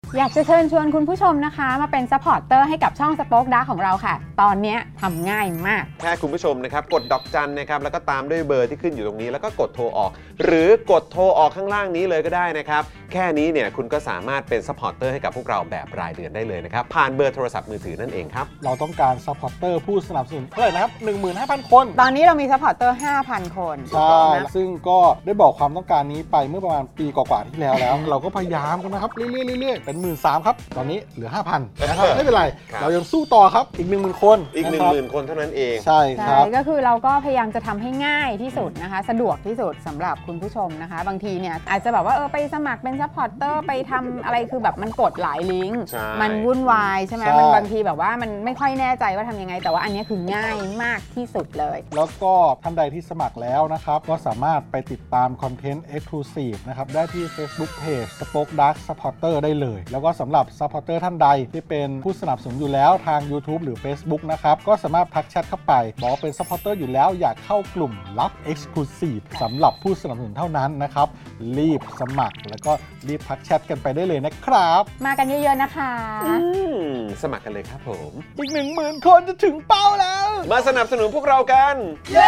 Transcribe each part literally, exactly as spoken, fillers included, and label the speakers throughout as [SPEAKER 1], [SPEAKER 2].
[SPEAKER 1] อยากจะเชิญชวนคุณผู้ชมนะคะมาเป็นซัพพอร์ตเตอร์ให้กับช่อง Spoke Dark ของเราค่ะตอนนี้ทำง่ายมาก
[SPEAKER 2] แค่คุณผู้ชมนะครับกดดอกจันนะครับแล้วก็ตามด้วยเบอร์ที่ขึ้นอยู่ตรงนี้แล้วก็กดโทรออกหรือกดโทรออกข้างล่างนี้เลยก็ได้นะครับแค่นี้เนี่ยคุณก็สามารถเป็นซัพพอร์ตเตอร์ให้กับพวกเราแบบรายเดือนได้เลยนะครับผ่านเบอร์โทรศัพท์มือถือนั่นเองครับ
[SPEAKER 3] เราต้องการซัพพอร์ตเตอร์ผู้สนับสนุนเท่าไหร่นะครับ หนึ่งหมื่นห้าพัน คน
[SPEAKER 1] ตอนนี้เรามีซัพพอร์ตเตอร์ ห้าพัน คน
[SPEAKER 3] ใช่ซึ่งก็ได้บอกความต้องการนี้ไปเมื่อประมาณปีกว่าๆที่แล้วแล้ว เราก็พยายามกันนะครับเรื่อยๆๆเป็นหมื่นสามพันครับตอนนี้เหลือ ห้าพัน นะครับไม่เป็นไรเรายังสู้ต่อครับอีก หนึ่งหมื่น คน
[SPEAKER 2] อีก หนึ่งหมื่น คนเท่านั้นเอง
[SPEAKER 3] ใช่ครับ
[SPEAKER 1] ก็คือเราก็พยายามจะทำให้ง่ายที่สุดนะคะสะดวกที่สุดสำหรับคุณผู้ชมนะคะบางทีเนี่ยอาจจะแบบว่าเออไปสมัครเป็นซัพพอร์ตเตอร์ไปทำอะไรคือแบบมันกดหลายลิงก์มันวุ่นวายใช่ไหมมันบางทีแบบว่ามันไม่ค่อยแน่ใจว่าทำยังไงแต่ว่าอันนี้คือง่ายมากที่สุดเลย
[SPEAKER 3] แล้วก็ท่านใดที่สมัครแล้วนะครับก็สามารถไปติดตามคอนเทนต์ Exclusive นะครับได้ที่ Facebook Page Spoke Dark Supporter ได้เลยแล้วก็สำหรับ Supporter ท่านใดที่เป็นผู้สนับสนุนอยู่แล้วทาง YouTube หรือ Facebook นะครับก็สามารถทักแชทเข้าไปบอกว่าเป็น Supporter อยู่แล้วอยากเข้ากลุ่มลับ Exclusive สำหรับผู้สนับสนุนเท่านั้นนะครับรีบสมัครแล้วก็รีบทักแชทกันไปได้เลยนะครับ
[SPEAKER 1] มากันเยอะๆนะคะ
[SPEAKER 2] สมัครกันเลยครับผม
[SPEAKER 3] อีก หนึ่งหมื่น คนจะถึงเป้าแล้ว
[SPEAKER 2] มาสนับสนุนพวกเรากัน
[SPEAKER 3] เย้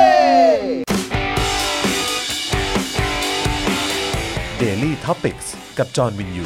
[SPEAKER 4] Daily Topics กับจอห์นวินยู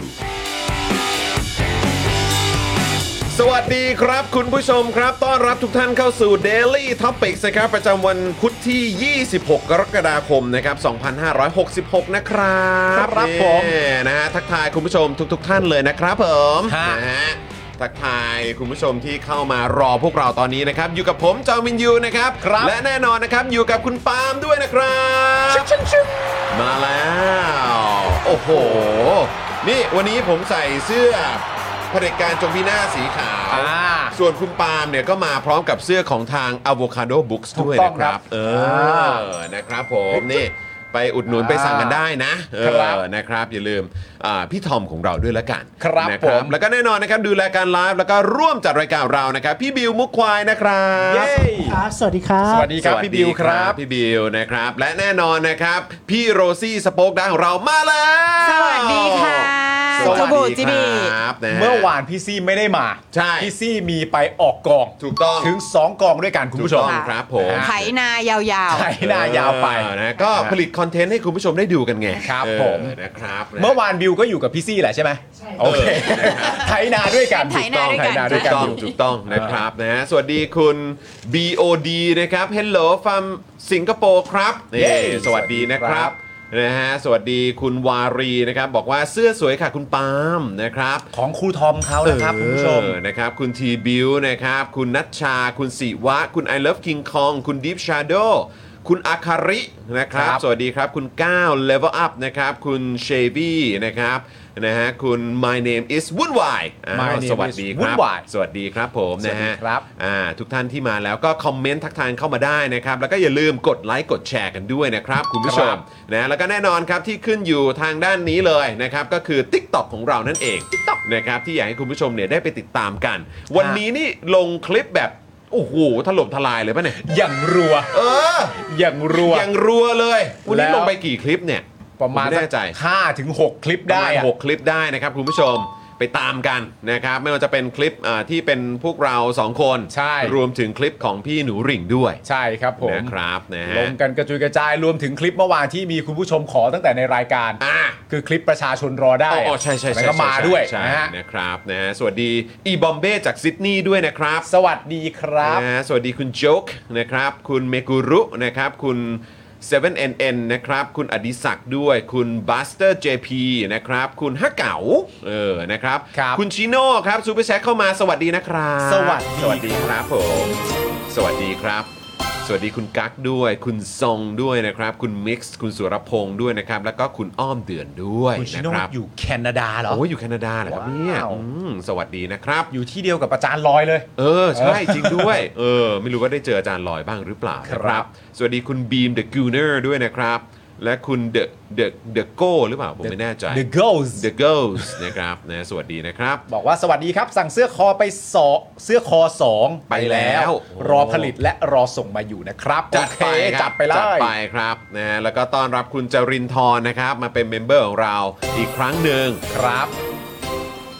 [SPEAKER 2] สวัสดีครับคุณผู้ชมครับต้อนรับทุกท่านเข้าสู่ Daily Topics นะครับประจำวันพุธที่ยี่สิบหกกรกฎาคมนะครับสองพันห้าร้อยหกสิบหกนะครับ
[SPEAKER 3] ครับผม
[SPEAKER 2] นะฮะทักทายคุณผู้ชมทุกๆท่านเลยนะครับผมนะฮะทักทายคุณผู้ชมที่เข้ามารอพวกเราตอนนี้นะครับอยู่กับผมจอห์นวินยูนะครับและแน่นอนนะครับอยู่กับคุณปาล์มด้วยนะครับมาแล้วโอ้โหนี่วันนี้ผมใส่เสื้อเผด็จการจงพินาศสีขาวส่วนคุณปาล์มเนี่ยก็มาพร้อมกับเสื้อของทาง Avocado Books ด้วยนะครับเออนะครับผมนี่ไปอุดหนุนไปสั่งกันได้นะเออนะครับอย่าลืมพี่ทอมของเราด้วยละกัน
[SPEAKER 3] ครับผม
[SPEAKER 2] แล้วก็แน่นอนนะครับดูรายการไลฟ์แล้วก็ร่วมจัดรายการเรานะครับพี่บิวมุกควายนะครับ
[SPEAKER 3] เย้
[SPEAKER 5] ครับสวัสดีครับ
[SPEAKER 2] สวัสดีครับพี่บิวครับพี่บิวนะครับและแน่นอนนะครับพี่โรซี่สโป๊กดาร์กของเรามาแล้ว
[SPEAKER 1] สวัสดีค่ะ
[SPEAKER 2] สวัสดีครับ
[SPEAKER 5] เมื่อวานพี่ซี่ไม่ได้มา
[SPEAKER 2] ใช่
[SPEAKER 5] พี่ซี่มีไปออกกอง
[SPEAKER 2] ถูกต้อง
[SPEAKER 5] ถึงสองกองด้วยกันคุณผู้ชม
[SPEAKER 2] ครับผม
[SPEAKER 1] ไถนายาว
[SPEAKER 5] ๆไถนายาวไป
[SPEAKER 2] นะก็ผลิตคอนเทนต์ให้คุณผู้ชมได้ดูกันไง
[SPEAKER 5] ครับผม
[SPEAKER 2] นะครับ
[SPEAKER 5] เมื่อวานบิวก็อยู่กับพี่ซี่แหละใช่ไหมโอเคไถนาด้วยกัน
[SPEAKER 1] ไถนาด้วยกัน
[SPEAKER 2] ถูกต้องถูกต้องนะครับนะสวัสดีคุณ บี โอ ดี นะครับ Hello from สิงคโปร์ครับนี่สวัสดีนะครับนะฮะสวัสดีคุณวารีนะครับบอกว่าเสื้อสวยค่ะคุณปาล์มนะครับ
[SPEAKER 5] ของครูทอมเขานะครับคุณผู้ชม
[SPEAKER 2] นะครับคุณทีบิวนะครับคุณนัชชาคุณศิวะคุณ I Love King Kong คุณ Deep Shadow คุณอาคารินะครับสวัสดีครับคุณก้าว Level Up นะครับคุณเชบี้นะครับนะฮะคุณ My name is วุ่นวายสวัสดีครับสวัสดีครับผมนะฮะทุกท่านที่มาแล้วก็คอมเมนต์ทักทายเข้ามาได้นะครับแล้วก็อย่าลืมกดไลค์กดแชร์กันด้วยนะครับคุณผู้ชมนะแล้วก็แน่นอนครับที่ขึ้นอยู่ทางด้านนี้เลยนะครับก็คือ TikTok ของเรานั่นเอง TikTok นะครับที่อยากให้คุณผู้ชมเนี่ยได้ไปติดตามกันวันนี้นี่ลงคลิปแบบโอ้โหถล่มทลายเลยป่ะเนี่ย
[SPEAKER 5] อย่างรัว
[SPEAKER 2] เออ
[SPEAKER 5] อย่างรัว
[SPEAKER 2] อย่างรัวเลยวันนี้ลงไปกี่คลิปเนี่ย
[SPEAKER 5] ประมาณห้าถึงหกคลิปได้
[SPEAKER 2] หกคลิปได้นะครับคุณผู้ชมไปตามกันนะครับไม่ว่าจะเป็นคลิปที่เป็นพวกเราสองคน
[SPEAKER 5] ใช่
[SPEAKER 2] รวมถึงคลิปของพี่หนูหริ่งด้วย
[SPEAKER 5] ใช่ครับผม
[SPEAKER 2] นะครับนะฮะ
[SPEAKER 5] ลงกันกระจุยกระจายรวมถึงคลิปเมื่อวานที่มีคุณผู้ชมขอตั้งแต่ในรายการ
[SPEAKER 2] อ่า
[SPEAKER 5] คือคลิปประชาชนรอได้
[SPEAKER 2] อ๋อใช่ใช่ใช่
[SPEAKER 5] ก็มาด้วย
[SPEAKER 2] นะฮะนะครับนะฮะสวัสดีอีบอมเบ้จากซิดนีย์ด้วยนะครับ
[SPEAKER 5] สวัสดีครับ
[SPEAKER 2] นะสวัสดีคุณโจ๊กนะครับคุณเมกุรุนะครับคุณเซเว่น เอ็น เอ็น นะครับคุณอดิศักดิ์ด้วยคุณบัสเตอร์ เจ พี นะครับคุณฮักเก๋าเออนะครับคุณชิโน่ครับซูเปอร์แชทเข้ามาสวัสดีนะครับ
[SPEAKER 5] สวัสดี
[SPEAKER 2] สวัสดีครับผมสวัสดีครับสวัสดีคุณกั๊กด้วยคุณซองด้วยนะครับคุณมิกซ์คุณสุรพงษ์ด้วยนะครับแล้วก็คุณอ้อมเดือนด้วย
[SPEAKER 5] คุณชิโน่อยู่แคนาดาเหรอ
[SPEAKER 2] โอ้อยู่แคนาดาเหรอครับเนี่ยสวัสดีนะครับ
[SPEAKER 5] อยู่ที่เดียวกับอาจารย์ลอยเลย
[SPEAKER 2] เออใช่จริงด้วยเออไม่รู้ว่าได้เจออาจารย์ลอยบ้างหรือเปล่า
[SPEAKER 5] ครับ
[SPEAKER 2] สวัสดีคุณบีมเดอะกูเนอร์ด้วยนะครับและคุณเดอะเดอะเดอะโก้หรือเปล่าผมไม่แน่ใจ
[SPEAKER 5] The Ghost
[SPEAKER 2] The Ghost นะครับนะสวัสดีนะครับ
[SPEAKER 5] บอกว่าสวัสดีครับสั่งเสื้อคอไปสองเสื้อคอสองไปแล้วรอผลิตและรอส่งมาอยู่นะครับ
[SPEAKER 2] จัดไป
[SPEAKER 5] จัดไปเลย
[SPEAKER 2] จัดไปครับนะแล้วก็ต้อนรับคุณจรินทร์นะครับมาเป็นเมมเบอร์ของเราอีกครั้งหนึ่ง
[SPEAKER 5] ครับ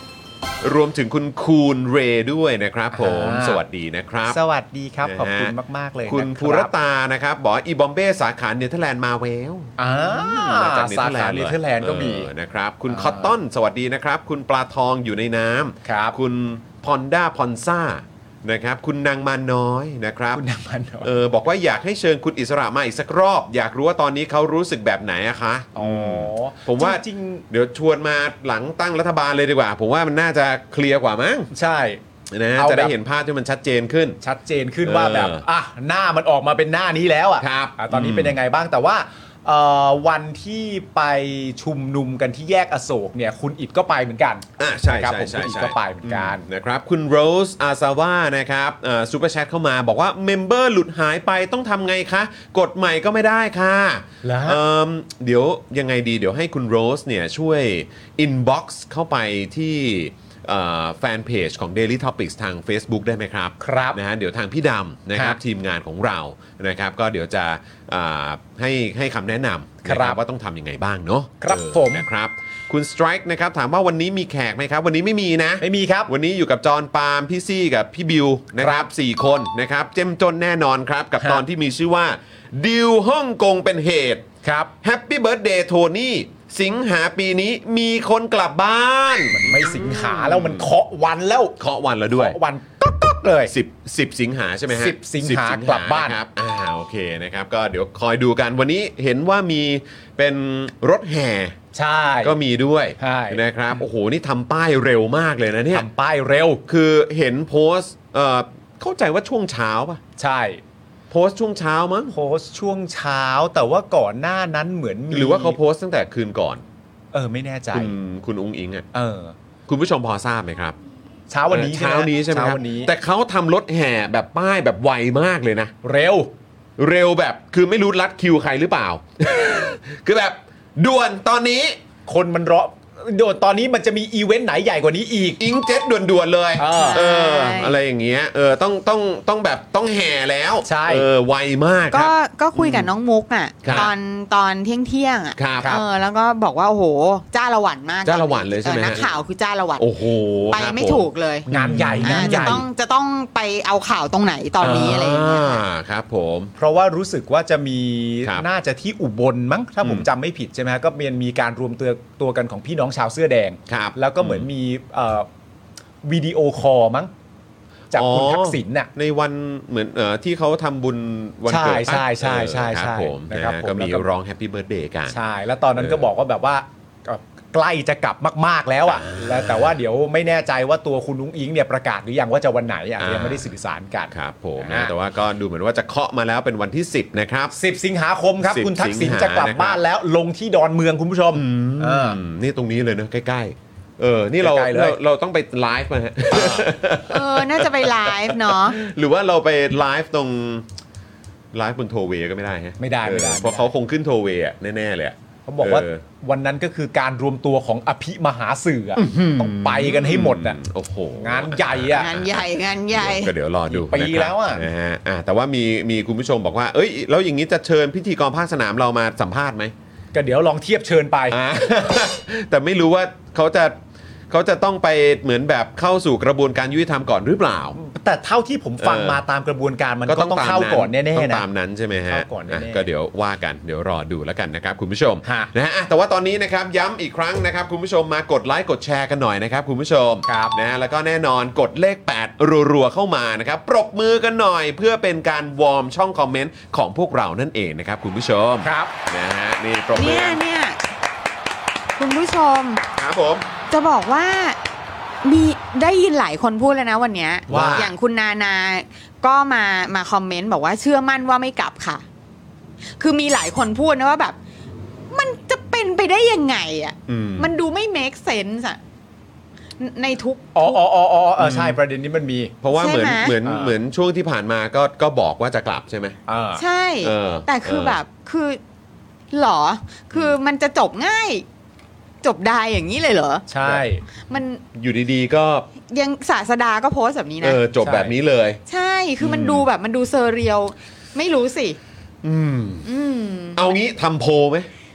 [SPEAKER 2] รวมถึงคุณคูนเรย์ด้วยนะครับผม
[SPEAKER 5] อ่า
[SPEAKER 2] สวัสดีนะครับ
[SPEAKER 5] สวัสดีครับ
[SPEAKER 2] นะฮะ
[SPEAKER 5] ขอบคุณมากๆเลย
[SPEAKER 2] คุณ
[SPEAKER 5] นะ
[SPEAKER 2] ภูรตานะครับบอกว่าอีบอมเบ้สาขาเนเธอร์แลนด์มาแวว
[SPEAKER 5] อ่า
[SPEAKER 2] มาจากเน
[SPEAKER 5] สา
[SPEAKER 2] เธอร์แล
[SPEAKER 5] ขาน
[SPEAKER 2] ด์
[SPEAKER 5] เนเธอร์แลนด์ก็มี
[SPEAKER 2] เออนะครับคุณ
[SPEAKER 5] อ่า
[SPEAKER 2] คอตตอนสวัสดีนะครับ คุณปลาทองอยู่ในน้ำ
[SPEAKER 5] ครับ
[SPEAKER 2] คุณพอนด้าพอนซ่านะครับคุณนางมาน้อยนะครับ
[SPEAKER 5] คุณนางมัน
[SPEAKER 2] เออบอกว่าอยากให้เชิญคุณอิสระมาอีกสักรอบ อยากรู้ว่าตอนนี้เขารู้สึกแบบไหนอะคะ
[SPEAKER 5] อ๋อ
[SPEAKER 2] ผมว่า
[SPEAKER 5] จริง
[SPEAKER 2] เดี๋ยวชวนมาหลังตั้งรัฐบาลเลยดีกว่า ผมว่ามันน่าจะเคลียร์กว่ามั้ง
[SPEAKER 5] ๆใช่
[SPEAKER 2] นะฮะ
[SPEAKER 5] เอาแบบ
[SPEAKER 2] จะได้เห็นภาพที่มันชัดเจนขึ้น
[SPEAKER 5] ชัดเจนขึ้น
[SPEAKER 2] เออ
[SPEAKER 5] ว่าแบบอ่ะหน้ามันออกมาเป็นหน้านี้แล้วอ่ะ
[SPEAKER 2] ครับ
[SPEAKER 5] อ่ะตอนนี้
[SPEAKER 2] อืม
[SPEAKER 5] เป็นยังไงบ้างแต่ว่าเอ่อวันที่ไปชุมนุมกันที่แยกอโศกเนี่ยคุณอิดก็ไปเหมือนกัน
[SPEAKER 2] อ่ะใช่
[SPEAKER 5] นะครับ
[SPEAKER 2] ใช่
[SPEAKER 5] ผม
[SPEAKER 2] ใช่
[SPEAKER 5] คุณอิด
[SPEAKER 2] ใช่
[SPEAKER 5] ก็ไปเหมือนกัน
[SPEAKER 2] นะครับคุณโรสอาซาว่านะครับซูเปอร์แชทเข้ามาบอกว่าเมมเบอร์หลุดหายไปต้องทำไงคะ กดใหม่ก็ไม่ได้ค่ะ
[SPEAKER 5] แล้ว
[SPEAKER 2] เอิ่มเดี๋ยวยังไงดีเดี๋ยวให้คุณโรสเนี่ยช่วยอินบ็อกซ์เข้าไปที่แฟนเพจของ Daily Topics ทาง Facebook ได้ไหมครับ
[SPEAKER 5] ครับ
[SPEAKER 2] นะฮะเดี๋ยวทางพี่ดำนะครับ
[SPEAKER 5] ฮะ
[SPEAKER 2] ทีมงานของเรานะครับก็เดี๋ยวจะอ่าให้ให้คำแนะนำ
[SPEAKER 5] ครับ
[SPEAKER 2] นะว่าต้องทำยังไงบ้างเนาะ
[SPEAKER 5] ครับ
[SPEAKER 2] เออ
[SPEAKER 5] ผม
[SPEAKER 2] นะครับคุณ Strike นะครับถามว่าวันนี้มีแขกไหมครับ วันนี้ไม่มีนะ
[SPEAKER 5] ไม่มีครับ
[SPEAKER 2] วันนี้อยู่กับจอห์นปาล์มพี่ซี่กับพี่บิวนะครับสี่คนนะครับเจ้มจนแน่นอนครับ กับ
[SPEAKER 5] ฮะ
[SPEAKER 2] ตอนที่มีชื่อว่าดิวฮ่องกงเป็นเหตุ
[SPEAKER 5] ครับ
[SPEAKER 2] แฮปปี้เบิร์ a เดย์โทนี่สิงหาปีนี้มีคนกลับบ้าน
[SPEAKER 5] มันไม่สิงหาแล้วมันเคาะวันแล้ว
[SPEAKER 2] เคาะวันแล้วด้วย
[SPEAKER 5] เคาะวันก๊อกๆเลย
[SPEAKER 2] สิบ สิบสิงหาใช่ไหมฮะ
[SPEAKER 5] สิบสิงหา
[SPEAKER 2] สิบ
[SPEAKER 5] กลับบ้าน
[SPEAKER 2] ครับอ่าโอเคนะครับก็เดี๋ยวคอยดูกันวันนี้เห็นว่ามีเป็นรถแห่
[SPEAKER 5] ใช่
[SPEAKER 2] ก็มีด้วย
[SPEAKER 5] ใช่
[SPEAKER 2] นะครับโอ้โหนี่ทำป้ายเร็วมากเลยนะเนี่ย
[SPEAKER 5] ทำป้ายเร็ว
[SPEAKER 2] คือเห็นโพสต์เอ่อเข้าใจว่าช่วงเช้าป่ะ
[SPEAKER 5] ใช่
[SPEAKER 2] โพสต์ช่วงเช้ามั้ง
[SPEAKER 5] โพสต์ช่วงเช้าแต่ว่าก่อนหน้านั้นเหมือนมี
[SPEAKER 2] หรือว่าเขาโพสต์ตั้งแต่คืนก่อน
[SPEAKER 5] เออไม่แน่ใจ
[SPEAKER 2] คุณคุณอุ้งอิงอ่ะ
[SPEAKER 5] เออ
[SPEAKER 2] คุณผู้ชมพอทราบไหมครับ
[SPEAKER 5] เช้าวันนี้
[SPEAKER 2] เช้านี้ใช่ไหม
[SPEAKER 5] เช้า
[SPEAKER 2] ครับ
[SPEAKER 5] วันนี้
[SPEAKER 2] แต่เขาทำรถแห่แบบป้ายแบบไวมากเลยนะ
[SPEAKER 5] เร็ว
[SPEAKER 2] เร็วแบบคือไม่รู้รัดคิวใครหรือเปล่า คือแบบด่วนตอนนี้
[SPEAKER 5] คนมันรอโดนตอนนี้มันจะมีอีเวนต์ไหนใหญ่กว่านี้อีก
[SPEAKER 2] อิงเจ็ตด่วนๆเลย
[SPEAKER 5] เออ
[SPEAKER 2] เอออะไรอย่างเงี้ยเออต้องต้องต้องแบบต้องแห่แล้ว
[SPEAKER 5] ใช่
[SPEAKER 2] เออไวมากค
[SPEAKER 1] ก็
[SPEAKER 2] รับ
[SPEAKER 1] ก็คุยกับน้องมุกอ่ะ
[SPEAKER 2] ครับ
[SPEAKER 1] ตอนตอนเที่ยงเที่ยงๆอ่ะ
[SPEAKER 2] ครับ
[SPEAKER 1] เออแล้วก็บอกว่าโอ้โหจ้าละหวันมาก
[SPEAKER 2] จ้าละหวันเลยใช่ไหม
[SPEAKER 1] ออนัก
[SPEAKER 2] ฮะ
[SPEAKER 1] ข่าวคือจ้าละหวัน
[SPEAKER 2] โอ้โห
[SPEAKER 1] ไป
[SPEAKER 2] ครับ
[SPEAKER 1] ไม่
[SPEAKER 2] ผ
[SPEAKER 1] ถูกเลย
[SPEAKER 5] งานใหญ่งา
[SPEAKER 1] อ่าน
[SPEAKER 5] ให
[SPEAKER 1] จะ
[SPEAKER 5] ญ่
[SPEAKER 1] ต้องจะต้องไปเอาข่าวตรงไหนตอนนี้อะไรอย่างเงี้ย
[SPEAKER 2] อ่าครับผม
[SPEAKER 5] เพราะว่ารู้สึกว่าจะมี
[SPEAKER 2] ครับ
[SPEAKER 5] น่าจะที่อุบลมั้งถ้าผม
[SPEAKER 2] อืม
[SPEAKER 5] จำไม่ผิดใช่ไหมฮะก็มีมีการรวมตัวตัวกันของพี่น้องชาวเสื้อแดง
[SPEAKER 2] ครับ
[SPEAKER 5] แล้วก็เหมือนมีเอ่อวิดีโอคอลมั้งจากคุณ
[SPEAKER 2] อ๋อ
[SPEAKER 5] ทักษิณน่ะ
[SPEAKER 2] ในวันเหมือนเอ่อที่เขาทำบุญวัน
[SPEAKER 5] ใช่
[SPEAKER 2] เกิด
[SPEAKER 5] ใช่ใช่ใช่
[SPEAKER 2] เออครับ
[SPEAKER 5] ใช่
[SPEAKER 2] ผม
[SPEAKER 5] นะครับ
[SPEAKER 2] นะฮะ
[SPEAKER 5] ผม
[SPEAKER 2] ก็มี
[SPEAKER 5] แล้วก็
[SPEAKER 2] ร้องแฮปปี้เบิร์ดเดย์กัน
[SPEAKER 5] ใช่ แล้วตอนนั้น
[SPEAKER 2] เออ
[SPEAKER 5] ก็บอกว่าแบบว่าเอ่อใกล้จะกลับมาก ๆแล้วอ่ะแล้วแต่ว่าเดี๋ยวไม่แน่ใจว่าตัวคุณนุ้งอิงเนี่ยประกาศหรือยังว่าจะวันไหนอ่ะ
[SPEAKER 2] อ่ายั
[SPEAKER 5] ยังไม่ได้สื่อสารกัน
[SPEAKER 2] ครับผม
[SPEAKER 5] อ่า
[SPEAKER 2] นะแต่ว่าก็ดูเหมือนว่าจะเคาะมาแล้วเป็นวันที่ สิบนะครับ
[SPEAKER 5] สิบสิงหาคมครับ
[SPEAKER 2] สิบ
[SPEAKER 5] คุณทักษิณ
[SPEAKER 2] สิงหา
[SPEAKER 5] จะกลับ
[SPEAKER 2] นะครับ
[SPEAKER 5] บ้านแล้วลงที่ดอนเมืองคุณผู้ชมเออ
[SPEAKER 2] อืมนี่ตรงนี้เลยเนอะใกล้ๆเออนี่เรา
[SPEAKER 5] ใกล้ๆเลย
[SPEAKER 2] เราเราต้องไปไลฟ์มาฮะ
[SPEAKER 1] เออน่าจะไปไลฟ์เนาะ
[SPEAKER 2] หรือว่าเราไปไลฟ์ตรงไลฟ์บนโทเวก็ไม่ได้ฮะ
[SPEAKER 5] ไม่ได้ไม่ได้
[SPEAKER 2] เออเพราะเขาคงขึ้นโทเวอ่ะแน่ๆเลยอะ
[SPEAKER 5] เขาบอกว่า
[SPEAKER 2] เออ
[SPEAKER 5] วันนั้นก็คือการรวมตัวของอภิมหาสื่ออะต้องไปกันให้หมดอ่ะ
[SPEAKER 2] โอ้โห
[SPEAKER 5] งานใหญ่อ่ะ
[SPEAKER 1] งานใหญ่งานใหญ่
[SPEAKER 2] ก็เดี๋ยวรอดู
[SPEAKER 5] ปี
[SPEAKER 2] นะครับ
[SPEAKER 5] แล้วอะ
[SPEAKER 2] นะฮะอ่ะแต่ว่ามีมีคุณผู้ชมบอกว่า เอ้ยแล้วอย่างนี้จะเชิญพิธีกรภาคสนามเรามาสัมภาษณ์ไหม
[SPEAKER 5] ก็เดี๋ยวลองเทียบเชิญไป
[SPEAKER 2] อ่า แต่ไม่รู้ว่าเขาจะเขาจะต้องไปเหมือนแบบเข้าสู่กระบวนการยุติธรรมก่อนหรือเปล่า
[SPEAKER 5] แต่เท่าที่ผมฟัง
[SPEAKER 2] เออ
[SPEAKER 5] มาตามกระบวนการมันก็ต้องเข้าก่อนแน่
[SPEAKER 2] ต้อ
[SPEAKER 5] ๆ
[SPEAKER 2] ง
[SPEAKER 5] นะ
[SPEAKER 2] ตามนั้นใช่ไหมฮะ
[SPEAKER 5] เข้าก่อนแน่ๆ
[SPEAKER 2] อ่ะก็เดี๋ยวว่ากันเดี๋ยวรอดูแล้วกันนะครับคุณผู้ชม
[SPEAKER 5] ฮะ
[SPEAKER 2] นะฮะอ่ะแต่ว่าตอนนี้นะครับย้ำอีกครั้งนะครับคุณผู้ชมมากดไลค์กดแชร์กันหน่อยนะครับคุณผู้ชม
[SPEAKER 5] ครับ
[SPEAKER 2] นะฮะแล้วก็แน่นอนกดเลขแปดรัวๆเข้ามานะครับปรบมือกันหน่อยเพื่อเป็นการวอร์มช่องคอมเมนต์ของพวกเรานั่นเองนะครับคุณผู้ชม
[SPEAKER 5] ครับ
[SPEAKER 2] นะฮะนี่ปรบมื
[SPEAKER 1] เนี่
[SPEAKER 2] อย
[SPEAKER 1] เนี่ยคุณผู้ชม
[SPEAKER 2] ครับผม
[SPEAKER 1] จะบอกว่ามีได้ยินหลายคนพูดเลยนะวันเนี้ย
[SPEAKER 2] ว่า
[SPEAKER 1] อย่างคุณนานาก็มามาคอมเมนต์บอกว่าเชื่อมั่นว่าไม่กลับค่ะ คือมีหลายคนพูดนะว่าแบบ มันจะเป็นไปได้ยังไงอ่ะ
[SPEAKER 2] อืม
[SPEAKER 1] มันดูไม่ make sense อ่ะในทุก
[SPEAKER 5] อ๋ออ๋ออ๋ออ๋อเออใช่ประเด็นนี้มันมี
[SPEAKER 2] เพราะว่าเหมือน
[SPEAKER 1] ใช่ไหม
[SPEAKER 2] เหมือน
[SPEAKER 5] อ่า
[SPEAKER 2] เหมือนช่วงที่ผ่านมาก็ก็บอกว่าจะกลับใช่ไหม
[SPEAKER 5] อ่า
[SPEAKER 1] ใช่
[SPEAKER 2] เออ
[SPEAKER 1] แต่คือ
[SPEAKER 2] เออ
[SPEAKER 1] แบบคือหรอ คือมันจะจบง่าย จบได้อย่างนี้เลยเหรอ
[SPEAKER 5] ใช่
[SPEAKER 1] มัน
[SPEAKER 2] อยู่ดีๆก็
[SPEAKER 1] ยังศาสดาก็โพสต์แบบนี้
[SPEAKER 2] เอ
[SPEAKER 1] นะ
[SPEAKER 2] อจบแบบนี้เลย
[SPEAKER 1] ใช่ คือมันดูแบบมันดูเซอร์เรียล ไม่รู้สิ
[SPEAKER 2] อืม
[SPEAKER 1] อืม
[SPEAKER 2] เอางี้ทำโพลไหม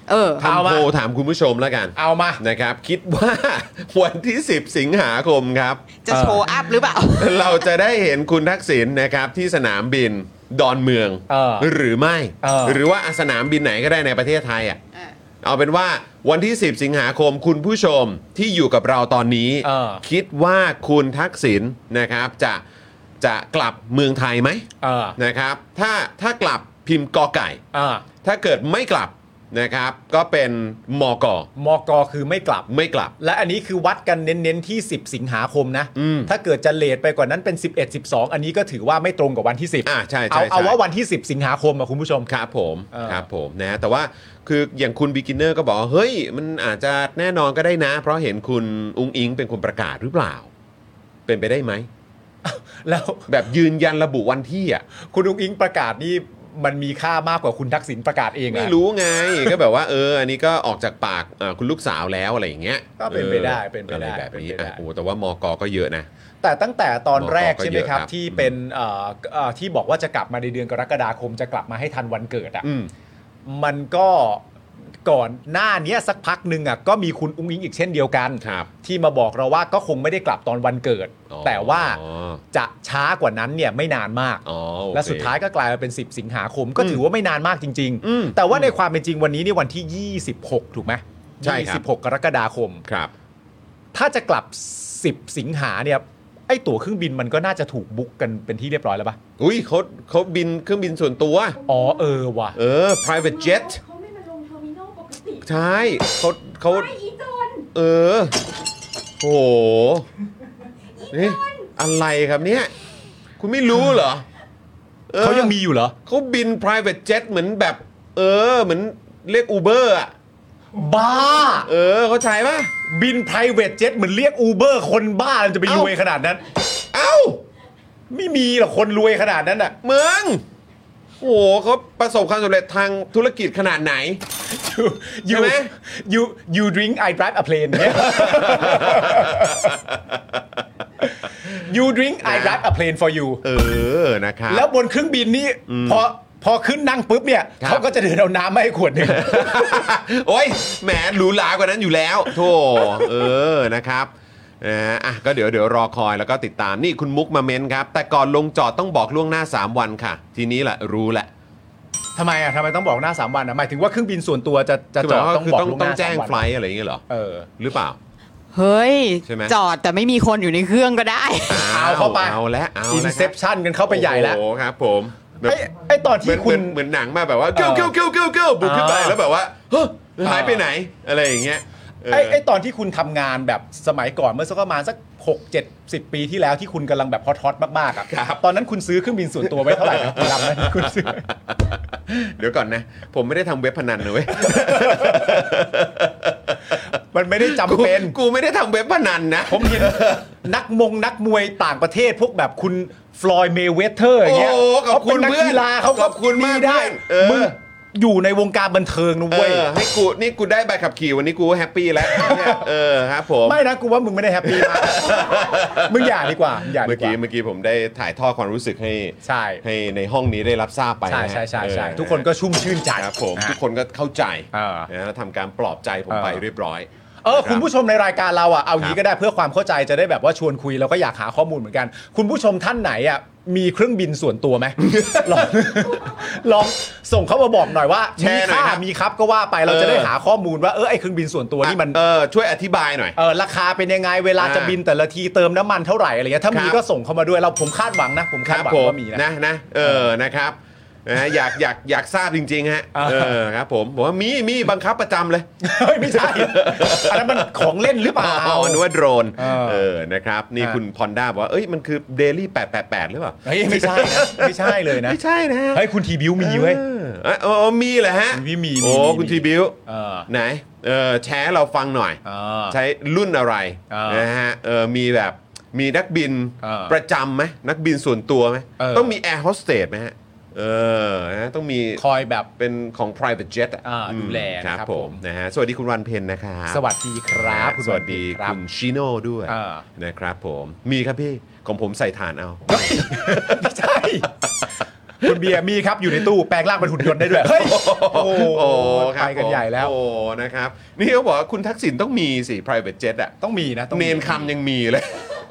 [SPEAKER 1] เออ
[SPEAKER 2] ทำโพลถามคุณผู้ชมแล้วกัน
[SPEAKER 5] เอามา
[SPEAKER 2] นะครับคิดว่า วันที่สิบสิงหาคมครับ
[SPEAKER 1] จะโชว์อัพหรือเปล่า
[SPEAKER 2] เราจะได้เห็นคุณทักษิณนะครับที่สนามบินดอนเมือง
[SPEAKER 5] เออ
[SPEAKER 2] หรือไม่
[SPEAKER 5] เออ
[SPEAKER 2] หรือว่าสนามบินไหนก็ได้ในประเทศไทยอ่ะเอาเป็นว่าวันที่สิบสิงหาคมคุณผู้ชมที่อยู่กับเราตอนนี้
[SPEAKER 5] เออ
[SPEAKER 2] คิดว่าคุณทักษิณนะครับจะจะกลับเมืองไทยไหม
[SPEAKER 5] เออ
[SPEAKER 2] นะครับถ้าถ้ากลับพิมพ์กอไก่
[SPEAKER 5] เออ
[SPEAKER 2] ถ้าเกิดไม่กลับนะครับก็เป็นมก
[SPEAKER 5] มกคือไม่กลับ
[SPEAKER 2] ไม่กลับ
[SPEAKER 5] และอันนี้คือวัดกันเน้นๆที่สิบสิงหาคมนะ
[SPEAKER 2] อืม
[SPEAKER 5] ถ้าเกิดจะเลทไปกว่านั้นเป็นสิบเอ็ด สิบสองอันนี้ก็ถือว่าไม่ตรงกับวันที่สิบ
[SPEAKER 2] อ่าใช่ใช่
[SPEAKER 5] เอา
[SPEAKER 2] ใช่
[SPEAKER 5] เอาว่าวันที่สิบสิงหาคมอะคุณผู้ชม
[SPEAKER 2] ครับผม
[SPEAKER 5] เออ
[SPEAKER 2] ครับผมนะแต่ว่าคืออย่างคุณบิ๊กินเนอร์ก็บอกว่าเฮ้ยมันอาจจะแน่นอนก็ได้นะ เพราะเห็นคุณอุ้งอิงเป็นคนประกาศหรือเปล่า เป็นไปได้ไหม
[SPEAKER 5] แล้ว
[SPEAKER 2] แบบยืนยันระบุวันที่อ่ะ
[SPEAKER 5] คุณอุ้งอิงประกาศนี่มันมีค่ามากกว่าคุณทักษิณประกาศเองอะ
[SPEAKER 2] ไม่รู้ไง ก็แบบว่าเอออันนี้ก็ออกจากปากเอ่อคุณลูกสาวแล้วอะไรอย่างเงี้ย
[SPEAKER 5] ก็เป็นไปได้
[SPEAKER 2] ออ
[SPEAKER 5] เป็นไปได้
[SPEAKER 2] อะไรแบบนี้
[SPEAKER 5] เป็นไปได้
[SPEAKER 2] อ่ะโอ้แต่ว่ามกก็เยอะนะ
[SPEAKER 5] แต่ตั้งแต่ตอนแรก
[SPEAKER 2] มกก็
[SPEAKER 5] ใช่ไหมครับ
[SPEAKER 2] เยอะครับ
[SPEAKER 5] ที่เป็นเอ่อเอ่อที่บอกว่าจะกลับมาในเดือนกรกฎาคมจะกลับมาให้ทันวันเกิดอ่ะ
[SPEAKER 2] อืม
[SPEAKER 5] มันก็ก่อนหน้านี้สักพักหนึ่งอ่ะก็มีคุณอุ้งอิงอีกเช่นเดียวกัน
[SPEAKER 2] ครับ
[SPEAKER 5] ที่มาบอกเราว่าก็คงไม่ได้กลับตอนวันเกิด
[SPEAKER 2] อ๋อ
[SPEAKER 5] แต่ว่าจะช้ากว่านั้นเนี่ยไม่นานมาก
[SPEAKER 2] อ๋อโอเค
[SPEAKER 5] และสุดท้ายก็กลายมาเป็นสิบสิงหาคมก็ถือว่าไม่นานมากจริง
[SPEAKER 2] อืม
[SPEAKER 5] ๆ แต่ว่าในความเป็นจริงวันนี้นี่วันที่ยี่สิบหกถูกไหม
[SPEAKER 2] ใช่ครับ
[SPEAKER 5] ยี่สิบหกกรกฎาคม
[SPEAKER 2] ครับ
[SPEAKER 5] ถ้าจะกลับสิบสิงหาเนี่ยไอ้ตั๋วเครื่องบินมันก็น่าจะถูกบุ๊กกันเป็นที่เรียบร้อยแล้วปะ
[SPEAKER 2] อุ้ยเขาเขาบินเครื่องบินส่วนตัว
[SPEAKER 5] อ๋อเออว่ะ
[SPEAKER 2] เออ private jet
[SPEAKER 6] เขาไม่มาลงเทอร์มินอลปกติ
[SPEAKER 2] ใช่เขาเขา
[SPEAKER 6] ไม่อีจน
[SPEAKER 2] เออโอ้โหนี่อะไรครับเนี่ย คุณไม่รู้เหรอออ
[SPEAKER 5] เขายังมีอยู่เหรอ
[SPEAKER 2] เขาบิน private jet เหมือนแบบ เออ เหมือนเรียก Uber อ่ะ
[SPEAKER 5] บ้า
[SPEAKER 2] เออ เขาใช้ป่ะ
[SPEAKER 5] บิน private jet เหมือนเรียก Uber คนบ้ามันจะไป
[SPEAKER 2] เอ้าร ร
[SPEAKER 5] วยขนาดนั้น
[SPEAKER 2] เอ้า
[SPEAKER 5] ไม่มีหรอกคนรวยขนาดนั้นอ่ะ
[SPEAKER 2] เมืองโอ้โหเขาประสบความสำเร็จทางธุรกิจขนาดไหน
[SPEAKER 5] you
[SPEAKER 2] ใช่ไหม
[SPEAKER 5] you you drink I drive a plane เนี่ย you drink I drive a plane for you
[SPEAKER 2] เออ นะครับ
[SPEAKER 5] แล้วบนเครื่องบินนี่พอพอขึ้นนั่งปุ๊บเนี่ย
[SPEAKER 2] ครับ
[SPEAKER 5] เขาก็จะเดินเอาน้ำมาให้ขวดหนึ่ง
[SPEAKER 2] โอ้ยแหมหรูหรากว่านั้นอยู่แล้วโธ่เออนะครับนะฮะอ่ะก็เดี๋ยวเดี๋ยวรอคอยแล้วก็ติดตามนี่คุณมุกมาเม้นครับ แต่ก่อนลงจอดต้องบอกล่วงหน้าสามวันค่ะ ทีนี้แหละรู้แหละ
[SPEAKER 5] ทำไมอ่ะทำไมต้องบอกหน้าสามวันอ่ะหมายถึงว่าเครื่องบินส่วนตัวจะจะ
[SPEAKER 2] คือ
[SPEAKER 5] จ
[SPEAKER 2] แบ
[SPEAKER 5] อบ ด
[SPEAKER 2] ว่า
[SPEAKER 5] ต้อง
[SPEAKER 2] คือ
[SPEAKER 5] บอก
[SPEAKER 2] ต้อง
[SPEAKER 5] ล่วงห
[SPEAKER 2] ต้อง
[SPEAKER 5] น้า
[SPEAKER 2] แจ้ง
[SPEAKER 5] สามวัน
[SPEAKER 2] ไฟล์อะไรอย่างเงี้ยเหรอ
[SPEAKER 5] เออ
[SPEAKER 2] หรือเปล่า
[SPEAKER 1] เฮ้ย
[SPEAKER 2] ใช่ไหม
[SPEAKER 1] จอดแต่ไม่มีคนอยู่ในเครื่องก็ได้
[SPEAKER 5] เอาเข้าไป
[SPEAKER 2] เอาแล้วเอา
[SPEAKER 5] อิน
[SPEAKER 2] แล้ว
[SPEAKER 5] เซปชันกันเข้าไปใหญ่แล้ว
[SPEAKER 2] โอ้โหครับผมแบบ
[SPEAKER 5] ไอ้ไอ้ตอน
[SPEAKER 2] เหมื
[SPEAKER 5] ที่
[SPEAKER 2] อน
[SPEAKER 5] คุ
[SPEAKER 2] เหมื
[SPEAKER 5] ณ
[SPEAKER 2] อนเหมือนหนังมาแบบว่าเกี้ยวเกี้ยวเกี้ยวเกี้ยวเกี้ยวบุกขึ้นไป
[SPEAKER 5] อ่า
[SPEAKER 2] แล้วแบบว่าเฮ้ยหายไปไหนอะไรอย่างเงี้ยเออ
[SPEAKER 5] ไอ้ไอ้ตอนที่คุณทำงานแบบสมัยก่อนเมื่อสักประมาณสักหก เจ็ด สิบปีที่แล้วที่คุณกำลังแบบฮอตๆมากๆอ่ะ
[SPEAKER 2] ครับ
[SPEAKER 5] ตอนนั้นคุณซื้อเครื่องบินส่วนตัวไว้เท่าไหร่ครับลำนั้นที่คุณซื้อ
[SPEAKER 2] เดี๋ยวก่อนนะ ผมไม่ได้ทำเว็บพนันนะเว้ย
[SPEAKER 5] มันไม่ได้จำเป็น
[SPEAKER 2] กูกูไม่ได้ทำเว็บพนันนะ
[SPEAKER 5] ผมเห็นนักมงนักมวยต่างประเทศพวกแบบคุณฟลอยด์เมย์เวเทอร์อย่างเงี้ย
[SPEAKER 2] โอ้ขอบคุณ
[SPEAKER 5] เขาเป็นนัก
[SPEAKER 2] เพื่อน
[SPEAKER 5] กีฬาเขา
[SPEAKER 2] ขอบคุณมาก
[SPEAKER 5] ได้
[SPEAKER 2] เพื่อนเออ
[SPEAKER 5] มึงอยู่ในวงการบันเทิงนะ
[SPEAKER 2] เอ
[SPEAKER 5] เว้ย
[SPEAKER 2] อให้กูนี่กูได้ใบขับขี่วันนี้กูแฮปปี้แล้วเนี่ยเออครับผม
[SPEAKER 5] ไม่นะกูว่ามึงไม่ได้แฮปปี้มากมึงอย่าดีกว่ามึงอย่าดี
[SPEAKER 2] เมื่อก
[SPEAKER 5] ว่า
[SPEAKER 2] กี้เมื่อกี้ผมได้ถ่ายทอดความรู้สึกให้
[SPEAKER 5] ใช่
[SPEAKER 2] ให้ในห้องนี้ได้รับทราบไป
[SPEAKER 5] ใช่
[SPEAKER 2] นะ
[SPEAKER 5] ใช่ใช่ใช่
[SPEAKER 2] เออ
[SPEAKER 5] ทุกคนก็ชุ่มชื่นใจ
[SPEAKER 2] ครับผม
[SPEAKER 5] อ่ะ
[SPEAKER 2] ทุกคนก็เข้าใจ
[SPEAKER 5] เออ
[SPEAKER 2] นะแล้วทำการปลอบใจผมไป
[SPEAKER 5] เออ
[SPEAKER 2] เรียบร้อย
[SPEAKER 5] เออ
[SPEAKER 2] ครับ
[SPEAKER 5] คุณผู้ชมในรายการเราอ่ะเอางี้ก็ได้เพื่อความเข้าใจจะได้แบบว่าชวนคุยแล้วก็อยากหาข้อมูลเหมือนกัน คุณผู้ชมท่านไหนอ่ะมีเครื่องบินส่วนตัวไหม ลองลองส่งเข้ามาบอกหน่อยว่า
[SPEAKER 2] แช
[SPEAKER 5] มี
[SPEAKER 2] ร์หน่อย
[SPEAKER 5] ค่า
[SPEAKER 2] ครับ
[SPEAKER 5] มีครับก็ว่าไปเรา
[SPEAKER 2] เออ
[SPEAKER 5] จะได้หาข้อมูลว่าเออไอเครื่องบินส่วนตัวนี่มัน
[SPEAKER 2] เออช่วยอธิบายหน่อย
[SPEAKER 5] เออราคาเป็นยังไงเวลาจะ
[SPEAKER 2] อ่า
[SPEAKER 5] บินแต่ละทีเติมน้ำมันเท่าไหร่อะไรเงี้ยถ้ามี
[SPEAKER 2] ครับ
[SPEAKER 5] ก็ส่งเข้ามาด้วยเราผมคาดหวังนะ ผมคาดหวัง
[SPEAKER 2] ผม
[SPEAKER 5] ว่ามีนะ
[SPEAKER 2] นะนะเออนะครับนะฮะอยากอยากอยากทราบจริงๆฮะ
[SPEAKER 5] อ่า
[SPEAKER 2] เออครับผมบอกว่ามีมีบังคับประจำเลย
[SPEAKER 5] เฮ้ยไม่ใช่ อันนั้นมันของเล่นหรือเปล่า
[SPEAKER 2] อ๋อนึกว่าโดรน
[SPEAKER 5] เออ
[SPEAKER 2] เออนะครับนี่
[SPEAKER 5] อ่า
[SPEAKER 2] คุณพอนด้าบอกว่าเอ้ยมันคือเดลี่แปดแปดแปดหรือเปล่า
[SPEAKER 5] เฮ้ยไม่ใช่นะไม่ใช่เลยนะ
[SPEAKER 2] ไม่ใช่นะ
[SPEAKER 5] เฮ้ยคุณทีบิวมีเว้ย
[SPEAKER 2] เออเออเออมีเหรอฮะ
[SPEAKER 5] มีมีมี
[SPEAKER 2] โอ้
[SPEAKER 5] มี
[SPEAKER 2] คุณทีบิว
[SPEAKER 5] เออ
[SPEAKER 2] ไหนเออแชร์เราฟังหน่อย
[SPEAKER 5] เออ
[SPEAKER 2] ใช้รุ่นอะไร
[SPEAKER 5] เออ
[SPEAKER 2] นะฮะเออมีแบบมีนักบิน
[SPEAKER 5] เออ
[SPEAKER 2] ประจำไหมนักบินส่วนตัวไหม
[SPEAKER 5] เออ
[SPEAKER 2] ต้องมีแอร์โฮสเตสไหมฮะเออนะต้องมี
[SPEAKER 5] คอยแบบ
[SPEAKER 2] เป็นของ private jet อ่ะ
[SPEAKER 5] อ่าดูแล
[SPEAKER 2] ครับ
[SPEAKER 5] นะครับ
[SPEAKER 2] ผ
[SPEAKER 5] ผม ม
[SPEAKER 2] นะฮะสวัสดีคุณวันเพ็ญนะครับ
[SPEAKER 5] สวัสดีครับ
[SPEAKER 2] นะฮะ
[SPEAKER 5] คุณ
[SPEAKER 2] สวัสดี
[SPEAKER 5] ครับ
[SPEAKER 2] คุณชิโน่ด้วย
[SPEAKER 5] อ่า
[SPEAKER 2] นะครับผมมีครับพี่ของผมใส่ถ่านเอา
[SPEAKER 5] ไม่ใช่คุณเบียร์มีครับอยู่ในตู้แปลงร่างเป็นหุ่นยนต์ได้ด้วยเฮ้ยโอ้โห
[SPEAKER 2] โอ้ครับ
[SPEAKER 5] ไปกันใหญ่แล้ว
[SPEAKER 2] โอ้นะครับนี่เขาบอกว่าคุณทักษิณต้องมีสิ private jet อ่ะ
[SPEAKER 5] ต้องมีนะต้องมี
[SPEAKER 2] เนนคำยังมีเลย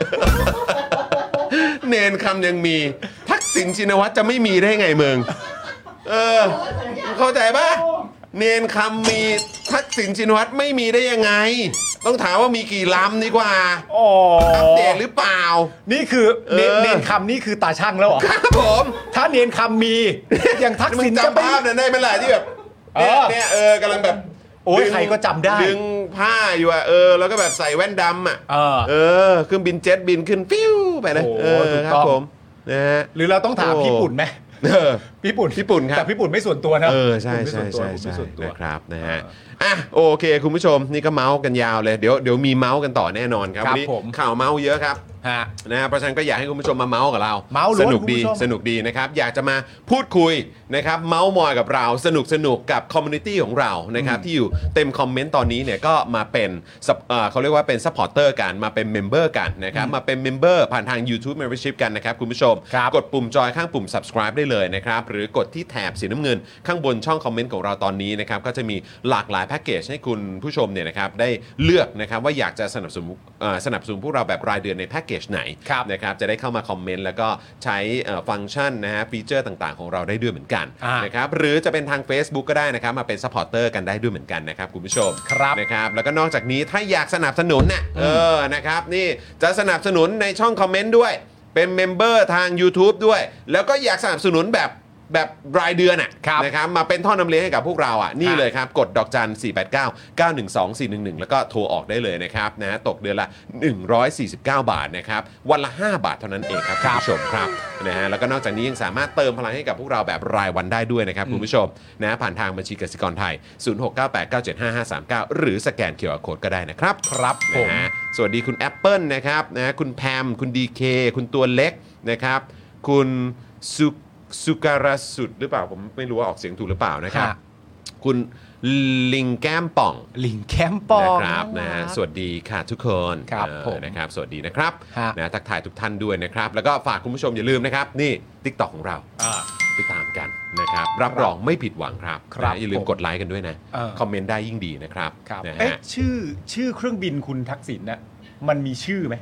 [SPEAKER 2] เนนคำยังมีทักษิณชินวัตรจะไม่มีได้ไงมึงเออเข้าใจปะเนนคำมีทักษิณชินวัตรไม่มีได้ยังไง ต้องถามว่ามีกี่ลำดีกว่า
[SPEAKER 5] อ๋อ
[SPEAKER 2] อัปเดตหรือเปล่า
[SPEAKER 5] นี่คือเนน
[SPEAKER 2] เออ
[SPEAKER 5] เนนคำนี่คือตาช่างแล้วเหรอ
[SPEAKER 2] ครับผม
[SPEAKER 5] ถ้าเนนคำมีอย่างทัก
[SPEAKER 2] มึ
[SPEAKER 5] ษิ
[SPEAKER 2] ง
[SPEAKER 5] ณจะ
[SPEAKER 2] จำ
[SPEAKER 5] ไป
[SPEAKER 2] ภาพนั้นได้ไหมล่ะที่แบบ
[SPEAKER 5] เอ
[SPEAKER 2] เนี่ย
[SPEAKER 5] อ
[SPEAKER 2] เนี่ยเออกำลังแบบ
[SPEAKER 5] โอ้ย
[SPEAKER 2] ดึง
[SPEAKER 5] ใครก็จำได้
[SPEAKER 2] ดึงผ้าอยู่อะเออแล้วก็แบบใส่แว่นดำอะ
[SPEAKER 5] เออ
[SPEAKER 2] เออเครื่องบินเจ็ตบินขึ้นฟิวไปนะ
[SPEAKER 5] โอ้
[SPEAKER 2] เออ
[SPEAKER 5] ถูก
[SPEAKER 2] ครั
[SPEAKER 5] ต้
[SPEAKER 2] บ
[SPEAKER 5] อง
[SPEAKER 2] ผมนะฮะ
[SPEAKER 5] หรือเราต้องถาม
[SPEAKER 2] โอ้
[SPEAKER 5] พี่ปุ่นไหม
[SPEAKER 2] เออ
[SPEAKER 5] พี่ปุ่น
[SPEAKER 2] พี่ปุ่นครับ
[SPEAKER 5] แต่พี่ปุ่นไม่ส่วนตัวนะ
[SPEAKER 2] เออใช่
[SPEAKER 5] พี่
[SPEAKER 2] ใช่
[SPEAKER 5] ปุ่น
[SPEAKER 2] ใช่
[SPEAKER 5] ไม่
[SPEAKER 2] ใช่
[SPEAKER 5] ส่วนตัว
[SPEAKER 2] นะครับนะฮะอ่ะโอเคคุณผู้ชมนี่ก็เมาส์กันยาวเลยเดี๋ยวเดี๋ยวมีเมาส์กันต่อแน่นอนครับ
[SPEAKER 5] ครับ
[SPEAKER 2] วันนี้
[SPEAKER 5] ผม
[SPEAKER 2] ข่าวเมาส์เยอะครับ
[SPEAKER 5] ฮะ
[SPEAKER 2] นะฮะเพราะฉะนั้นก็อยากให้คุณผู้ชมมาเมาส์กับเรา
[SPEAKER 5] เมาส์ล้วน
[SPEAKER 2] สนุกดี
[SPEAKER 5] คุณผู้ชม
[SPEAKER 2] สนุกดีนะครับอยากจะมาพูดคุยนะครับเมาส์มอยกับเราสนุกสนุกกับคอมมูนิตี้ของเรานะครับที่อยู่เต็มคอมเมนต์ตอนนี้เนี่ยก็มาเป็นซับเอ่อเขาเรียกว่าเป็นซัพพอร์เตอร์กันมาเป็นเมมเบอร์กันนะครับมาเป็นเมมเบอร์ผ่านทาง YouTube Membership กันนะครับคุณผู้ชม
[SPEAKER 5] ครับ
[SPEAKER 2] กดปุ่มจอยข้างปุ่ม subscribe ได้เลยนะครับหรือกดที่แถบสีน้ำเงินข้างบนช่องคอมเมนต์ของเราตอนนี้นะครับก็จะมีหลากหลายแพ็กเกจให้คุณผู้ชมเนี่ยนะครับได้เลือกนะครับว่าอยากจะสนับสนุนเอ่อสนับสนุนพวกเราแบบรายเดือนในแพ็กเกจไหน
[SPEAKER 5] ครับ
[SPEAKER 2] นะครับจะได้เข้ามาคอมเมนต์แล้วก็ใช้เอ่อฟังก์ชันนะฮะฟีเจอร์ต่างๆของเราได้ด้วยเหมือนกัน
[SPEAKER 5] อ่าน
[SPEAKER 2] นะครับหรือจะเป็นทาง Facebook ก็ได้นะครับมาเป็นซัพพอร์เตอร์กันได้ด้วยเหมือนกันนะครับคุณผู้ชม
[SPEAKER 5] ครับ
[SPEAKER 2] นะครับแล้วก็นอกจากนี้ถ้าอยากสนับสนุนเนี่ยเออนะครับนี่จะสนับสนุนในช่องคอมเมนต์ด้วยเป็นเมมเบอร์ทาง YouTube ด้วยแล้วก็อยากสนับสนุนแบบแบบรายเดือนอ่ะ
[SPEAKER 5] ครับ
[SPEAKER 2] นะครับมาเป็นท่อนำเลี้ยงให้กับพวกเราอ่ะนี่เลยครับกดดอกจัน สี่ แปด เก้า เก้า หนึ่ง สอง สี่ หนึ่ง หนึ่ง แล้วก็โทรออกได้เลยนะครับนะตกเดือนละ หนึ่งร้อยสี่สิบเก้า บาทนะครับวันละ ห้า บาทเท่านั้นเองครับคุณผู้ชมครับนะฮะแล้วก็นอกจากนี้ยังสามารถเติมพลังให้กับพวกเราแบบรายวันได้ด้วยนะครับคุณผู้ชมนะผ่านทางบัญชีกสิกรไทย ศูนย์ หก เก้า แปด เก้า เจ็ด ห้า ห้า สาม เก้า หรือสแกน คิว อาร์ Code ก็ได้นะครับ
[SPEAKER 5] ครับผม
[SPEAKER 2] นะฮะสวัสดีคุณ Apple นะครับนะคุณแพมคุณ ดี เค คุณตัวเล็กนะครับคุณสุสุการสุดหรือเปล่าผมไม่รู้ว่าออกเสียงถูกหรือเปล่านะครับ
[SPEAKER 5] ฮะ
[SPEAKER 2] คุณลิงแก้มป่อง
[SPEAKER 5] ลิงแคมปอง
[SPEAKER 2] นะครับนะฮะสวัสดีค่ะทุกคน
[SPEAKER 5] ครับ
[SPEAKER 2] เออ
[SPEAKER 5] ผม
[SPEAKER 2] นะครับสวัสดีนะครับ
[SPEAKER 5] ฮะ
[SPEAKER 2] นะทักทายทุกท่านด้วยนะครับแล้วก็ฝากคุณผู้ชมอย่าลืมนะครับนี่ TikTok ของเรา
[SPEAKER 5] อ่า
[SPEAKER 2] ไปตามกันนะครับรับรองไม่ผิดหวังครับ
[SPEAKER 5] ครับ
[SPEAKER 2] นะอย่าลืม
[SPEAKER 5] ผม
[SPEAKER 2] กดไลค์กันด้วยนะ
[SPEAKER 5] เออ
[SPEAKER 2] คอมเมนต์ได้ยิ่งดีนะครับ
[SPEAKER 5] ครับ
[SPEAKER 2] นะ
[SPEAKER 5] เอ๊ะ
[SPEAKER 2] ฮะ
[SPEAKER 5] ชื่อชื่อเครื่องบินคุณทักษิณน่ะมันมีชื่อไหม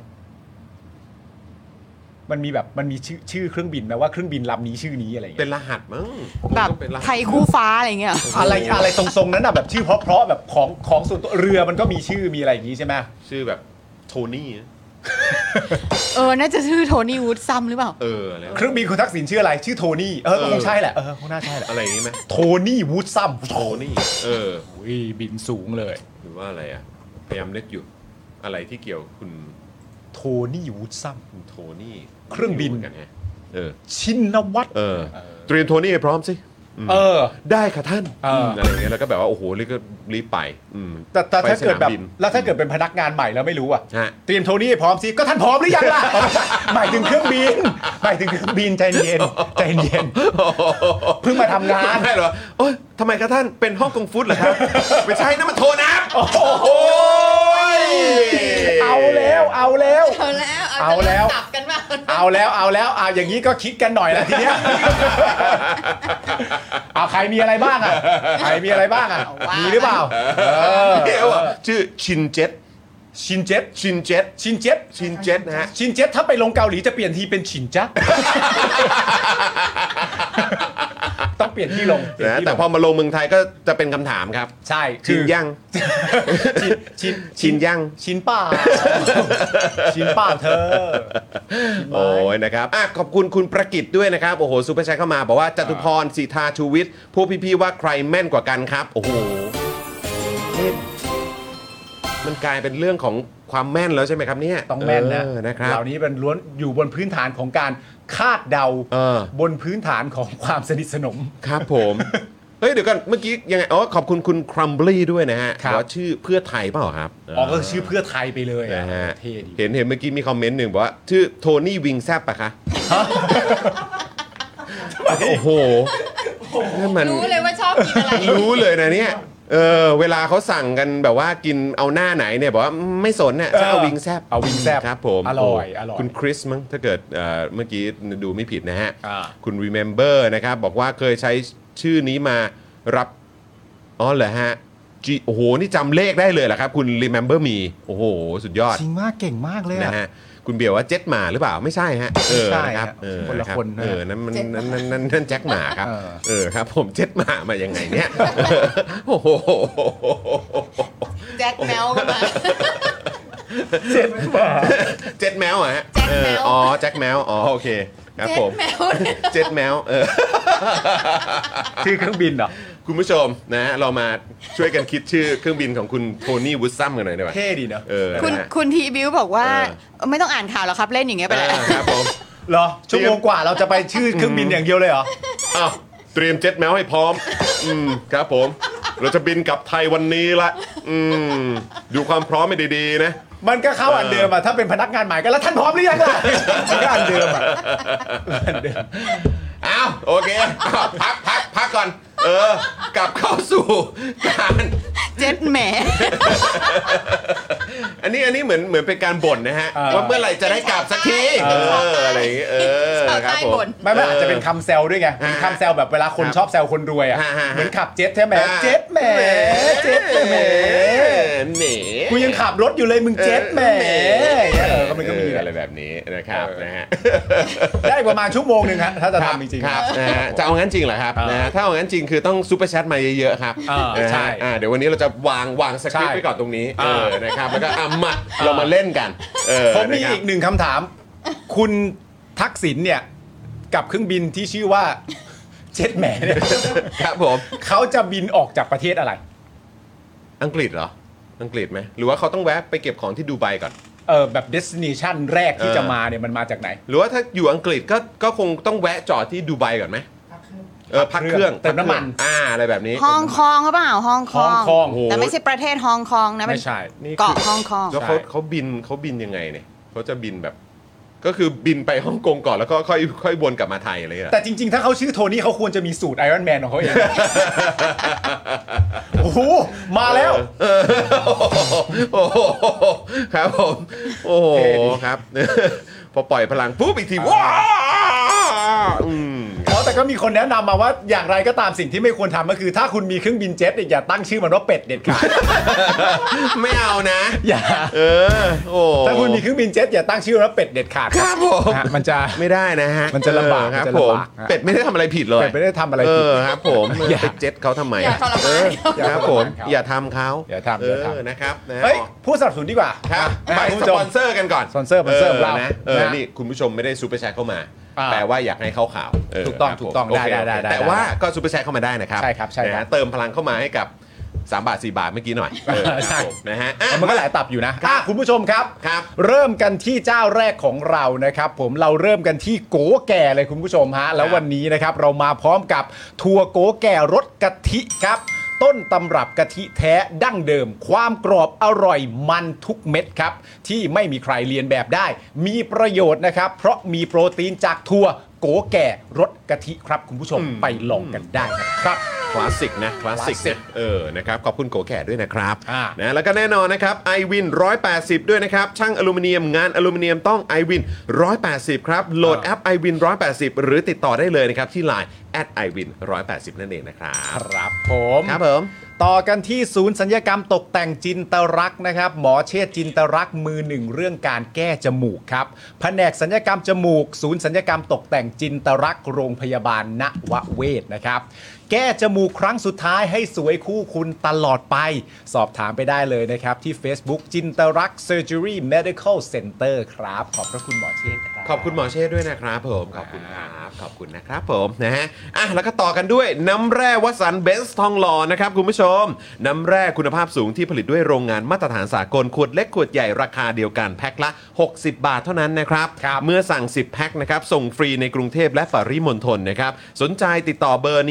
[SPEAKER 5] มันมีแบบมันมีชื่อชื่อเครื่องบินไหมว่าเครื่องบินลำนี้ชื่อนี้อะไรอย่าง
[SPEAKER 2] เป็
[SPEAKER 5] เงี้ย
[SPEAKER 2] นรหัสมั้ง
[SPEAKER 1] แบบ
[SPEAKER 2] ต้องเป็นรหัส
[SPEAKER 1] ไทยคู่ฟ้าอะไรเงี้ย
[SPEAKER 5] อะไรอะไรทรงๆนั้นน่ะแบบชื่อเพราะๆแบบของของส่วนตัวเรือมันก็มีชื่อมีอะไรอย่างงี้ใช่ไหม
[SPEAKER 2] ชื่อแบบโทนี่
[SPEAKER 1] เออน่าจะชื่อโทนี่วูดซัมหรือเปล่า
[SPEAKER 2] เอออะไร
[SPEAKER 5] เครื่องบินคุณทักษิณชื่ออะไรชื่อโทนี่เออ
[SPEAKER 2] เออ
[SPEAKER 5] คงใช่แหละเออคงน่าใช่แหละ
[SPEAKER 2] อะไรอย่างงี้ไหม
[SPEAKER 5] โทนี่วูดซัม
[SPEAKER 2] โทนี่เออ
[SPEAKER 5] อุ้ยบินสูงเลย
[SPEAKER 2] หรือว่าอะไรอ่ะพยายามนึกอยู่อะไรที่เกี่ยวคุณ
[SPEAKER 5] โทนี่วูดซัม
[SPEAKER 2] คุณโทนี่
[SPEAKER 5] เครื่องบิน
[SPEAKER 2] ไม่กันฮะเออ
[SPEAKER 5] ชินวัตร
[SPEAKER 2] เออเตรียมโทนี่ให้พร้อมสิม
[SPEAKER 5] เออ
[SPEAKER 2] ได้ค่ะท่าน
[SPEAKER 5] เอออื
[SPEAKER 2] มอะไรอย่างเงี้ยแล้วก็แบบว่าโอ้โหรีบก็รีบไปอืม
[SPEAKER 5] แต่แต่ถ้า
[SPEAKER 2] ไปส
[SPEAKER 5] เกิด
[SPEAKER 2] นม
[SPEAKER 5] แบบ
[SPEAKER 2] บิน
[SPEAKER 5] แล้วถ้าเกิดเป็นพนักงานใหม่แล้วไม่รู้อ่ะ
[SPEAKER 2] ฮะ
[SPEAKER 5] เตรียมโทนี่ให้พร้อมสิก็ท่านพร้อมหรือยังล่ะ หมายถึงเครื่องบินหมายถึงเครื่องบินใจเย็นใจเย็นเพิ่งมาทำงาน
[SPEAKER 2] ไม่เหรอโอ๊ยทำไมครับท่านเป็นห้องกงฟุตเหรอครับ ไม่ใช่นะมันโทน้ำโอ้โห
[SPEAKER 5] เอาแล้วเอาแล้ว
[SPEAKER 1] เอาแล้ว
[SPEAKER 5] เอาแล้ว
[SPEAKER 1] ตับกันบ้าง
[SPEAKER 5] เอาแล้วเอาแล้วเอาอย่างนี้ก็คิดกันหน่อยละทีเนี้ยเอาใครมีอะไรบ้างอ่ะใครมีอะไรบ้างอ่ะมีหรือเปล่าเออ
[SPEAKER 2] เดี๋ยวอ่ะชื่อชินเจ็ต
[SPEAKER 5] ชินเจ็ต
[SPEAKER 2] ชินเจ็ต
[SPEAKER 5] ชินเจ็ต
[SPEAKER 2] ชินเจ็ตนะฮะ
[SPEAKER 5] ชินเจ็ตถ้าไปลงเกาหลีจะเปลี่ยนทีเป็นชินจ๊ะต้องเปลี่ยนที่ลงเปลี่ยน
[SPEAKER 2] นะ
[SPEAKER 5] ที่ลง
[SPEAKER 2] แต่พอมาลงเมืองไทยก็จะเป็นคำถามครับ
[SPEAKER 5] ใช่
[SPEAKER 2] ชินยัง
[SPEAKER 5] ชินชิน
[SPEAKER 2] ชินยัง
[SPEAKER 5] ชินป้าชินป้าเธอ
[SPEAKER 2] โอ้ยนะครับอ่ะขอบคุณคุณประกิตด้วยนะครับโอ้โหซูเปอร์แชทเข้ามาบอกว่าจตุพรสีทาชูวิทย์พวกพี่ๆว่าใครแม่นกว่ากันครับโอ้โหนี่มันกลายเป็นเรื่องของความแม่นแล้วใช่ไหมครับเนี่ย
[SPEAKER 5] ต้องแม่นนะ
[SPEAKER 2] เออนะครับ
[SPEAKER 5] เหล่านี้เป็นล้วนอยู่บนพื้นฐานของการคาดเดา
[SPEAKER 2] เออ
[SPEAKER 5] บนพื้นฐานของความสนิทสนม
[SPEAKER 2] ครับผม เฮ้ยเดี๋ยวก่อนเมื่อกี้ยังไงอ๋อขอบคุณคุณครัมบลี่ด้วยนะฮะ
[SPEAKER 5] ครับ
[SPEAKER 2] ว่าชื่อเพื่อไทยเปล่าครับ
[SPEAKER 5] อ๋อก็ชื่อเพื่อไทยไปเลยอ่ะ
[SPEAKER 2] นะฮะ
[SPEAKER 5] เท่ดี
[SPEAKER 2] เห็นเห็นเมื่อกี้มีคอมเมนต์หนึ่งบอกว่าชื่อโทนี่วิงแซบปะคะโอ้โหนั่นมัน
[SPEAKER 1] รู้เลยว่าชอบกินอะไร
[SPEAKER 2] รู้เลยนะเนี่ยเออเวลาเขาสั่งกันแบบว่ากินเอาหน้าไหนเนี่ยบอกว่าไม่สนเนี่ยจะเอาวิงแซบ
[SPEAKER 5] เอาวิงแซ่บ
[SPEAKER 2] ครับผม
[SPEAKER 5] อร่อย
[SPEAKER 2] โ
[SPEAKER 5] อร่อย
[SPEAKER 2] คุณคริสมั้งถ้าเกิดเอ่อเมื่อกี้ดูไม่ผิดนะฮะ
[SPEAKER 5] อ่า
[SPEAKER 2] คุณ remember นะครับบอกว่าเคยใช้ชื่อนี้มารับอ๋อเหรอฮะจีโอ้โหนี่จำเลขได้เลยเหรอครับคุณ remember me โอ้โหสุดยอด
[SPEAKER 5] จริงมากเก่งมากเลยอะ
[SPEAKER 2] นะฮะคุณเบียวว่าเจ็ตหมาหรือเปล่าไม่ใช่ฮะเออ
[SPEAKER 5] ไม่ใช่
[SPEAKER 2] นะครับ
[SPEAKER 5] ฮะ
[SPEAKER 2] เออ
[SPEAKER 5] คนละ
[SPEAKER 2] รับ
[SPEAKER 5] คนนะ
[SPEAKER 2] เออนั่นมันนั่นนั่นนั่นนั่นแจ็คหมาครับ
[SPEAKER 5] เออ
[SPEAKER 2] เออครับผมเจ็ตหมามายังไงเนี่ยโอ้โห
[SPEAKER 1] แจ็คแมวก็มา
[SPEAKER 5] เจ็ดบาท
[SPEAKER 2] เจ็ตแมวอ่ะฮะ
[SPEAKER 1] แจ็คแมว
[SPEAKER 2] เอออ๋อแจ็คแมวอ๋อโอเคครับผม
[SPEAKER 1] แมวเนี่ย
[SPEAKER 2] เจ็ตแมวเออ
[SPEAKER 5] ชื่อเครื่องบินเหรอ
[SPEAKER 2] คุณผู้ชมนะฮะเรามาช่วยกันคิดชื่อเครื่องบินของคุณโทนี่วูดซัมกันหน่อยได้ไหม
[SPEAKER 5] เท่ดีเนอะ
[SPEAKER 2] เออ
[SPEAKER 1] คุณ
[SPEAKER 2] นะฮะ
[SPEAKER 1] คุณทีบิวบอกว่า
[SPEAKER 2] เออ
[SPEAKER 1] ไม่ต้องอ่านข่าวแล้วครับเล่นอย่างเงี้ยไปเลย
[SPEAKER 2] เออครับผม
[SPEAKER 5] เหรอชั่วโมงกว่าเราจะไปชื่อเครื่องบินอย่างเดียวเลยเหรอ
[SPEAKER 2] อ้าวเตรียมเจ็ตแมวให้พร้อมอืมครับผมเราจะบินกลับไทยวันนี้ละอืมดูความพร้อมให้ดีๆนะ
[SPEAKER 5] มันก็เข้าอันเดิมอะถ้าเป็นพนักงานใหม่ก็แล้วท่านพร้อมหรือยังล่ะมันก็อันเดิมอะอันเดิม
[SPEAKER 2] อ้าวโอเคอ้าวพักพักพักก่อน เออกลับเข้าสู่การ
[SPEAKER 1] เจ็ดแหม
[SPEAKER 2] อันนี้อันนี้เหมือนเหมือนเป็นการบ่นนะฮะ
[SPEAKER 5] เออ
[SPEAKER 2] ว่าเมื่อไหร่จะได้กลับสักทีเอออะไรอย่างเงี้ยเออ
[SPEAKER 1] ชาว
[SPEAKER 2] ครับ
[SPEAKER 1] ใต้
[SPEAKER 2] ผม
[SPEAKER 1] บ่น
[SPEAKER 5] ไม่ไม่อาจจะเป็นคำแซวด้วยไงเป็นคำแซวแบบเวลาคน
[SPEAKER 2] ครับ
[SPEAKER 5] ชอบแซวคนรวยอะ
[SPEAKER 2] ฮะฮะฮะ
[SPEAKER 5] เหมือนขับเจ็ตใช่ไหม
[SPEAKER 2] อ่า
[SPEAKER 5] เจ็ตแหมเจ็ตแหม
[SPEAKER 2] เหน่
[SPEAKER 5] กูยังขับรถอยู่เลยมึงเจ็ตแหมเออก็มันก็มี
[SPEAKER 2] เออ
[SPEAKER 5] แห
[SPEAKER 2] อะไร
[SPEAKER 5] ละ
[SPEAKER 2] แบบนี้นะครับ
[SPEAKER 5] เออ
[SPEAKER 2] นะฮะ
[SPEAKER 5] ได้ประมาณชั่วโมงหนึ่งฮะถ้าจะ
[SPEAKER 2] ครับ
[SPEAKER 5] ทำจริง
[SPEAKER 2] ครับนะฮะจะเอางั้นจริงเหรอครับ
[SPEAKER 5] เออ
[SPEAKER 2] นะฮะถ้าเอางั้นจริงคือต้องซูเปอร์แชทมาเยอะๆครับ
[SPEAKER 5] เออ
[SPEAKER 2] นะฮะ
[SPEAKER 5] ใช่
[SPEAKER 2] อ่าเดี๋ยววันนี้เราจะวางวางสคริปต์
[SPEAKER 5] ใช่
[SPEAKER 2] ไว้ก่อนตรงนี้
[SPEAKER 5] เอ
[SPEAKER 2] เอ
[SPEAKER 5] อ
[SPEAKER 2] อนะครับแล้วก็อ่ะมาเรามาเล่นกันเออ
[SPEAKER 5] ผมมี
[SPEAKER 2] นะครับ
[SPEAKER 5] อีกหนึ่งคำถาม คุณทักษิณเนี่ยกับเครื่องบินที่ชื่อว่าเจ็ตแหมเนี่ย
[SPEAKER 2] ครับผม
[SPEAKER 5] เขาจะบินออกจากประเทศอะไร
[SPEAKER 2] อังกฤษเหรออังกฤษไหมหรือว่าเขาต้องแวะไปเก็บของที่ดูไบก่อน
[SPEAKER 5] เออแบบ destination แรกที่
[SPEAKER 2] เออ
[SPEAKER 5] จะมาเนี่ยมันมาจากไหน
[SPEAKER 2] หรือว่าถ้าอยู่อังกฤษก็ก็คงต้องแวะจอดที่ดูไบก่อนไหมเออพักเครื่อง
[SPEAKER 5] เติมน้ำมัน
[SPEAKER 2] พักเครื่องอ่าอะไรแบบนี้
[SPEAKER 1] ฮองกงหรือเปล่าฮองก
[SPEAKER 5] ฮอง
[SPEAKER 1] ง
[SPEAKER 5] กง
[SPEAKER 1] แต่ไม่ใช่ประเทศฮองกงนะ
[SPEAKER 5] ไม่ใช่
[SPEAKER 2] นี่คือ
[SPEAKER 1] เกาะฮองกง
[SPEAKER 2] แล้วเขา
[SPEAKER 5] ใช่
[SPEAKER 2] เขาบินเขาบินยังไงเนี่ยเขาจะบินแบบ ก็คือบินไปฮ่องกงก่อนแล้วก็ค่อยค่อยวนกลับมาไทยอะไรอย่างเงี้ย
[SPEAKER 5] แต่จริงๆ ถ้าเขาชื่อโทนี่เขาควรจะมีสูตรไอรอนแมนของเขาเอง โอ้โห มาแล้ว
[SPEAKER 2] เออโอ้โหครับผมโอ้โห
[SPEAKER 5] เท่ดี
[SPEAKER 2] ครับ พอปล่อยพลังปุ๊บอีกทีว้าวอืม
[SPEAKER 5] อ๋อแต่ก็มีคนแนะนำมาว่าอย่างไรก็ตามสิ่งที่ไม่ควรทำก็คือ ถ้าคุณมีเครื่องบินเจ็ตเนี่ยอย่าตั้งชื่อมันว่าเป็ดเด็ดขาด
[SPEAKER 2] ไม่เอานะ
[SPEAKER 5] อย่า
[SPEAKER 2] เออโอ้
[SPEAKER 5] ถ้าคุณมีเครื่องบินเจ็ตอย่าตั้งชื่อมันว่าเป็ดเด็ดขาด
[SPEAKER 2] ครับผม
[SPEAKER 5] ฮะมันจะ
[SPEAKER 2] ไม่ได้นะฮะ
[SPEAKER 5] มันจะลำบาก
[SPEAKER 2] เออครับ
[SPEAKER 5] มันจะ
[SPEAKER 2] ผม
[SPEAKER 5] ลำบากฮะ
[SPEAKER 2] เป็ดไม่ได้ทำอะไรผิดเลย
[SPEAKER 5] เป็ดไม่ได้ทำอะไร
[SPEAKER 2] เอ
[SPEAKER 5] ผิด
[SPEAKER 2] อครับผม
[SPEAKER 5] อย่า
[SPEAKER 2] ไปเจ็ตเขาทำไม
[SPEAKER 1] อย่าทรมาน
[SPEAKER 2] เออ
[SPEAKER 5] อย่า
[SPEAKER 2] ครับ
[SPEAKER 5] ทร
[SPEAKER 2] ผม
[SPEAKER 5] มานเขา
[SPEAKER 2] อย่าทำเขา
[SPEAKER 5] อย่าทำ
[SPEAKER 2] เอ
[SPEAKER 5] อย่าทำ
[SPEAKER 2] อนะครับนะ
[SPEAKER 5] เฮ้ยผู้สนับสนุนดีกว่า
[SPEAKER 2] ครับ
[SPEAKER 5] นะ
[SPEAKER 2] ไป
[SPEAKER 5] คุณ
[SPEAKER 2] ส
[SPEAKER 5] ผู้ช
[SPEAKER 2] ป
[SPEAKER 5] ม
[SPEAKER 2] อนเซอร์กันก่อน
[SPEAKER 5] สปอนเซอร์สปอนเซอร์ของเรา
[SPEAKER 2] นะเออ
[SPEAKER 5] นะ
[SPEAKER 2] นี่คุณผู้ชมไม่ได้ซูเปอร์แชทเข้ามา
[SPEAKER 5] อ่า
[SPEAKER 2] แปลว่าอยากให้เข้าข่าวเ
[SPEAKER 5] ถูกต้อง
[SPEAKER 2] ครับ
[SPEAKER 5] ถูกต้อง
[SPEAKER 2] ผม
[SPEAKER 5] ได้
[SPEAKER 2] โเค
[SPEAKER 5] ได้ได้
[SPEAKER 2] แต่
[SPEAKER 5] ได้
[SPEAKER 2] ว่าก็ซูเปอร์แชทเข้ามาได้นะครับ
[SPEAKER 5] ใช่ครับใช่ครับ
[SPEAKER 2] นะฮะเติมพลังเข้ามาให้กับสามบาทสี่บาทเมื่อกี้หน่อยเออ
[SPEAKER 5] ใช่
[SPEAKER 2] ครับผมนะฮะอ่ะ
[SPEAKER 5] มันก็หลายตับอยู่นะอ่ะคุณผู้ชมครับ
[SPEAKER 2] ครับ
[SPEAKER 5] เริ่มกันที่เจ้าแรกของเรานะครับผมเราเริ่มกันที่โกแก่เลยคุณผู้ชมฮะแล้ววันนี้นะครับเรามาพร้อมกับทัวร์โกแก่รสกะทิครับต้นตำรับกะทิแท้ดั้งเดิม ความกรอบอร่อยมันทุกเม็ดครับที่ไม่มีใครเรียนแบบได้ มีประโยชน์นะครับเพราะมีโปรตีนจากถั่วโกแก่รสกะทิครับคุณผู้ชมไปลองกันได้นะครับ
[SPEAKER 2] คลาสสิกนะคลาสสิก
[SPEAKER 5] คลาสสิก
[SPEAKER 2] นะเออนะครับขอบคุณโกแก่ด้วยนะครับ
[SPEAKER 5] อ่า
[SPEAKER 2] นะแล้วก็แน่นอนนะครับ i w วินหนึ่งร้อยแปดสิบด้วยนะครับช่างอลูมิเนียมงานอลูมิเนียมต้อง i w วินหนึ่งร้อยแปดสิบครับโหลดแอป i w วินหนึ่งร้อยแปดสิบหรือติดต่อได้เลยนะครับที่ ไลน์ แอท ไอ วินหนึ่งร้อยแปดสิบ นั่นเองนะครับ
[SPEAKER 5] ครับผม
[SPEAKER 2] ครับผม
[SPEAKER 5] ต่อกันที่ศูนย์สัญญกรรมตกแต่งจินตรักษณ์นะครับหมอเชษฐ์จินตรักษณ์มือหนึ่งเรื่องการแก้จมูกครับแผนกสัญญกรรมจมูก ศูนย์สัญญกรรมตกแต่งจินตรักษณ์โรงพยาบาลณวเวศนะครับแก้จมูกครั้งสุดท้ายให้สวยคู่คุณตลอดไป สอบถามไปได้เลยนะครับที่ Facebook จินตรักษณ์ Surgery Medical Center ครับขอบพระคุณหมอเชษฐ์ครับ
[SPEAKER 2] ขอบคุณหมอเชษฐ์ด้วยนะครับผมขอบคุณครับขอบคุณนะครับผมนะฮะอ่ะแล้วก็ต่อกันด้วยน้ำแร่วัสันเบนซ์ทองหล่อนะครับคุณผู้ชมน้ำแร่คุณภาพสูงที่ผลิตด้วยโรงงานมาตรฐานสากลขวดเล็กขวดใหญ่ราคาเดียวกันแพ็คละหกสิบบาทเท่านั้นนะครับ
[SPEAKER 5] ครับ
[SPEAKER 2] เมื่อสั่งสิบแพ็คนะครับส่งฟรีในกรุงเทพและปริมณฑลนะครับสนใจติดต่อเบอร์นี้เลยครับ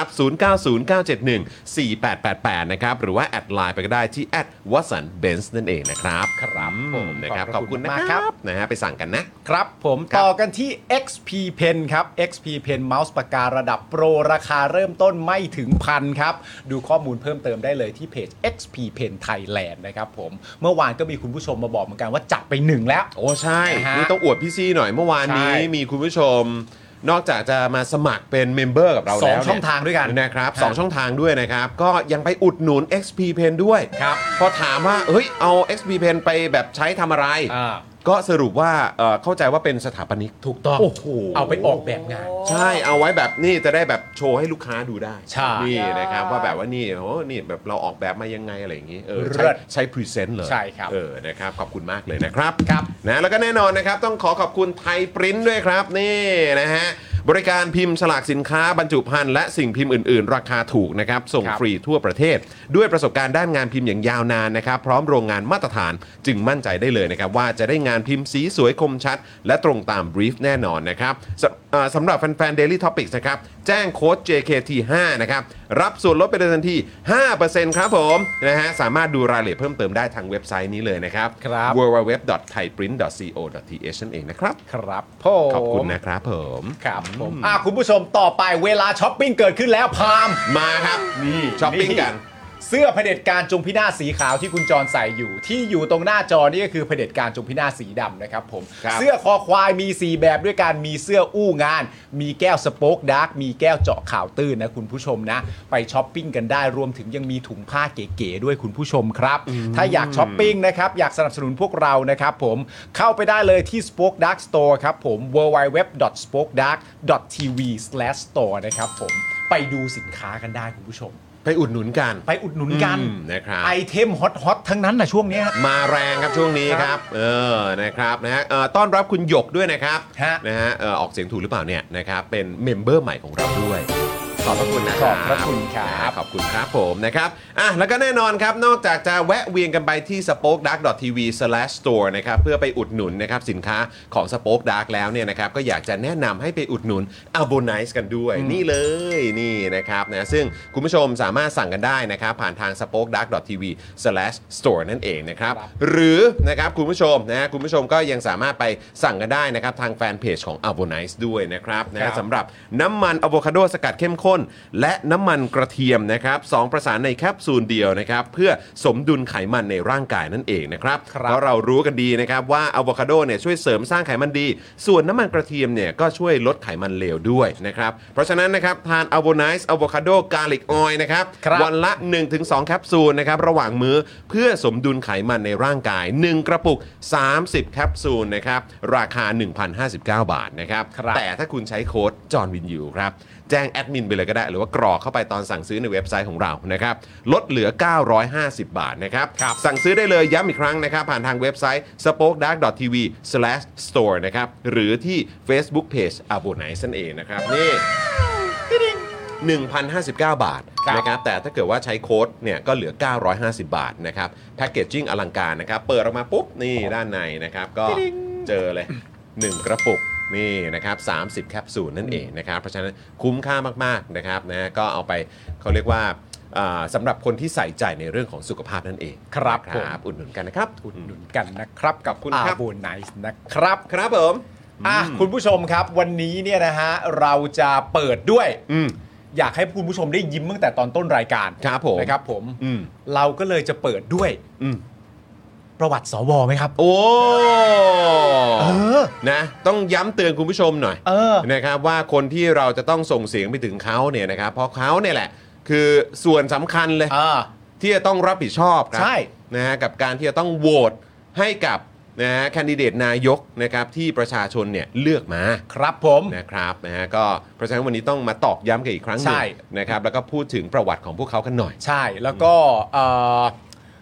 [SPEAKER 2] นะครับศูนย์ เก้า ศูนย์ เก้า เจ็ด หนึ่ง สี่ แปด แปด แปดนะครับหรือว่าแอดไลน์ไปก็ได้ที่ แอท วสันต์เบนซ์ นั่นเองนะครับ
[SPEAKER 5] ครับ
[SPEAKER 2] อื
[SPEAKER 5] ผม
[SPEAKER 2] นะครับ
[SPEAKER 5] ข
[SPEAKER 2] ข
[SPEAKER 5] อ
[SPEAKER 2] อ
[SPEAKER 5] บบ พระคุ
[SPEAKER 2] คุณ ณ
[SPEAKER 5] มาก
[SPEAKER 2] นะ
[SPEAKER 5] ค
[SPEAKER 2] ค
[SPEAKER 5] รั
[SPEAKER 2] รับ บนะฮะไปสั่งกันนะครับ
[SPEAKER 5] ผม
[SPEAKER 2] ครับ
[SPEAKER 5] ต่อกันที่ เอ็กซ์ พี Pen ครับ เอ็กซ์ พี Pen เมาส์ปากการะดับโปรราคาเริ่มต้นไม่ถึงพันครับดูข้อมูลเพิ่มเติมได้เลยที่เพจ เอ็กซ์ พี Pen Thailand นะครับผมเมื่อวานก็มีคุณผู้ชมมาบอกเหมือนกันว่าจัดไปหนึ่งแล้ว
[SPEAKER 2] โอ้ใช่
[SPEAKER 5] นะฮะ
[SPEAKER 2] นี่ต้องอวดพี่ซี่หน่อยเมื่อวานนี้
[SPEAKER 5] ใช่
[SPEAKER 2] มีคุณผู้ชม นอกจากจะมาสมัครเป็นเมมเบอร์กับเรา
[SPEAKER 5] สอง
[SPEAKER 2] แล้ว
[SPEAKER 5] ช่องทางด้วยกัน
[SPEAKER 2] นะครับสองช่องทางด้วยนะครับก็ยังไปอุดหนุน เอ็กซ์ พี Pen ด้วย
[SPEAKER 5] ครับ
[SPEAKER 2] พอถามว่าเฮ้ยเอา เอ็กซ์ พี Pen ไปแบบใช้ทำอะไร
[SPEAKER 5] อ่า
[SPEAKER 2] ก็สรุปว่าเอ่อเข้าใจว่าเป็นสถาปนิก
[SPEAKER 5] ถูกต้อง
[SPEAKER 2] โอ้โห
[SPEAKER 5] เอาไปออกแบบงาน
[SPEAKER 2] ใช่เอาไว้แบบนี่จะได้แบบโชว์ให้ลูกค้าดูได้
[SPEAKER 5] ใช่
[SPEAKER 2] นี่นะครับว่าแบบว่านี่โอ้นี่แบบเราออกแบบมายังไงอะไรอย่างงี้เออ
[SPEAKER 5] เลิ
[SPEAKER 2] ใช้
[SPEAKER 5] ศ
[SPEAKER 2] ใช้พรีเซนต์เลย
[SPEAKER 5] ใช่ครับ
[SPEAKER 2] เออนะครับขอบคุณมากเลยนะครับ
[SPEAKER 5] ครับ
[SPEAKER 2] นะแล้วก็แน่นอนนะครับต้องขอขอบคุณไทยปริ้นท์ด้วยครับนี่นะฮะบริการพิมพ์ฉลากสินค้าบรรจุภัณฑ์และสิ่งพิมพ์อื่นๆ ราคาถูกนะครับส่ง
[SPEAKER 5] ครับ
[SPEAKER 2] ฟรีทั่วประเทศ ด้วยประสบการณ์ด้านงานพิมพ์อย่างยาวนานนะครับพร้อมโรงงานมาตรฐานจึงมั่นใจได้เลยนะครับว่าจะได้งานพิมพ์สีสวยคมชัด และตรงตามบรีฟแน่นอนนะครับสเอ่อสำหรับแฟนๆ Daily Topics นะครับแจ้งโค้ด เจ เค ที ห้า นะครับรับส่วนลดไปเลยทันที ห้าเปอร์เซ็นต์ ครับผมนะฮะสามารถดูรายละเอียดเพิ่มเติมได้ทางเว็บไซต์นี้เลยนะครับ
[SPEAKER 5] ครับ
[SPEAKER 2] ดับเบิลยู ดับเบิลยู ดับเบิลยู ดอท ไทยปริ้นท์ ดอท ซี โอ ดอท ที เอช นั่นเองนะครับ
[SPEAKER 5] ครับผม
[SPEAKER 2] ขอบคุณนะครับผม
[SPEAKER 5] ครับผมอ่ะคุณผู้ชมต่อไปเวลาช้อปปิ้งเกิดขึ้นแล้วพาม
[SPEAKER 2] มาครับนี่ช้อปปิ้งกัน
[SPEAKER 5] เสื้อเผด็จการจงพินาศสีขาวที่คุณจรใส่อยู่ที่อยู่ตรงหน้าจอนี่ก็คือเผด็จการจงพินาศสีดำนะครับผม
[SPEAKER 2] ครับ
[SPEAKER 5] เสื้อคอควายมีสี่แบบด้วยกันมีเสื้ออู้งาน มีแก้วสโป๊กดาร์กมีแก้วเจาะข่าวตื้นนะคุณผู้ชมนะไปช้อปปิ้งกันได้รวมถึงยังมีถุงผ้าเก๋ๆด้วยคุณผู้ชมครับถ้าอยากช้อปปิ้งนะครับอยากสนับสนุนพวกเรานะครับผมเข้าไปได้เลยที่ Spoke Dark Store ครับผม ดับเบิลยู ดับเบิลยู ดับเบิลยู ดอท สโป๊กดาร์ก ดอท ที วี สแลช สโตร์ นะครับผมไปดูสินค้ากันได้คุณผู้ชม
[SPEAKER 2] ไปอุดหนุนกัน
[SPEAKER 5] ไปอุดหนุนกัน
[SPEAKER 2] อืมนะครับ
[SPEAKER 5] ไอเทมฮอตๆทั้งนั้นนะช่วงเนี้ย
[SPEAKER 2] มาแรงครับช่วงนี้ครับเออนะครับนะฮะเอ่อต้อนรับคุณหยกด้วยนะครับ
[SPEAKER 5] ฮะ
[SPEAKER 2] นะฮะเอ่อออกเสียงถูกหรือเปล่าเนี่ยนะครับเป็นเมมเบอร์ใหม่ของเราด้วย ขอบพระคุณนะค
[SPEAKER 5] ข
[SPEAKER 2] รั
[SPEAKER 5] อบพระคุณครับ
[SPEAKER 2] นะฮะขอบคุณครับผมนะครับอ่ะแล้วก็แน่นอนครับนอกจากจะแวะเวียนกันไปที่ สโป๊กดาร์ก ดอท ที วี สแลช สโตร์ นะครับเพื่อไปอุดหนุนนะครับสินค้าของ Spoke Dark แล้วเนี่ยนะครับก็อยากจะแนะนำให้ไปอุดหนุน Albonize กันด้วยนี่เลยนี่นะครับนะซึ่งคุณผู้ชมสามารถสั่งกันได้นะครับผ่านทาง สโป๊กดาร์ก ดอท ที วี สแลช สโตร์ นั่นเองนะครับหรือนะครับคุณผู้ชมนะคุณผู้ชมก็ยังสามารถไปสั่งกันได้นะครับทางแฟนเพจของ Albonize ด้วยนะครับนะสำหรับน้ำมันอะโวคาโดสกัดเข้มข้นและน้ำมันกระเทียมนะครับสองประสานในแคปซูลเดียวนะครับเพื่อสมดุลไขมันในร่างกายนั่นเองนะครับ
[SPEAKER 5] ครับ
[SPEAKER 2] เพราะเรารู้กันดีนะครับว่าอะโวคาโดเนี่ยช่วยเสริมสร้างไขมันดี ส่วนน้ำมันกระเทียมเนี่ยก็ช่วยลดไขมันเลวด้วยนะครับเพราะฉะนั้นนะครับทาน Albonize Avocado Garlic Oil นะครับ
[SPEAKER 5] ครับ
[SPEAKER 2] วันละ หนึ่งถึงสอง แคปซูลนะครับระหว่างมื้อเพื่อสมดุลไขมันในร่างกายหนึ่งกระปุกสามสิบแคปซูลนะครับราคา หนึ่งพันห้าสิบเก้า บาทนะครับ
[SPEAKER 5] ครับ
[SPEAKER 2] แต่ถ้าคุณใช้โค้ดจอห์นวินยูครับแจ้งแอดมินไปเลยก็ได้หรือว่ากรอกเข้าไปตอนสั่งซื้อในเว็บไซต์ของเรานะครับลดเหลือเก้าร้อยห้าสิบ บาทนะครับ
[SPEAKER 5] ครับ
[SPEAKER 2] สั่งซื้อได้เลยย้ำอีกครั้งนะครับผ่านทางเว็บไซต์ สโป๊กดาร์ก ดอท ที วี สแลช สโตร์ นะครับหรือที่ Facebook Page Albonize นั่นเองนะครับนี่ หนึ่งพันห้าสิบเก้า บาท
[SPEAKER 5] ครับ
[SPEAKER 2] นะครับแต่ถ้าเกิดว่าใช้โค้ดเนี่ยก็เหลือเก้าร้อยห้าสิบ บาทนะครับแพคเกจจิ้งอลังการนะครับเปิดออกมาปุ๊บนี่ด้านในนะครับก็เจอเลยหนึ่งกระปุกนี่นะครับสามสิบแคปซูลนั่นเองนะครับเพราะฉะนั้นคุ้มค่ามากๆนะครับนะก็เอาไปเขาเรียกว่าอ่าสำหรับคนที่ใส่ใจในเรื่องของสุขภาพนั่นเอง
[SPEAKER 5] ครับ
[SPEAKER 2] นะ
[SPEAKER 5] ผม
[SPEAKER 2] อุดหนุนกันนะครับ
[SPEAKER 5] อุดหนุนกันนะครับกับ
[SPEAKER 2] ขอบคุณครับ
[SPEAKER 5] อาโบไนซ์นะครับ
[SPEAKER 2] ครับผม
[SPEAKER 5] อ่ะคุณผู้ชมครับวันนี้เนี่ยนะฮะเราจะเปิดด้วย
[SPEAKER 2] อืม
[SPEAKER 5] อยากให้คุณผู้ชมได้ยิ้มตั้งแต่ตอนต้นรายการ
[SPEAKER 2] ครับผม
[SPEAKER 5] นะครับผม
[SPEAKER 2] อืม
[SPEAKER 5] เราก็เลยจะเปิดด้วย
[SPEAKER 2] อืม
[SPEAKER 5] ประวัติสวไหมครับ
[SPEAKER 2] โอ้
[SPEAKER 5] เออ
[SPEAKER 2] นะต้องย้ำเตือนคุณผู้ชมหน่อย
[SPEAKER 5] เออ
[SPEAKER 2] นะครับว่าคนที่เราจะต้องส่งเสียงไปถึงเขาเนี่ยนะครับเพราะเขาเนี่ยแหละ คือส่วนสำคัญเลย
[SPEAKER 5] อ่า
[SPEAKER 2] ที่จะต้องรับผิดชอบครั
[SPEAKER 5] ใช่
[SPEAKER 2] นะฮะกับการที่จะต้องโหวตให้กับนะฮะแคนดิเดตนายกนะครับที่ประชาชนเนี่ยเลือกมา
[SPEAKER 5] ครับผม
[SPEAKER 2] นะครับนะฮะก็เพราะฉะนั้นวันนี้ต้องมาตอกย้ำกันอีกครั้งหนึ่ง
[SPEAKER 5] ใช่
[SPEAKER 2] นะครับแล้วก็พูดถึงประวัติของพวกเขากันหน่อย
[SPEAKER 5] ใช่แล้วก็เอ่อ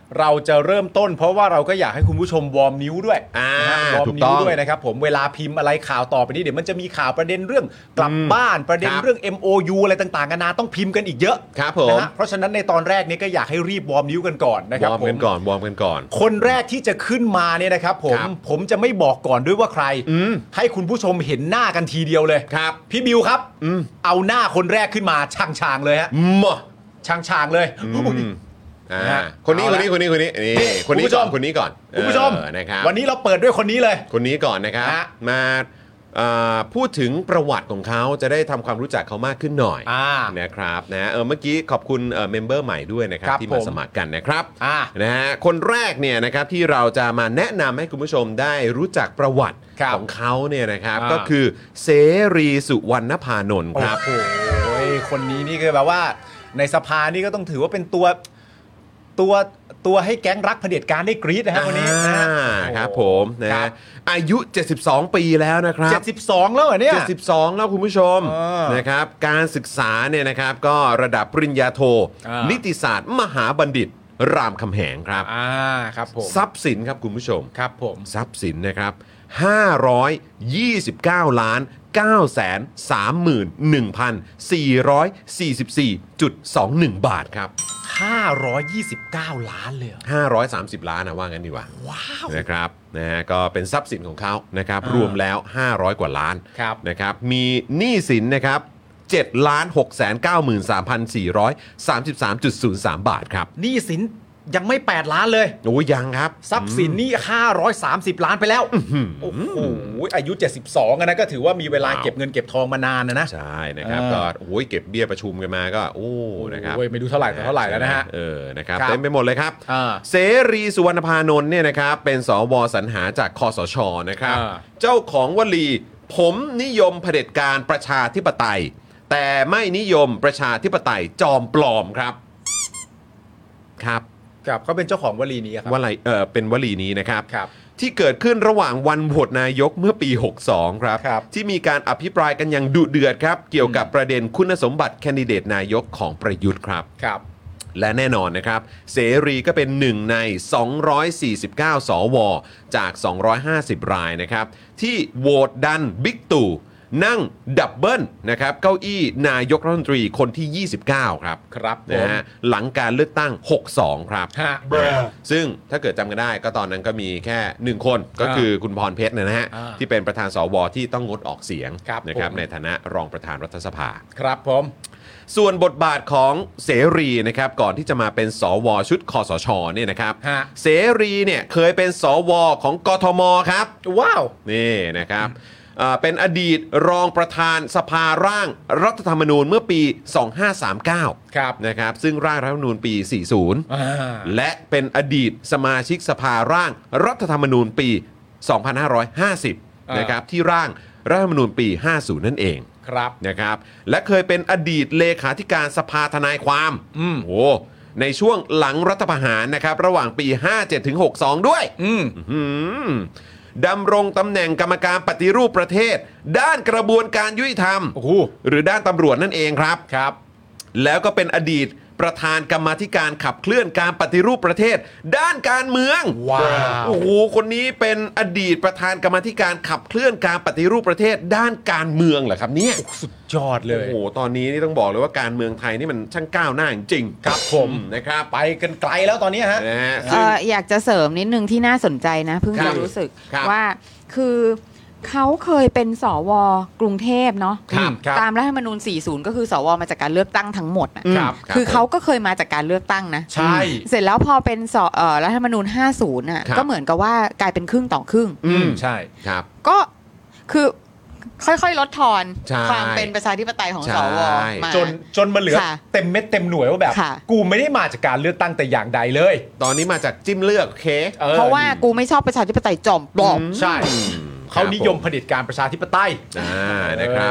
[SPEAKER 5] เราจะเริ่มต้นเพราะว่าเราก็อยากให้คุณผู้ชมวอร์มนิ้วด้วย
[SPEAKER 2] อ่า
[SPEAKER 5] นะฮะวอร์ม
[SPEAKER 2] ถูก
[SPEAKER 5] นิ้
[SPEAKER 2] ต้
[SPEAKER 5] ว
[SPEAKER 2] อง
[SPEAKER 5] ด้วยนะครับผมเวลาพิมพ์อะไรข่าวต่อไปนี้เดี๋ยวมันจะมีข่าวประเด็นเรื่องกลับบ้านประเด็น
[SPEAKER 2] ครับ
[SPEAKER 5] เรื่อง เอ็ม โอ ยู อะไรต่างๆกันานาต้องพิมพ์กันอีกเยอะ
[SPEAKER 2] ครับผม
[SPEAKER 5] นะฮะเพราะฉะนั้นในตอนแรกนี้ก็อยากให้รีบวอร์มนิ้วกันก่อนนะคว รั
[SPEAKER 2] อบ ร์ม
[SPEAKER 5] ผ
[SPEAKER 2] กั
[SPEAKER 5] ม
[SPEAKER 2] นก่อนวอร์มกันก่อน
[SPEAKER 5] คนแรกที่จะขึ้นมาเนี่ยนะครับผม
[SPEAKER 2] ครับ
[SPEAKER 5] ผมจะไม่บอกก่อนด้วยว่าใคร
[SPEAKER 2] อืม
[SPEAKER 5] ให้คุณผู้ชมเห็นหน้ากันทีเดียวเลย
[SPEAKER 2] ครับ
[SPEAKER 5] พี่บิวครับ
[SPEAKER 2] อืม
[SPEAKER 5] เอาหน้าคนแรกขึ้นมาช่างๆเลยฮะ
[SPEAKER 2] มอ
[SPEAKER 5] ช่างๆเลย
[SPEAKER 2] อื
[SPEAKER 5] อุ้ย
[SPEAKER 2] มอ่า
[SPEAKER 5] นะฮะ
[SPEAKER 2] คนนี้
[SPEAKER 5] เอา
[SPEAKER 2] คน
[SPEAKER 5] ละ
[SPEAKER 2] นี้คนนี้คนนี้นี่
[SPEAKER 5] นี่
[SPEAKER 2] คนนี้
[SPEAKER 5] คุณผู้ช
[SPEAKER 2] ก่อ
[SPEAKER 5] ม
[SPEAKER 2] นคนนี้ก่อน
[SPEAKER 5] คุณผู้ชม
[SPEAKER 2] เออนะครับ
[SPEAKER 5] วันนี้เราเปิดด้วยคนนี้เลย
[SPEAKER 2] คนนี้ก่อนนะครับ
[SPEAKER 5] ฮะ
[SPEAKER 2] มาอ่าพูดถึงประวัติของเขาจะได้ทำความรู้จักเขามากขึ้นหน่อย
[SPEAKER 5] อ่า
[SPEAKER 2] นะครับนะเออเมื่อกี้ขอบคุณเอ่อเมมเบอร์ใหม่ด้วยนะครับ
[SPEAKER 5] ครับ
[SPEAKER 2] ที่มา
[SPEAKER 5] ผม
[SPEAKER 2] สมัครกันนะครับ
[SPEAKER 5] อ่า
[SPEAKER 2] นะฮะคนแรกเนี่ยนะครับที่เราจะมาแนะนำให้คุณผู้ชมได้รู้จักประวัติ
[SPEAKER 5] ครับ
[SPEAKER 2] ของเขาเนี่ยนะครับ
[SPEAKER 5] อ่า
[SPEAKER 2] ก็คือเสรีสุวรรณพานนท์ครับ
[SPEAKER 5] โอ้โหคนนี้นี่คือแบบว่าในสภานี่ก็ต้องถือว่าเป็นตัวตัวตัวให้แก๊งรักเผด็จการได้กรี๊ดนะฮะคนนี้นะฮะ
[SPEAKER 2] อ่าครับผมนะ
[SPEAKER 5] ครั
[SPEAKER 2] ฮะ
[SPEAKER 5] บ
[SPEAKER 2] อายุ เจ็ดสิบสอง ปีแล้วนะครับ
[SPEAKER 5] เจ็ดสิบสองแล้วเหรอเนี่ย
[SPEAKER 2] เจ็ดสิบสองแล้วคุณผู้ชม
[SPEAKER 5] อ่าน
[SPEAKER 2] นะครับการศึกษาเนี่ยนะครับก็ระดับปริญญาโท
[SPEAKER 5] อ่านิ
[SPEAKER 2] นิติศาสตร์ มหาบัณฑิต รามคำแหงครับ
[SPEAKER 5] อ่าครับผม
[SPEAKER 2] ทรัพย์สินครับคุณผู้ชม
[SPEAKER 5] ครับผม
[SPEAKER 2] ทรัพย์สินนะครับห้าร้อยยี่สิบเก้าล้านเก้าแสนสามหมื่นหนึ่งพันสี่ร้อยสี่สิบสี่จุดสองหนึ่งบาทครับ
[SPEAKER 5] ห้าร้อยยี่สิบเก้าล้านเลยเหรอ
[SPEAKER 2] ห้าร้อยสามสิบล้านนะว่างั้นดีกว่า
[SPEAKER 5] ว้าว
[SPEAKER 2] นะครับนะฮะก็เป็นทรัพย์สินของเขานะครับ
[SPEAKER 5] อ่าร
[SPEAKER 2] วมแล้วห้าร้อยกว่าล้าน
[SPEAKER 5] ครับ
[SPEAKER 2] นะครับมีหนี้สินนะครับเจ็ดล้านหกแสนเก้าหมื่นสามพันสี่ร้อยสามสิบสามจุดศูนย์สามบาทครับ
[SPEAKER 5] หนี้สินยังไม่แปดล้านเลย
[SPEAKER 2] โอ้ยังครับ
[SPEAKER 5] ทรัพย์สินนี่ห้าร้อยสามสิบล้านไปแล้วโอ้โหอายุเจ็ดสิบสองอะนะก็ถือว่ามีเวลา
[SPEAKER 2] ว้าว
[SPEAKER 5] เก็บเงินเก็บทองมานานนะนะ
[SPEAKER 2] ใช่นะครับ
[SPEAKER 5] อ่า
[SPEAKER 2] ก็โอ้ยเก็บเบี้ยประชุมกันมาก็โอ้นะครับ
[SPEAKER 5] โอ้ยไม่รู้เท่าไหร่ต่อเท่าไหร่แล้วนะฮะ
[SPEAKER 2] เออนะครับ
[SPEAKER 5] ครับ
[SPEAKER 2] เต็มไปหมดเลยครับ
[SPEAKER 5] อ่า
[SPEAKER 2] เสรีสุวรรณพานนท์เนี่ยนะครับเป็นสวสรรหาจากคอสชนะครับ
[SPEAKER 5] อ่า
[SPEAKER 2] เจ้าของวลีผมนิยมเผด็จการประชาธิปไตย แต่ไม่นิยมประชาธิปไตยจอมปลอมครับครับ
[SPEAKER 5] ครับเขาเป็นเจ้าของวลีนี้ครับ
[SPEAKER 2] วลีเออเป็นวลีนี้นะครับ
[SPEAKER 5] ครับ
[SPEAKER 2] ที่เกิดขึ้นระหว่างวันโหวตนายกเมื่อปี หกสิบสอง ครับ
[SPEAKER 5] ครับ
[SPEAKER 2] ที่มีการอภิปรายกันอย่างดุเดือดครับ เกี่ยวกับประเด็นคุณสมบัติแคนดิเดตนายกของประยุทธ์ครับ
[SPEAKER 5] ครับ
[SPEAKER 2] และแน่นอนนะครับเสรีก็เป็นหนึ่งในสองร้อยสี่สิบเก้าสวจากสองร้อยห้าสิบรายนะครับที่โหวตดันบิ๊กตู่นั่งดับเบิลนะครับเก้าอี้นายกรัฐมนตรีคนที่ยี่สิบเก้าครับ
[SPEAKER 5] ครับผม
[SPEAKER 2] นะฮะหลังการเลือกตั้งหกสิบสองครับ
[SPEAKER 5] ฮะ
[SPEAKER 2] ซึ่งถ้าเกิดจำกันได้ก็ตอนนั้นก็มีแค่หนึ่งคนก็คือคุณพรเพชรนะฮะ
[SPEAKER 5] อ่า
[SPEAKER 2] ที่เป็นประธานสวที่ต้องงดออกเสียง
[SPEAKER 5] ครับ
[SPEAKER 2] นะครับ
[SPEAKER 5] ผม
[SPEAKER 2] ในฐานะรองประธานรัฐสภา
[SPEAKER 5] ครับผม
[SPEAKER 2] ส่วนบทบาทของเสรีนะครับก่อนที่จะมาเป็นสวชุดคอสชเนี่ยนะครับ
[SPEAKER 5] ฮะ
[SPEAKER 2] เสรีเนี่ยเคยเป็นสวของกทมครับ
[SPEAKER 5] ว้าว
[SPEAKER 2] นี่นะครับอ่าเป็นอดีตรองประธานสภาร่างรัฐธรรมนูญเมื่อปี สองพันห้าร้อยสามสิบเก้า
[SPEAKER 5] ครับ
[SPEAKER 2] นะครับซึ่งร่างรัฐธรรมนูญปี สี่สิบ
[SPEAKER 5] อ่า
[SPEAKER 2] และเป็นอดีตสมาชิกสภาร่างรัฐธรรมนูญปี สองพันห้าร้อยห้าสิบ
[SPEAKER 5] อ่าน
[SPEAKER 2] นะครับที่ร่างรัฐธรรมนูญปี ห้าสิบ นั่นเอง
[SPEAKER 5] ครับ
[SPEAKER 2] นะครับและเคยเป็นอดีตเลขาธิการสภาทนายความ
[SPEAKER 5] อืม
[SPEAKER 2] โอ้ในช่วงหลังรัฐประหารนะครับระหว่างปี ห้าเจ็ดถึงหกสิบสอง ด้วย
[SPEAKER 5] อืม
[SPEAKER 2] อืมดำรงตำแหน่งกรรมการปฏิรูปประเทศ ด้านกระบวนการยุติธรรม
[SPEAKER 5] โอ้โห
[SPEAKER 2] หรือด้านตำรวจนั่นเองครับ
[SPEAKER 5] ครับ
[SPEAKER 2] แล้วก็เป็นอดีตประธานกรรมาธิการขับเคลื่อนการปฏิรูปประเทศ ด้านการเมือง
[SPEAKER 5] ว้าว
[SPEAKER 2] โอ้โหคนนี้เป็นอดีตประธานกรรมาธิการขับเคลื่อนการปฏิรูปประเทศ ด้านการเมืองเหรอครับเนี่ย
[SPEAKER 5] สุดยอดเล
[SPEAKER 2] โอ้
[SPEAKER 5] ย
[SPEAKER 2] โหตอนนี้นี่ต้องบอกเลยว่าการเมืองไทยนี่มันช่างก้าวหน้าจริงๆ
[SPEAKER 5] ครับผม
[SPEAKER 2] นะครับ
[SPEAKER 5] ไปกันไกลแล้วตอนนี้ฮะ
[SPEAKER 2] นะฮะ
[SPEAKER 1] เอ่
[SPEAKER 2] ซึ่ง
[SPEAKER 1] ออยากจะเสริมนิดนึงที่น่าสนใจนะเพิ่ง
[SPEAKER 2] ครั
[SPEAKER 1] จะ
[SPEAKER 2] บ
[SPEAKER 1] รู้สึก
[SPEAKER 2] ครับ
[SPEAKER 1] ว่าคือเขาเคยเป็นสวกรุงเทพเนาะ
[SPEAKER 5] ครับครับ
[SPEAKER 1] ตามรัฐธรรมนูญ สี่สิบ ก็คือสวมาจากการเลือกตั้งทั้งหมดน่ะ
[SPEAKER 5] ครับ
[SPEAKER 1] คือเขาก็เคยมาจากการเลือกตั้งนะ
[SPEAKER 5] ใช่
[SPEAKER 1] เสร็จแล้วพอเป็นสเอ่อรัฐธรรมนูญ ห้าสิบ น่ะ
[SPEAKER 2] ครับ
[SPEAKER 1] ก็เหมือนกับว่ากลายเป็นครึ่งต่อครึ่ง
[SPEAKER 5] อืมใช่
[SPEAKER 2] ครับ
[SPEAKER 1] ก็คือค่อยๆลดทอน
[SPEAKER 2] ใช่
[SPEAKER 1] ความเป็นประชาธิปไตยของ
[SPEAKER 2] ใช่
[SPEAKER 1] สวมา
[SPEAKER 5] จนจนมาเหลือ
[SPEAKER 1] ค่ะ
[SPEAKER 5] เต็มเม็ดเต็มหน่วยว่าแบบ
[SPEAKER 1] ค่ะ
[SPEAKER 5] กูไม่ได้มาจากการเลือกตั้งแต่อย่างใดเลย
[SPEAKER 2] ตอนนี้มาจากจิ้มเลือกโอเค
[SPEAKER 5] ออ
[SPEAKER 1] เพราะว่ากูไม่ชอบประชาธิปไตยจอมปลอม
[SPEAKER 5] ใช่
[SPEAKER 2] อืม
[SPEAKER 5] เขานิยม
[SPEAKER 2] ครับผ
[SPEAKER 5] เผด็จการประชาธิปไตย
[SPEAKER 2] อ่านะครับ
[SPEAKER 5] เออ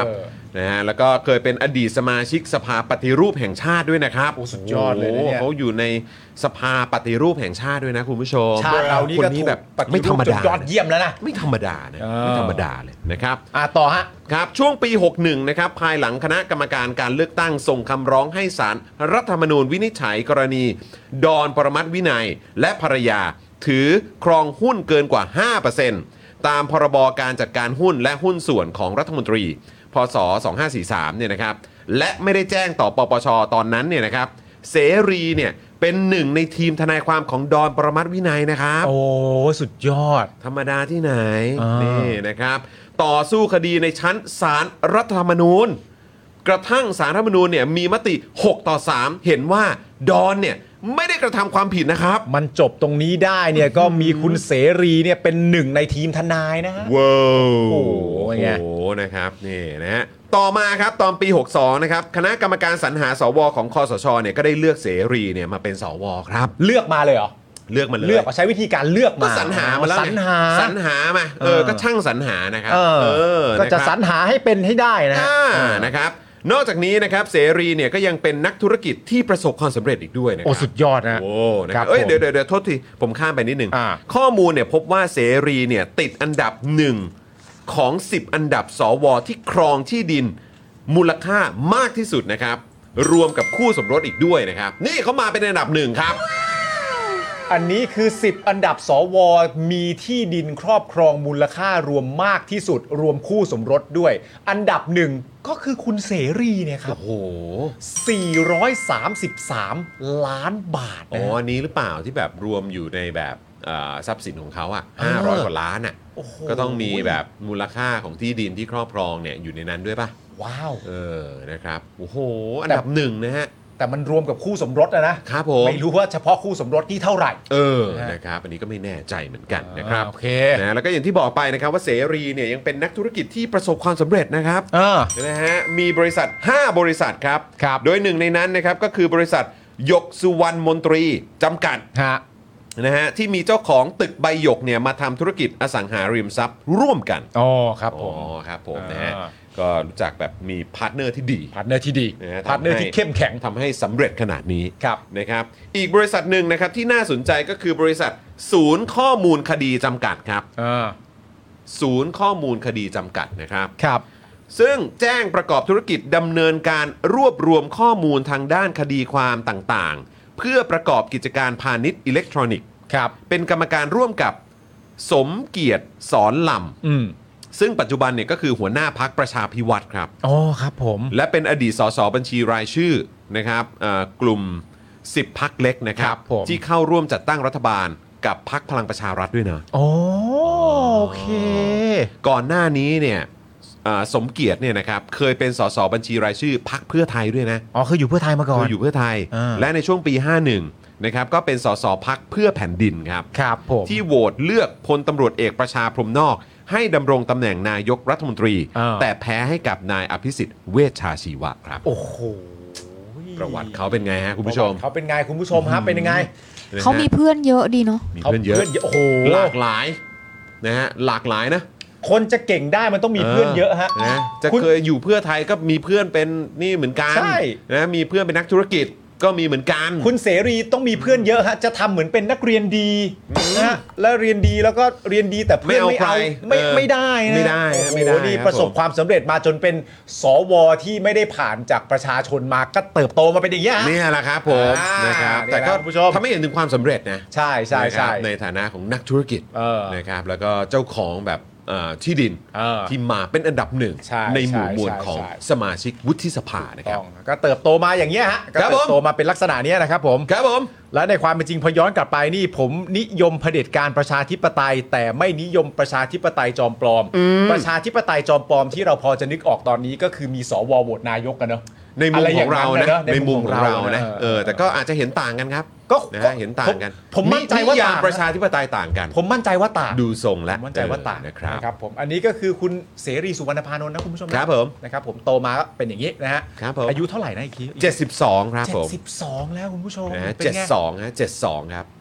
[SPEAKER 2] นะฮะแล้วก็เคยเป็นอดีตสมาชิกสภาปฏิรูปแห่งชาติด้วยนะครับ
[SPEAKER 5] โอ้สุดยอดเลยนะเนี่ย
[SPEAKER 2] โอ้เขาอยู่ในสภาปฏิรูปแห่งชาติด้วยนะคุณผู้ชม
[SPEAKER 5] ชาติเรานี่
[SPEAKER 2] ค
[SPEAKER 5] ก็
[SPEAKER 2] นนี้
[SPEAKER 5] ถูก
[SPEAKER 2] แบบ
[SPEAKER 5] ปฏิ
[SPEAKER 2] ไม่ธรรม
[SPEAKER 5] จน
[SPEAKER 2] ดาย
[SPEAKER 5] อดเยี่ยมแล้วนะ
[SPEAKER 2] ไม่ธรรมดานะ
[SPEAKER 5] เออ
[SPEAKER 2] ไม่ธรรมดาเลยนะครับ
[SPEAKER 5] อ่ะต่อฮะ
[SPEAKER 2] ครับช่วงปี หกสิบเอ็ด นะครับภายหลังคณะกรรมการการเลือกตั้งส่งคำร้องให้ศาลรัฐธรรมนูญวินิจฉัยกรณี ดอนปรมัตถ์วินัย และภรรยา ถือครองหุ้นเกินกว่า ห้าเปอร์เซ็นต์ ตามพรบการจัดการหุ้นและหุ้นส่วนของรัฐมนตรีพ.ศ. สองพันห้าร้อยสี่สิบสามเนี่ยนะครับและไม่ได้แจ้งต่อปปชตอนนั้นเนี่ยนะครับเสรีเนี่ยเป็นหนึ่งในทีมทนายความของดอนปรมัตถ์วินัยนะครับ
[SPEAKER 5] โอ้สุดยอด
[SPEAKER 2] ธรรมดาที่ไหน
[SPEAKER 5] อ่านี่
[SPEAKER 2] นี่นะครับต่อสู้คดีในชั้นศาลรัฐธรรมนูญ กระทั่งศาลรัฐธรรมนูญเนี่ยมีมติหกต่อสามเห็นว่าดอนเนี่ยไม่ได้กระทำความผิดนะครับ
[SPEAKER 5] มันจบตรงนี้ได้เนี่ยก็มีคุณเสรีเนี่ยเป็นหนึ่งในทีมทนายนะฮะ
[SPEAKER 2] ว้าว
[SPEAKER 5] โอ้โหไง
[SPEAKER 2] โอ้โหนะครับนี่นะฮะต่อมาครับตอนปีหกสิบสองนะครับคณะกรรมการสรรหาสวของคสชเนี่ยก็ได้เลือกเสรีเนี่ยมาเป็นสวครับ
[SPEAKER 5] เลือกมาเลยเหรอ
[SPEAKER 2] เลือกมาเลย
[SPEAKER 5] เลือกเอาใช้วิธีการเลือก
[SPEAKER 2] ก็
[SPEAKER 5] มา
[SPEAKER 2] สรรหามาแล้ว
[SPEAKER 5] สรรหา
[SPEAKER 2] สรรหามาเออ
[SPEAKER 5] เออ
[SPEAKER 2] ก็ช่างสรรหานะครับ
[SPEAKER 5] เออ
[SPEAKER 2] เออ
[SPEAKER 5] ก็จะ
[SPEAKER 2] นครับ
[SPEAKER 5] สรรหาให้เป็นให้ได้นะฮะ
[SPEAKER 2] อ่านะครับนอกจากนี้นะครับเสรีเนี่ยก็ยังเป็นนักธุรกิจที่ประสบความสำเร็จอีกด้วยนะค
[SPEAKER 5] โอ้
[SPEAKER 2] รับ
[SPEAKER 5] สุดยอดนะ
[SPEAKER 2] โอ้นะค
[SPEAKER 5] ครั
[SPEAKER 2] รับบ เอ้ย
[SPEAKER 5] ผม
[SPEAKER 2] เดี๋ยวเดี๋ยวเดี๋ยวโทษทีผมข้ามไปนิดหนึ่ง
[SPEAKER 5] อ่า
[SPEAKER 2] ข้อมูลเนี่ยพบว่าเสรีเนี่ยติดอันดับหนึ่งของสิบอันดับสวที่ครองที่ดินมูลค่ามากที่สุดนะครับรวมกับคู่สมรสอีกด้วยนะครับนี่เขามาเป็นอันดับหนึ่งครับ
[SPEAKER 5] อันนี้คือสิบอันดับสวมีที่ดินครอบครองมูลค่ารวมมากที่สุดรวมคู่สมรสด้วย อันดับหนึ่งก็คือคุณเสรีเนี่ยครับ
[SPEAKER 2] โอ้โห
[SPEAKER 5] สี่ร้อยสามสิบสามล้านบาท
[SPEAKER 2] อ๋
[SPEAKER 5] นะ
[SPEAKER 2] อ
[SPEAKER 5] ฮะ
[SPEAKER 2] อันนี้หรือเปล่าที่แบบรวมอยู่ในแบบเอ่อทรัพย์สินของเขาอ่ะ
[SPEAKER 5] เออ
[SPEAKER 2] ห้าร้อยกว่าล้านอ่ะ
[SPEAKER 5] โอ้โห
[SPEAKER 2] ก็ต้องมีแบบมูลค่าของที่ดินที่ครอบครองเนี่ยอยู่ในนั้นด้วยป่ะ
[SPEAKER 5] ว้าว
[SPEAKER 2] เออ นะครับ โอ้โห อันดับหนึ่งนะฮะ
[SPEAKER 5] แต่มันรวมกับคู่สมรสอะนะครับ
[SPEAKER 2] ผม
[SPEAKER 5] ไม่รู้ว่าเฉพาะคู่สมรสที่เท่าไหร่
[SPEAKER 2] เออ
[SPEAKER 5] นะฮะ
[SPEAKER 2] นะครับ อันนี้ก็ไม่แน่ใจเหมือนกันนะครับ
[SPEAKER 5] อ่าโอเค
[SPEAKER 2] นะแล้วก็อย่างที่บอกไปนะครับว่าเสรีเนี่ยยังเป็นนักธุรกิจที่ประสบความสำเร็จนะครับ
[SPEAKER 5] อ่า
[SPEAKER 2] นะฮะ มีบริษัท ห้า บริษัทครับ
[SPEAKER 5] ครับ
[SPEAKER 2] โดยหนึ่งในนั้นนะครับก็คือบริษัทหยกสุวรรณมนตรีจำกัด
[SPEAKER 5] ฮะ
[SPEAKER 2] นะฮะที่มีเจ้าของตึกใบหยกเนี่ยมาทำธุรกิจอสังหาริมทรัพย์ร่วมกัน
[SPEAKER 5] อ๋อครับผ
[SPEAKER 2] อ๋อ
[SPEAKER 5] ม
[SPEAKER 2] ครับผม
[SPEAKER 5] อ่าน
[SPEAKER 2] นะฮะก็รู้จักแบบมีพาร์ทเนอร์ที่ดี
[SPEAKER 5] พาร์ทเนอร์ที่ดี
[SPEAKER 2] นะฮะ
[SPEAKER 5] พาร์ทเนอร์ที่เข้มแข็ง
[SPEAKER 2] ทำให้สำเร็จขนาดนี้
[SPEAKER 5] ครับ
[SPEAKER 2] นะครับอีกบริษัทหนึ่งนะครับที่น่าสนใจก็คือบริษัทศูนย์ข้อมูลคดีจำกัดครับ
[SPEAKER 5] อ่า
[SPEAKER 2] ศูนย์ข้อมูลคดีจำกัดนะครับ
[SPEAKER 5] ครับ
[SPEAKER 2] ซึ่งแจ้งประกอบธุรกิจดำเนินการรวบรวมข้อมูลทางด้านคดีความต่างๆ เพื่อประกอบกิจการพาณิชย์อิเล็กทรอนิกส์
[SPEAKER 5] ครับ
[SPEAKER 2] เป็นกรรมการร่วมกับสมเกียรติสอนล
[SPEAKER 5] อืม
[SPEAKER 2] ำซึ่งปัจจุบันเนี่ยก็คือหัวหน้าพักประชาพิวัตรครับ
[SPEAKER 5] อ๋อครับผม
[SPEAKER 2] และเป็นอดีตสสบัญชีรายชื่อนะครับเอ่อกลุ่ม สิบ พักเล็กนะครับ
[SPEAKER 5] ครับผม
[SPEAKER 2] ที่เข้าร่วมจัดตั้งรัฐบาลกับพักพลังประชารัฐด้วยนะ
[SPEAKER 5] อ๋อโอเค
[SPEAKER 2] ก่อนหน้านี้เนี่ยเอ่อสมเกียรติเนี่ยนะครับเคยเป็นสสบัญชีรายชื่อพักเพื่อไทยด้วยนะ
[SPEAKER 5] อ๋อคืออยู่เพื่อไทยมาก่อน
[SPEAKER 2] เคยอยู่เพื่อไทย
[SPEAKER 5] อ่า
[SPEAKER 2] และในช่วงปี ห้าสิบเอ็ด นะครับก็เป็นสสพักเพื่อแผ่นดินครับ
[SPEAKER 5] ครับผม
[SPEAKER 2] ที่โหวตเลือกพลตำรวจเอกประชาพรหมนอก ให้ดำรงตำแหน่งนายกรัฐมนตรี
[SPEAKER 5] อ่า
[SPEAKER 2] แต่แพ้ให้กับนายอภิสิทธิ์เวชชาชีวะครับ
[SPEAKER 5] โอ้โห
[SPEAKER 2] ประวัติเขาเป็นไงฮะคุณผู้ชม
[SPEAKER 5] เขาเป็นไงคุณผู้ชมฮะเป็นยังไง
[SPEAKER 2] นะฮะ
[SPEAKER 1] เขามีเพื่อนเยอะดีเนาะ
[SPEAKER 2] มีเพื่อนเยอะ
[SPEAKER 5] โอ้โห
[SPEAKER 2] หลากหลายนะฮะหลากหลายนะ
[SPEAKER 5] คนจะเก่งได้มันต้องมีเพื่อนเยอะฮะ
[SPEAKER 2] นะจะ
[SPEAKER 5] คุณ
[SPEAKER 2] เคยอยู่เพื่อไทยก็มีเพื่อนเป็นนี่เหมือนกัน
[SPEAKER 5] ใช่
[SPEAKER 2] นะมีเพื่อนเป็นนักธุรกิจก็มีเหมือนกัน
[SPEAKER 5] คุณเสรีต้องมีเพื่อนเยอะฮะจะทำเหมือนเป็นนักเรียนดีนะฮะแล้วเรียนดีแล้วก็เรียนดีแต่เพื่อน
[SPEAKER 2] ไม่
[SPEAKER 5] ไม่
[SPEAKER 2] เอา
[SPEAKER 5] เอา
[SPEAKER 2] ใคร
[SPEAKER 5] ไม่
[SPEAKER 2] เออ
[SPEAKER 5] ไม่ได้นะ
[SPEAKER 2] ไม่ได้ฮะ
[SPEAKER 5] โอ้โห
[SPEAKER 2] ไม่ได้
[SPEAKER 5] นี่
[SPEAKER 2] ครับ
[SPEAKER 5] ประสบ
[SPEAKER 2] ผม
[SPEAKER 5] ความสำเร็จมาจนเป็นสวที่ไม่ได้ผ่านจากประชาชนมาก็เติบโตมาเป็นอย่างนี้ยฮะ
[SPEAKER 2] เนี่ยแหละครับผม
[SPEAKER 5] อ่าน
[SPEAKER 2] นะครับ
[SPEAKER 5] เนี่ย
[SPEAKER 2] แต่ก็
[SPEAKER 5] นะคุณผู้ชม
[SPEAKER 2] ทำให้เห็นถึงความสำเร็จนะ
[SPEAKER 5] ใช่ใช่
[SPEAKER 2] นะครับ
[SPEAKER 5] ใช่
[SPEAKER 2] ในฐานะของนักธุรกิจ
[SPEAKER 5] เออ
[SPEAKER 2] นะครับแล้วก็เจ้าของแบบเอ่อที่ดิน
[SPEAKER 5] เออ
[SPEAKER 2] ที่มาเป็นอันดับหนึ่ง
[SPEAKER 5] ใช่
[SPEAKER 2] ในหมู่
[SPEAKER 5] ใช่
[SPEAKER 2] มวล
[SPEAKER 5] ใช่
[SPEAKER 2] ของ
[SPEAKER 5] ใช่
[SPEAKER 2] สมาชิกวุฒิสภานะครับ
[SPEAKER 5] ต้องก็เติบโตมาอย่างเงี้ยฮะก็
[SPEAKER 2] ครับ
[SPEAKER 5] เติ
[SPEAKER 2] ผม
[SPEAKER 5] บโตมาเป็นลักษณะเนี้ยนะครับผม
[SPEAKER 2] ครับผม
[SPEAKER 5] และในความเป็นจริงพอย้อนกลับไปนี่ผมนิยมเผด็จการประชาธิปไตย แต่ไม่นิยมประชาธิปไตยจอมปลอม ประชาธิปไตยจอมปลอมที่เราพอจะนึกออกตอนนี้ก็คือมีสวโหวตนายกกันเนอะ
[SPEAKER 2] ในมุมของเรา
[SPEAKER 5] อะไร
[SPEAKER 2] นะ
[SPEAKER 5] อย่างนั้นนะ
[SPEAKER 2] ในมุมของเรานะ
[SPEAKER 5] เออ
[SPEAKER 2] เออแต่ก็อาจจะเห็นต่างกันครับ
[SPEAKER 5] ก็
[SPEAKER 2] นะ
[SPEAKER 5] ก็
[SPEAKER 2] ฮะเห็นต่างกัน
[SPEAKER 5] ผมผมมั่นใจว่า
[SPEAKER 2] นิยาม
[SPEAKER 5] ต่าง
[SPEAKER 2] ประชาธิปไตยต่างกัน
[SPEAKER 5] ผมมั่นใจว่าต่าง
[SPEAKER 2] ดูทรงและ
[SPEAKER 5] ผมมั่นใจว่าต่าง
[SPEAKER 2] เออนะครับ
[SPEAKER 5] นะครับผมอันนี้ก็คือคุณเสรีสุวรรณพานนท์นะคุณผู้ชมนะครับ
[SPEAKER 2] ผม
[SPEAKER 5] นะครับผมโตมาก็เป็นอย่างนี้นะฮะ
[SPEAKER 2] ครับผม
[SPEAKER 5] อายุเท่าไหร่นะอีกที
[SPEAKER 2] เจ็ดสิบสองครับผม
[SPEAKER 5] เจ็ดสิบสองแล้วคุณผู้ชม
[SPEAKER 2] นะฮะ
[SPEAKER 5] เป็น
[SPEAKER 2] เจ็ด
[SPEAKER 5] ไง
[SPEAKER 2] สองฮะเจ็ดสองครับ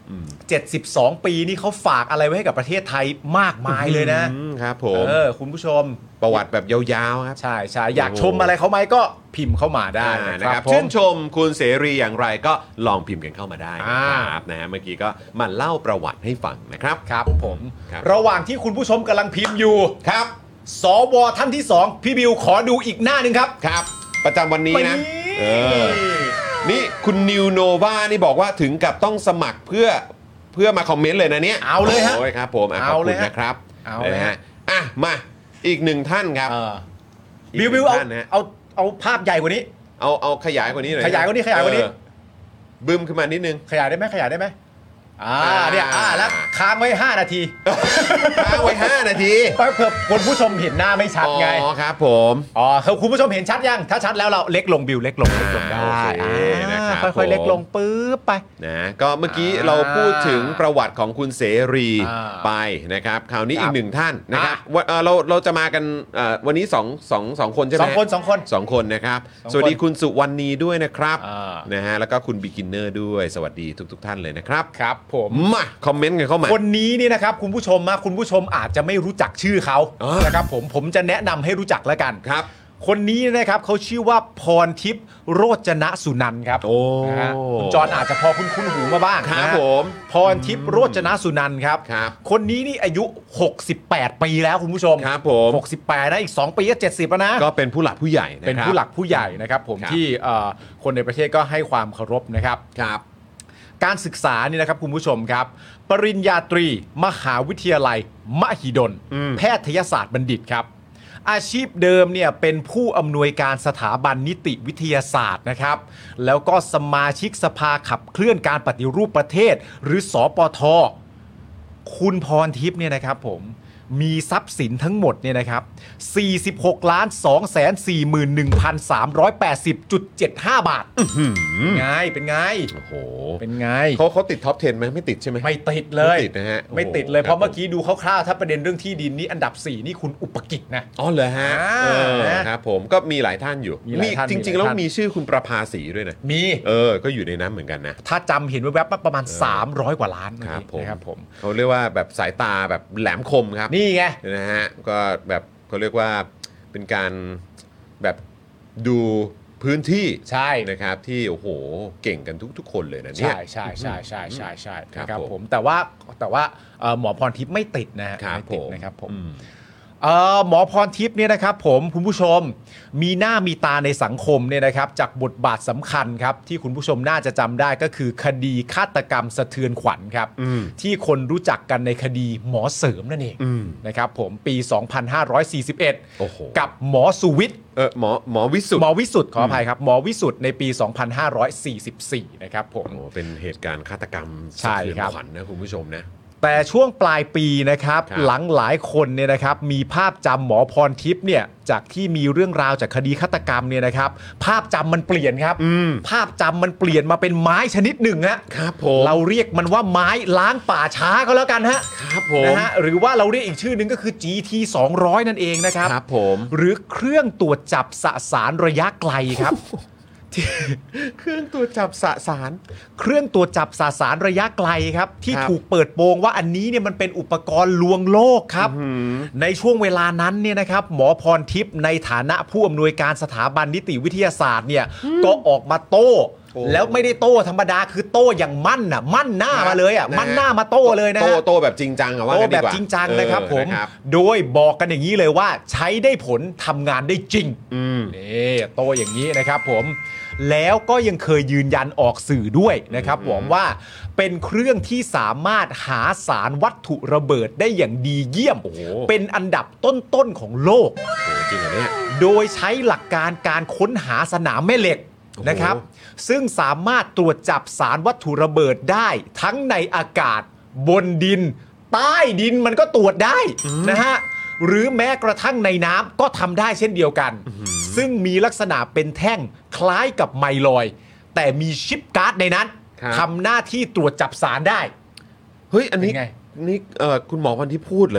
[SPEAKER 5] เจ็ดสิบสองปีนี่เขาฝากอะไรไว้ให้กับประเทศไทยมากมายเลยนะครับ
[SPEAKER 2] ผม
[SPEAKER 5] เออคุณผู้ชม
[SPEAKER 2] ประวัติแบบยาวๆครับ
[SPEAKER 5] ใช่ใช่อยากชมอะไรเขาไหมก็พิมพ์เข้ามาได้
[SPEAKER 2] อ่า
[SPEAKER 5] นะ
[SPEAKER 2] นะ
[SPEAKER 5] ค
[SPEAKER 2] ค
[SPEAKER 5] รั
[SPEAKER 2] รั
[SPEAKER 5] บบ ผม
[SPEAKER 2] ชื่นชมคุณเสรีอย่างไรก็ลองพิมพ์กันเข้ามาได้
[SPEAKER 5] อ่า
[SPEAKER 2] นะครับนะฮะเมื่อกี้ก็มาเล่าประวัติให้ฟังนะครับ
[SPEAKER 5] ครับผม
[SPEAKER 2] ครับ
[SPEAKER 5] ระหว่างที่คุณผู้ชมกำลังพิมพ์อยู่
[SPEAKER 2] ครับ
[SPEAKER 5] สวท่านที่สองพี่บิวขอดูอีกหน้าหนึ่งครับ
[SPEAKER 2] ครับ ประจำวันนี้นะ
[SPEAKER 5] ปี
[SPEAKER 2] เออ นี่คุณนิวโนวานี่บอกว่าถึงกับต้องสมัครเพื่อเพื่อมาคอมเมนต์เลยนะเนี่ย
[SPEAKER 5] เอาเลยฮะ
[SPEAKER 2] โอ้ยครับผมอ่ะขอบ
[SPEAKER 5] เอาเล
[SPEAKER 2] คุ
[SPEAKER 5] ย
[SPEAKER 2] ณ
[SPEAKER 5] ฮะ
[SPEAKER 2] นะครับ
[SPEAKER 5] เอาเลย
[SPEAKER 2] นะ
[SPEAKER 5] ฮะ
[SPEAKER 2] ฮะอ่ะมาอีกหนึ่งท่านครับ
[SPEAKER 5] เออ
[SPEAKER 2] อีก
[SPEAKER 5] บิว
[SPEAKER 2] ห
[SPEAKER 5] บิวเอา
[SPEAKER 2] นึ่งท่านนะฮะ
[SPEAKER 5] เอาเอาภาพใหญ่กว่านี้
[SPEAKER 2] เอาเอาขยายกว่านี้หน่อย
[SPEAKER 5] ขยายกว่านี้ขยายกว่านี้
[SPEAKER 2] เออบึ้มขึ้นมานิดนึง
[SPEAKER 5] ขยายได้ไหมขยายได้ไหมอ่า
[SPEAKER 2] อ่า
[SPEAKER 5] เนี่ยอ่าแล้วค้างไว้ห้านาที
[SPEAKER 2] ค้างไว้ห้านาที
[SPEAKER 5] เพื่อคุณผู้ชมเห็นหน้าไม่ชัดไง
[SPEAKER 2] อ๋อครับผม
[SPEAKER 5] อ๋อคือคุณผู้ชมเห็นชัดยังถ้าชัดแล้วเราเล็กลงบิวเล็กลงเล็กลงได้
[SPEAKER 2] โอเคนะครับ
[SPEAKER 5] อ่าค่อยๆเล็กลงปื๊บไป
[SPEAKER 2] นะก็เมื่อกี้
[SPEAKER 5] อ่า
[SPEAKER 2] เราพูดถึงประวัติของคุณเสรี
[SPEAKER 5] อ่า
[SPEAKER 2] ไปนะครับคราวนี้
[SPEAKER 5] ครั
[SPEAKER 2] อี
[SPEAKER 5] บ
[SPEAKER 2] กหนึ่งท่านนะครับ
[SPEAKER 5] อ่ะ
[SPEAKER 2] วันเอ่อเราเราจะมากันเอ่อวันนี้สองสองสองคนใช่ไหม
[SPEAKER 5] สองคนสองคน
[SPEAKER 2] สองคนนะครับ
[SPEAKER 5] สองคน
[SPEAKER 2] สวัสดีคุณสุวรรณีด้วยนะครับ
[SPEAKER 5] อ่า
[SPEAKER 2] นะฮะแล้วก็คุณบิกินเนอร์ด้วยสวัสดีทุก ๆ ท่านเลยนะครับ
[SPEAKER 5] ครับผม
[SPEAKER 2] มาคอมเมนต์กันเข้ามา
[SPEAKER 5] คนนี้นี่นะครับคุณผู้ชมมาคุณผู้ชมอาจจะไม่รู้จักชื่อเขา
[SPEAKER 2] อ๋อ
[SPEAKER 5] นะครับผมผมจะแนะนำให้รู้จักแล้วกัน
[SPEAKER 2] ครับ
[SPEAKER 5] คนนี้นะครับเขาชื่อว่าพรทิพย์โรจนสุนันท์ครับ
[SPEAKER 2] โอ้
[SPEAKER 5] นะฮะคุณจรอาจจะพอคุ้นคุ้นๆหูมาบ้าง
[SPEAKER 2] ครับ
[SPEAKER 5] นะฮะ
[SPEAKER 2] ผม
[SPEAKER 5] พรทิพย์โรจนสุนันท์ครับ
[SPEAKER 2] ครับ
[SPEAKER 5] คนนี้นี่อายุหกสิบแปดปีแล้วคุณผู้ชม
[SPEAKER 2] ครับผม
[SPEAKER 5] หกสิบแปดนะอีกสองปีก็เจ็ดสิบแล้วนะ
[SPEAKER 2] ก็เป็นผู้หลักผู้ใหญ่ะครับ
[SPEAKER 5] เป็นผู้หลักผู้ใหญ่นะครับผม
[SPEAKER 2] ครับ
[SPEAKER 5] ที่เอ่อคนในประเทศก็ให้ความเคารพนะครับ
[SPEAKER 2] ครับ
[SPEAKER 5] การศึกษานี่นะครับคุณผู้ชมครับ ปริญญาตรี มหาวิทยาลัย มหิดล
[SPEAKER 2] อืม
[SPEAKER 5] แพทยศาสตร์บัณฑิตครับ อาชีพเดิมเนี่ยเป็นผู้อำนวยการสถาบันนิติวิทยาศาสตร์นะครับ แล้วก็สมาชิกสภาขับเคลื่อนการปฏิรูปประเทศ หรือสอปท คุณพรทิพย์เนี่ยนะครับผมมีทรัพย์สินทั้งหมดเนี่ยนะครับ สี่สิบหกล้านสองแสนสี่หมื่นหนึ่งพันสามร้อยแปดสิบจุดเจ็ดห้า บาทไงเป็นไง
[SPEAKER 2] โอ้โห
[SPEAKER 5] เป็นไง
[SPEAKER 2] เขาเขาติดท็อปสิบไหมไม่ติดใช่ไหม
[SPEAKER 5] ไม่ติดเลย
[SPEAKER 2] ไม่ติดนะฮะ
[SPEAKER 5] ไม่ติดเลย
[SPEAKER 2] โอ้โห
[SPEAKER 5] เพราะเมื่อกี้ดูคร่าวๆถ้าประเด็นเรื่องที่ดินนี่อันดับสี่นี่คุณอุปกิจนะ
[SPEAKER 2] อ๋อเหรอฮะ
[SPEAKER 5] อ่า
[SPEAKER 2] เออครับผมก็มีหลายท่านอยู่
[SPEAKER 5] มีหลายท่าน
[SPEAKER 2] จ
[SPEAKER 5] มี
[SPEAKER 2] ริง
[SPEAKER 5] ห
[SPEAKER 2] ๆ
[SPEAKER 5] ลาย
[SPEAKER 2] แล้ว
[SPEAKER 5] ท่าน
[SPEAKER 2] มีชื่อคุณประภาสีด้วยนะ
[SPEAKER 5] มี
[SPEAKER 2] เออ ก็อยู่ในนั้นเหมือนกันนะ
[SPEAKER 5] ถ้าจำเห็นแวบๆประมาณ สามร้อย กว่าล้าน
[SPEAKER 2] ครับผม
[SPEAKER 5] นะครับผม
[SPEAKER 2] เขาเรียกว่าแบบสายตาแบบแหลมคมครับ
[SPEAKER 5] นี่ไง
[SPEAKER 2] นะฮะก็แบบเขาเรียกว่าเป็นการแบบดูพื้นที่
[SPEAKER 5] ใช่
[SPEAKER 2] นะครับที่โอ้โหเก่งกันทุกๆ คนเลยนะเนี่ย
[SPEAKER 5] ใช่ใช่ใช่ใช่ใช่ใช่
[SPEAKER 2] ครับ
[SPEAKER 5] นะครับ
[SPEAKER 2] ผม
[SPEAKER 5] ผมแต่ว่าแต่ว่าเอ่อหมอพรทิพย์ไม่ติดนะฮะ
[SPEAKER 2] ครับ
[SPEAKER 5] ไม่ติด
[SPEAKER 2] ผม
[SPEAKER 5] นะครับผม
[SPEAKER 2] อืม
[SPEAKER 5] เอ่อหมอพรทิพย์เนี่ยนะครับผมคุณผู้ชมมีหน้ามีตาในสังคมเนี่ยนะครับจากบทบาทสำคัญครับที่คุณผู้ชมน่าจะจำได้ก็คือคดีฆาตกรรมสะเทือนขวัญครับ
[SPEAKER 2] อืม
[SPEAKER 5] ที่คนรู้จักกันในคดีหมอเสริมนั่นเอง
[SPEAKER 2] อืม
[SPEAKER 5] นะครับผมปี สองพันห้าร้อยสี่สิบเอ็ด
[SPEAKER 2] โอ้โห
[SPEAKER 5] กับหมอสุวิทย์
[SPEAKER 2] เออหมอหมอวิสุท
[SPEAKER 5] หม
[SPEAKER 2] ธ์
[SPEAKER 5] อวิสุทธ์ขออภัยครับหมอวิสุทธ์ในปี สองพันห้าร้อยสี่สิบสี่ นะครับผม
[SPEAKER 2] โอ้โหเป็นเหตุการณ์ฆาตกรรม
[SPEAKER 5] ใช่
[SPEAKER 2] สะเทือน
[SPEAKER 5] ครับ
[SPEAKER 2] ขวัญนะคุณผู้ชมนะ
[SPEAKER 5] แต่ช่วงปลายปีนะครับ
[SPEAKER 2] ครับ
[SPEAKER 5] หลังหลายคนเนี่ยนะครับมีภาพจำหมอพรทิพย์เนี่ยจากที่มีเรื่องราวจากคดีฆาตกรรมเนี่ยนะครับภาพจำมันเปลี่ยนครับ
[SPEAKER 2] อืม
[SPEAKER 5] ภาพจำมันเปลี่ยนมาเป็นไม้ชนิดหนึ่งฮะ
[SPEAKER 2] ครับผม
[SPEAKER 5] เราเรียกมันว่าไม้ล้างป่าช้าก็แล้วกันฮะ
[SPEAKER 2] ครับผม
[SPEAKER 5] นะฮะหรือว่าเราเรียกอีกชื่อหนึ่งก็คือ จี ที สองร้อย นั่นเองนะครับ
[SPEAKER 2] ครับผม
[SPEAKER 5] หรือเครื่องตรวจจับสสารระยะไกลครับ
[SPEAKER 2] เครื่องตัวจจับสสาร
[SPEAKER 5] เครื่องตรวจจับสสารระยะไกลครับที่
[SPEAKER 2] ครับ
[SPEAKER 5] ถูกเปิดโปงว่าอันนี้เนี่ยมันเป็นอุปกรณ์ลวงโลกครับ ในช่วงเวลานั้นเนี่ยนะครับหมอพรทิพย์ในฐานะผู้อำนวยการสถาบันนิติวิทยาศาสตร์เนี่ยก็ออกมาโต้
[SPEAKER 2] โอ้
[SPEAKER 5] แล้วไม่ได้โต้ธรรมดาคือโต้อย่างมั่นน่ะมั่นหน้ามาเลยอ่ะ
[SPEAKER 2] นะฮะ
[SPEAKER 5] มั่นหน้ามาโต้เลยนะ
[SPEAKER 2] โต
[SPEAKER 5] ฮะ
[SPEAKER 2] โตแบบจริงจังอะว่า
[SPEAKER 5] โต้
[SPEAKER 2] กัน
[SPEAKER 5] แบ
[SPEAKER 2] ดี
[SPEAKER 5] บ
[SPEAKER 2] กว่า
[SPEAKER 5] จริงจังนะครับ
[SPEAKER 2] เออ
[SPEAKER 5] ผม
[SPEAKER 2] นะครับ
[SPEAKER 5] โดยบอกกันอย่างนี้เลยว่าใช้ได้ผลทำงานได้จริง
[SPEAKER 2] อืม
[SPEAKER 5] นี่โตอย่างนี้นะครับผมแล้วก็ยังเคยยืนยันออกสื่อด้วยนะครับหวังว่าเป็นเครื่องที่สามารถหาสารวัตถุระเบิดได้อย่างดีเยี่ยม
[SPEAKER 2] โอ้โห
[SPEAKER 5] เป็นอันดับต้นๆของโลก
[SPEAKER 2] โอ้จริงเหรอเนี่ย
[SPEAKER 5] โดยใช้หลักการการค้นหาสนามแม่เหล็ก
[SPEAKER 2] โอ้โห
[SPEAKER 5] นะครับ ซึ่งสามารถตรวจจับสารวัตถุระเบิดได้ทั้งในอากาศบนดิน ใต้ดินมันก็ตรวจได้นะฮะหรือแม้กระทั่งในน้ำก็ทำได้เช่นเดียวกัน ซึ่งมีลักษณะเป็นแท่งคล้ายกับไมลอยด์แต่มีชิปการ์ดในนั้น
[SPEAKER 2] ครับ
[SPEAKER 5] ทำหน้าที่ตรวจจับสารได้
[SPEAKER 2] เฮ้ยอันนี้
[SPEAKER 5] เป็นไง
[SPEAKER 2] นี่เอ่อคุณหมอวันที่พูดเหรอเนี่ย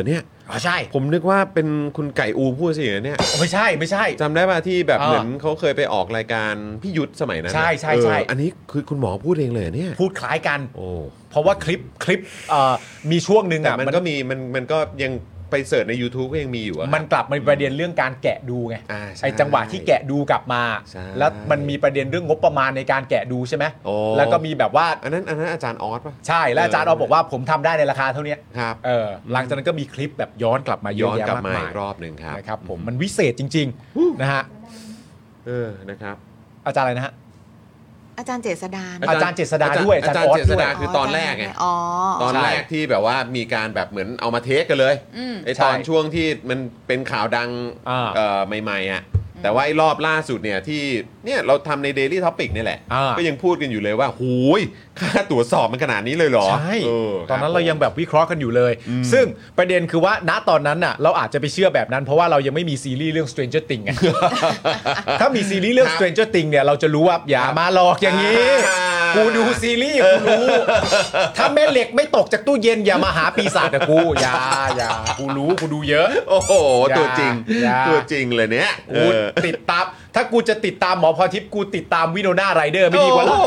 [SPEAKER 5] อ๋อใช่
[SPEAKER 2] ผมนึกว่าเป็นคุณไก่อูพูดสิเนี่ย
[SPEAKER 5] ไม่ใช่ไม่ใช่
[SPEAKER 2] จำได้ป่ะที่แบบเหมือนเขาเคยไปออกรายการพี่ยุทธสมัยนั้น
[SPEAKER 5] ใช่ใช่ใช่
[SPEAKER 2] อันนี้คือคุณหมอพูดเองเลยเนี่ย
[SPEAKER 5] พูดคล้ายกัน
[SPEAKER 2] โอ้
[SPEAKER 5] เพราะว่าคลิปคลิปมีช่วงนึง
[SPEAKER 2] อ่ะมันก็มีมันมันก็ยังไปเสิร์ชใน YouTube ก็ยังมีอยู่อ่ะ
[SPEAKER 5] มันกลับมาประเด็นเรื่องการแกะดูไงไอ้จังหวะที่แกะดูกลับมาแล้วมันมีประเด็นเรื่องงบประมาณในการแกะดูใช่ไหมแล้วก็มีแบบว่า
[SPEAKER 2] อันนั้นอันนั้นอาจารย์ออสป่ะ
[SPEAKER 5] ใช่แล้วอาจารย์ออสบอกว่าผมทำได้ในราคาเท่านี้
[SPEAKER 2] ครับ
[SPEAKER 5] เออหลังจากนั้นก็มีคลิปแบบย้อนกลับมาเยอะแยะมากมาย
[SPEAKER 2] รอบหนึ่งครับ
[SPEAKER 5] นะครับผมมันวิเศษจริงๆนะฮะ
[SPEAKER 2] เออนะครับ
[SPEAKER 5] อาจารย์อะไรนะฮะ
[SPEAKER 1] อาจารย์เจษฎา
[SPEAKER 5] อาจารย์เจษฎาด้วย
[SPEAKER 2] อาจารย์เจษฎาคือตอนแรกไงตอนแรกที่แบบว่ามีการแบบเหมือนเอามาเทสกันเลยไอตอนช่วงที่มันเป็นข่าวดังใหม่ๆอ่ะแต่ว่าไอ้รอบล่าสุดเนี่ยที่เนี่ยเราทำใน Daily Topic นี่แหละก็ยังพูดกันอยู่เลยว่าหูยค่าตรวจสอบมันขนาดนี้เลยเหรอ
[SPEAKER 5] ใช่ตอนนั้นเรายังแบบวิเคราะห์กันอยู่เลยซึ่งประเด็นคือว่าณตอนนั้นน่ะเราอาจจะไปเชื่อแบบนั้นเพราะว่าเรายังไม่มีซีรีส์เรื่อง Stranger Things ไงถ้ามีซีรีส์เรื่อง Stranger Things เนี่ยเราจะรู้ว่าอย่ามาหลอกอย่างนี้กูดูซีรีส์กูรู้ถ้าแม่เหล็กไม่ตกจากตู้เย็นอย่ามาหาปีศาจกับกูอย่าอย่ากูรู้กูดูเยอะ
[SPEAKER 2] โอ้โหตัวจริงตัวจริงเลยเนี่ย
[SPEAKER 5] กูติดตามถ้ากูจะติดตามหมอพรทิพย์กูติดตามวิโนนาไรเดอร์ไม่ดีกว่าหรอ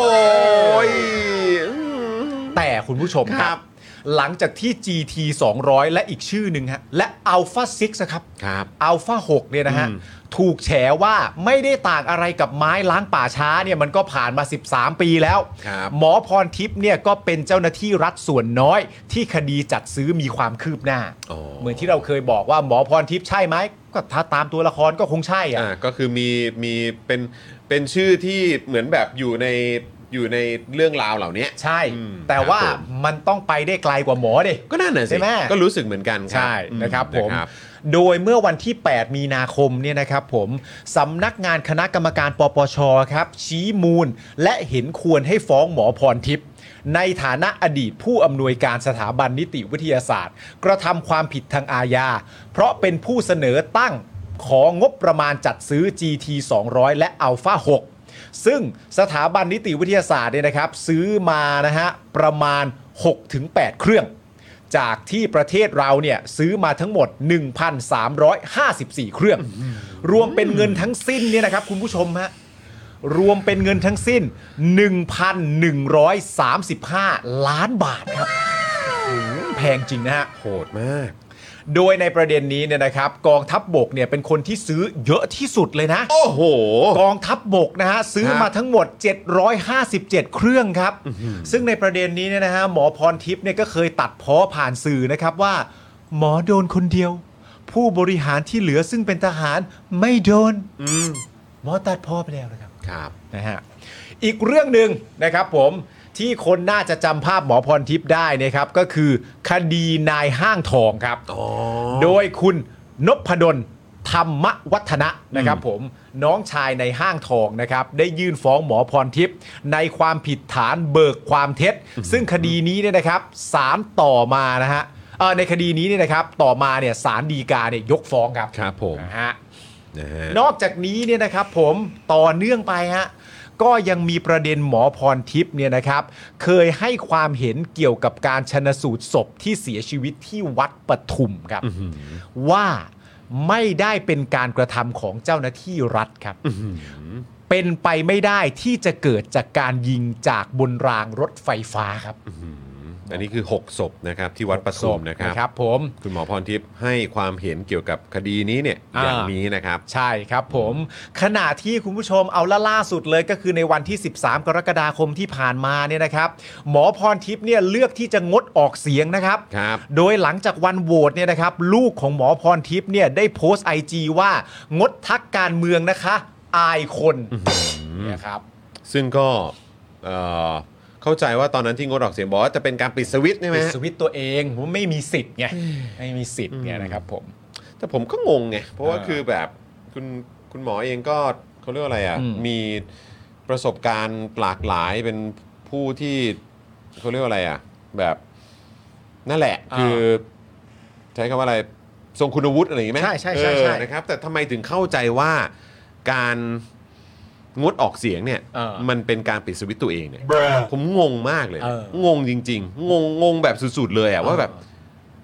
[SPEAKER 5] แต่คุณผู้ชมครับหลังจากที่ จี ที สองร้อย และอีกชื่อหนึ่งฮะและ Alpha ซิกซ์ นะครับ Alpha หกเนี่ยนะฮะถูกแฉว่าไม่ได้ต่างอะไรกับไม้ล้างป่าช้าเนี่ยมันก็ผ่านมาสิบสามปีแล้วหมอพรทิพย์เนี่ยก็เป็นเจ้าหน้าที่รัฐส่วนน้อยที่คดีจัดซื้อมีความคืบหน้าเหมือนที่เราเคยบอกว่าหมอพรทิพย์ใช่ไหมก็ถ้าตามตัวละครก็คงใช่อ่ะ
[SPEAKER 2] ก็คือมีมีเป็นเป็นชื่อที่เหมือนแบบอยู่ในอยู่ในเรื่องราวเหล่านี้
[SPEAKER 5] ใช่แต่ว่ามันต้องไปได้ไกลกว่าหมอดิ
[SPEAKER 2] ก็นั่นน่ะสิก็รู้สึกเหมือนกัน
[SPEAKER 5] ใช่นะครับผมโดยเมื่อวันที่แปดมีนาคมเนี่ยนะครับผมสำนักงานคณะกรรมการปปชครับชี้มูลและเห็นควรให้ฟ้องหมอพรทิพย์ในฐานะอดีตผู้อำนวยการสถาบันนิติวิทยาศาสตร์กระทำความผิดทางอาญาเพราะเป็นผู้เสนอตั้งของบประมาณจัดซื้อ จี ที สองร้อย และ Alpha หกซึ่งสถาบันนิติวิทยาศาสตร์เนี่ยนะครับซื้อมานะฮะประมาณ หกถึงแปด เครื่องจากที่ประเทศเราเนี่ยซื้อมาทั้งหมด หนึ่งพันสามร้อยห้าสิบสี่ เครื่องรวมเป็นเงินทั้งสิ้นเนี่ยนะครับคุณผู้ชมฮะรวมเป็นเงินทั้งสิ้น หนึ่งพันหนึ่งร้อยสามสิบห้า ล้านบาทครับแพงจริงนะฮะ
[SPEAKER 2] โหดมาก
[SPEAKER 5] โดยในประเด็นนี้เนี่ยนะครับกองทัพบกเนี่ยเป็นคนที่ซื้อเยอะที่สุดเลยนะ
[SPEAKER 2] โอ้โห
[SPEAKER 5] กองทัพบกนะฮะซื้อมาทั้งหมดเจ็ดร้อยห้าสิบเจ็ดเครื่องครับซึ่งในประเด็นนี้เนี่ยนะฮะหมอพรทิพย์เนี่ยก็เคยตัดพ้อผ่านสื่อนะครับว่าหมอโดนคนเดียวผู้บริหารที่เหลือซึ่งเป็นทหารไม่โดนหมอตัดพ้อไปแล้วนะครับ
[SPEAKER 2] ครับ
[SPEAKER 5] นะฮะอีกเรื่องหนึ่งนะครับผมที่คนน่าจะจำภาพหมอพรทิพย์ได้นะครับก็คือคดีนายห้างทองครับโดยคุณนพดลธรรมวัฒนะนะครับผมน้องชายในห้างทองนะครับได้ยื่นฟ้องหมอพรทิพย์ในความผิดฐานเบิกความเท็จซึ่งคดีนี้เนี่ยนะครับศาลต่อมานะฮะในคดีนี้เนี่ยนะครับต่อมาเนี่ยศาลฎีกาเนี่ยยกฟ้องครับ
[SPEAKER 2] ครับผม
[SPEAKER 5] นะฮะนอกจากนี้เนี่ยนะครับผมต่อเนื่องไปฮะก็ยังมีประเด็นหมอพรทิพย์เนี่ยนะครับเคยให้ความเห็นเกี่ยวกับการชันสูตรศพที่เสียชีวิตที่วัดปทุมครับว่าไม่ได้เป็นการกระทำของเจ้าหน้าที่รัฐครับเป็นไปไม่ได้ที่จะเกิดจากการยิงจากบนรางรถไฟฟ้าครับ
[SPEAKER 2] อันนี้คือหกศพนะครับที่วัดปทุมนะครับ
[SPEAKER 5] ครับผม
[SPEAKER 2] คุณหมอพรทิพย์ให้ความเห็นเกี่ยวกับคดีนี้เนี่ยอย่างนี้นะครับ
[SPEAKER 5] ใช่ครับผมขณะที่คุณผู้ชมเอาล่าสุดเลยก็คือในวันที่สิบสามกรกฎาคมที่ผ่านมาเนี่ยนะครับหมอพรทิพย์เนี่ยเลือกที่จะงดออกเสียงนะครับโดยหลังจากวันโหวตเนี่ยนะครับลูกของหมอพรทิพย์เนี่ยได้โพสต์ ไอ จี ว่างดทักการเมืองนะคะอายคนนะครับ
[SPEAKER 2] ซึ่งก็เข้าใจว่าตอนนั้นที่งดออกเสียงบอกว่าจะเป็นการปิดสวิตช์ใช่ไหม
[SPEAKER 5] ปิดสวิตช์ตัวเองผมไม่มีสิทธิ์ไงไม่มีสิทธิ์ไงนะครับผม
[SPEAKER 2] แต่ผมก็งงไงเพราะว่าคือแบบคุณคุณหมอเองก็เขาเรียกว่าอะไรอ่ะมีประสบการณ์หลากหลายเป็นผู้ที่เขาเรียกว่าอะไรอ่ะแบบนั่นแหละคือใช้คำว่าอะไรทรงคุณวุฒิอะไรอย่างงี้ไหม
[SPEAKER 5] ใช่ใช่ใช่ใช่
[SPEAKER 2] นะครับแต่ทำไมถึงเข้าใจว่าการงดออกเสียงเนี่ยมันเป็นการปิดสวิตช์ตัวเองเนี่ยผมงงมากเลยงงจริงๆงงงงแบบสุดๆเลยอ่ะว่าแบบ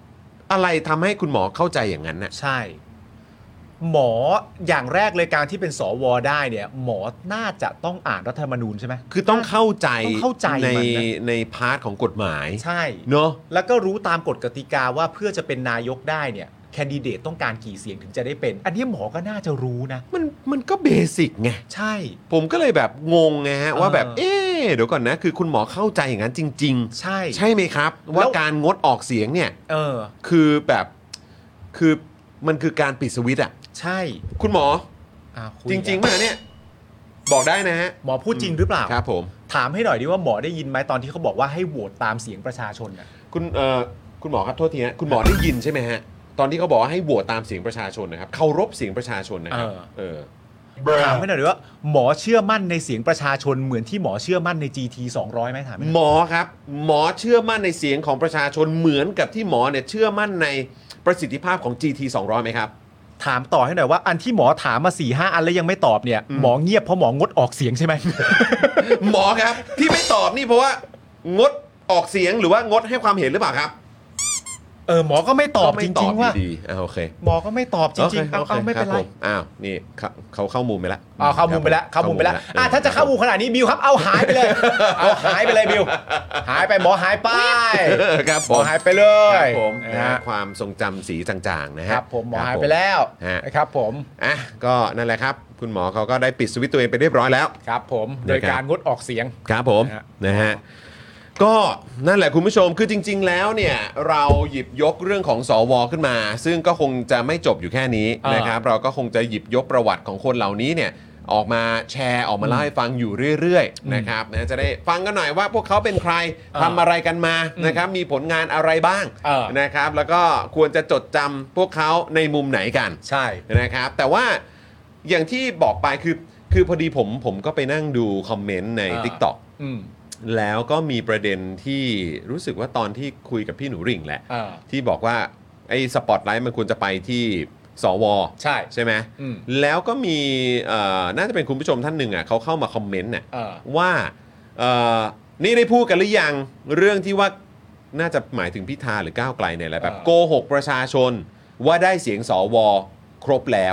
[SPEAKER 2] อะไรทำให้คุณหมอเข้าใจอย่างนั้นน่ะ
[SPEAKER 5] ใช่หมออย่างแรกเลยการที่เป็นสวได้เนี่ยหมอน่าจะต้องอ่านรัฐธรรมนูญใช่ไหม
[SPEAKER 2] คือต้องเข้าใจ
[SPEAKER 5] ต้องเข้าใจ
[SPEAKER 2] ใน
[SPEAKER 5] มันนะ
[SPEAKER 2] ในพาร์ทของกฎหมาย
[SPEAKER 5] ใช่
[SPEAKER 2] เนาะ
[SPEAKER 5] แล้วก็รู้ตามกฎกติกาว่าเพื่อจะเป็นนายกได้เนี่ยแคนดิเดตต้องการกี่เสียงถึงจะได้เป็น อันนี้หมอก็น่าจะรู้นะ
[SPEAKER 2] มันมันก็เบสิกไง
[SPEAKER 5] ใช่
[SPEAKER 2] ผมก็เลยแบบงงไงฮะ
[SPEAKER 5] เออ
[SPEAKER 2] ว่าแบบเอ๊ะเดี๋ยวก่อนนะ คือคุณหมอเข้าใจอย่างนั้นจริง
[SPEAKER 5] ใช่
[SPEAKER 2] ๆ ใช่ไหมครับ ว่าการงดออกเสียงเนี่ย
[SPEAKER 5] เออ
[SPEAKER 2] คือแบบคือมันคือการปิดสวิตช์อ่ะ
[SPEAKER 5] ใช่
[SPEAKER 2] คุณหมอ
[SPEAKER 5] อ่ะคุย
[SPEAKER 2] จริงๆป่ะเนี่ย บอกได้นะฮะ
[SPEAKER 5] หมอพูดจริงหรือเปล่า
[SPEAKER 2] ครับผม
[SPEAKER 5] ถามให้หน่อยดิว่าหมอได้ยินไหมตอนที่เขาบอกว่าให้โหวตตามเสียงประชาชนน่ะ
[SPEAKER 2] คุณเอ่อคุณหมอครับโทษทีนะคุณหมอได้ยินใช่ไหมฮะ ตอนที่เขาบอกว่าให้โหวตตามเสียงประชาชนนะครับเคารพเสียงประชาชนนะครับ
[SPEAKER 5] เออ
[SPEAKER 2] เออ
[SPEAKER 5] ถามให้หน่อยดิว่าหมอเชื่อมั่นในเสียงประชาชนเหมือนที่หมอเชื่อมั่นใน จี ที สองร้อยไหมถามให้หน่อย
[SPEAKER 2] หมอครับ หมอเชื่อมั่นในเสียงของประชาชนเหมือนกับที่หมอเนี่ยเชื่อมั่นในประสิทธิภาพของ จี ที สองร้อยไหมครับ
[SPEAKER 5] ถามต่อให้หน่อยว่าอันที่หมอถามมาสี่ห้าอันแล้วยังไม่ตอบเนี่ยหมอเงียบเพราะหมองดออกเสียงใช่ไหม
[SPEAKER 2] หมอครับที่ไม่ตอบนี่เพราะว่างดออกเสียงหรือว่างดให้ความเห็นหรือเปล่าครับ
[SPEAKER 5] เออหมอก็ไม่ตอบจริงๆว่า
[SPEAKER 2] ดีๆอ่าโอเค
[SPEAKER 5] หมอก็ไม่ตอบจริงๆ
[SPEAKER 2] โค
[SPEAKER 5] เอา
[SPEAKER 2] โค
[SPEAKER 5] เอาไม่เป็นไร
[SPEAKER 2] คบผอ้าวนี่เขาเขาเข้ามุมไปแล้ว
[SPEAKER 5] เอาเข้ามุมไปแล้วเข้ามุมไปแล้วอ่ะถ้าจะเข้ามุมขนาดนี้บิวครับเอาหายไปเลย เอาหายไปเลยบิวหายไปหมอหายไป
[SPEAKER 2] ครับ
[SPEAKER 5] ห
[SPEAKER 2] ผม
[SPEAKER 5] อหายไปเล
[SPEAKER 2] ค
[SPEAKER 5] ย
[SPEAKER 2] รับผม
[SPEAKER 5] นะ
[SPEAKER 2] นะฮะ
[SPEAKER 5] ฮะ
[SPEAKER 2] ความทรงจำสีจางๆนะฮะ
[SPEAKER 5] ครับผมหมอหาย
[SPEAKER 2] ครับ
[SPEAKER 5] ไปแล้ว
[SPEAKER 2] ฮะ
[SPEAKER 5] นะครับผม
[SPEAKER 2] อ่ะก็นั่นแหละครับ คุณหมอเขาก็ได้ปิดสวิตช์ตัวเองไปเรียบร้อยแล้ว
[SPEAKER 5] ครับผม
[SPEAKER 2] นะครับ
[SPEAKER 5] โดยการงดออกเสียง
[SPEAKER 2] ครับผม
[SPEAKER 5] นะฮะ
[SPEAKER 2] นะฮะก็นั่นแหละคุณผู้ชมคือจริง ๆ แล้วเนี่ยเราหยิบยกเรื่องของสวขึ้นมา ซึ่งก็คงจะไม่จบอยู่แค่นี้นะครับเราก็คงจะหยิบยกประวัติของคนเหล่านี้เนี่ยออกมาแชร์ออกมาเล่าให้ฟังอยู่เรื่อยๆนะครับนะจะได้ฟังกันหน่อยว่าพวกเขาเป็นใครทำอะไรกันมานะครับมีผลงานอะไรบ้าง
[SPEAKER 5] เออ
[SPEAKER 2] นะครับแล้วก็ควรจะจดจำพวกเขาในมุมไหนกัน
[SPEAKER 5] ใช่
[SPEAKER 2] นะครับแต่ว่าอย่างที่บอกไปคือคือพอดีผมผมก็ไปนั่งดูคอมเมนต์ใน
[SPEAKER 5] อ่า
[SPEAKER 2] TikTok
[SPEAKER 5] อืม
[SPEAKER 2] แล้วก็มีประเด็นที่รู้สึกว่าตอนที่คุยกับพี่หนูริ่งแหละ
[SPEAKER 5] อ่า
[SPEAKER 2] ที่บอกว่าไอ้สปอตไลท์มันควรจะไปที่สว
[SPEAKER 5] ใช่
[SPEAKER 2] ใช่ไหม
[SPEAKER 5] อืม
[SPEAKER 2] แล้วก็มีเอ่อน่าจะเป็นคุณผู้ชมท่านหนึ่งอ่ะเขาเข้ามาคอมเมนต์น่ะ
[SPEAKER 5] เออ
[SPEAKER 2] ว่าเอ่อนี่ได้พูดกันหรือยังเรื่องที่ว่าน่าจะหมายถึงพิธาหรือก้าวไกลเนี่ยแหละแบบ
[SPEAKER 5] เออ
[SPEAKER 2] โกหกประชาชนว่าได้เสียงสวครบแล้ว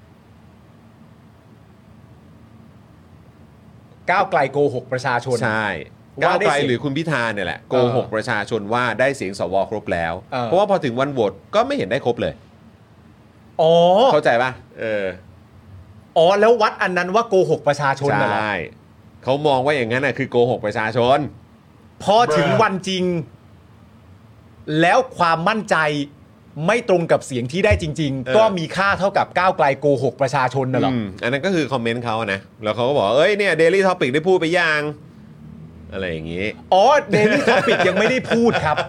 [SPEAKER 5] ก้าวไกลโกหกประชาชน
[SPEAKER 2] ใช่
[SPEAKER 5] ว่า
[SPEAKER 2] ก้าว
[SPEAKER 5] ได้
[SPEAKER 2] ไกล
[SPEAKER 5] เสียง
[SPEAKER 2] หรือคุณพิธาเนี่ยแหละโกหกประชาชนว่าได้เสียงสวครบแล้ว
[SPEAKER 5] เออ
[SPEAKER 2] เพราะว่าพอถึงวันโหวตก็ไม่เห็นได้ครบเลย
[SPEAKER 5] อ๋อ
[SPEAKER 2] เข้าใจป่ะเออ
[SPEAKER 5] อ๋อแล้ววัดอันนั้นว่าโกหกประชาชน
[SPEAKER 2] ใช
[SPEAKER 5] น่ะเหรอ
[SPEAKER 2] ่เขามองว่าอย่างนั้นน่ะคือโกหกประชาชน
[SPEAKER 5] พอถึงวันจริง แล้วความมั่นใจไม่ตรงกับเสียงที่ได้จริง
[SPEAKER 2] เออ
[SPEAKER 5] ๆ ก็มีค่าเท่ากับก้าวไกลโกหกประชาชนน่ะเหรอ
[SPEAKER 2] อืมอันนั้นก็คือคอมเมนต์เขานะ แล้วเขาก็บอกว่าเอ้ยเนี่ย Daily Topic ได้พูดไปยังอะไรอย่างงี้
[SPEAKER 5] อ๋อ Daily Topic ยังไม่ได้พูดครับ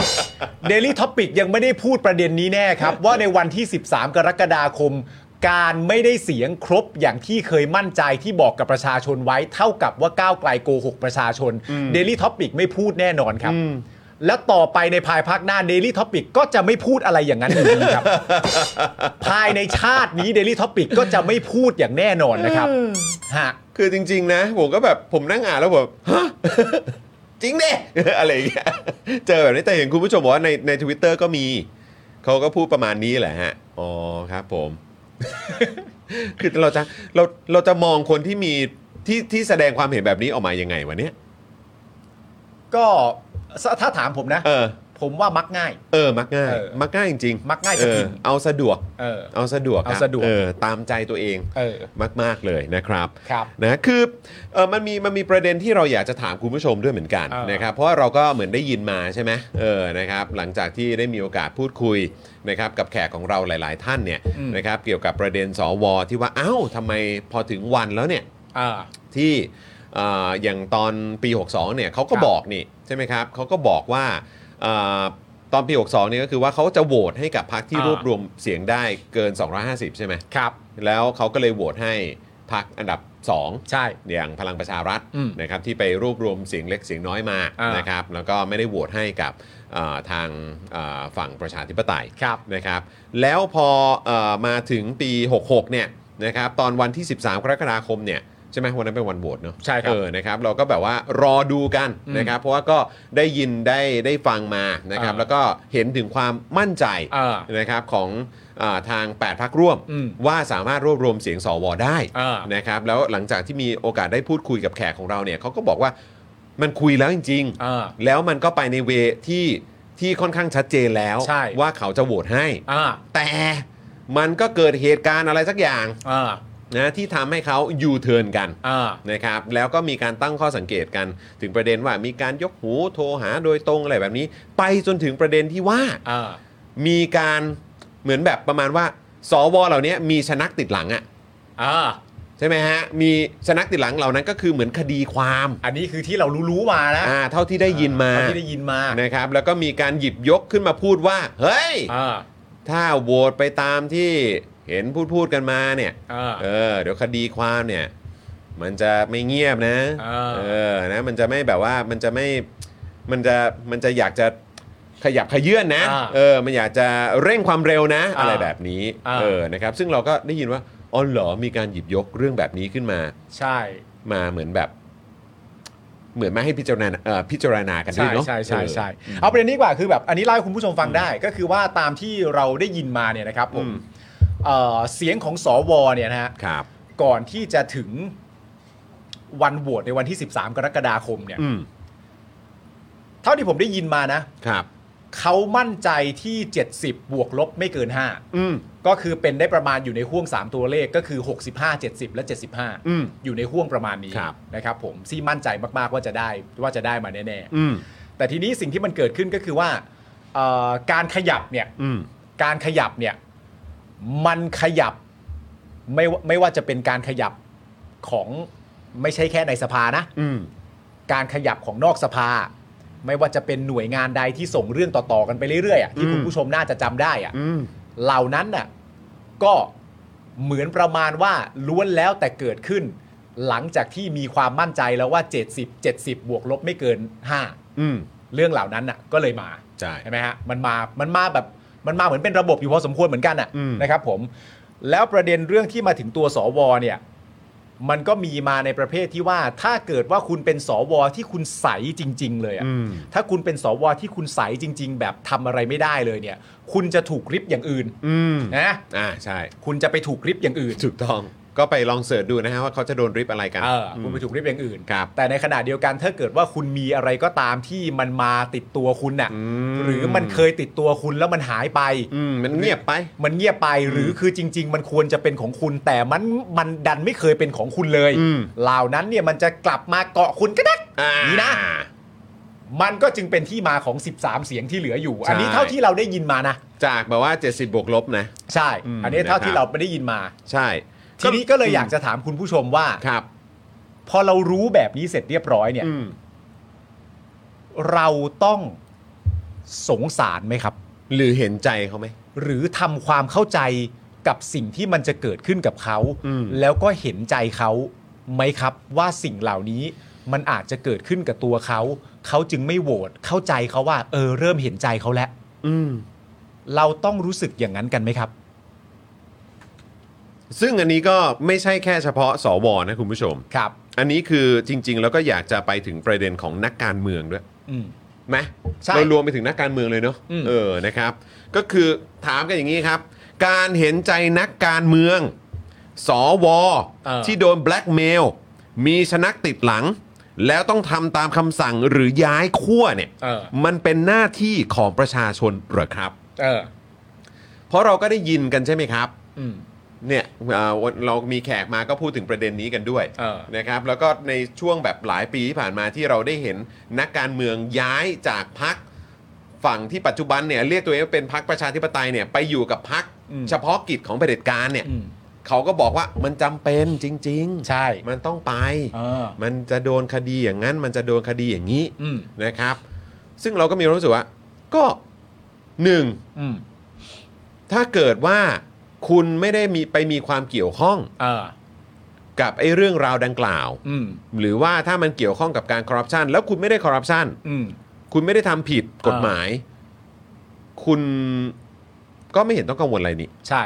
[SPEAKER 5] Daily Topic ยังไม่ได้พูดประเด็นนี้แน่ครับ ว่าในวันที่ สิบสาม กรกฎาคม การไม่ได้เสียงครบอย่างที่เคยมั่นใจที่บอกกับประชาชนไว้ เท่ากับว่าก้าวไกลโกหกประชาชน Daily Topic ไม่พูดแน่นอนครับ แล้วต่อไปในภายภาคหน้า Daily Topic ก็จะไม่พูดอะไรอย่างนั้นอยู่ดีครับ ภายในชาตินี้ Daily Topic ก็จะไม่พูดอย่างแน่นอนนะครับฮะ
[SPEAKER 2] คือจริง ๆ นะ ผมก็แบบผมนั่งอ่านแล้วแบบฮะ จริงเด้ อะไรอย่างเงี้ยเจอแบบนี้แต่เห็นคุณผู้ชมบอกว่าในใน Twitter ก็มีเขาก็พูดประมาณนี้แหละฮะอ๋อครับผม คือเราจะเราเราจะมองคนที่มีที่ที่แสดงความเห็นแบบนี้ออกมายังไงวะเนี่ย
[SPEAKER 5] ก็ถ้าถามผมนะ
[SPEAKER 2] เออ
[SPEAKER 5] ผมว่ามักง่าย
[SPEAKER 2] เออมักง่าย
[SPEAKER 5] เออ
[SPEAKER 2] มักง่ายจริงๆ
[SPEAKER 5] มักง่ายจะกิน
[SPEAKER 2] เออเอาสะดวก
[SPEAKER 5] เออ
[SPEAKER 2] เอาสะดวกครับ
[SPEAKER 5] เอาสะดวก
[SPEAKER 2] เออตามใจตัวเอง
[SPEAKER 5] เออ
[SPEAKER 2] มากๆเลยนะครับ
[SPEAKER 5] ครับ
[SPEAKER 2] นะคือเออมันมีมันมีประเด็นที่เราอยากจะถามคุณผู้ชมด้วยเหมือนกัน
[SPEAKER 5] เออ
[SPEAKER 2] นะครับเพราะว่าเราก็เหมือนได้ยินมาใช่ไหมเออนะครับหลังจากที่ได้มีโอกาสพูดคุยนะครับกับแขกของเราหลาย ๆ ท่านเนี่ยนะครับเกี่ยวกับประเด็นสวที่ว่าเอ้าทำไมพอถึงวันแล้วเนี่ย
[SPEAKER 5] อ่า
[SPEAKER 2] ที่เอ่ออย่างตอนปีหกสิบสองเนี่ยเขาก็
[SPEAKER 5] ครับ
[SPEAKER 2] บอกนี่ใช่ไหมครับเขาก็บอกว่าเอ่อตอนปีหกสิบสองเนี่ยก็คือว่าเขาจะโหวตให้กับพรรคที่
[SPEAKER 5] อ่าร ร
[SPEAKER 2] วบรวมเสียงได้เกินสองร้อยห้าสิบใช่ไหม
[SPEAKER 5] ครับ
[SPEAKER 2] แล้วเขาก็เลยโหวตให้พรรคอันดับสอง
[SPEAKER 5] ใช่
[SPEAKER 2] อย่างพลังประชารัฐ
[SPEAKER 5] อืม
[SPEAKER 2] นะครับที่ไปรวบรวมเสียงเล็กเสียงน้อยมา
[SPEAKER 5] อ่าน
[SPEAKER 2] นะครับแล้วก็ไม่ได้โหวตให้กับเอ่อทางเอ่อฝั่งประชาธิปไตย
[SPEAKER 5] ครับ
[SPEAKER 2] นะครับแล้วพอเออมาถึงปีหกสิบหกเนี่ยนะครับตอนวันที่ สิบสาม กรกฎาคมเนี่ยใช่ไหมวันนั้นเป็นวันโหวตเนาะ
[SPEAKER 5] ใช่ครับ
[SPEAKER 2] เออนะครับเราก็แบบว่ารอดูกัน
[SPEAKER 5] อืม
[SPEAKER 2] นะครับเพราะว่าก็ได้ยินได้ได้ฟังมานะครับ
[SPEAKER 5] อ่า
[SPEAKER 2] แล้วก็เห็นถึงความมั่นใจ
[SPEAKER 5] อ่า
[SPEAKER 2] นะครับของอาทางแปดพรรคร่วม
[SPEAKER 5] อืม
[SPEAKER 2] ว่าสามารถรวบรวมเสียงสวได้
[SPEAKER 5] อ่า
[SPEAKER 2] นะครับแล้วหลังจากที่มีโอกาสได้พูดคุยกับแขกของเราเนี่ยเขาก็บอกว่ามันคุยแล้วจริง
[SPEAKER 5] อ่า
[SPEAKER 2] ๆ แล้วมันก็ไปในเวที่ที่ค่อนข้างชัดเจนแล้ว
[SPEAKER 5] ใช่
[SPEAKER 2] ว่าเขาจะโหวตให้
[SPEAKER 5] อ่า
[SPEAKER 2] แต่มันก็เกิดเหตุการณ์อะไรสักอย่าง
[SPEAKER 5] อ่า
[SPEAKER 2] นะที่ทำให้เขายูเทิร์นกัน
[SPEAKER 5] อ่า
[SPEAKER 2] นะครับแล้วก็มีการตั้งข้อสังเกตกันถึงประเด็นว่ามีการยกหูโทรหาโดยตรงอะไรแบบนี้ ไปจนถึงประเด็นที่ว่า
[SPEAKER 5] อ่า
[SPEAKER 2] มีการเหมือนแบบประมาณว่าสวเหล่านี้มีชนักติดหลังอะ
[SPEAKER 5] อ่า
[SPEAKER 2] ใช่ไหมฮะมีชนักติดหลังเหล่านั้นก็คือเหมือนคดีความ
[SPEAKER 5] อันนี้คือที่เรารู้ๆมานะ
[SPEAKER 2] อ่าเท่าที่ได้ยินมา
[SPEAKER 5] เท่าที่ได้ยินมา
[SPEAKER 2] นะครับแล้วก็มีการหยิบยกขึ้นมาพูดว่าเฮ้ย
[SPEAKER 5] อ่า
[SPEAKER 2] ถ้าโหวตไปตามที่เห็นพูดพูดกันมาเนี่ย
[SPEAKER 5] อ่า
[SPEAKER 2] เออเดี๋ยวคดีความเนี่ยมันจะไม่เงียบนะ
[SPEAKER 5] อ่า
[SPEAKER 2] เออนะมันจะไม่แบบว่ามันจะไม่มันจะมันจะอยากจะขยับขยื่นนะ
[SPEAKER 5] อ่า
[SPEAKER 2] เออมันอยากจะเร่งความเร็วนะ
[SPEAKER 5] อ่า
[SPEAKER 2] อะไรแบบนี้
[SPEAKER 5] อ่า
[SPEAKER 2] เออนะครับซึ่งเราก็ได้ยินว่าอ๋อเหรอมีการหยิบยกเรื่องแบบนี้ขึ้นมา
[SPEAKER 5] ใช่
[SPEAKER 2] มาเหมือนแบบ เหมือนไม่ให้พิจารณาเอ่อพิจารณากันด้ว
[SPEAKER 5] ใช่
[SPEAKER 2] ยเนาะ
[SPEAKER 5] ใช่ใช่ใช่
[SPEAKER 2] เออ
[SPEAKER 5] เอาประเด็นนี้ดีกว่าคือแบบอันนี้เล่าให้คุณผู้ชมฟังได้ ก็คือว่าตามที่เราได้ยินมาเนี่ยนะครับผม
[SPEAKER 2] อืม
[SPEAKER 5] เอ่อเสียงของสวเนี่ยนะฮะ
[SPEAKER 2] ครับ
[SPEAKER 5] ก่อนที่จะถึงวันโหวตในวันที่สิบสามกรกฎาคมเนี่ย
[SPEAKER 2] อืม
[SPEAKER 5] เท่าที่ผมได้ยินมานะครับ เขามั่นใจที่เจ็ดสิบบวกลบไม่เกินห้า
[SPEAKER 2] อืม
[SPEAKER 5] ก็คือเป็นได้ประมาณอยู่ในห่วงสามตัวเลขก็คือหกสิบห้า เจ็ดสิบและเจ็ดสิบห้า
[SPEAKER 2] อืม
[SPEAKER 5] อยู่ในห่วงประมาณนี้
[SPEAKER 2] ครับ
[SPEAKER 5] นะครับผมซี่มั่นใจมากๆว่าจะได้ว่าจะได้มาแน่ๆ
[SPEAKER 2] อืม
[SPEAKER 5] แต่ทีนี้สิ่งที่มันเกิดขึ้นก็คือว่าเอ่อการขยับเนี่ย
[SPEAKER 2] อืม
[SPEAKER 5] การขยับเนี่ยมันขยับไม่ว่าไม่ว่าจะเป็นการขยับของไม่ใช่แค่ในสภานะ
[SPEAKER 2] อืม
[SPEAKER 5] การขยับของนอกสภา ไม่ว่าจะเป็นหน่วยงานใดที่ส่งเรื่องต่อๆกันไปเรื่อยๆอ่ะที่
[SPEAKER 2] อืม
[SPEAKER 5] คุณผู้ชมน่าจะจำได้อ่ะ
[SPEAKER 2] อืม
[SPEAKER 5] เหล่านั้นน่ะก็เหมือนประมาณว่าล้วนแล้วแต่เกิดขึ้น หลังจากที่มีความมั่นใจแล้วว่าเจ็ดสิบ เจ็ดสิบบวกลบไม่เกินห้า
[SPEAKER 2] อืม
[SPEAKER 5] เรื่องเหล่านั้นน่ะก็เลยมา
[SPEAKER 2] ใช่
[SPEAKER 5] ใช่ไหมฮะมันมามันมาแบบมันมาเหมือนเป็นระบบอยู่พอสมควรเหมือนกันน่ะ
[SPEAKER 2] อืม
[SPEAKER 5] นะครับผมแล้วประเด็นเรื่องที่มาถึงตัวสวเนี่ยมันก็มีมาในประเภทที่ว่าถ้าเกิดว่าคุณเป็นสวที่คุณใสจริง ๆ เลยอะ
[SPEAKER 2] อืม
[SPEAKER 5] ถ้าคุณเป็นสวที่คุณใสจริง ๆ แบบทำอะไรไม่ได้เลยเนี่ย คุณจะถูกริบอย่างอื่น
[SPEAKER 2] อืม
[SPEAKER 5] นะ
[SPEAKER 2] อ่าใช่
[SPEAKER 5] คุณจะไปถูกริบอย่างอื่น
[SPEAKER 2] ถูกต้องก็ไปลองเสิร์ชดูนะฮะว่าเขาจะโดนริบอะไรกัน
[SPEAKER 5] เออคุณไปถูกริบอย่างอื่น
[SPEAKER 2] ครับ
[SPEAKER 5] แต่ในขณะเดียวกันถ้าเกิดว่าคุณมีอะไรก็ตามที่มันมาติดตัวคุณน่ะ
[SPEAKER 2] อืม
[SPEAKER 5] หรือมันเคยติดตัวคุณแล้วมันหายไป
[SPEAKER 2] อืมมันเงียบไป
[SPEAKER 5] มันเงียบไปหรือคือจริง ๆ มันควรจะเป็นของคุณ แต่มันมันดันไม่เคยเป็นของคุณเลย
[SPEAKER 2] อืม
[SPEAKER 5] เหล่านั้นเนี่ยมันจะกลับมาเกาะคุณก็ได้
[SPEAKER 2] อ่า
[SPEAKER 5] นี่นะ มันก็จึงเป็นที่มาของสิบสามเสียงที่เหลืออยู่
[SPEAKER 2] ใช่
[SPEAKER 5] อันนี้เท่าที่เราได้ยินมานะ
[SPEAKER 2] จากแบบว่าเจ็ดสิบบวกลบนะ
[SPEAKER 5] ใช่
[SPEAKER 2] อืม
[SPEAKER 5] อันนี้เท่า
[SPEAKER 2] นะครับ
[SPEAKER 5] ที่เราไม่ได้ยินมา
[SPEAKER 2] ใช่
[SPEAKER 5] ทีนี้ก็เลยอยากจะถามคุณผู้ชมว่า
[SPEAKER 2] ครับ
[SPEAKER 5] พอเรารู้แบบนี้เสร็จเรียบร้อยเนี่ย
[SPEAKER 2] อืม
[SPEAKER 5] เราต้องสงสารไหมครับ
[SPEAKER 2] หรือเห็นใจเขาไหม
[SPEAKER 5] หรือทำความเข้าใจกับสิ่งที่มันจะเกิดขึ้นกับเขา
[SPEAKER 2] อืม
[SPEAKER 5] แล้วก็เห็นใจเขาไหมครับ ว่าสิ่งเหล่านี้มันอาจจะเกิดขึ้นกับตัวเขา เขาจึงไม่โหวตเข้าใจเขาว่า เออ เริ่มเห็นใจเขาแล้ว
[SPEAKER 2] อืม
[SPEAKER 5] เราต้องรู้สึกอย่างนั้นกันไหมครับ
[SPEAKER 2] ซึ่งอันนี้ก็ไม่ใช่แค่เฉพาะสวนะคุณผู้ชม
[SPEAKER 5] ครับ
[SPEAKER 2] อันนี้คือจริง ๆ แล้วก็อยากจะไปถึงประเด็นของนักการเมืองด้วย
[SPEAKER 5] อืม
[SPEAKER 2] ไหม
[SPEAKER 5] ใช่
[SPEAKER 2] เรารวมไปถึงนักการเมืองเลยเนาะ
[SPEAKER 5] อืม
[SPEAKER 2] เออนะครับ ก็คือถามกันอย่างนี้ครับ การเห็นใจนักการเมืองสว
[SPEAKER 5] เออ
[SPEAKER 2] ที่โดนแบล็กเมลมีชนักติดหลัง แล้วต้องทำตามคำสั่งหรือย้ายขั้วเนี่ย
[SPEAKER 5] เออ
[SPEAKER 2] มันเป็นหน้าที่ของประชาชนเหรอครับ
[SPEAKER 5] เออ
[SPEAKER 2] เพราะเราก็ได้ยินกันใช่ไหมครับ
[SPEAKER 5] อืม
[SPEAKER 2] เนี่ยเอ่อวันเรามีแขกมาก็พูดถึงประเด็นนี้กันด้วย
[SPEAKER 5] เออ
[SPEAKER 2] นะครับแล้วก็ในช่วงแบบหลายปีที่ผ่านมาที่เราได้เห็นนักการเมืองย้ายจากพรรคฝั่งที่ปัจจุบันเนี่ยเรียกตัวเองว่าเป็นพรรคประชาธิปไตยเนี่ยไปอยู่กับพรรค
[SPEAKER 5] อืม
[SPEAKER 2] เฉพาะกิจของเผด็จการเนี่ย
[SPEAKER 5] อืม
[SPEAKER 2] เขาก็บอกว่ามันจำเป็นจริงๆ
[SPEAKER 5] ใช่
[SPEAKER 2] มันต้องไป
[SPEAKER 5] เออ
[SPEAKER 2] มันจะโดนคดีอย่างนั้น มันจะโดนคดีอย่างนี้
[SPEAKER 5] อืม
[SPEAKER 2] นะครับ ซึ่งเราก็มีความรู้สึกว่าก็หนึ่ง
[SPEAKER 5] อืม
[SPEAKER 2] ถ้าเกิดว่าคุณไม่ได้มีไปมีความเกี่ยวข้อง
[SPEAKER 5] เออ
[SPEAKER 2] กับไอ้เรื่องราวดังกล่าว
[SPEAKER 5] อืม
[SPEAKER 2] หรือว่าถ้ามันเกี่ยวข้องกับการคอร์รัปชันแล้วคุณไม่ได้คอร์รัปชัน
[SPEAKER 5] อืม
[SPEAKER 2] คุณไม่ได้ทำผิดกฎหมาย คุณก็ไม่เห็นต้องกังวลอะไรนี่
[SPEAKER 5] ใช่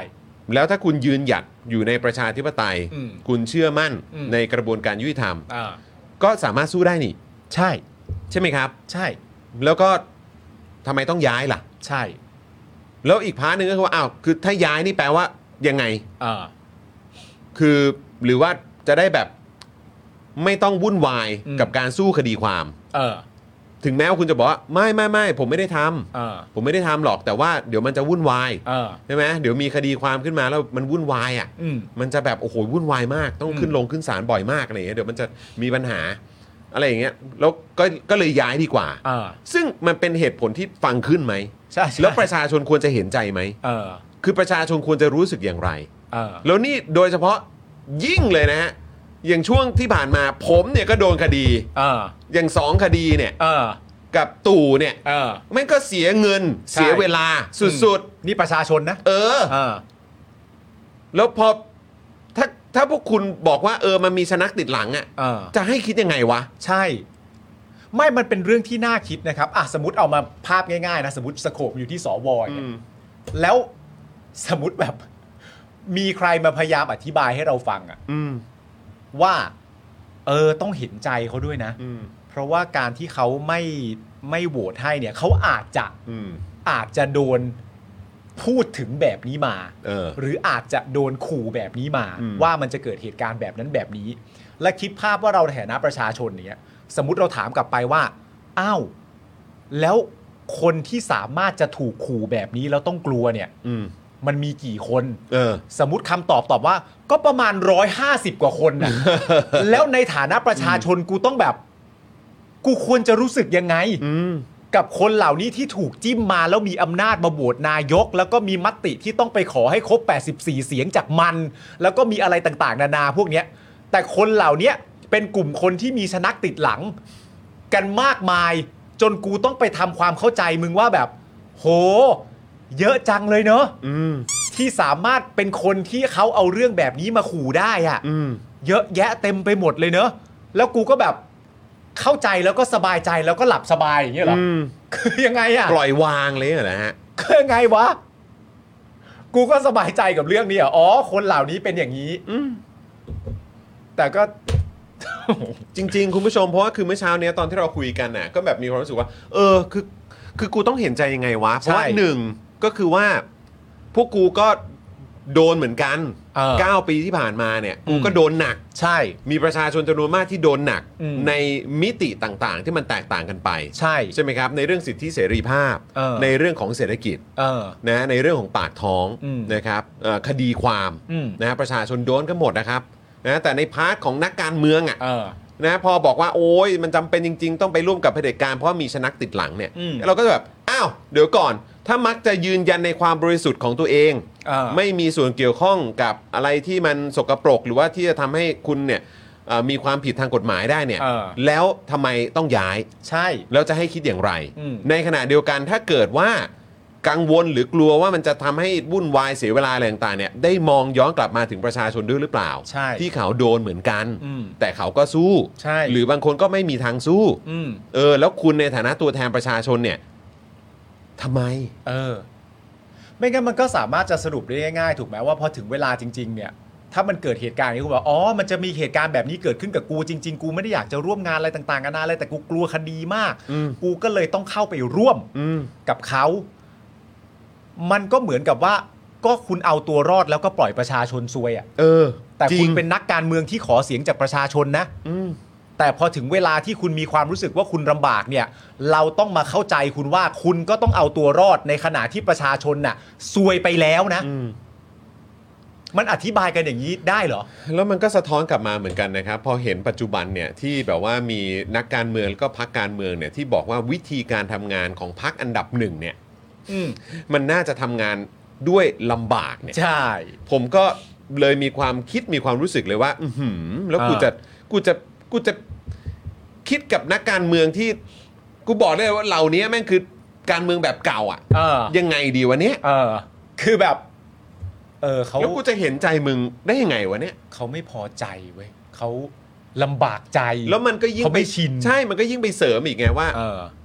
[SPEAKER 2] แล้วถ้าคุณยืนหยัดอยู่ในประชาธิปไตย
[SPEAKER 5] อืม
[SPEAKER 2] คุณเชื่อมั่น
[SPEAKER 5] อืม
[SPEAKER 2] ในกระบวนการยุติธรรม
[SPEAKER 5] อ่า
[SPEAKER 2] ก็สามารถสู้ได้นี่
[SPEAKER 5] ใช่
[SPEAKER 2] ใช่ไหมครับ
[SPEAKER 5] ใช่
[SPEAKER 2] แล้วก็ทำไมต้องย้ายล่ะ
[SPEAKER 5] ใช่
[SPEAKER 2] แล้วอีกพาร์ทหนึ่งก็คือว่าอ้าวคือถ้าย้ายนี่แปลว่ายังไง
[SPEAKER 5] อ่า
[SPEAKER 2] คือหรือว่าจะได้แบบไม่ต้องวุ่นวาย
[SPEAKER 5] อืม
[SPEAKER 2] กับการสู้คดีความ
[SPEAKER 5] เออ
[SPEAKER 2] ถึงแม้ว่าคุณจะบอกว่าไม่ไม่ไม่ผมไม่ได้ทำ
[SPEAKER 5] เออ
[SPEAKER 2] ผมไม่ได้ทำหรอกแต่ว่าเดี๋ยวมันจะวุ่นวาย
[SPEAKER 5] เออ
[SPEAKER 2] ใช่ไหมเดี๋ยวมีคดีความขึ้นมาแล้วมันวุ่นวายอ่ะ
[SPEAKER 5] อืม
[SPEAKER 2] มันจะแบบโอ้โหวุ่นวายมากต้อง
[SPEAKER 5] อืม
[SPEAKER 2] ขึ้นลงขึ้นศาลบ่อยมากอะไรอย่างเงี้ยเดี๋ยวมันจะมีปัญหาอะไรอย่างเงี้ยแล้วก็ก็เลยย้ายดีกว่า
[SPEAKER 5] เออ
[SPEAKER 2] ซึ่งมันเป็นเหตุผลที่ฟังขึ้นไหม
[SPEAKER 5] ใช่ใช่
[SPEAKER 2] แล้วประชาชนควรจะเห็นใจไหม
[SPEAKER 5] เออ
[SPEAKER 2] คือประชาชนควรจะรู้สึกอย่างไร
[SPEAKER 5] เออ
[SPEAKER 2] แล้วนี่โดยเฉพาะยิ่งเลยนะฮะอย่างช่วงที่ผ่านมาผมเนี่ยก็โดนคดี
[SPEAKER 5] เออ
[SPEAKER 2] อย่างสองคดีเนี่ย
[SPEAKER 5] เออ
[SPEAKER 2] กับตู่เนี่ย
[SPEAKER 5] เออ
[SPEAKER 2] มันก็เสียเงิน
[SPEAKER 5] ใช่
[SPEAKER 2] เสียเวลาสุด
[SPEAKER 5] นี่ประชาชนนะ
[SPEAKER 2] ๆ เออ
[SPEAKER 5] เออ
[SPEAKER 2] แล้วพอถ้าถ้าพวกคุณบอกว่าเออมันมีชนักติดหลังอ่ะ
[SPEAKER 5] เออ
[SPEAKER 2] จะให้คิดยังไงวะ
[SPEAKER 5] ใช่ ไม่มันเป็นเรื่องที่น่าคิดนะครับอ่ะสมมติเอามาภาพง่ายๆนะสมมติสโคปอยู่ที่สวอย่างเงี้ยแล้วสมมติแบบ มีใครมาพยายามอธิบายให้เราฟังอะ
[SPEAKER 2] อืม
[SPEAKER 5] ว่า เออต้องเห็นใจเขาด้วยนะ
[SPEAKER 2] อืม
[SPEAKER 5] เพราะว่าการที่เขาไม่ไม่โหวตให้เนี่ยเขาอาจจะ
[SPEAKER 2] อืม
[SPEAKER 5] อาจจะโดนพูดถึงแบบนี้มา
[SPEAKER 2] เออ
[SPEAKER 5] หรืออาจจะโดนขู่แบบนี้มา
[SPEAKER 2] อืม
[SPEAKER 5] ว่ามันจะเกิดเหตุการณ์แบบนั้นแบบนี้ และคิดภาพว่าเราในฐานะประชาชนเนี่ยสมมุติเราถามกลับไปว่าอ้าวแล้วคนที่สามารถจะถูกขู่แบบนี้แล้วต้องกลัวเนี่ย
[SPEAKER 2] อืม
[SPEAKER 5] มันมีกี่คน
[SPEAKER 2] เออ
[SPEAKER 5] สมมติคำตอบตอบว่าก็ประมาณร้อยห้าสิบกว่าคนนะ แล้วในฐานะประชาชนกูต้องแบบ กูควรจะรู้สึกยังไง
[SPEAKER 2] อืม
[SPEAKER 5] กับคนเหล่านี้ที่ถูกจิ้มมาแล้วมีอำนาจมาโหวตนายก แล้วก็มีมติที่ต้องไปขอให้ครบแปดสิบสี่เสียงจากมัน แล้วก็มีอะไรต่างๆนานาพวกเนี้ยแต่คนเหล่านี้เป็นกลุ่มคนที่มีชนักติดหลัง กันมากมาย จนกูต้องไปทำความเข้าใจมึงว่าแบบ โห เยอะจังเลยเนอะ
[SPEAKER 2] อืม
[SPEAKER 5] ที่สามารถเป็นคนที่เขาเอาเรื่องแบบนี้มาขู่ได้อะ
[SPEAKER 2] อืม
[SPEAKER 5] เยอะแยะเต็มไปหมดเลยเนอะแล้วกูก็แบบเข้าใจแล้วก็สบายใจแล้วก็หลับสบายอย่างเงี้ยเหรอ
[SPEAKER 2] อืม
[SPEAKER 5] คือยังไงอะ
[SPEAKER 2] ปล่อยวางเลยเหรอฮะ
[SPEAKER 5] คือยังไงวะ กูก็สบายใจกับเรื่องนี้อ่ะอ๋อคนเหล่านี้เป็นอย่างนี้
[SPEAKER 2] อืม
[SPEAKER 5] แต่ก็
[SPEAKER 2] จริงๆ คุณผู้ชมเพราะว่าคือเมื่อเช้าเนี้ยตอนที่เราคุยกันน่ะก็แบบมีความรู้สึกว่า เออคือคือกูต้องเห็นใจยังไงวะเพราะว่า
[SPEAKER 5] ใช่
[SPEAKER 2] หนึ่งก็คือว่าพวกกูก็โดนเหมือนกัน
[SPEAKER 5] เออ
[SPEAKER 2] เก้าปีที่ผ่านมาเนี่ยกูก็
[SPEAKER 5] อืม
[SPEAKER 2] โดนหนัก
[SPEAKER 5] ใช่
[SPEAKER 2] มีประชาชนจำนวนมากที่โดนหนัก
[SPEAKER 5] อืม
[SPEAKER 2] ในมิติต่างๆ ที่มันแตกต่างกันไป
[SPEAKER 5] ใช่
[SPEAKER 2] ใช่ไหมครับในเรื่องสิทธิเสรีภาพ
[SPEAKER 5] เออ
[SPEAKER 2] ในเรื่องของเศรษฐกิจ
[SPEAKER 5] เออ
[SPEAKER 2] นะในเรื่องของปากท้อง
[SPEAKER 5] อืม
[SPEAKER 2] นะครับเอ่อคดีความ
[SPEAKER 5] อืม
[SPEAKER 2] นะประชาชนโดนกันหมดนะครับนะแต่ในพาร์ทของนักการเมืองอ่ะ
[SPEAKER 5] เออ
[SPEAKER 2] นะพอบอกว่าโอ้ยมันจำเป็นจริง ๆ ต้องไปร่วมกับเผด็จการเพราะมีชนักติดหลังเนี่ย
[SPEAKER 5] อืม
[SPEAKER 2] เราก็จะแบบอ้าวเดี๋ยวก่อน ถ้ามักจะยืนยันในความบริสุทธิ์ของตัวเอง
[SPEAKER 5] เออ
[SPEAKER 2] ไม่มีส่วนเกี่ยวข้องกับอะไรที่มันสกปรก หรือว่าที่จะทำให้คุณเนี่ยเอ่อมีความผิดทางกฎหมายได้เนี่ย
[SPEAKER 5] เออ
[SPEAKER 2] แล้วทำไมต้องย้าย
[SPEAKER 5] ใช่
[SPEAKER 2] แล้วจะให้คิดอย่างไร
[SPEAKER 5] อืม
[SPEAKER 2] ในขณะเดียวกันถ้าเกิดว่ากังวลหรือกลัวว่ามันจะทำให้วุ่นวายเสียเวลาอะไรต่างๆเนี่ยได้มองย้อนกลับมาถึงประชาชนด้วยหรือเปล่า
[SPEAKER 5] ใช่
[SPEAKER 2] ที่เขาโดนเหมือนกัน
[SPEAKER 5] อืม
[SPEAKER 2] แต่เขาก็สู้
[SPEAKER 5] ใช่
[SPEAKER 2] หรือบางคนก็ไม่มีทางสู้
[SPEAKER 5] อืม
[SPEAKER 2] เออแล้วคุณในฐานะตัวแทนประชาชนเนี่ยทำไม
[SPEAKER 5] เออ ไม่งั้นมันก็สามารถจะสรุปได้ง่ายๆถูกไหมว่าพอถึงเวลาจริง ๆ เนี่ย ถ้ามันเกิดเหตุการณ์นี้กูบอกอ๋อมันจะมีเหตุการณ์แบบนี้เกิดขึ้นกับกูจริง ๆ กูไม่ได้อยากจะร่วมงานอะไรต่างๆกันานาเลยแต่กูกลัวคดีมาก
[SPEAKER 2] อืม
[SPEAKER 5] กูก็เลยต้องเข้าไปร่วม
[SPEAKER 2] อืม
[SPEAKER 5] กับเขา มันก็เหมือนกับว่า ก็คุณเอาตัวรอดแล้วก็ปล่อยประชาชนซวยอ่ะ
[SPEAKER 2] เออ
[SPEAKER 5] แต่
[SPEAKER 2] จริง
[SPEAKER 5] คุณเป็นนักการเมืองที่ขอเสียงจากประชาชนนะ
[SPEAKER 2] อืม
[SPEAKER 5] แต่พอถึงเวลาที่คุณมีความรู้สึกว่าคุณลำบากเนี่ย เราต้องมาเข้าใจคุณว่าคุณก็ต้องเอาตัวรอดในขณะที่ประชาชนน่ะซวยไปแล้วนะ
[SPEAKER 2] อืม
[SPEAKER 5] มันอธิบายกันอย่างนี้ได้เหรอ
[SPEAKER 2] แล้วมันก็สะท้อนกลับมาเหมือนกันนะครับพอเห็นปัจจุบันเนี่ยที่แบบว่ามีนักการเมืองแล้วก็พรรคการเมืองเนี่ยที่บอกว่าวิธีการทำงานของพรรคอันดับหนึ่งเนี่ย
[SPEAKER 5] อืม
[SPEAKER 2] มันน่าจะทำงานด้วยลำบากเนี่ย
[SPEAKER 5] ใช่
[SPEAKER 2] ผมก็เลยมีความคิดมีความรู้สึกเลยว่า อือหือแล้วกู
[SPEAKER 5] อ่า
[SPEAKER 2] จะกูจะกูจะคิดกับนักการเมืองที่กูบอกได้เลยว่าเหล่านี้แม่งคือการเมืองแบบเก่าอ่ะ
[SPEAKER 5] เออ
[SPEAKER 2] ยังไงดีวะเนี่ย
[SPEAKER 5] เออ คือแบบ เออเขา
[SPEAKER 2] แล้วกูจะเห็นใจมึงได้ยังไงวะเนี่ย
[SPEAKER 5] เขาไม่พอใจเว้ยเขาลำบากใจ
[SPEAKER 2] แล้วมันก็ยิ่ง
[SPEAKER 5] เขาไม่ชิน
[SPEAKER 2] ใช่มันก็ยิ่งไปเสริมอีกไงว่า
[SPEAKER 5] เออ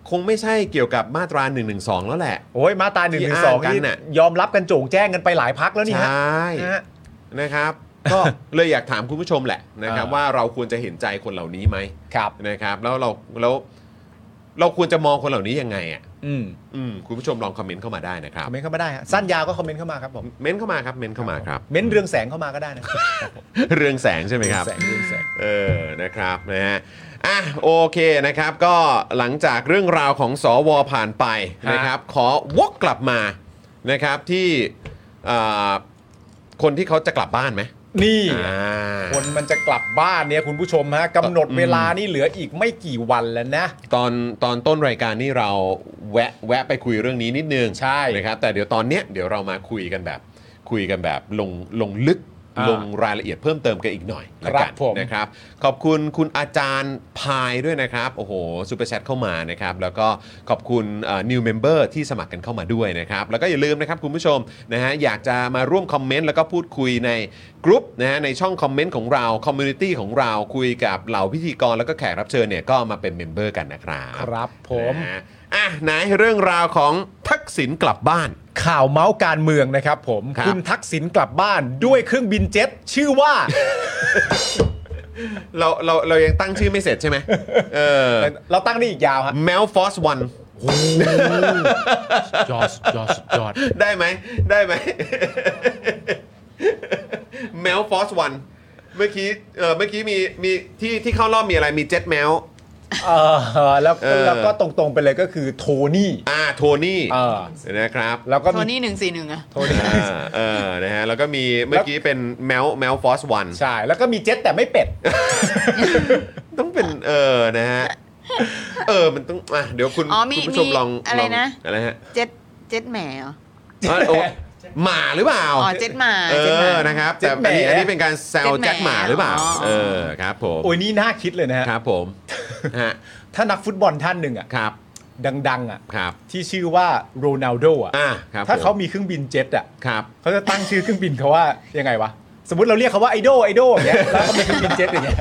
[SPEAKER 2] คงไม่ใช่เกี่ยวกับมาตราหนึ่งหนึ่งสองแล้วแหละ
[SPEAKER 5] โอ้ยมาตราหนึ่งหนึ่งสอง
[SPEAKER 2] ที่อ้างกัน
[SPEAKER 5] นี่
[SPEAKER 2] น่ะ
[SPEAKER 5] ยอมรับกันโจ่งแจ้งกันไปหลายพักแล้วนี่
[SPEAKER 2] ใช
[SPEAKER 5] ฮะ
[SPEAKER 2] ่
[SPEAKER 5] นะฮะ
[SPEAKER 2] นะครับ ก็เลยอยากถามคุณผู้ชมแหละนะครับ
[SPEAKER 5] อ่า
[SPEAKER 2] ว่าเราควรจะเห็นใจคนเหล่านี้ไหม
[SPEAKER 5] ครับ
[SPEAKER 2] นะครับ แล้วเราแล้วเราควรจะมองคนเหล่านี้ยังไงอ่ะ
[SPEAKER 5] อืม
[SPEAKER 2] อืมคุณผู้ชมลองคอมเมนต์เข้ามาได้นะครับ
[SPEAKER 5] คอมเมนต์เข้ามาได้ฮะสั้นยาวก็คอมเมนต์เข้ามาครับผม
[SPEAKER 2] เม้นเข้ามาครับเม้นเข้ามาครับ
[SPEAKER 5] เม้นเรืองแสงเข้ามาก็ได้นะ
[SPEAKER 2] เรืองแสงใช่ไหมครับ
[SPEAKER 5] เรืองแสงเรืองแสง
[SPEAKER 2] เออ นะครับ นะฮะ อ่ะ โอเค นะครับ ก็หลังจากเรื่องราวของสวผ่านไป
[SPEAKER 5] ฮะ
[SPEAKER 2] นะครับ ขอวกกลับมา นะครับ ที่อ่าคนที่เขาจะกลับบ้านไหม
[SPEAKER 5] นี่
[SPEAKER 2] อ่า
[SPEAKER 5] คนมันจะกลับบ้านเนี่ยคุณผู้ชมฮะกำหนดเวลานี่เหลืออีกไม่กี่วันแล้วนะ
[SPEAKER 2] ตอนตอนต้นรายการนี่เราแวะแวะไปคุยเรื่องนี้นิดนึง
[SPEAKER 5] ใช่
[SPEAKER 2] นะครับ แต่เดี๋ยวตอนเนี้ยเดี๋ยวเรามาคุยกันแบบคุยกันแบบลงลงลึก
[SPEAKER 5] อ่า
[SPEAKER 2] ลงรายละเอียดเพิ่มเติมกันอีกหน่อยละ
[SPEAKER 5] ครั
[SPEAKER 2] กับ น
[SPEAKER 5] ผม
[SPEAKER 2] นะครับ ขอบคุณคุณอาจารย์พายด้วยนะครับ โอ้โหซูเปอร์แชทเข้ามานะครับ แล้วก็ขอบคุณเอ่อ new member ที่สมัครกันเข้ามาด้วยนะครับ แล้วก็อย่าลืมนะครับคุณผู้ชมนะฮะอยากจะมาร่วมคอมเมนต์แล้วก็พูดคุยในกลุ่มนะฮะในช่องคอมเมนต์ของเราคอมมูนิตี้ของเราคุยกับเหล่าพิธีกรแล้วก็แขกรับเชิญเนี่ยก็มาเป็นเมมเบอร์กันนะครับ
[SPEAKER 5] ครับผม
[SPEAKER 2] นะฮะอ่ะไหนเรื่องราวของทักษิณกลับบ้าน
[SPEAKER 5] ข่าวเมาส์การเมืองนะครับผม
[SPEAKER 2] ครับ
[SPEAKER 5] คุณทักษิณกลับบ้านด้วยเครื่องบินเจ็ตชื่อว่า
[SPEAKER 2] เราเราเรายังตั้งชื่อไม่เสร็จใช่ไหมเออ
[SPEAKER 5] เราตั้งนี่อีกยาวฮะ
[SPEAKER 2] แมวฟอสวัน
[SPEAKER 5] ยอดยอดยอด
[SPEAKER 2] ได้ไหมได้ไหมแมวฟอสวันเมื่อกี้เออเมื่อกี้มีมีที่ที่เข้ารอบมีอะไรมีเจ็ตแมว
[SPEAKER 5] เออแล้ว
[SPEAKER 2] เออ
[SPEAKER 5] แล้วก็ตรงๆไปเลยก็คือโทนี่
[SPEAKER 2] อ่าโทนี่
[SPEAKER 5] เออ
[SPEAKER 2] นะครับ
[SPEAKER 5] แล้วก็
[SPEAKER 1] โท
[SPEAKER 5] มี
[SPEAKER 1] นี่หนึ่งสี่หนึ่งอะ
[SPEAKER 5] โทนี่
[SPEAKER 2] อ่าเออนะฮะแล้วก็มีเมื่อกี้เป็นแมวแมวฟอสวัน
[SPEAKER 5] ใช่แล้วก็มีเจ็ตแต่ไม่เป็ด
[SPEAKER 2] ต้องเป็นเออนะฮะเออมันต้องอ่ะเดี๋ยวคุณ
[SPEAKER 1] อ๋อมี
[SPEAKER 2] คุณผู้ชม
[SPEAKER 1] มี
[SPEAKER 2] ลอง
[SPEAKER 1] อะไร
[SPEAKER 2] ลง
[SPEAKER 1] นะ
[SPEAKER 2] อะไรฮะ
[SPEAKER 1] เจ็ดเจ็ดแหมเหรอ
[SPEAKER 2] อ๋อโอ้หมาหรือเปล่า
[SPEAKER 1] อ๋อเจ็ดหมา
[SPEAKER 2] เอ
[SPEAKER 1] เจ็ดหมา
[SPEAKER 2] อนะครับ
[SPEAKER 5] เจ็
[SPEAKER 2] แต่
[SPEAKER 5] ดแหม
[SPEAKER 2] อันนี้อันนี้เป็นการแซว
[SPEAKER 1] เจ็ดแหม
[SPEAKER 2] แจ็คหมาหรือเปล่า
[SPEAKER 1] อ๋อ
[SPEAKER 2] เออครับผม
[SPEAKER 5] โอ้ยนี่น่าคิดเลยนะฮะ
[SPEAKER 2] ครับผมฮะ
[SPEAKER 5] ถ้านักฟุตบอลท่านหนึ่งอ่ะ
[SPEAKER 2] ครับ
[SPEAKER 5] ดังๆอ่ะ
[SPEAKER 2] ครับ
[SPEAKER 5] ที่ชื่อว่าโรนัลโดอ่ะ
[SPEAKER 2] อ่าครับ
[SPEAKER 5] ถ้า
[SPEAKER 2] ผม
[SPEAKER 5] เขามีเครื่องบินเจ็ตอ่ะ
[SPEAKER 2] ครับ
[SPEAKER 5] เขาจะตั้งชื่อเครื่องบินเขาว่ายังไงวะ สมมติเราเรียกเขาว่าไอโดไอโดอย่างเงี้ยแล้วก็มีเครื่องบินเจ็ตอย่างเงี้ย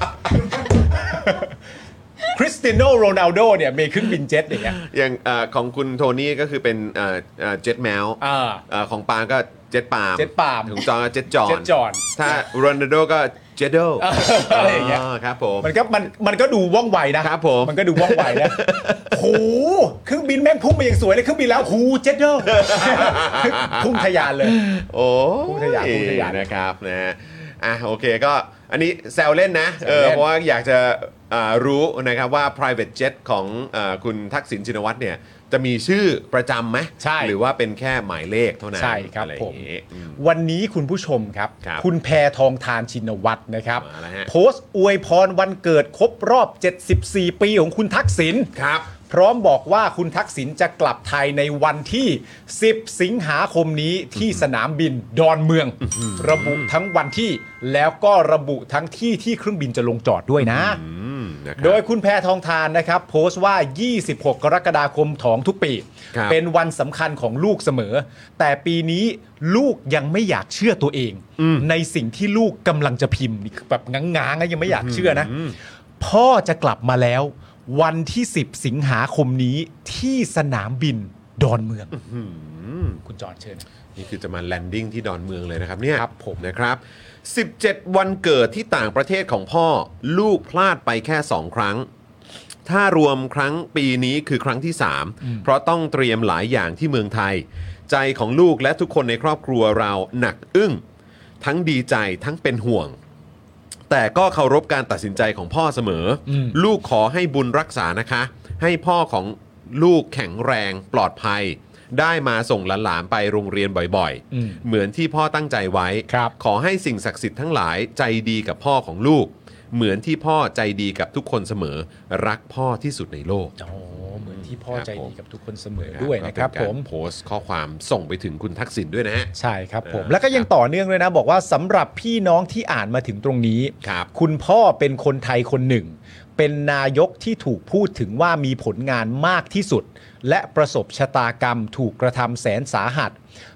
[SPEAKER 5] คริสเตียโนโรนัลโดเนี่ยมีเครื่องบินเจ็ตอย่างเงี้ย
[SPEAKER 2] อย่างเอ่อของคุณโทนี่ก็คือเป็นเอ่อเอ่อเจ็ตแมว
[SPEAKER 5] อ่า
[SPEAKER 2] เอ่อของปาล์มก็เจ็ตปาล์ม
[SPEAKER 5] เจ็ตปาล์ม
[SPEAKER 2] ของจอห์นก็เจ็ตจอห์น
[SPEAKER 5] เจ็ตจอห์น
[SPEAKER 2] ถ้าโรนัลโดก็เจโด
[SPEAKER 5] อะไรอย่างเงี้ย
[SPEAKER 2] ครับผม
[SPEAKER 5] มันก็มันมันก็ดูว่องไวนะครับ
[SPEAKER 2] ผม
[SPEAKER 5] มันก็ดูว่องไวนะโหเครื่องบินแม่งพุ่งมาอย่างสวยเลยเครื่องบินแล้วหูเจ็ตเดอร์พุ่งทะยานเลย
[SPEAKER 2] โอ้
[SPEAKER 5] พุ่งทะยานพุ่งทะยาน
[SPEAKER 2] นะครับนะฮะอ่ะโอเคก็อันนี้แซวเล่นนะเออ
[SPEAKER 5] แซวเล่น
[SPEAKER 2] เพราะว่าอยากจะอ่ารู้นะครับว่า private jet ของอ่าคุณทักษิณชินวัตรเนี่ยจะมีชื่อประจำไหม
[SPEAKER 5] ใช่
[SPEAKER 2] หรือว่าเป็นแค่หมายเลขเท่านั้น
[SPEAKER 5] ใช่ครับ
[SPEAKER 2] อะไอ
[SPEAKER 5] ผ
[SPEAKER 2] ย่าม งงี้อืม
[SPEAKER 5] วันนี้คุณผู้ชมครับ
[SPEAKER 2] ครับ
[SPEAKER 5] คุณแพทองทานชินวัตรนะครับ
[SPEAKER 2] มาแล้วฮะ
[SPEAKER 5] โพสต์อวยพรวันเกิดครบรอบ เจ็ดสิบสี่ ปีของคุณทักษิณ
[SPEAKER 2] ครับ
[SPEAKER 5] พร้อมบอกว่าคุณทักษิณจะกลับไทยในวันที่ สิบ สิงหาคมนี้ที่สนามบินดอนเมือง ระบุทั้งวันที่แล้วก็ระบุทั้งที่ที่เครื่องบินจะลงจอดด้วยนะ
[SPEAKER 2] อืมนะครับ
[SPEAKER 5] โดยคุณแพทองทานนะครับโพสต์ว่า ยี่สิบหก กรกฎาคมของทุกปี
[SPEAKER 2] ครับ
[SPEAKER 5] เป็นวันสำคัญของลูกเสมอ แต่ปีนี้ลูกยังไม่อยากเชื่อตัวเอง ในสิ่งที่ลูกกำลังจะพิมพ์นี่คือแบบง้างๆนะยังไม่อยากเชื่อนะ พ่อจะกลับมาแล้ว วันที่ สิบ สิงหาคมนี้ที่สนามบินดอนเมืองคุณจอห์นเชิญ
[SPEAKER 2] นี่คือจะมาแลนดิ้งที่ดอนเมืองเลยนะครับเนี่ย
[SPEAKER 5] ครับผม
[SPEAKER 2] นะครับ สิบเจ็ด วันเกิดที่ต่างประเทศของพ่อลูกพลาดไปแค่ สอง ครั้ง ถ้ารวมครั้งปีนี้คือครั้งที่ สาม เพราะต้องเตรียมหลายอย่างที่เมืองไทย ใจของลูกและทุกคนในครอบครัวเราหนักอึ้งทั้งดีใจทั้งเป็นห่วง แต่ก็เคารพการตัดสินใจของพ่อเสมออ
[SPEAKER 5] ม
[SPEAKER 2] ลูกขอให้บุญรักษานะคะ ให้พ่อของลูกแข็งแรงปลอดภัย ได้มาส่งหลานๆไปโรงเรียนบ่อย
[SPEAKER 5] อืม
[SPEAKER 2] ๆ เหมือนที่พ่อตั้งใจไว้
[SPEAKER 5] ครับ
[SPEAKER 2] ขอให้สิ่งศักดิ์สิทธิ์ทั้งหลายใจดีกับพ่อของลูก เหมือนที่พ่อใจดีกับทุกคนเสมอ รักพ่อที่สุดในโลก
[SPEAKER 5] อ๋อเหมือนที่พ่อ
[SPEAKER 2] ครับ
[SPEAKER 5] ใจ
[SPEAKER 2] ผม
[SPEAKER 5] ดีกับทุกคนเสมอด้วยนะครับ
[SPEAKER 2] ก็เป็
[SPEAKER 5] ผ
[SPEAKER 2] กา
[SPEAKER 5] ม
[SPEAKER 2] โพสต์ข้อความส่งไปถึงคุณทักษิณด้วยนะฮะ
[SPEAKER 5] ใช่ครับผม
[SPEAKER 2] เออ
[SPEAKER 5] แล้วก็ยังต่อเนื่องเลยนะ บอกว่าสำหรับพี่น้องที่อ่านมาถึงตรงนี้
[SPEAKER 2] ครับ
[SPEAKER 5] คุณพ่อเป็นคนไทยคนหนึ่ง เป็นนายกที่ถูกพูดถึงว่ามีผลงานมากที่สุด และประสบชะตากรรมถูกกระทำแสนสาหัส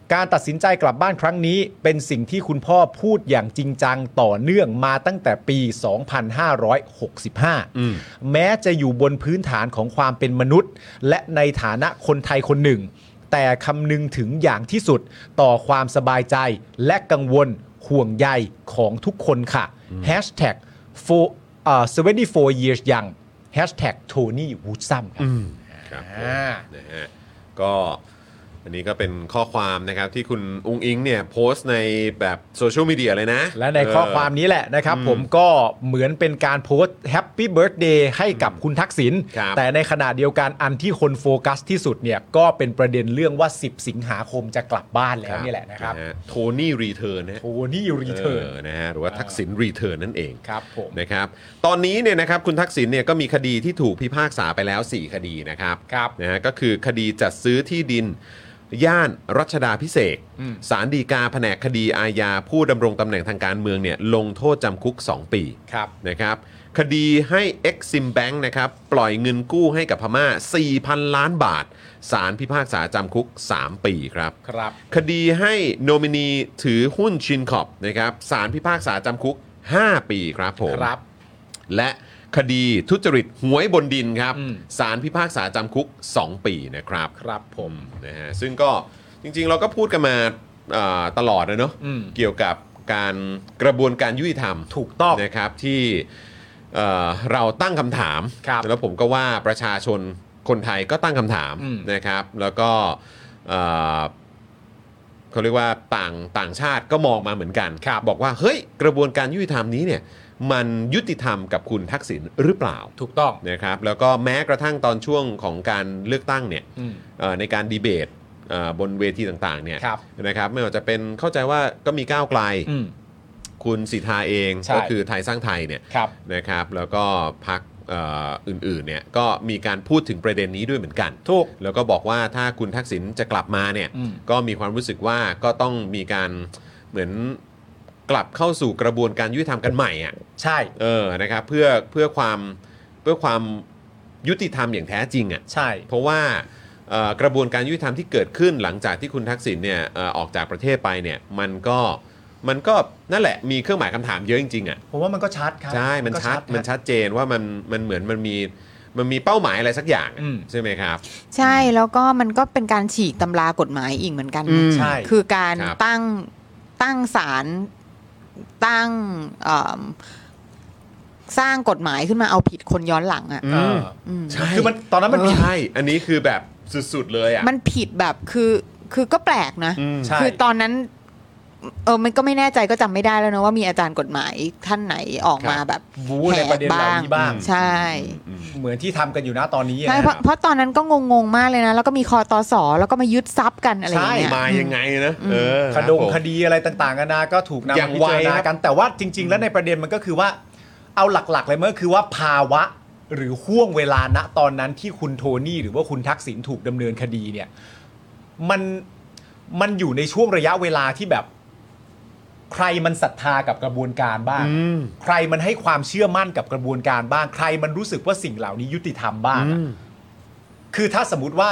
[SPEAKER 5] การตัดสินใจกลับบ้านครั้งนี้เป็นสิ่งที่คุณพ่อพูดอย่างจริงจังต่อเนื่องมาตั้งแต่ปี สองพันห้าร้อยหกสิบห้า
[SPEAKER 2] อืม
[SPEAKER 5] แม้จะอยู่บนพื้นฐานของความเป็นมนุษย์ และในฐานะคนไทยคนหนึ่ง แต่คำนึงถึงอย่างที่สุดต่อความสบายใจและกังวลห่วงใยของทุกคนค่ะ Hashtag for เอ่อseventy-four years young Hashtag Tony Woodsum ครับ
[SPEAKER 2] ครับผม
[SPEAKER 5] อ่า
[SPEAKER 2] นะฮะก็อันนี้ก็เป็นข้อความนะครับที่คุณอุ้งอิงเนี่ยโพสต์ในแบบโซเชียลมีเดียเลยนะ
[SPEAKER 5] และในข้อความนี้แหละนะครับผมก็เหมือนเป็นการโพสต์แฮปปี้เบิร์ a เดย์ให้กับคุณทักษิณ
[SPEAKER 2] ครับ
[SPEAKER 5] แต่ในขณะเดียวกันอันที่คนโฟกัสที่สุดเนี่ยก็เป็นประเด็นเรื่องว่าสิบสิงหาคมจะกลับบ้านแล้วนี่แหละนะครับ
[SPEAKER 2] โทนี่รีเทิร์นนะ
[SPEAKER 5] โทนี่รีเทิร์น
[SPEAKER 2] นะฮะหรือว่าทักษิณรีเทิร์นนั่นเอง
[SPEAKER 5] ครับผม
[SPEAKER 2] นะครับตอนนี้เนี่ยนะครับคุณทักษิณเนี่ยก็มีคดีที่ถูกพิพากษาไปแล้วสี่คดีนะครับ
[SPEAKER 5] ครับ
[SPEAKER 2] นะฮะก็คือคดีจัดซื้อที่ดินย่านรัชดาภิเษก
[SPEAKER 5] อืม
[SPEAKER 2] ศาลฎีกาแผนกคดีอาญาผู้ดำรงตำแหน่งทางการเมืองเนี่ยลงโทษจำคุกสองปี
[SPEAKER 5] ครับ
[SPEAKER 2] นะครับคดีให้ Exim Bank นะครับปล่อยเงินกู้ให้กับพม่า สี่พัน ล้านบาทศาลพิพากษาจำคุกสามปีครับ
[SPEAKER 5] ครับ
[SPEAKER 2] คดีให้โนมินีถือหุ้นชินคอปนะครับศาลพิพากษาจำคุกห้าปีครับผม
[SPEAKER 5] ครับ
[SPEAKER 2] และคดีทุจริตหวยบนดินครับ
[SPEAKER 5] อืม
[SPEAKER 2] ศาลพิพากษาจำคุกสองปีนะครับ
[SPEAKER 5] ครับผม
[SPEAKER 2] นะฮะซึ่งก็จริงๆเราก็พูดกันมาเอ่อตลอดนะเนาะ
[SPEAKER 5] อืม
[SPEAKER 2] เกี่ยวกับการกระบวนการยุติธรรม
[SPEAKER 5] ถูกต้อง
[SPEAKER 2] นะครับที่เอ่อเราตั้งคำถาม
[SPEAKER 5] ครับ
[SPEAKER 2] แล้วผมก็ว่าประชาชนคนไทยก็ตั้งคำถาม
[SPEAKER 5] อืม
[SPEAKER 2] นะครับ แล้วก็เอ่อเขาเรียกว่าต่างต่างชาติก็มองมาเหมือนกัน
[SPEAKER 5] ครับ
[SPEAKER 2] บอกว่าเฮ้ยกระบวนการยุติธรรมนี้เนี่ยมันยุติธรรมกับคุณทักษิณหรือเปล่า
[SPEAKER 5] ถูกต้อง
[SPEAKER 2] นะครับแล้วก็แม้กระทั่งตอนช่วงของการเลือกตั้งเนี่ย
[SPEAKER 5] อืม
[SPEAKER 2] เอ่อในการดีเบตเอ่อบนเวทีต่างๆเนี่ย
[SPEAKER 5] ครับ
[SPEAKER 2] นะครับไม่ว่าจะเป็นเข้าใจว่าก็มีก้าวไกล
[SPEAKER 5] อืม
[SPEAKER 2] คุณสิทธาเอง
[SPEAKER 5] ใช่
[SPEAKER 2] ก็คือไทยสร้างไทยเนี่ย
[SPEAKER 5] ครับ
[SPEAKER 2] นะครับแล้วก็พรรคเอ่ออื่นๆเนี่ยก็มีการพูดถึงประเด็นนี้ด้วยเหมือนกัน
[SPEAKER 5] ถูก
[SPEAKER 2] แล้วก็บอกว่าถ้าคุณทักษิณจะกลับมาเนี่ย
[SPEAKER 5] อืม
[SPEAKER 2] ก็มีความรู้สึกว่าก็ต้องมีการเหมือนกลับเข้าสู่กระบวนการยุติธรรมกันใหม่อ่ะ
[SPEAKER 5] ใช่
[SPEAKER 2] เออนะครับเพื่อเพื่อความเพื่อความยุติธรรมอย่างแท้จริงอ่ะ
[SPEAKER 5] ใช่
[SPEAKER 2] เพราะว่าเอ่อกระบวนการยุติธรรมที่เกิดขึ้นหลังจากที่คุณทักษิณเนี่ยเอ่อออกจากประเทศไปเนี่ยมันก็มันก็นั่นแหละมีเครื่องหมายคำถามเยอะจริงๆอ่ะ
[SPEAKER 5] ผมว่ามันก็ชัดครับ
[SPEAKER 2] ใช่มัน
[SPEAKER 5] ก็
[SPEAKER 2] ชัด
[SPEAKER 5] ครับ
[SPEAKER 2] มันชัดเจนว่ามันมันเหมือนมันมีมันมีเป้าหมายอะไรสักอย่างอะ
[SPEAKER 5] อืม
[SPEAKER 2] ใช่ไหมครับ
[SPEAKER 1] ใช่แล้วก็มันก็เป็นการฉีกตำรากฎหมายอีกเหมือนกัน
[SPEAKER 2] อื
[SPEAKER 1] นะ
[SPEAKER 2] ม
[SPEAKER 5] ใช่
[SPEAKER 1] คือการ
[SPEAKER 2] ครับ
[SPEAKER 1] ตั้งตั้งศาลตั้งเอิ่มสร้างกฎหมายขึ้นมาเอาผิดคนย้อนหลังอ่ะ
[SPEAKER 2] อื
[SPEAKER 5] เอ
[SPEAKER 2] ม
[SPEAKER 5] อ
[SPEAKER 1] อืม
[SPEAKER 2] ใช่
[SPEAKER 5] คือมันตอนนั้นมันผิด
[SPEAKER 2] ใช่อันนี้คือแบบสุดๆเลยอ่ะ
[SPEAKER 1] มันผิดแบบคือคือก็แปลกนะ
[SPEAKER 2] อืม
[SPEAKER 5] ใช่
[SPEAKER 1] คือตอนนั้นเออมันก็ไม่แน่ใจก็จำไม่ได้แล้วนะว่ามีอาจารย์กฎหมายท่านไหนออกมา
[SPEAKER 2] ครับ
[SPEAKER 1] แบบ
[SPEAKER 5] บู๊ในประเด็นเหล่านี้บ้าง
[SPEAKER 1] ใช่
[SPEAKER 2] อืม
[SPEAKER 5] เหมือนที่ทำกันอยู่นะตอนนี้
[SPEAKER 1] ใช่
[SPEAKER 5] นะ
[SPEAKER 1] เพราะเพราะตอนนั้นก็งงๆมากเลยนะ แล้วก็มีคอตอสอแล้วก็มายึดทรัพย์กันอะไรอย่างเงี้ย
[SPEAKER 2] มายังไงนะเออ
[SPEAKER 5] คดง
[SPEAKER 2] รับผม
[SPEAKER 5] คดีอะไรต่างๆกันานาก็ถูกนำ
[SPEAKER 2] อย่า
[SPEAKER 5] มาง พิ
[SPEAKER 2] ไว
[SPEAKER 5] จารณา
[SPEAKER 2] ครับ
[SPEAKER 5] กันแต่ว่าจริง ๆ แล้วในประเด็นมันก็คือว่าเอาหลักๆเลยมันก็คือว่าภาวะหรือห่วงเวลาณตอนนั้นที่คุณโทนี่หรือว่าคุณทักษิณถูกดำเนินคดีเนี่ยมันมันอยู่ในช่วงระยะเวลาที่แบบ ใครมันศรัทธากับกระบวนการบ้าง
[SPEAKER 2] อืม
[SPEAKER 5] ใครมันให้ความเชื่อมั่นกับกระบวนการบ้าง ใครมันรู้สึกว่าสิ่งเหล่านี้ยุติธรรมบ้างอะ
[SPEAKER 2] อืม
[SPEAKER 5] คือถ้าสมมติว่า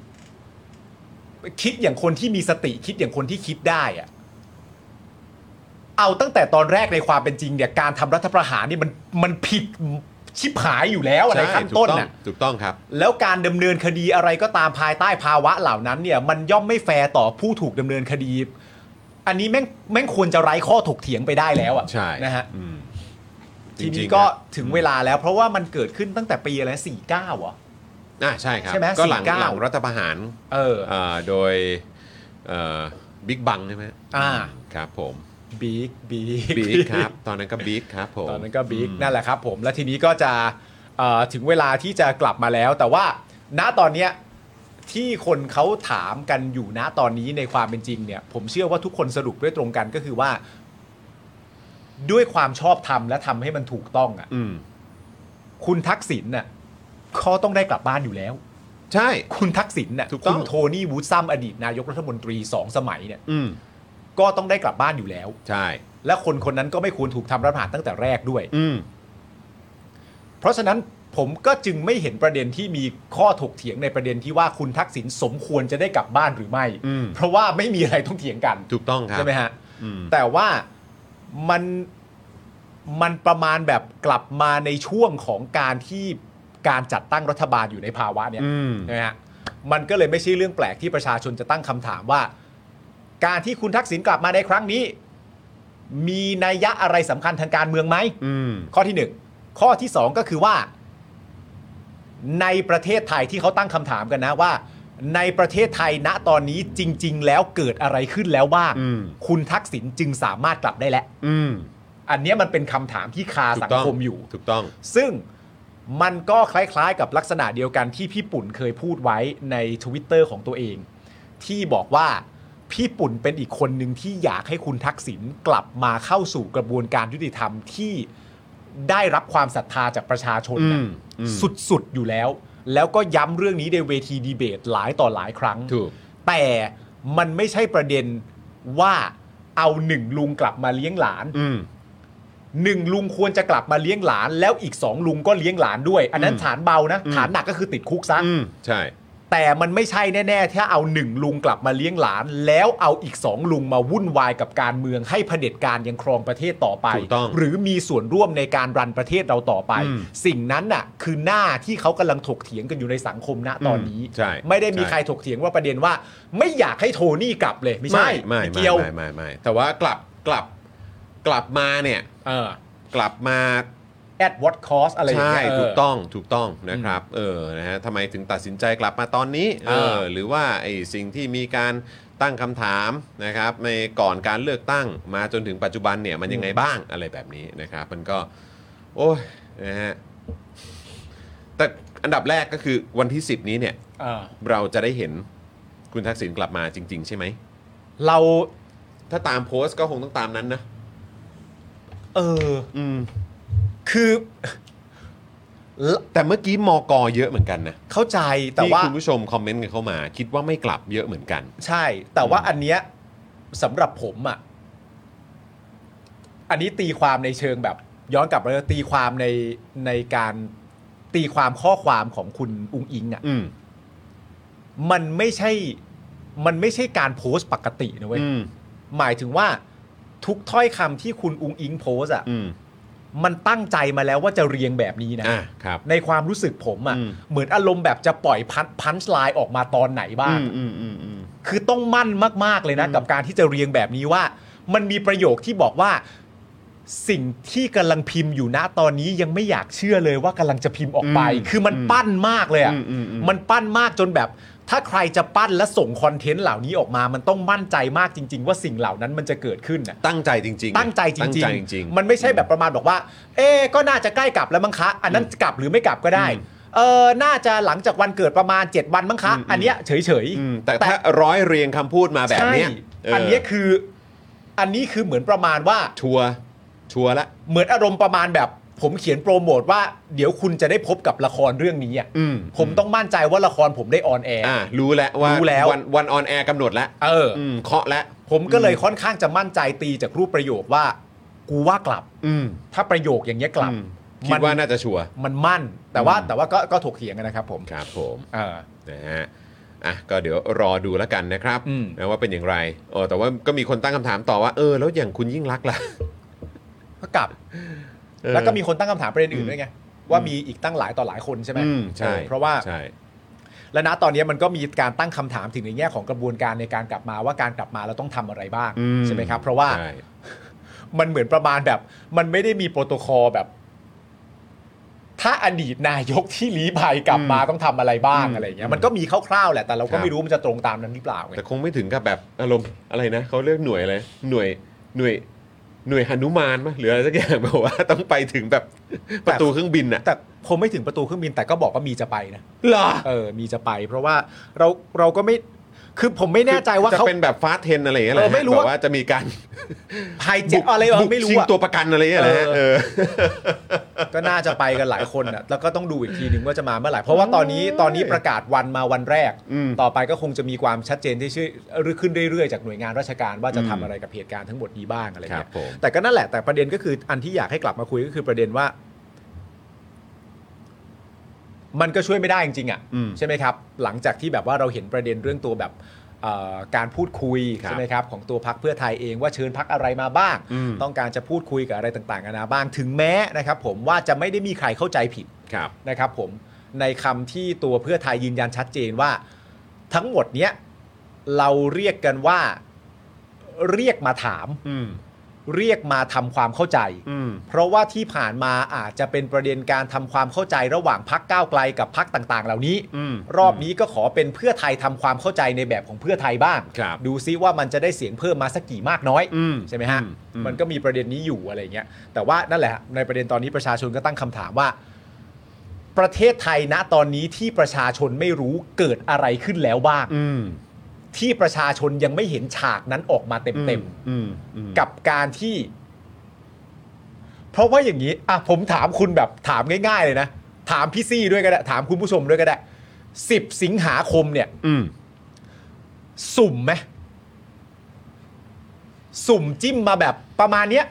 [SPEAKER 5] คิดอย่างคนที่มีสติคิดอย่างคนที่คิดได้อะเอาตั้งแต่ตอนแรกในความเป็นจริงเนี่ยการทำรัฐประหารนี่มันมันผิดชิบหายอยู่แล้วอะในขั้นต้น
[SPEAKER 2] ใช่
[SPEAKER 5] น่ะ
[SPEAKER 2] ถูกต้องครับ
[SPEAKER 5] แล้วการดำเนินคดีอะไรก็ตามภายใต้ภาวะเหล่านั้นเนี่ย มันย่อมไม่แฟร์ต่อผู้ถูกดำเนินคดี อันนี้แม่งแม่งควรจะไร้ข้อถกเถียงไปได้แล้วอ่ะ
[SPEAKER 2] ใช่
[SPEAKER 5] นะฮะ
[SPEAKER 2] อืม
[SPEAKER 5] ที
[SPEAKER 2] จริ
[SPEAKER 5] นี้
[SPEAKER 2] งๆ
[SPEAKER 5] ก็
[SPEAKER 2] นะ
[SPEAKER 5] ถึงเวลาแล้ว เพราะว่ามันเกิดขึ้นตั้งแต่ปีอะไรสี่เก้าเหรอ
[SPEAKER 2] อ่าใช่ครับ
[SPEAKER 5] ใช่ไหม
[SPEAKER 2] ก็หลัง
[SPEAKER 5] สี่เก้า
[SPEAKER 2] หลังรัฐประหาร
[SPEAKER 5] เออ
[SPEAKER 2] เอ่อโดยบิ๊กบังใช่ไหม
[SPEAKER 5] อ่า
[SPEAKER 2] ครับผม
[SPEAKER 5] บิ๊กบิ๊ก
[SPEAKER 2] บิ๊กครับ ตอนนั้นก็บิ๊กครับผม
[SPEAKER 5] ตอนนั้นก็บิ๊กนั่นแหละครับผมแล้วทีนี้ก็จะเอ่อถึงเวลาที่จะกลับมาแล้ว แต่ว่าณตอนเนี้ยที่คนเขาถามกันอยู่ณตอนนี้ในความเป็นจริงเนี่ย ผมเชื่อว่าทุกคนสรุปด้วยตรงกันก็คือว่า ด้วยความชอบธรรมและทำให้มันถูกต้องอ่ะ
[SPEAKER 2] อืม
[SPEAKER 5] คุณทักษิณน่ะเขาต้องได้กลับบ้านอยู่แล้ว
[SPEAKER 2] ใช่
[SPEAKER 5] คุณทักษิณน่ะ
[SPEAKER 2] ถูกต้อง
[SPEAKER 5] คุณโทนี่วูดซัมอดีตนายกรัฐมนตรีสองสมัยเนี่ย
[SPEAKER 2] อืม
[SPEAKER 5] ก็ต้องได้กลับบ้านอยู่แล้ว
[SPEAKER 2] ใช่
[SPEAKER 5] และคนคนนั้นก็ไม่ควรถูกทำรัฐประหารตั้งแต่แรกด้วย
[SPEAKER 2] อืม
[SPEAKER 5] เพราะฉะนั้นผมก็จึงไม่เห็นประเด็นที่มีข้อถกเถียงในประเด็นที่ว่าคุณทักษิณสมควรจะได้กลับบ้านหรือไม่เพราะว่าไม่มีอะไรต้องเถียงกัน
[SPEAKER 2] ถูกต้องครับ
[SPEAKER 5] ใช่ไหมฮะแต่ว่ามันมันประมาณแบบกลับมาในช่วงของการที่การจัดตั้งรัฐบาลอยู่ในภาวะเนี้ยใช่ไหมฮะมันก็เลยไม่ใช่เรื่องแปลกที่ประชาชนจะตั้งคำถามว่าการที่คุณทักษิณกลับมาในครั้งนี้มีนัยยะอะไรสำคัญทางการเมืองไหมข้อที่หนึ่งข้อที่สองก็คือว่าในประเทศไทยที่เขาตั้งคำถามกันนะว่าในประเทศไทยณตอนนี้จริงๆแล้วเกิดอะไรขึ้นแล้วบ้างคุณทักษิณจึงสามารถกลับได้แล้วอันนี้มันเป็นคำถามที่คาสังคมอยู่
[SPEAKER 2] ถูกต้อง
[SPEAKER 5] ซึ่งมันก็คล้ายๆกับลักษณะเดียวกันที่พี่ปุ่นเคยพูดไว้ใน Twitter ของตัวเองที่บอกว่าพี่ปุ่นเป็นอีกคนหนึ่งที่อยากให้คุณทักษิณกลับมาเข้าสู่กระบวนการยุติธรรมที่ได้รับความศรัทธาจากประชาชนสุดๆอยู่แล้วแล้วก็ย้ำเรื่องนี้ในเวทีดีเบตหลายต่อหลายครั้งแต่มันไม่ใช่ประเด็นว่าเอาหนึ่งลุงกลับมาเลี้ยงหลานหนึ่งลุงควรจะกลับมาเลี้ยงหลานแล้วอีกสองลุงก็เลี้ยงหลานด้วยอันนั้นฐานเบานะฐานหนักก็คือติดคุกซะ
[SPEAKER 2] ใช่
[SPEAKER 5] แต่มันไม่ใช่แน่ๆถ้าเอาหนึ่งลุงกลับมาเลี้ยงหลานแล้วเอาอีกสองลุงมาวุ่นวายกับการเมืองให้เผด็จการยังครองประเทศต่อไปหรือมีส่วนร่วมในการรันประเทศเราต่อไปสิ่งนั้นน่ะคือหน้าที่เขากำลังถกเถียงกันอยู่ในสังคมณตอนนี้ไม่ได้มีใครถกเถียงว่าประเด็นว่าไม่อยากให้โทนี่กลับเลยไม่ใช่
[SPEAKER 2] ไม่เกี่ยวไม่ไม่ไม่แต่ว่ากลับกลับกลับมาเนี่ยกลับมา
[SPEAKER 5] at what cost อะไรอย่างเงี้
[SPEAKER 2] ยใช่ถูกต้องถูกต้องนะครับเออนะฮะทำไมถึงตัดสินใจกลับมาตอนนี้เออหรือว่าไอ้สิ่งที่มีการตั้งคำถามนะครับในก่อนการเลือกตั้งมาจนถึงปัจจุบันเนี่ยมันยังไงบ้างอะไรแบบนี้นะครับมันก็โอ้ยนะฮะแต่อันดับแรกก็คือวันที่สิบนี้เนี่ยเราจะได้เห็นคุณทักษิณกลับมาจริงๆใช่ไหม
[SPEAKER 5] เรา
[SPEAKER 2] ถ้าตามโพสต์ก็คงต้องตามนั้นนะ
[SPEAKER 5] เอออืมคือ
[SPEAKER 2] แต่เมื่อกี้มกเยอะเหมือนกันนะ
[SPEAKER 5] เข้าใจแต่ว่า
[SPEAKER 2] คุณผู้ชมคอมเมนต์กันเข้ามาคิดว่าไม่กลับเยอะเหมือนกัน
[SPEAKER 5] ใช่แต่ว่าอันเนี้ยสำหรับผมอ่ะอันนี้ตีความในเชิงแบบย้อนกลับไปตีความในในการตีความข้อความของคุณอุงอิงอ่ะมันไม่ใช่มันไม่ใช่การโพสต์ปกตินะเว้ยหมายถึงว่าทุกถ้อยคำที่คุณอุงอิงโพสอ่ะมันตั้งใจมาแล้วว่าจะเรียงแบบนี้นะในความรู้สึกผมอ่ะเหมือนอารมณ์แบบจะปล่อยพันพันช์ไลน์ออกมาตอนไหนบ้างคือต้องมั่นมากๆเลยนะกับการที่จะเรียงแบบนี้ว่ามันมีประโยคที่บอกว่าสิ่งที่กำลังพิมพ์อยู่ณตอนนี้ยังไม่อยากเชื่อเลยว่ากำลังจะพิมพ์ออกไปคือมันปั้นมากเลยอ่ะมันปั้นมากจนแบบถ้าใครจะปั้นและส่งคอนเทนต์เหล่านี้ออกมามันต้องมั่นใจมากจริงๆว่าสิ่งเหล่านั้นมันจะเกิดขึ้นน่ะ
[SPEAKER 2] ตั้งใจจริง
[SPEAKER 5] ๆตั้งใจจริงๆมันไม่ใช่แบบประมาณบอกว่าเอ๊ก็น่าจะใกล้กลับแล้วมั้งคะอันนั้นกลับหรือไม่กลับก็ได้เออน่าจะหลังจากวันเกิดประมาณเจ็ดวันมั้งคะอันเนี้ยเฉย
[SPEAKER 2] ๆแต่ถ้าร้อยเรียงคำพูดมาแบบนี้
[SPEAKER 5] อันนี้คืออันนี้คือเหมือนประมาณว่า
[SPEAKER 2] ชัวร์ชัวร์ละ
[SPEAKER 5] เหมือนอารมณ์ประมาณแบบผมเขียนโปรโมทว่าเดี๋ยวคุณจะได้พบกับละครเรื่องนี้อ่ะผมต้องมั่นใจว่าละครผมได้ออนแอร์
[SPEAKER 2] อ่ารู้แล้วว่าวันวันออนแอร์กำหนดแล้ว
[SPEAKER 5] เออ
[SPEAKER 2] เคาะแล้ว
[SPEAKER 5] ผมก็เลยค่อนข้างจะมั่นใจตีจากรูปประโยคว่ากูว่ากลับถ้าประโยคอย่างเงี้ยกลับ
[SPEAKER 2] คิดว่าน่าจะชัวร์
[SPEAKER 5] มันมั่นแต่ว่าแต่ว่าก็ก็ถกเถียงกันนะครับผม
[SPEAKER 2] ครับผมเออนะฮะอ่ะก็เดี๋ยวรอดูแล้วกันนะครับนะว่าเป็นอย่างไรโอ้แต่ว่าก็มีคนตั้งคำถามต่อว่าเออแล้วอย่างคุณยิ่งลักษณ์ล่ะ
[SPEAKER 5] ก็กลับแล้วก็มีคนตั้งคำถามประเด็นอื่นด้วยไงว่ามีอีกตั้งหลายต่อหลายคนใช่ไหม
[SPEAKER 2] ใช่
[SPEAKER 5] เพราะว่าและณตอนนี้มันก็มีการตั้งคำถามถึงในแง่ของกระบวนการในการกลับมาว่าการกลับมาเราต้องทำอะไรบ้างใช่ไหมครับเพราะว่ามันเหมือนประมาณแบบมันไม่ได้มีโปรโตคอลแบบถ้าอดีตนายกที่ลี้ภัยกลับมาต้องทำอะไรบ้างอะไรอย่างเงี้ยมันก็มีคร่าวๆแหละแต่เราก็ไม่รู้มันจะตรงตามนั้นหรือเปล่า
[SPEAKER 2] แต่คงไม่ถึงกับแบบอารมณ์อะไรนะเขาเรียกหน่วยอะไรหน่วยหน่วยหน่วยหนุมานมั้ยหรืออะไรสักอย่างแบบว่าต้องไปถึงแบบประตูเครื่องบินน่ะ
[SPEAKER 5] แต่คงไม่ถึงประตูเครื่องบินแต่ก็บอกว่ามีจะไปนะ
[SPEAKER 2] เหรอ
[SPEAKER 5] เออมีจะไปเพราะว่าเราเราก็ไม่คือผมไม่แน่ใจว่า
[SPEAKER 2] เขาจะเป็นแบบฟาสเทนอะไรอย่างเงี้ยแหละแบบว่าจะมีการ
[SPEAKER 5] ไฮเจ็ตอะไรไม่รู้
[SPEAKER 2] ชิงตัวประกันอะไรอย่างเงี้ยแหละเออ
[SPEAKER 5] ก็น่าจะไปกันหลายคนน่ะแล้วก็ต้องดูอีกทีนึงว่าจะมาเมื่อไหร่เพราะว่าตอนนี้ตอนนี้ประกาศวันมาวันแรกต่อไปก็คงจะมีความชัดเจนที่ชื่อขึ้นเรื่อยๆจากหน่วยงานราชการว่าจะทำอะไรกับเหตุการณ์ทั้งหมดนี้บ้างอะไรเงี้ยแต่ก็นั่นแหละแต่ประเด็นก็คืออันที่อยากให้กลับมาคุยก็คือประเด็นว่ามันก็ช่วยไม่ได้จริงๆอ่ะ
[SPEAKER 2] อืม
[SPEAKER 5] ใช่ไหมครับหลังจากที่แบบว่าเราเห็นประเด็นเรื่องตัวแบบเอ่อการพูดคุย
[SPEAKER 2] ครับ
[SPEAKER 5] ใช่ไหมครับของตัวพรรคเพื่อไทยเองว่าเชิญพรรคอะไรมาบ้าง
[SPEAKER 2] อืม
[SPEAKER 5] ต้องการจะพูดคุยกับอะไรต่างๆกันานาบ้างถึงแม้นะครับผมว่าจะไม่ได้มีใครเข้าใจผิด
[SPEAKER 2] ครับ
[SPEAKER 5] นะครับผมในคำที่ตัวเพื่อไทยยืนยันชัดเจนว่าทั้งหมดเนี้ยเราเรียกกันว่าเรียกมาถาม
[SPEAKER 2] อืม
[SPEAKER 5] เรียกมาทำความเข้าใจ
[SPEAKER 2] อืม
[SPEAKER 5] เพราะว่าที่ผ่านมาอาจจะเป็นประเด็นการทำความเข้าใจระหว่างพรรคก้าวไกลกับพรรคต่างๆ เหล่านี้
[SPEAKER 2] อืม
[SPEAKER 5] รอบนี้ก็ขอเป็นเพื่อไทยทำความเข้าใจในแบบของเพื่อไทยบ้าง
[SPEAKER 2] ครับ
[SPEAKER 5] ดูซิว่ามันจะได้เสียงเพิ่มมาสักกี่มากน้อย
[SPEAKER 2] อืม
[SPEAKER 5] ใช่ไหมฮะ
[SPEAKER 2] อืมอืม
[SPEAKER 5] มันก็มีประเด็นนี้อยู่อะไรเงี้ยแต่ว่านั่นแหละในประเด็นตอนนี้ประชาชนก็ตั้งคำถามว่า ประเทศไทยณตอนนี้ที่ประชาชนไม่รู้เกิดอะไรขึ้นแล้วบ้าง
[SPEAKER 2] อืม
[SPEAKER 5] ที่ประชาชนยังไม่เห็นฉากนั้นออกมาเต็ม
[SPEAKER 2] อืมอืม
[SPEAKER 5] ๆกับการที่ เพราะว่าอย่างนี้อ่ะผมถามคุณแบบถามง่ายๆเลยนะถามพี่ซี่ด้วยก็ได้ถามคุณผู้ชมด้วยก็ได้สิบสิงหาคมเนี่ย
[SPEAKER 2] อืม
[SPEAKER 5] สุ่มไหมสุ่มจิ้มมาแบบประมาณเนี้ย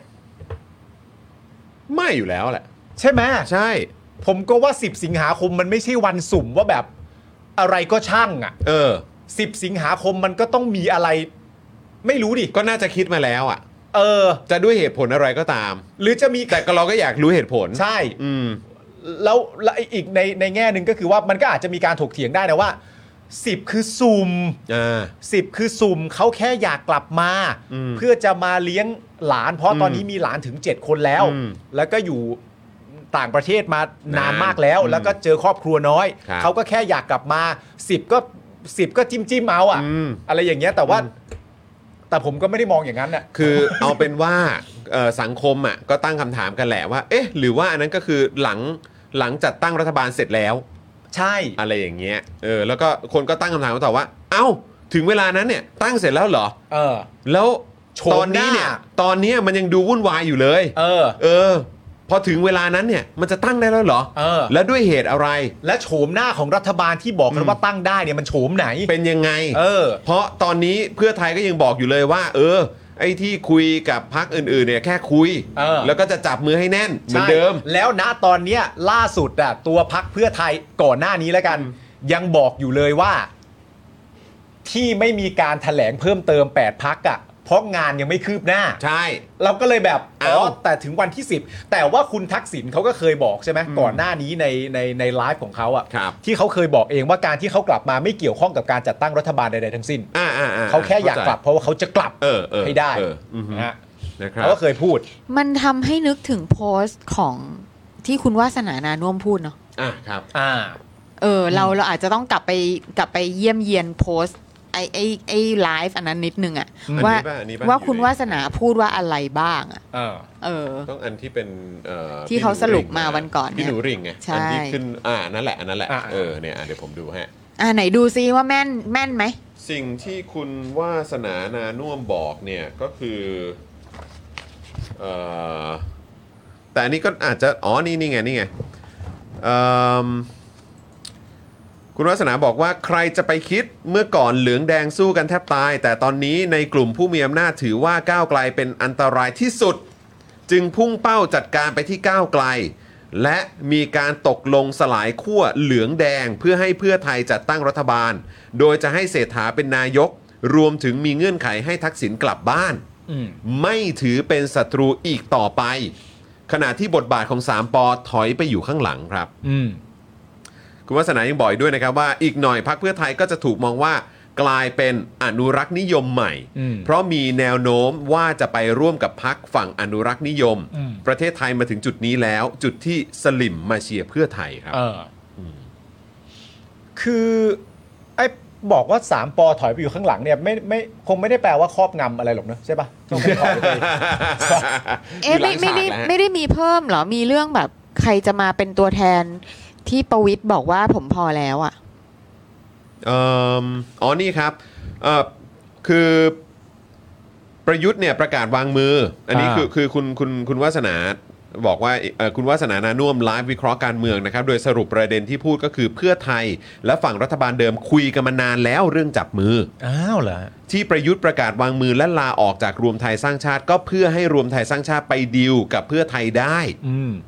[SPEAKER 2] ไม่อยู่แล้วแหละ
[SPEAKER 5] ใช่ไหม
[SPEAKER 2] ใช่
[SPEAKER 5] ผมก็ว่าสิบสิงหาคมมันไม่ใช่วันสุ่มว่าแบบอะไรก็ช่างอ่ะ
[SPEAKER 2] เออ
[SPEAKER 5] สิบสิงหาคมมันก็ต้องมีอะไร ไม่รู้ดิ
[SPEAKER 2] ก็น่าจะคิดมาแล้วอ่ะ
[SPEAKER 5] เออ
[SPEAKER 2] จะด้วยเหตุผลอะไรก็ตาม
[SPEAKER 5] หรือจะมี
[SPEAKER 2] แต่ก็เราก็อยากรู้เหตุผล
[SPEAKER 5] ใช่
[SPEAKER 2] อืม
[SPEAKER 5] แล้วแล้วอีกในในแง่หนึ่งก็คือว่ามันก็อาจจะมีการถกเถียงได้นะว่าสิบคือสุ่ม
[SPEAKER 2] อ่า
[SPEAKER 5] สิบคือสุ่มเขาแค่อยากกลับมา
[SPEAKER 2] อืม
[SPEAKER 5] เพื่อจะมาเลี้ยงหลาน เพราะตอนนี้มีหลานถึงเจ็ดคนแล้ว
[SPEAKER 2] อืม
[SPEAKER 5] แล้วก็อยู่ต่างประเทศมานาน
[SPEAKER 2] นาน
[SPEAKER 5] มากแล้ว
[SPEAKER 2] อืม
[SPEAKER 5] แล้วก็เจอครอบครัวน้อย
[SPEAKER 2] ครับ
[SPEAKER 5] เขาก็แค่อยากกลับมาสิบก็สิบก็จิ้มจิ้มเอาอะ
[SPEAKER 2] อืม
[SPEAKER 5] อะไรอย่างเงี้ยแต่ว่า แต่ผมก็ไม่ได้มองอย่างนั้นน่ะ
[SPEAKER 2] คือ เอาเป็นว่าเอ่อสังคมอ่ะก็ตั้งคำถามกันแหละว่า เอ๊ะ หรือว่าอันนั้นก็คือหลังหลังจัดตั้งรัฐบาลเสร็จแล้ว
[SPEAKER 5] ใช่
[SPEAKER 2] อะไรอย่างเงี้ย เออ แล้วก็คนก็ตั้งคำถามมาต่อว่า เอ้า ถึงเวลานั้นเนี่ย ตั้งเสร็จแล้วเหรอ
[SPEAKER 5] เออ
[SPEAKER 2] แล้ว
[SPEAKER 5] โฉม
[SPEAKER 2] ตอนนี้เนี่ย
[SPEAKER 5] หน้า
[SPEAKER 2] ตอนเนี้ยมันยังดูวุ่นวายอยู่เลย
[SPEAKER 5] เออ
[SPEAKER 2] เออ พอถึงเวลานั้นเนี่ย มันจะตั้งได้แล้วเหรอ
[SPEAKER 5] เออ
[SPEAKER 2] แล้วด้วยเหตุอะไร
[SPEAKER 5] และโฉมหน้าของรัฐบาลที่บอกกันว่าตั้งได้เนี่ยมันโฉมไหน
[SPEAKER 2] เป็นยังไง
[SPEAKER 5] เออ
[SPEAKER 2] เพราะตอนนี้เพื่อไทยก็ยังบอกอยู่เลยว่า เออ ไอ้ที่คุยกับพรรคอื่นๆเนี่ยแค่คุย
[SPEAKER 5] เออ
[SPEAKER 2] แล้วก็จะจับมือให้แน่นเหมือน
[SPEAKER 5] ใช่
[SPEAKER 2] เดิม
[SPEAKER 5] แล้วณตอนเนี้ยล่าสุดอะตัวพักเพื่อไทยก่อนหน้านี้แล้วกัน ยังบอกอยู่เลยว่า ที่ไม่มีการแถลงเพิ่มเติมแปดพักอะเพราะงานยังไม่คืบหน้า
[SPEAKER 2] ใช่
[SPEAKER 5] เราก็เลยแบบอ๋อ
[SPEAKER 2] เอ้า
[SPEAKER 5] แต่ถึงวันที่สิบแต่ว่าคุณทักษิณเขาก็เคยบอกใช่ไหมก่อนหน้านี้ในในในไลฟ์ของเขาอะ
[SPEAKER 2] ครับ
[SPEAKER 5] ที่เขาเคยบอกเองว่าการที่เขากลับมาไม่เกี่ยวข้องกับการจัดตั้งรัฐบาลใดๆทั้งสิ้น
[SPEAKER 2] อ่าอ่าอ่า
[SPEAKER 5] เขาแค่อยากกลับเพราะว่าเขาจะกลับ
[SPEAKER 2] เออเออ
[SPEAKER 5] ให้ได้
[SPEAKER 2] เอออือฮึ
[SPEAKER 5] นะฮะ
[SPEAKER 2] นะครับ
[SPEAKER 5] เขาก็เคยพูด
[SPEAKER 1] มันทำให้นึกถึงโพสต์ของที่คุณวาสนานานุ่วมพูดเนาะ
[SPEAKER 2] อ่ะครับ
[SPEAKER 5] อ่า
[SPEAKER 1] เออเราเราอาจจะต้องกลับไปกลับไปเยี่ยมเยียนโพสต์ไอไอไอไลฟ์อันนั้นนิดนึงอะ
[SPEAKER 2] อันนี้
[SPEAKER 1] ว่า
[SPEAKER 2] ป่ะอันนี้ป่ะ
[SPEAKER 1] ว่า
[SPEAKER 2] อยู่
[SPEAKER 1] คุณ
[SPEAKER 2] ใน
[SPEAKER 1] วาสนาพูดว่าอะไรบ้างอะ
[SPEAKER 5] เออ
[SPEAKER 1] เออ
[SPEAKER 2] ต้องอันที่เป็นเอ่อ
[SPEAKER 1] ที่เขา
[SPEAKER 2] พี่หนู
[SPEAKER 1] สรุป
[SPEAKER 2] ง
[SPEAKER 1] มาวันก่อนเนี่ย
[SPEAKER 2] พี่หนูริ่งไง
[SPEAKER 1] ใช่
[SPEAKER 2] อัที่ขึ้นอ่านั่นแหละอันนั้นแหละ
[SPEAKER 5] อ่า
[SPEAKER 2] เออเนี่ยอ่ะเดี๋ยวผมดูฮะ
[SPEAKER 1] อ่าไหนดูซิว่าแม่นแม่นไหม
[SPEAKER 2] สิ่งที่คุณวาสนานานุ่วมบอกเนี่ยก็คือเอ่อแต่อันนี้ก็อาจจะอ๋อนี่นี่ไงนี่ไงเอิ่มคุณวาสนาบอกว่าใครจะไปคิดเมื่อก่อนเหลืองแดงสู้กันแทบตาย แต่ตอนนี้ในกลุ่มผู้มีอำนาจถือว่าก้าวไกลเป็นอันตรายที่สุด จึงพุ่งเป้าจัดการไปที่ก้าวไกล และมีการตกลงสลายขั้วเหลืองแดงเพื่อให้เพื่อไทยจัดตั้งรัฐบาล โดยจะให้เศรษฐาเป็นนายก รวมถึงมีเงื่อนไขให้ทักษิณกลับบ้าน
[SPEAKER 5] อืม
[SPEAKER 2] ไม่ถือเป็นศัตรูอีกต่อไป ขณะที่บทบาทของสามปอถอยไปอยู่ข้างหลังครับ
[SPEAKER 5] อืม
[SPEAKER 2] คุณวัฒนายังบอกอีกด้วยนะครับว่าอีกหน่อยพรรคเพื่อไทยก็จะถูกมองว่ากลายเป็นอนุรักษ์นิยมใหม่
[SPEAKER 5] อืม
[SPEAKER 2] เพราะมีแนวโน้มว่าจะไปร่วมกับพรรคฝั่งอนุรักษ์นิยม
[SPEAKER 5] อืม
[SPEAKER 2] ประเทศไทยมาถึงจุดนี้แล้ว จุดที่สลิมมาเชียร์เพื่อไทยครับ
[SPEAKER 5] เอออคือไอ้บอกว่าสามปอถอยไปอยู่ข้างหลังเนี่ยไม่ไม่คงไม่ได้แปลว่าครอบงำอะไรหรอกเนอะใช่ปะก็คงถอยไป
[SPEAKER 1] เอ๊ะไม่ไม่ได้ไม่ได้มีเพิ่มเหรอมีเรื่องแบบใครจะมาเป็นตัวแทนที่ประวิตรบอกว่าผมพอแล้วอ่ะ
[SPEAKER 2] เอ่ออ๋อนี่ครับเอ่อคือประยุทธ์เนี่ยประกาศวางมือ อันนี้
[SPEAKER 5] อ่า
[SPEAKER 2] คือคือคุณคุณคุณวาสนาบอกว่าเอ่อคุณวาสนานานุ่วมไลฟ์วิเคราะห์การเมืองนะครับโดยสรุปประเด็นที่พูดก็คือเพื่อไทยและฝั่งรัฐบาลเดิมคุยกันมานานแล้วเรื่องจับมือ
[SPEAKER 5] อ้าวเหรอ
[SPEAKER 2] ที่ประยุทธ์ประกาศวางมือและลาออกจากรวมไทยสร้างชาติ ก็เพื่อให้รวมไทยสร้างชาติไปดีลกับเพื่อไทยได้
[SPEAKER 5] อืม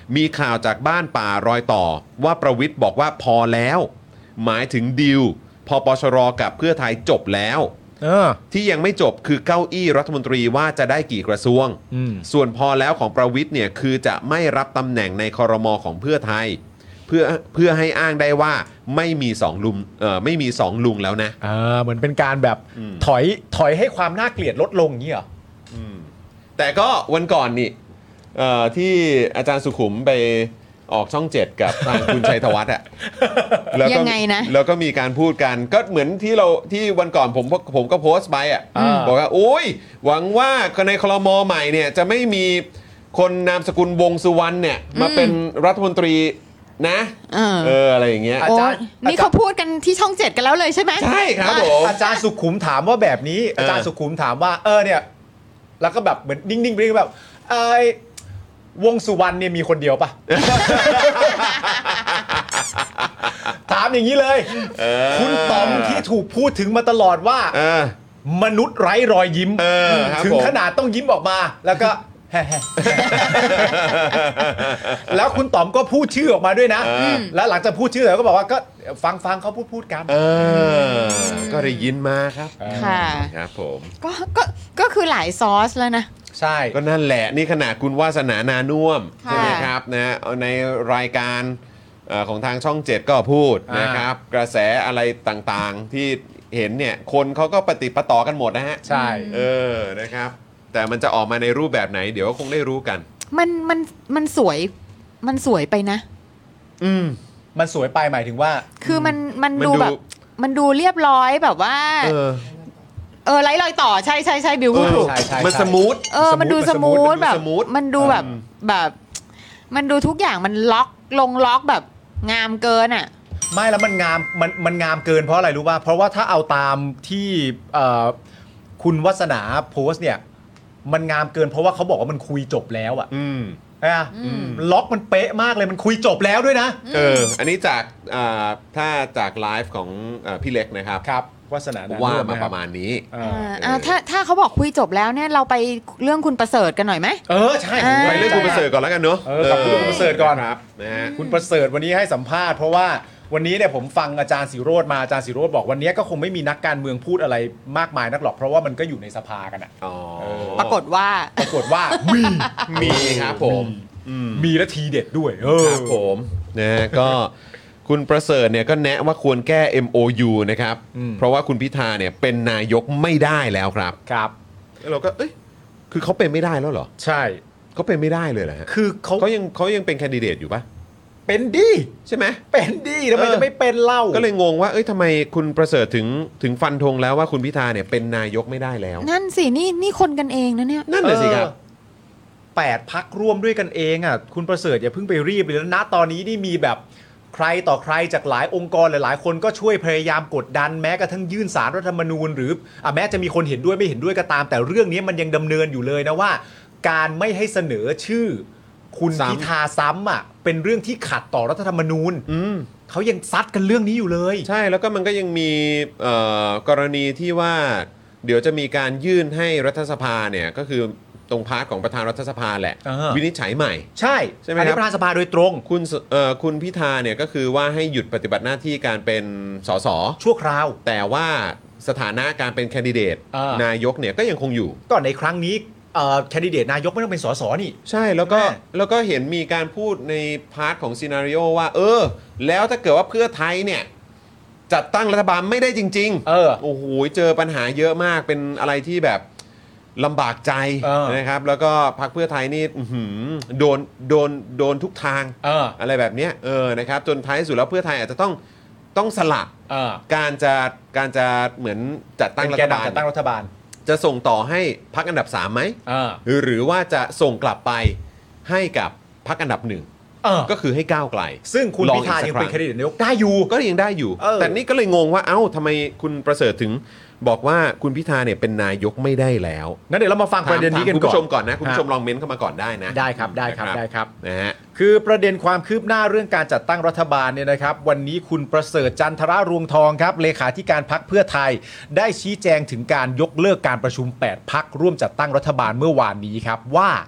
[SPEAKER 2] มีข่าวจากบ้านป่ารอยต่อว่าประวิทย์บอกว่าพอแล้วหมายถึงดีลพปชรกับเพื่อไทยจบแล้ว
[SPEAKER 5] เออ
[SPEAKER 2] ที่ยังไม่จบคือเก้าอี้รัฐมนตรีว่าจะได้กี่กระทรวงส่วนพอแล้วของประวิทย์เนี่ยคือจะไม่รับตำแหน่งในครม.ของเพื่อไทยเพื่อเพื่อให้อ้างได้ว่าไม่มีสองลุงเอ่อไม่มีสองลุงแล้วนะ
[SPEAKER 5] อ่าเหมือนเป็นการแบบถอยถอยให้ความน่าเกลียดลดลงอย่างนี้เหรอ
[SPEAKER 2] แต่ก็วันก่อนนี่เอ่อที่อาจารย์สุขุมไปออกช่องเจ็ดกับทางคุณชัยธวัฒน์อ่ะ
[SPEAKER 1] แล้วก็ยังไงนะ
[SPEAKER 2] แล้วก็มีการพูดกันก็เหมือนที่เราที่วันก่อนผมผมก็โพสต์ไปอ่ะบอกว่าโอ้ยหวังว่าในครม.ใหม่เนี่ยจะไม่มีคนนามสกุลวงสุวรรณเนี่ยมาเป็นรัฐมนตรีนะเอออะไรอย่างเงี้ย
[SPEAKER 1] อาจารย์นี่เขาพูดกันที่ช่องเจ็ดกันแล้วเลยใช่ไหม
[SPEAKER 2] ใช่ครับผม
[SPEAKER 5] อาจารย์สุขุมถามว่าแบบนี้อาจารย์สุขุมถามว่าเออเนี่ยแล้วก็แบบเหมือนนิ่งๆไปแบบไอ้วงสุวรรณเนี่ยมีคนเดียวปะ ถามอย่างนี้เลยคุณต๋อมที่ถูกพูดถึงมาตลอดว่ามนุษย์ไร้รอยยิ้มถึงขนาดต้องยิ้มออกมาแล้วก็ แล้วคุณต๋อมก็พูดชื่อออกมาด้วยนะแล้วหลังจากพูดชื่อแล้วก็บอกว่าก็ฟังฟังเขาพูดพูดกัน
[SPEAKER 2] ก็ได้ยินมาครับ
[SPEAKER 1] ค่ะ
[SPEAKER 2] ครับผม
[SPEAKER 1] ก็ก็ก็คือหลายซอสแล้วนะ
[SPEAKER 5] ใช่
[SPEAKER 2] ก็นั่นแหละนี่ขนาดคุณวาสนานานุ่วมใช่ไหมครับนะในรายการของทางช่องเจ็ดก็พูดนะครับกระแสอะไรต่างๆที่เห็นเนี่ยคนเขาก็ปฏิปต่อกันหมดนะฮะ
[SPEAKER 5] ใช่
[SPEAKER 2] เออนะครับแต่มันจะออกมาในรูปแบบไหนเดี๋ยวก็คงได้รู้กัน
[SPEAKER 1] มันมันมันสวยมันสวยไปนะ
[SPEAKER 5] อืมมันสวยไปหมายถึงว่า
[SPEAKER 1] คือมันมันดูแบบมันดูเรียบร้อยแบบว่าเออเออไล่รอยต่อใช่ใช่ใช่บิวพูดถูก
[SPEAKER 2] มันสมูท
[SPEAKER 1] เออมันดูสมูทแบบมันดูแบบแบบมันดูทุกอย่างมันล็อกลงล็อกแบบงามเกินอ่ะ
[SPEAKER 5] ไม่แล้วมันงามมันมันงามเกินเพราะอะไรรู้ป่ะเพราะว่าถ้าเอาตามที่เอ่อคุณวัฒนาโพสต์เนี่ยมันงามเกินเพราะว่าเขาบอกว่ามันคุยจบแล้วอ่ะอืมนะล็อกมันเป๊ะมากเลยมันคุยจบแล้วด้วยนะ
[SPEAKER 2] เอออันนี้จากถ้าจากไลฟ์ของพี่เล็กนะครับ
[SPEAKER 5] ครับวาสนา
[SPEAKER 2] ว่ามาประมาณนี้
[SPEAKER 1] อ่าถ้าถ้าเขาบอกคุยจบแล้วเนี่ยเราไปเรื่องคุณประเสริฐกันหน่อยไหม
[SPEAKER 5] เออใช่
[SPEAKER 2] ไปเรื่องคุณประเสริฐก่อนแล้วกันเนอะ
[SPEAKER 5] เออกับคุณประเสริฐก่อนครับนะฮะคุณประเสริฐวันนี้ให้สัมภาษณ์เพราะว่าวันนี้เนี่ยผมฟังอาจารย์ศิโรจน์มาอาจารย์ศิโรจน์บอกวันนี้ก็คงไม่มีนักการเมืองพูดอะไรมากมายนักหรอกเพราะว่ามันก็อยู่ในสภากันอ่ะ
[SPEAKER 1] ปรากฏว่า
[SPEAKER 5] ปรากฏว่ามี
[SPEAKER 2] มีครับผม
[SPEAKER 5] มีและทีเด็ดด้วย
[SPEAKER 2] ครับผมนะก็คุณประเสริฐเนี่ยก็แนะว่าควรแก้ เอ็ม โอ ยู นะครับเพราะว่าคุณพิธาเนี่ยเป็นนายกไม่ได้แล้วครับ
[SPEAKER 5] ครับ
[SPEAKER 2] แล้วเราก็เอ้ยคือเขาเป็นไม่ได้แล้วเหรอ
[SPEAKER 5] ใช่
[SPEAKER 2] เขาเป็นไม่ได้เลยเหรอฮะ
[SPEAKER 5] คือเขา
[SPEAKER 2] เขายังเขายังเป็นแคนดิเดตอยู่ปะ
[SPEAKER 5] เป็นดี
[SPEAKER 2] ใช่ไหม
[SPEAKER 5] เป็นดีทำไมจะไม่เป็นเล่า
[SPEAKER 2] ก็เลยงงว่าเอ้ยทำไมคุณประเสริฐถึงถึงฟันธงแล้วว่าคุณพิธาเนี่ยเป็นนายกไม่ได้แล้ว
[SPEAKER 1] นั่นสินี่นี่คนกันเองนะเนี่ย
[SPEAKER 2] นั่นเลยสิครับ
[SPEAKER 5] แปดพรรคร่วมด้วยกันเองอ่ะคุณประเสริฐอย่าเพิ่งไปรีบเลยนะตอนนี้นี่มีแบบใครต่อใครจากหลายองค์กรหลายๆคนก็ช่วยพยายามกดดันแม้กระทั่งยื่นสารรัฐธรรมนูญหรืออ่ะแม้จะมีคนเห็นด้วยไม่เห็นด้วยก็ตามแต่เรื่องนี้มันยังดำเนินอยู่เลยนะว่าการไม่ให้เสนอชื่อคุณพิธาซ้ำอ่ะเป็นเรื่องที่ขัดต่อรัฐธรรมนูญเขายังซัดกันเรื่องนี้อยู่เลย
[SPEAKER 2] ใช่แล้วก็มันก็ยังมีกรณีที่ว่าเดี๋ยวจะมีการยื่นให้รัฐสภาเนี่ยก็คือตรงพาร์ทของประธานรัฐสภาแหละวินิจฉัยใหม่
[SPEAKER 5] ใช่
[SPEAKER 2] ใช่ไหมครับ
[SPEAKER 5] ประธานสภาโดยตรง
[SPEAKER 2] คุณคุณพิธาเนี่ยก็คือว่าให้หยุดปฏิบัติหน้าที่การเป็นสส
[SPEAKER 5] ชั่วคราว
[SPEAKER 2] แต่ว่าสถานะการเป็นแคนดิเดตนายกเนี่ยก็ยังคงอยู่
[SPEAKER 5] ก็ในครั้งนี้แคนดิเดตนายกไม่ต้องเป็นสสนี่
[SPEAKER 2] ใช่แล้วก็แล้วก็เห็นมีการพูดในพาร์ทของซีนาริโอว่าเออแล้วถ้าเกิดว่าเพื่อไทยเนี่ยจัดตั้งรัฐบาลไม่ได้จริง
[SPEAKER 5] ๆเออ
[SPEAKER 2] โอ้โหเจอปัญหาเยอะมากเป็นอะไรที่แบบลำบากใจนะครับแล้วก็พรรคเพื่อไทยนี่โดนโดนโดนทุกทาง
[SPEAKER 5] อ,
[SPEAKER 2] อะไรแบบเนี้ยเออนะครับจนท้ายสุดแล้วเพื่อไทยอาจจะต้องต้องสลับการจะการจะเหมือนจัดตั้งรัฐบาล
[SPEAKER 5] จัดตั้งรัฐบาล
[SPEAKER 2] จะส่งต่อให้พรรคอันดับสามไหมหรือว่าจะส่งกลับไปให้กับพรรคอันดับหนึ่งก็คือให้ก้าวไกล
[SPEAKER 5] ซึ่งคุณพิธายังเป็นแคนดิเดตนายกได้อยู่
[SPEAKER 2] ก็ยังได้อยู่แต่นี่ก็เลยงงว่าเอ้าทำไมคุณประเสริฐถึงบอกว่าคุณพิธาเนี่ยเป็นนายกไม่ได้แล้ว
[SPEAKER 5] งั้นเดี๋ยวเรามาฟังประเด็นนี้กันก่อน
[SPEAKER 2] คุณผู้ชมก่อนนะคุณผู้ชมลองเม้นเข้ามาก่อนได้นะ
[SPEAKER 5] ได้ครับได้ครับได้ครับ
[SPEAKER 2] นะฮะ
[SPEAKER 5] คือประเด็นความคืบหน้าเรื่องการจัดตั้งรัฐบาลเนี่ยนะครับวันนี้คุณประเสริฐจันทรรวงทองครับเลขาธิการพรรคเพื่อไทยได้ชี้แจงถึงการยกเลิกการประชุมแปดพรรคร่วมจัดตั้งรัฐบาลเมื่อวานนี้ครับว่า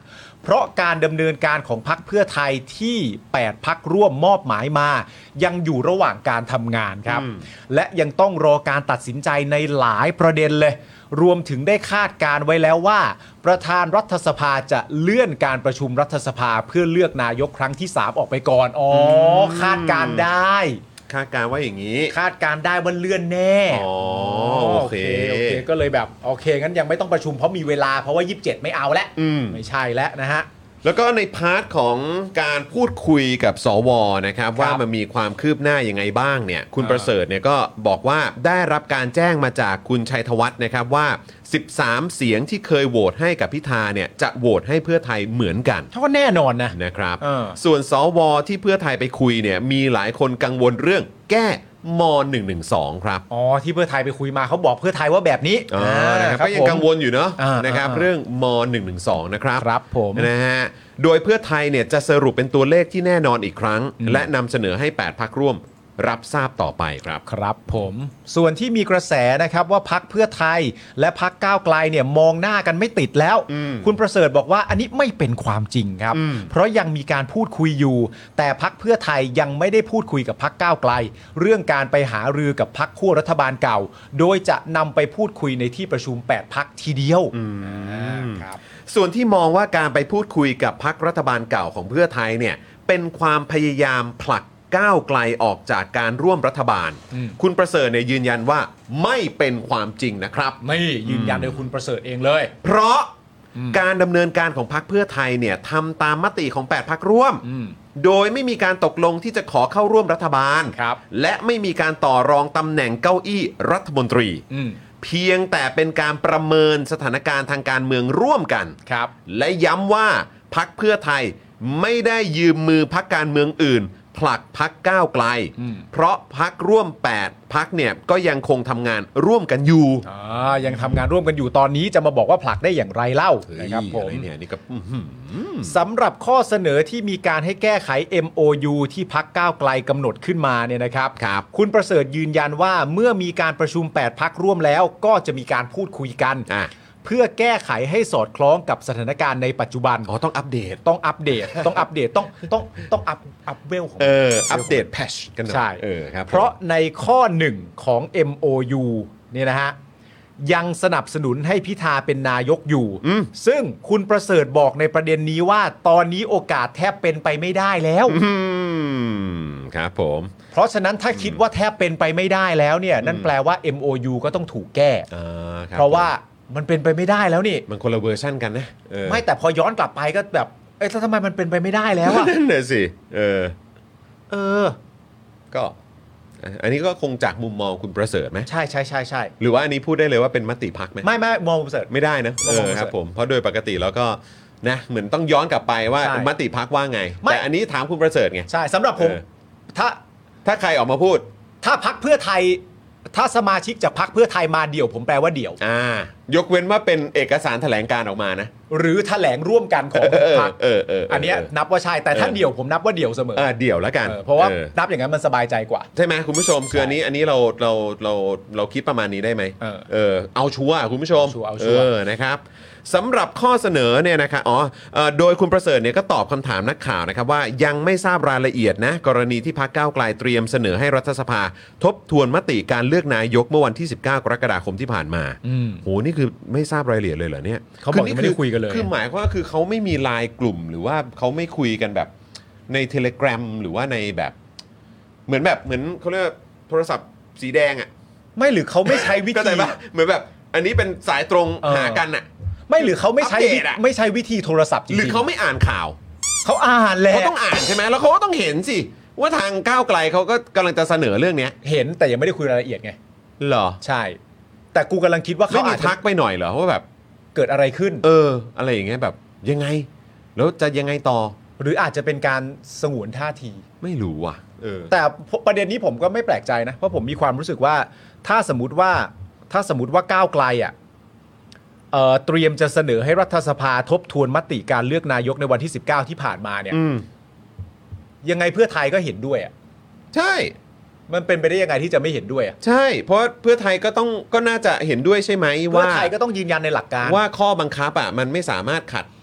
[SPEAKER 5] เพราะการดำเนินการของพรรคเพื่อไทยที่แปดพรรคร่วมมอบหมายมายังอยู่ระหว่างการทำงานครับและยังต้องรอการตัดสินใจในหลายประเด็นเลยรวมถึงได้คาดการไว้แล้วว่าประธานรัฐสภาจะเลื่อนการประชุมรัฐสภาเพื่อเลือกนายกครั้งที่สามออกไปก่อนอ๋อคาดการได้
[SPEAKER 2] คาดการว่าอย่างนี้
[SPEAKER 5] คาดการได้ว่าเลื่อนแน่
[SPEAKER 2] อ๋อโอเค
[SPEAKER 5] โอเคก็เลยแบบโอเคงั้นยังไม่ต้องประชุมเพราะมีเวลาเพราะว่ายี่สิบเจ็ดไม่เอาแล้วไม่ใช่แล้วนะฮะ
[SPEAKER 2] แล้วก็ในพาร์ทของการพูดคุยกับสวนะครับว่ามันมีความคืบหน้ายังไงบ้างเนี่ยคุณประเสริฐเนี่ยก็บอกว่าได้รับการแจ้งมาจากคุณชัยธวัฒน์นะครับว่าสิบสามเสียงที่เคยโหวตให้กับพิธาเนี่ยจะโหวตให้เพื่อไทยเหมือนกัน
[SPEAKER 5] ก็แน่นอนนะ
[SPEAKER 2] นะครับส่วนสวที่เพื่อไทยไปคุยเนี่ยมีหลายคนกังวลเรื่องแก้มหนึ่งหนึ่งสองครับ
[SPEAKER 5] อ๋อที่เพื่อไทยไปคุยมาเขาบอกเพื่อไทยว่าแบบนี้
[SPEAKER 2] นะครับก็ยังกังวลอยู่เนาะนะครับเรื่องมหนึ่งหนึ่งสองนะครับ
[SPEAKER 5] ครับผม
[SPEAKER 2] นะฮะโดยเพื่อไทยเนี่ยจะสรุปเป็นตัวเลขที่แน่นอนอีกครั้งและนำเสนอให้แปดพรรคร่วมรับทราบต่อไปครับ
[SPEAKER 5] ครับผมส่วนที่มีกระแสนะครับว่าพรรคเพื่อไทยและพรรคก้าวไกลเนี่ยมองหน้ากันไม่ติดแล้วคุณประเสริฐบอกว่าอันนี้ไม่เป็นความจริงครับเพราะยังมีการพูดคุยอยู่แต่พรรคเพื่อไทยยังไม่ได้พูดคุยกับพรรคก้าวไกลเรื่องการไปหารือกับพรรคขั้วรัฐบาลเก่าโดยจะนำไปพูดคุยในที่ประชุมแปดพรรคทีเดียว
[SPEAKER 2] ครับส่วนที่มองว่าการไปพูดคุยกับพรรครัฐบาลเก่าของเพื่อไทยเนี่ยเป็นความพยายามผลักก้าวไกลออกจากการร่วมรัฐบาลคุณประเสริฐเนี่ยยืนยันว่าไม่เป็นความจริงนะครับ
[SPEAKER 5] ไม่ยืนยันโดยคุณประเสริฐเองเลย
[SPEAKER 2] เพราะการดำเนินการของพรรคเพื่อไทยเนี่ยทำตามมติของแปดพรรคร่วมโดยไม่มีการตกลงที่จะขอเข้าร่วมรัฐบาลและไม่มีการต่อรองตำแหน่งเก้าอี้รัฐมนตรีเพียงแต่เป็นการประเมินสถานการณ์ทางการเมืองร่วมกันและย้ำว่าพรรคเพื่อไทยไม่ได้ยืมมือพรรคการเมืองอื่นผลักพรรคก้าวไกลเพราะพรรคร่วมแปดพรรคเนี่ยก็ยังคงทำงานร่วมกันอยู่
[SPEAKER 5] อ่ายังทำงานร่วมกันอยู่ตอนนี้จะมาบอกว่าผลักได้อย่างไรเล่านะครับผม
[SPEAKER 2] เนี่ยนี่ก็
[SPEAKER 5] สำหรับข้อเสนอที่มีการให้แก้ไข เอ็ม โอ ยู ที่พรรคก้าวไกลกำหนดขึ้นมาเนี่ยนะครับ
[SPEAKER 2] ครับ
[SPEAKER 5] คุณประเสริฐยืนยันว่าเมื่อมีการประชุมแปดพรรคร่วมแล้วก็จะมีการพูดคุยกันเพื่อแก้ไขให้สอดคล้องกับสถานการณ์ในปัจจุบัน
[SPEAKER 2] อ๋อต้องอัปเดต
[SPEAKER 5] ต้องอัปเดตต้องอัปเดตต้องต้องต้องอัปอัปเวลของ
[SPEAKER 2] เอออัปเดตแพชกันหน่อย
[SPEAKER 5] ใช่
[SPEAKER 2] เออครับ
[SPEAKER 5] เพราะในข้อหนึ่งของ เอ็ม โอ ยู เนี่ยนะฮะยังสนับสนุนให้พิธาเป็นนายกอยู่ซึ่งคุณประเสริฐบอกในประเด็นนี้ว่าตอนนี้โอกาสแทบเป็นไปไม่ได้แล้ว
[SPEAKER 2] ครับผม
[SPEAKER 5] เพราะฉะนั้นถ้าคิดว่าแทบเป็นไปไม่ได้แล้วเนี่ยนั่นแปลว่า เอ็ม โอ ยู ก็ต้องถูกแก้เพราะว่ามันเป็นไปไม่ได้แล้วนี่
[SPEAKER 2] มันคนละเวอร์ชั่นกันนะ
[SPEAKER 5] ไม่แต่พอย้อนกลับไปก็แบบเอ้ยแล้วทำไมมันเป็นไปไม่ได้แล้วอ่ะ
[SPEAKER 2] นั่นเลยสิเออ
[SPEAKER 5] เออ
[SPEAKER 2] ก็อันนี้ก็คงจากมุมมองคุณประเสริฐไหม
[SPEAKER 5] ใช่ใช่ใช่ใช่
[SPEAKER 2] หรือว่าอันนี้พูดได้เลยว่าเป็นมติพรรคไหม
[SPEAKER 5] ไม่ไม่มองประเสริฐ
[SPEAKER 2] ไม่ได้นะเออครับผมเพราะโดยปกติแล้วก็นะเหมือนต้องย้อนกลับไปว่ามติพรรคว่าไงแต่อันนี้ถามคุณประเสริฐไง
[SPEAKER 5] ใช่สำหรับผมถ้า
[SPEAKER 2] ถ้าใครออกมาพูด
[SPEAKER 5] ถ้าพรรคเพื่อไทยถ้าสมาชิกจากพรรคเพื่อไทยมาเดี่ยวผมแปลว่าเดี่ยว
[SPEAKER 2] อ่ายกเว้นว่าเป็นเอกสารแถลงการออกมานะ
[SPEAKER 5] หรือแถลงร่วมกันของพรรคอันนี้นับว่าใช่แต่ถ้าเดี่ยวผมนับว่าเดี่ยวเสมอ
[SPEAKER 2] อ่าเดี่ยวแล้วกัน
[SPEAKER 5] เพราะว่านับอย่างนั้นมันสบายใจกว่า
[SPEAKER 2] ใช่ไหมคุณผู้ชมคืออันนี้อันนี้เราเราเราเราคิดประมาณนี้ได้ไหมเออเอาชัวร์คุณผู้ชมเออนะครับสำหรับข้อเสนอเนี่ยนะครับอ๋อโดยคุณประเสริฐเนี่ยก็ตอบคำถามนักข่าวนะครับว่ายังไม่ทราบรายละเอียดนะกรณีที่พรรคก้าวไกลเตรียมเสนอให้รัฐสภาทบทวนมติการเลือกนายกเมื่อวันที่สิบเก้ากรกฎาคมที่ผ่านมาโหนี่คือไม่ทราบรายละเอียดเลยเหรอเนี่ย
[SPEAKER 5] เขาบอกไม่ได้คุยกันเลย
[SPEAKER 2] คือหมายความว่าคือเขาไม่มีไลน์กลุ่มหรือว่าเขาไม่คุยกันแบบใน Telegram หรือว่าในแบบเหมือนแบบเหมือนเขาเรียกโทรศัพท์สีแดงอ่ะ
[SPEAKER 5] ไม่หรือเขาไม่ใช้วิธี
[SPEAKER 2] เหมือนแบบอันนี้เป็นสายตรงหากันอ่ะ
[SPEAKER 5] ไม่หรือเขาไม่ใช้ไม่ใช้วิธีโทรศัพท์จริง
[SPEAKER 2] หรือเขาไม่อ่านข่าว
[SPEAKER 5] เขาอ่านแล้ว
[SPEAKER 2] เขาต้องอ่านใช่ไหมแล้วเขาก็ต้องเห็นสิว่าทางก้าวไกลเขาก็กำลังจะเสนอเรื่องนี้
[SPEAKER 5] เห็นแต่ยังไม่ได้คุยรายละเอียดไง
[SPEAKER 2] เหรอ
[SPEAKER 5] ใช่แต่กูกำลังคิดว่า
[SPEAKER 2] เขาอาจจะทักไปหน่อยเหรอว่าแบบ
[SPEAKER 5] เกิดอะไรขึ้น
[SPEAKER 2] เอออะไรอย่างเงี้ยแบบยังไงแล้วจะยังไงต่อ
[SPEAKER 5] หรืออาจจะเป็นการสงวนท่าที
[SPEAKER 2] ไม่รู้ว่ะเออ
[SPEAKER 5] แต่ประเด็นนี้ผมก็ไม่แปลกใจนะเพราะผมมีความรู้สึกว่าถ้าสมมติว่าถ้าสมมติว่าก้าวไกลอ่ะเอ่อเตรียมจะเสนอให้รัฐสภาทบทวนมติการเลือกนายกในวันที่สิบเก้าที่ผ่านมาเนี่ยยังไงเพื่อไทยก็เห็นด้วยอ่ะ
[SPEAKER 2] ใช่
[SPEAKER 5] มันเป็นไปได้ยังไงที่จะไม่เห็นด้วยอ่ะ
[SPEAKER 2] ใช่เพราะเพื่อไทยก็ต้องก็น่าจะเห็นด้วยใช่ไหมว่า
[SPEAKER 5] เพื่อไทยก็ต้องยืนยันในหลักการ
[SPEAKER 2] ว่าข้อบังคับอ่ะมันไม่สามารถขัด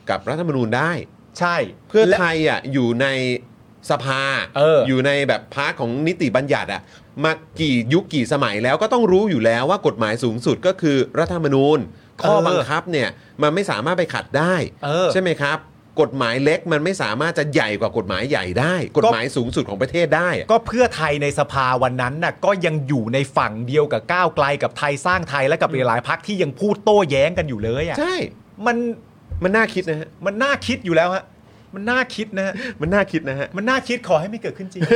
[SPEAKER 2] กับรัฐธรรมนูญได้
[SPEAKER 5] ใช่
[SPEAKER 2] เพื่อไทยอ่ะอยู่ในสภา
[SPEAKER 5] เออ
[SPEAKER 2] อยู่ในแบบพาร์ทของนิติบัญญัติอ่ะมากี่ยุคกี่สมัยแล้วก็ต้องรู้อยู่แล้วว่ากฎหมายสูงสุดก็คือรัฐธรรมนูญ ข้อบังคับเนี่ยมันไม่สามารถไปขัดได้
[SPEAKER 5] เออ
[SPEAKER 2] ใช่ไหมครับกฎหมายเล็กมันไม่สามารถจะใหญ่กว่ากฎหมายใหญ่ได้ กฎหมายสูงสุดของประเทศได้อะ
[SPEAKER 5] ก็เพื่อไทยในสภาวันนั้นน่ะก็ยังอยู่ในฝั่งเดียวกับก้าวไกลกับไทยสร้างไทยและกับหลายพรรคที่ยังพูดโต้แย้งกันอยู่เลยอ่ะ
[SPEAKER 2] ใช่
[SPEAKER 5] มัน
[SPEAKER 2] มันน่าคิดนะฮะ
[SPEAKER 5] มันน่าคิดอยู่แล้วฮะมันน่าคิดนะฮะ
[SPEAKER 2] มันน่าคิดนะฮะ
[SPEAKER 5] มันน่าคิดขอให้ไม่เกิดขึ้นจริง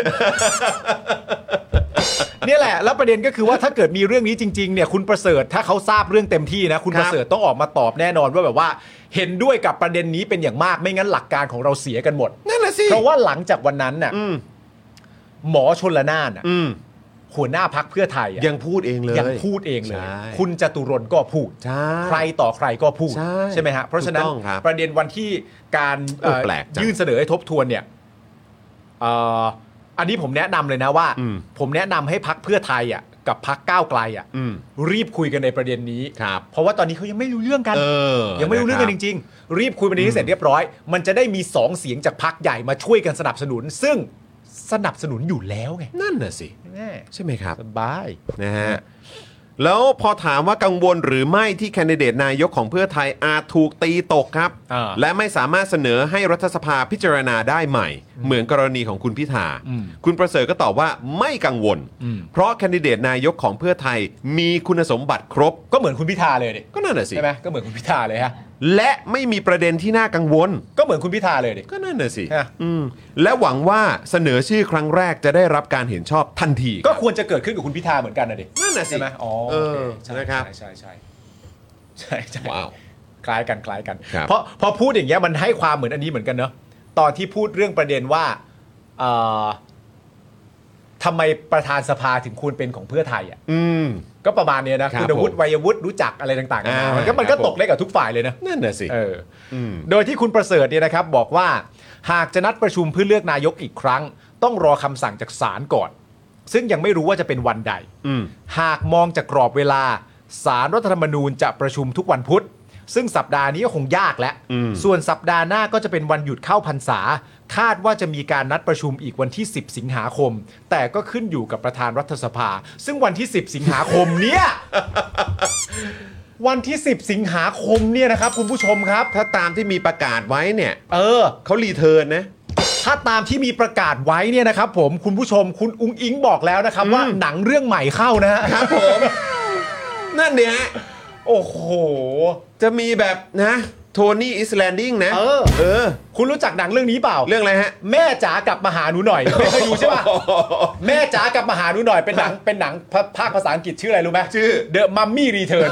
[SPEAKER 5] เนี่ยแหละแล้วประเด็นก็คือว่าถ้าเกิดมีเรื่องนี้จริงๆเนี่ยคุณประเสริฐถ้าเขาทราบเรื่องเต็มที่นะคุณ
[SPEAKER 2] ครับ
[SPEAKER 5] ประเสริฐต้องออกมาตอบแน่นอนว่าแบบว่าเห็นด้วยกับประเด็นนี้เป็นอย่างมากไม่งั้นหลักการของเราเสียกันหมด
[SPEAKER 2] นั่นแหละสิ
[SPEAKER 5] เพราะว่าหลังจากวันนั้นน่ะ
[SPEAKER 2] อืม
[SPEAKER 5] หมอชลน่านน่ะ
[SPEAKER 2] อืม
[SPEAKER 5] หัวหน้าพักเพื่อไทยอะ
[SPEAKER 2] ยังพูดเองเลย
[SPEAKER 5] ยังพูดเองเลย
[SPEAKER 2] ใช่
[SPEAKER 5] คุณจตุรนต์ก็พูด
[SPEAKER 2] ใช่
[SPEAKER 5] ใครต่อใครก็พูด
[SPEAKER 2] ใช่
[SPEAKER 5] ไหมฮะเพราะฉะนั้น
[SPEAKER 2] ถูกต้องครับ
[SPEAKER 5] ประเด็นวันที่การ
[SPEAKER 2] เออแปลกจัง
[SPEAKER 5] ยื่นเสนอให้ทบทวนเนี่ยเอ่ออันนี้ผมแนะนำเลยนะว่า
[SPEAKER 2] อืม
[SPEAKER 5] ผมแนะนำให้พักเพื่อไทยอ่ะกับพักก้าวไกลอ่ะ
[SPEAKER 2] อืม
[SPEAKER 5] รีบคุยกันในประเด็นนี้
[SPEAKER 2] ครับ
[SPEAKER 5] เพราะว่าตอนนี้เขายังไม่รู้เรื่องกัน
[SPEAKER 2] เออ
[SPEAKER 5] ยังไม่รู้เรื่องกัน
[SPEAKER 2] นะค
[SPEAKER 5] จ
[SPEAKER 2] บ
[SPEAKER 5] ริง ๆ รีบคุยประเด็นนี้เสร็จเรียบร้อย มันจะได้มีสองเสียงจากพักใหญ่มาช่วยกันสนับสนุน ซึ่งสนับสนุนอยู่แล้วไง
[SPEAKER 2] นั่นน่ะสิ
[SPEAKER 5] แน่
[SPEAKER 2] ใช่ไหมครับ
[SPEAKER 5] สบาย
[SPEAKER 2] นะฮะแล้วพอถามว่ากังวลหรือไม่ที่แคนดิเดตนายกของเพื่อไทยอาจถูกตีตกครับ
[SPEAKER 5] อ่า
[SPEAKER 2] และไม่สามารถเสนอให้รัฐสภาพิจารณาได้ใหม่ เหมือนกรณีของคุณพิธา
[SPEAKER 5] อืม
[SPEAKER 2] คุณประเสริฐก็ตอบว่าไม่กังวล
[SPEAKER 5] อืม
[SPEAKER 2] เพราะแคนดิเดตนายกของเพื่อไทยมีคุณสมบัติครบ
[SPEAKER 5] ก็เหมือนคุณพิธาเลยดิ
[SPEAKER 2] ก็นั่นน่ะสิ
[SPEAKER 5] ใช่ไหมก็เหมือนคุณพิธาเลยฮะ
[SPEAKER 2] และไม่มีประเด็นที่น่ากังวล
[SPEAKER 5] ก็เหมือนคุณพิธาเลยดิ
[SPEAKER 2] ก็นั่นน่ะสิ
[SPEAKER 5] ฮะ
[SPEAKER 2] อืมและหวังว่าเสนอชื่อครั้งแรกจะได้รับการเห็นชอบทันที
[SPEAKER 5] ก็ควรจะเกิดขึ้นกับคุณพิธาเหมือนกันนะดิ
[SPEAKER 2] นั่นน่ะสิ
[SPEAKER 5] ใช่ไหมอ๋อ
[SPEAKER 2] เออ
[SPEAKER 5] โอเคใช่
[SPEAKER 2] นะครับ
[SPEAKER 5] ใช่ใช่ใช่ใช่
[SPEAKER 2] ว้าว
[SPEAKER 5] คล้ายกันคล้ายกัน
[SPEAKER 2] ครับ
[SPEAKER 5] เพราะพอพูดอย่างเงี้ยมันให้ความเหมือนอันนี้เหมือนกันเนอะตอนที่พูดเรื่องประเด็นว่าเอ่อทำไมประธานสภาถึงควรเป็นของเพื่อไทยอ่ะ
[SPEAKER 2] อืม
[SPEAKER 5] ก็ประมาณเนี้ยนะครับ คุณวุฒิ
[SPEAKER 2] ผม
[SPEAKER 5] วัยวุฒิรู้จักอะไรต่างๆกันา
[SPEAKER 2] อ่า
[SPEAKER 5] มันก็มันก็
[SPEAKER 2] ครับผม
[SPEAKER 5] ตกได้กับทุกฝ่ายเลยนะ
[SPEAKER 2] นั่นน่ะสิ
[SPEAKER 5] เออ
[SPEAKER 2] อืม
[SPEAKER 5] โดยที่คุณประเสริฐเนี่ยนะครับบอกว่าหากจะนัดประชุมเพื่อเลือกนายกอีกครั้ง ต้องรอคำสั่งจากศาลก่อน ซึ่งยังไม่รู้ว่าจะเป็นวันใด
[SPEAKER 2] อืม
[SPEAKER 5] หากมองจากกรอบเวลาศาลรัฐธรรมนูญจะประชุมทุกวันพุธ ซึ่งสัปดาห์นี้ก็คงยากแล้ว
[SPEAKER 2] อืม
[SPEAKER 5] ส่วนสัปดาห์หน้าก็จะเป็นวันหยุดเข้าพรรษา คาดว่าจะมีการนัดประชุมอีกวันที่ สิบ สิงหาคม แต่ก็ขึ้นอยู่กับประธานรัฐสภา ซึ่งวันที่ สิบ สิงหาคมเนี่ย วันที่ สิบ สิงหาคมเนี่ยนะครับคุณผู้ชมครับ
[SPEAKER 2] ถ้าตามที่มีประกาศไว้เนี่ย
[SPEAKER 5] เออ
[SPEAKER 2] เขารีเทิร์นนะ
[SPEAKER 5] ถ้าตามที่มีประกาศไว้เนี่ยนะครับผมคุณผู้ชมคุณอุ้งอิงบอกแล้วนะครับว่าหนังเรื่องใหม่เข้านะฮะ
[SPEAKER 2] ครับผม นั่นเนี่ยฮะ
[SPEAKER 5] โอ้โห
[SPEAKER 2] จะมีแบบนะโทนี่อิสแลนดิ้งนะ
[SPEAKER 5] เออ
[SPEAKER 2] เออ
[SPEAKER 5] คุณรู้จักหนังเรื่องนี้เปล่า
[SPEAKER 2] เรื่องอะไรฮะ
[SPEAKER 5] แม่จ๋ากลับมาหาหนูหน่อยไม่เคยดูใช่ป่ะ แม่จ๋ากลับมาหาหนูหน่อยเป็นหนังเป็นหนังภาคภาษาอังกฤษชื่ออะไรรู้ไหม
[SPEAKER 2] ชื่อ
[SPEAKER 5] The Mummy Return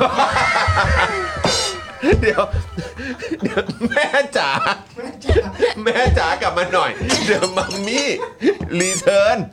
[SPEAKER 2] เดี๋ยวเดี๋ยวแม่จ๋าแม่จ๋ากลับมาหน่อย เดี๋ยวมัมมี่รีเทิร์น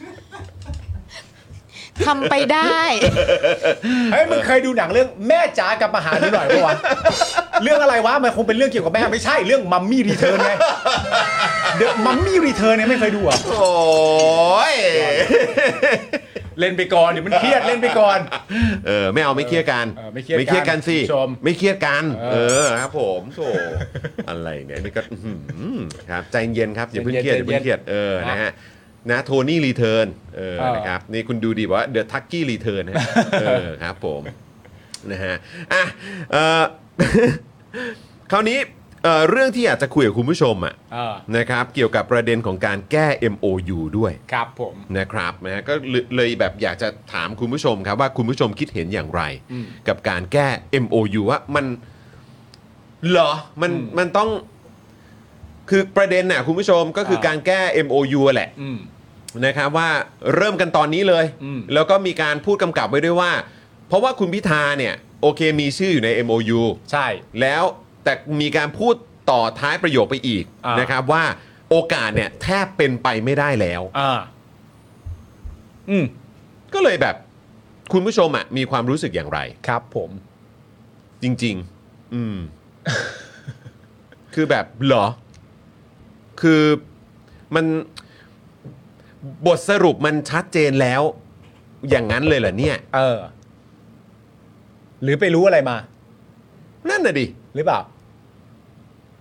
[SPEAKER 1] ทำไปได้
[SPEAKER 5] เฮ้ยมึงเคยดูหนังเรื่องแม่จ๋ากลับมาหาหนูหน่อยปะวะเรื่องอะไรวะมันคงเป็นเรื่องเกี่ยวกับแม่ไม่ใช่เรื่อง Mummy Return ไง The Mummy Return เนี่ยไม่เคยดูอ่ะ
[SPEAKER 2] โอ้ย
[SPEAKER 5] เล่นไปก่อนเดี๋ยวมันเครียดเล่นไปก่อน
[SPEAKER 2] เออไม่เอาไม่เครียดกัน
[SPEAKER 5] เออไม่เครียดกัน
[SPEAKER 2] ไม่เครียดกันสิ
[SPEAKER 5] คุณผู้ชม
[SPEAKER 2] ไม่เครียดกัน
[SPEAKER 5] เออ
[SPEAKER 2] เออครับผมโธ่อะไรเนี่ยนี่ก็อื้อหือครับใจเย็นครับอย่าเพิ่งเครียด
[SPEAKER 5] ใจ
[SPEAKER 2] อย่า
[SPEAKER 5] เย็น
[SPEAKER 2] เพิ่งเครียดเออ
[SPEAKER 5] นะ
[SPEAKER 2] นะฮะนะโทนี่รีเทิร์นเออ
[SPEAKER 5] เออ
[SPEAKER 2] นะครับนี่คุณดูดีบอกว่าเดอะทักกี้รีเทิร์นฮะเออครับผมนะฮะอ่ะเออ คราวนี้เอ่อเรื่องที่อยากจะคุยกับคุณผู้ชมอ่ะ
[SPEAKER 5] เออ
[SPEAKER 2] นะครับเกี่ยวกับประเด็นของการแก้ เอ็ม โอ ยู ด้วย
[SPEAKER 5] ครับผม
[SPEAKER 2] นะครับนะฮะก็เลยเลยแบบอยากจะถามคุณผู้ชมครับว่าคุณผู้ชมคิดเห็นอย่างไร
[SPEAKER 5] อืม
[SPEAKER 2] กับการแก้ เอ็ม โอ ยู ว่ามันเหรอมัน
[SPEAKER 5] อืม
[SPEAKER 2] มันต้องคือประเด็นน่ะคุณผู้ชมก็คือ
[SPEAKER 5] อ่า
[SPEAKER 2] การแก้ เอ็ม โอ ยู แหละ
[SPEAKER 5] อืม
[SPEAKER 2] นะครับว่าเริ่มกันตอนนี้เลย
[SPEAKER 5] อืม
[SPEAKER 2] แล้วก็มีการพูดกำกับไว้ด้วยว่า เพราะว่าคุณพิธาเนี่ยโอเคมีชื่ออยู่ใน เอ็ม โอ ยู
[SPEAKER 5] ใช่
[SPEAKER 2] แล้วแต่มีการพูดต่อท้ายประโยคไปอีก
[SPEAKER 5] อ่าน
[SPEAKER 2] นะครับว่าโอกาสเนี่ยแทบเป็นไปไม่ได้แล้ว
[SPEAKER 5] อ่าอืม
[SPEAKER 2] ก็เลยแบบคุณผู้ชมอ่ะมีความรู้สึกอย่างไร
[SPEAKER 5] ครับผม
[SPEAKER 2] จริง ๆ อืม คือแบบเหรอ คือมันบทสรุปมันชัดเจนแล้ว อย่างนั้นเลยเหรอเนี่ย
[SPEAKER 5] เออ หรือไปรู้อะไรมา
[SPEAKER 2] นั่นน่ะดิ
[SPEAKER 5] หรือเปล่า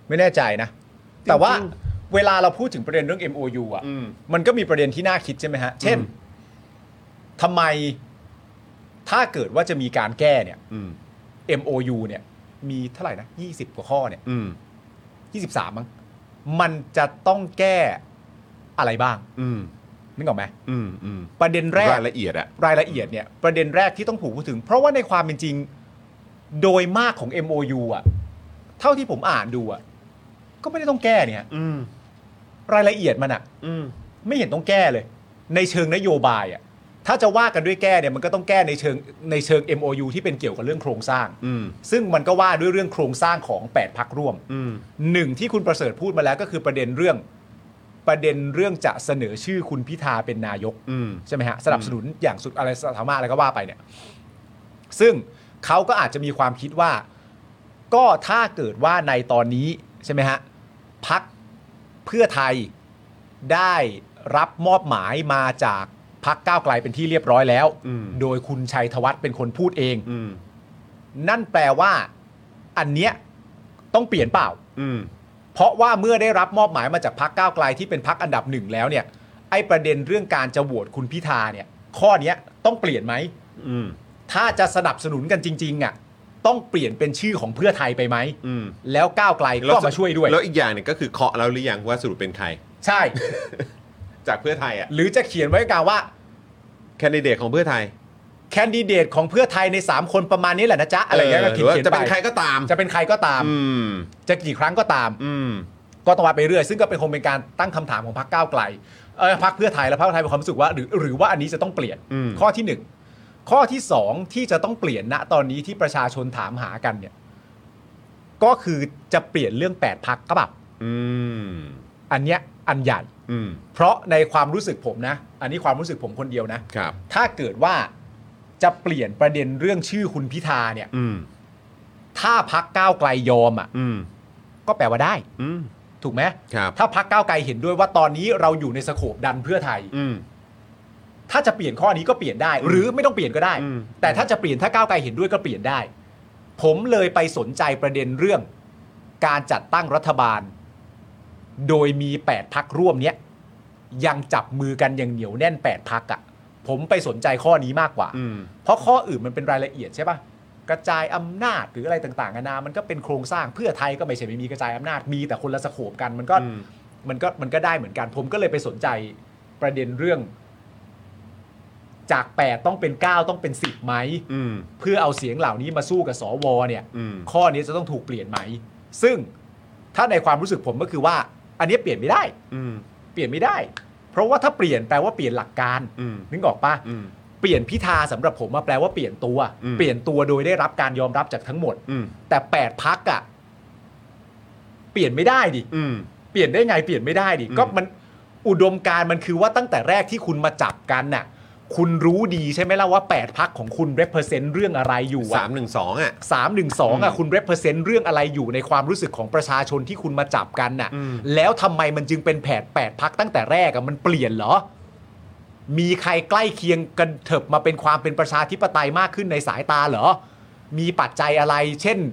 [SPEAKER 5] ไม่แน่ใจนะแต่ว่าเวลาเราพูดถึงประเด็นเรื่อง เอ็ม โอ ยู อ่ะมันก็มีประเด็นที่น่าคิดใช่ไหมฮะเช่นทำไมถ้าเกิดว่าจะมีการแก้เนี่ย เอ็ม โอ ยู เนี่ยมีเท่าไหร่นะยี่สิบกว่าข้อเนี่ยยี่สิบสามมั้งมันจะต้องแก้อะไรบ้างนึกออกไหมประเด็นแรก
[SPEAKER 2] รายละเอียดอะ
[SPEAKER 5] รายละเอียดเนี่ยประเด็นแรกที่ต้องผูกพูดถึงเพราะว่าในความเป็นจริงโดยมากของ เอ็ม โอ ยู อ่ะเท่าที่ผมอ่านดูอ่ะก็ไม่ได้ต้องแก้เนี่ยรายละเอียดมันอ่ะไม่เห็นต้องแก้เลยในเชิงนโยบายอ่ะถ้าจะว่ากันด้วยแก้เนี่ยมันก็ต้องแก้ในเชิงในเชิง เอ็ม โอ ยู ที่เป็นเกี่ยวกับเรื่องโครงสร้างซึ่งมันก็ว่าด้วยเรื่องโครงสร้างของแปดพรรคร่วมหนึ่งที่คุณประเสริฐพูดมาแล้วก็คือประเด็นเรื่องประเด็นเรื่องจะเสนอชื่อคุณพิธาเป็นนายกใช่ไหมฮะสนับสนุนอย่างสุดอะไรสามารถอะไรก็ว่าไปเนี่ยซึ่งเขาก็อาจจะมีความคิดว่าก็ถ้าเกิดว่าในตอนนี้ใช่ไหมฮะพรรคเพื่อไทยได้รับมอบหมายมาจากพรรคก้าวไกลเป็นที่เรียบร้อยแล้วโดยคุณชัยธวัฒน์เป็นคนพูดเองนั่นแปลว่าอันเนี้ยต้องเปลี่ยนเปล่าเพราะว่าเมื่อได้รับมอบหมายมาจากพรรคก้าวไกลที่เป็นพรรคอันดับหนึ่งแล้วเนี่ยไอ้ประเด็นเรื่องการจะโหวตคุณพิธาเนี่ยข้อนี้ต้องเปลี่ยนไหมถ้าจะสนับสนุนกันจริงๆอ่ะต้องเปลี่ยนเป็นชื่อของเพื่อไทยไปไหมแล้วก้าวไกลก็มาช่วยด้วย
[SPEAKER 2] แล้วอีกอย่างหนึ่งก็คือเคาะแล้วหรือยังว่าสรุปเป็นใคร
[SPEAKER 5] ใช่
[SPEAKER 2] จากเพื่อไทยอ่ะ
[SPEAKER 5] หรือจะเขียนไว้กล่าวว่า
[SPEAKER 2] แคนดิเดตของเพื่อไทย
[SPEAKER 5] แคนดิเดตของเพื่อไทยในสามคนประมาณนี้แหละนะจ๊ะอะไรเงี้ยก็เขียน
[SPEAKER 2] จะเป็นใครก็ตาม
[SPEAKER 5] จะเป็นใครก็ตามจะกี่ครั้งก็ตามก็ต้องว่าไปเรื่อยซึ่งก็เป็นคงเป็นการตั้งคำถามของพรรคก้าวไกลเออพรรคเพื่อไทยและพรรคไทยมีความรู้สึกว่าหรือหรือว่าอันนี้จะต้องเปลี่ยนข้อที่หนึ่งข้อที่สองที่จะต้องเปลี่ยนณตอนนี้ที่ประชาชนถามหากันเนี่ยก็คือจะเปลี่ยนเรื่องแปดพรรคก็แบบอันเนี้ยอันใหญ่เพราะในความรู้สึกผมนะอันนี้ความรู้สึกผมคนเดียวนะถ้าเกิดว่าจะเปลี่ยนประเด็นเรื่องชื่อคุณพิธาเนี่ยถ้าพรรคก้าวไกลยอมอ่ะก็แปลว่าได้ถูกไหมถ้าพรรคก้าวไกลเห็นด้วยว่าตอนนี้เราอยู่ในสโคปดันเพื่อไทยถ้าจะเปลี่ยนข้อนี้ก็เปลี่ยนได้หรือไม่ต้องเปลี่ยนก็ได้แต่ถ้าจะเปลี่ยนถ้าก้าวไกลเห็นด้วยก็เปลี่ยนได้ผมเลยไปสนใจประเด็นเรื่องการจัดตั้งรัฐบาลโดยมีแปดพรรคร่วมเนี้ยยังจับมือกันอย่างเหนียวแน่นแปดพรรคอ่ะผมไปสนใจข้อนี้มากกว่าเพราะข้ออื่นมันเป็นรายละเอียดใช่ป่ะกระจายอำนาจหรืออะไรต่างๆนานามันก็เป็นโครงสร้างเพื่อไทยก็ไม่ใช่ไม่มีกระจายอำนาจมีแต่คนละสโคปกันมันก็มันก็มันก็ได้เหมือนกันผมก็เลยไปสนใจประเด็นเรื่องจากแปดต้องเป็นเก้าต้องเป็นสิบไหมเพื่อเอาเสียงเหล่านี้มาสู้กับสวเนี่ยข้อนี้จะต้องถูกเปลี่ยนไหมซึ่งถ้าในความรู้สึกผมก็คือว่าอันนี้เปลี่ยนไม่ได้เปลี่ยนไม่ได้เพราะว่าถ้าเปลี่ยนแปลว่าเปลี่ยนหลักการนึกออกปะเปลี่ยนพิธาสำหรับผมมาแปลว่าเปลี่ยนตัวเปลี่ยนตัวโดยได้รับการยอมรับจากทั้งหมดแต่แปดพรรคอะเปลี่ยนไม่ได้ดิเปลี่ยนได้ไงเปลี่ยนไม่ได้ดิก็มันอุดมการณ์มันคือว่าตั้งแต่แรกที่คุณมาจับกันน่ะคุณรู้ดีใช่ไหมล่ะว่าแปดพรรคของคุณ represent เรื่องอะไรอยู่
[SPEAKER 2] สามหนึ่งสองอ่ะ
[SPEAKER 5] สามหนึ่งสองอ่ะคุณ represent เรื่องอะไรอยู่ในความรู้สึกของประชาชนที่คุณมาจับกันน่ะแล้วทำไมมันจึงเป็นแผดแปดพรรคตั้งแต่แรกอ่ะมันเปลี่ยนเหรอมีใครใกล้เคียงกันเถิบมาเป็นความเป็นประชาธิปไตยมากขึ้นในสายตาเหรอมีปัจจัยอะไรเช่น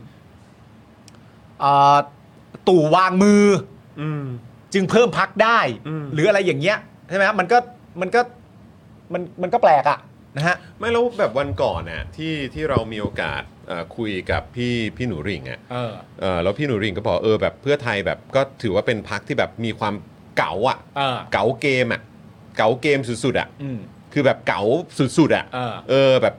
[SPEAKER 5] ตู่วางมือจึงเพิ่มพรรคได้หรืออะไรอย่างเงี้ยใช่ไหมมันก็มันก็มันมันก็แปลกอะนะฮะ
[SPEAKER 2] ไม่แล้วแบบวันก่อนน่ะที่ที่เรามีโอกาสคุยกับพี่พี่หนูริ่งอ่ะเออเออแล้วพี่หนูริ่งก็บอกเออแบบเพื่อไทยแบบก็ถือว่าเป็นพรรคที่แบบมีความเก๋าอ่ะเก๋าเกมอ่ะเก๋าเกมสุดๆอ่ะคือแบบเก๋าสุดๆอ่ะเออแบบ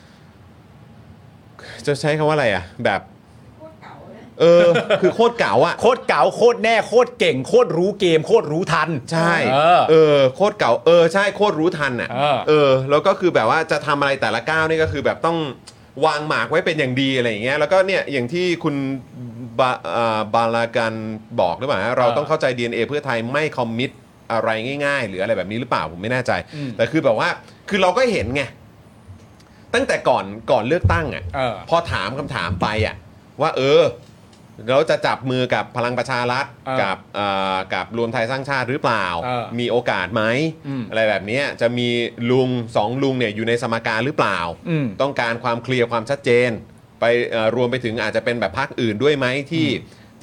[SPEAKER 2] จะใช้คำว่าอะไรอ่ะแบบเออคือโคตรเก๋าอ่ะ
[SPEAKER 5] โคตรเก๋าโคตรแน่โคตรเก่งโคตรรู้เกมโคตรรู้ทัน
[SPEAKER 2] ใช่เออโคตรเก๋าเออใช่โคตรรู้ทันอ่ะเออแล้วก็คือแบบว่าจะทำอะไรแต่ละก้าวนี่ก็คือแบบต้องวางหมากไว้เป็นอย่างดีอะไรอย่างเงี้ยแล้วก็เนี่ยอย่างที่คุณบาบาลากันบอกหรือเปล่าเราต้องเข้าใจ ดี เอ็น เอ เพื่อไทยไม่คอมมิตอะไรง่ายๆหรืออะไรแบบนี้หรือเปล่าผมไม่แน่ใจแต่คือแบบว่าคือเราก็เห็นไงตั้งแต่ก่อนก่อนเลือกตั้งอ่ะพอถามคำถามไปอ่ะว่าเออเราจะจับมือกับพลังประชารัฐกับกับรวมไทยสร้างชาติหรือเปล่ามีโอกาสไหมอะไรแบบนี้จะมีลุงสองลุงเนี่ยอยู่ในสมการหรือเปล่าต้องการความเคลียร์ความชัดเจนไปรวมไปถึงอาจจะเป็นแบบพรรคอื่นด้วยไหมที่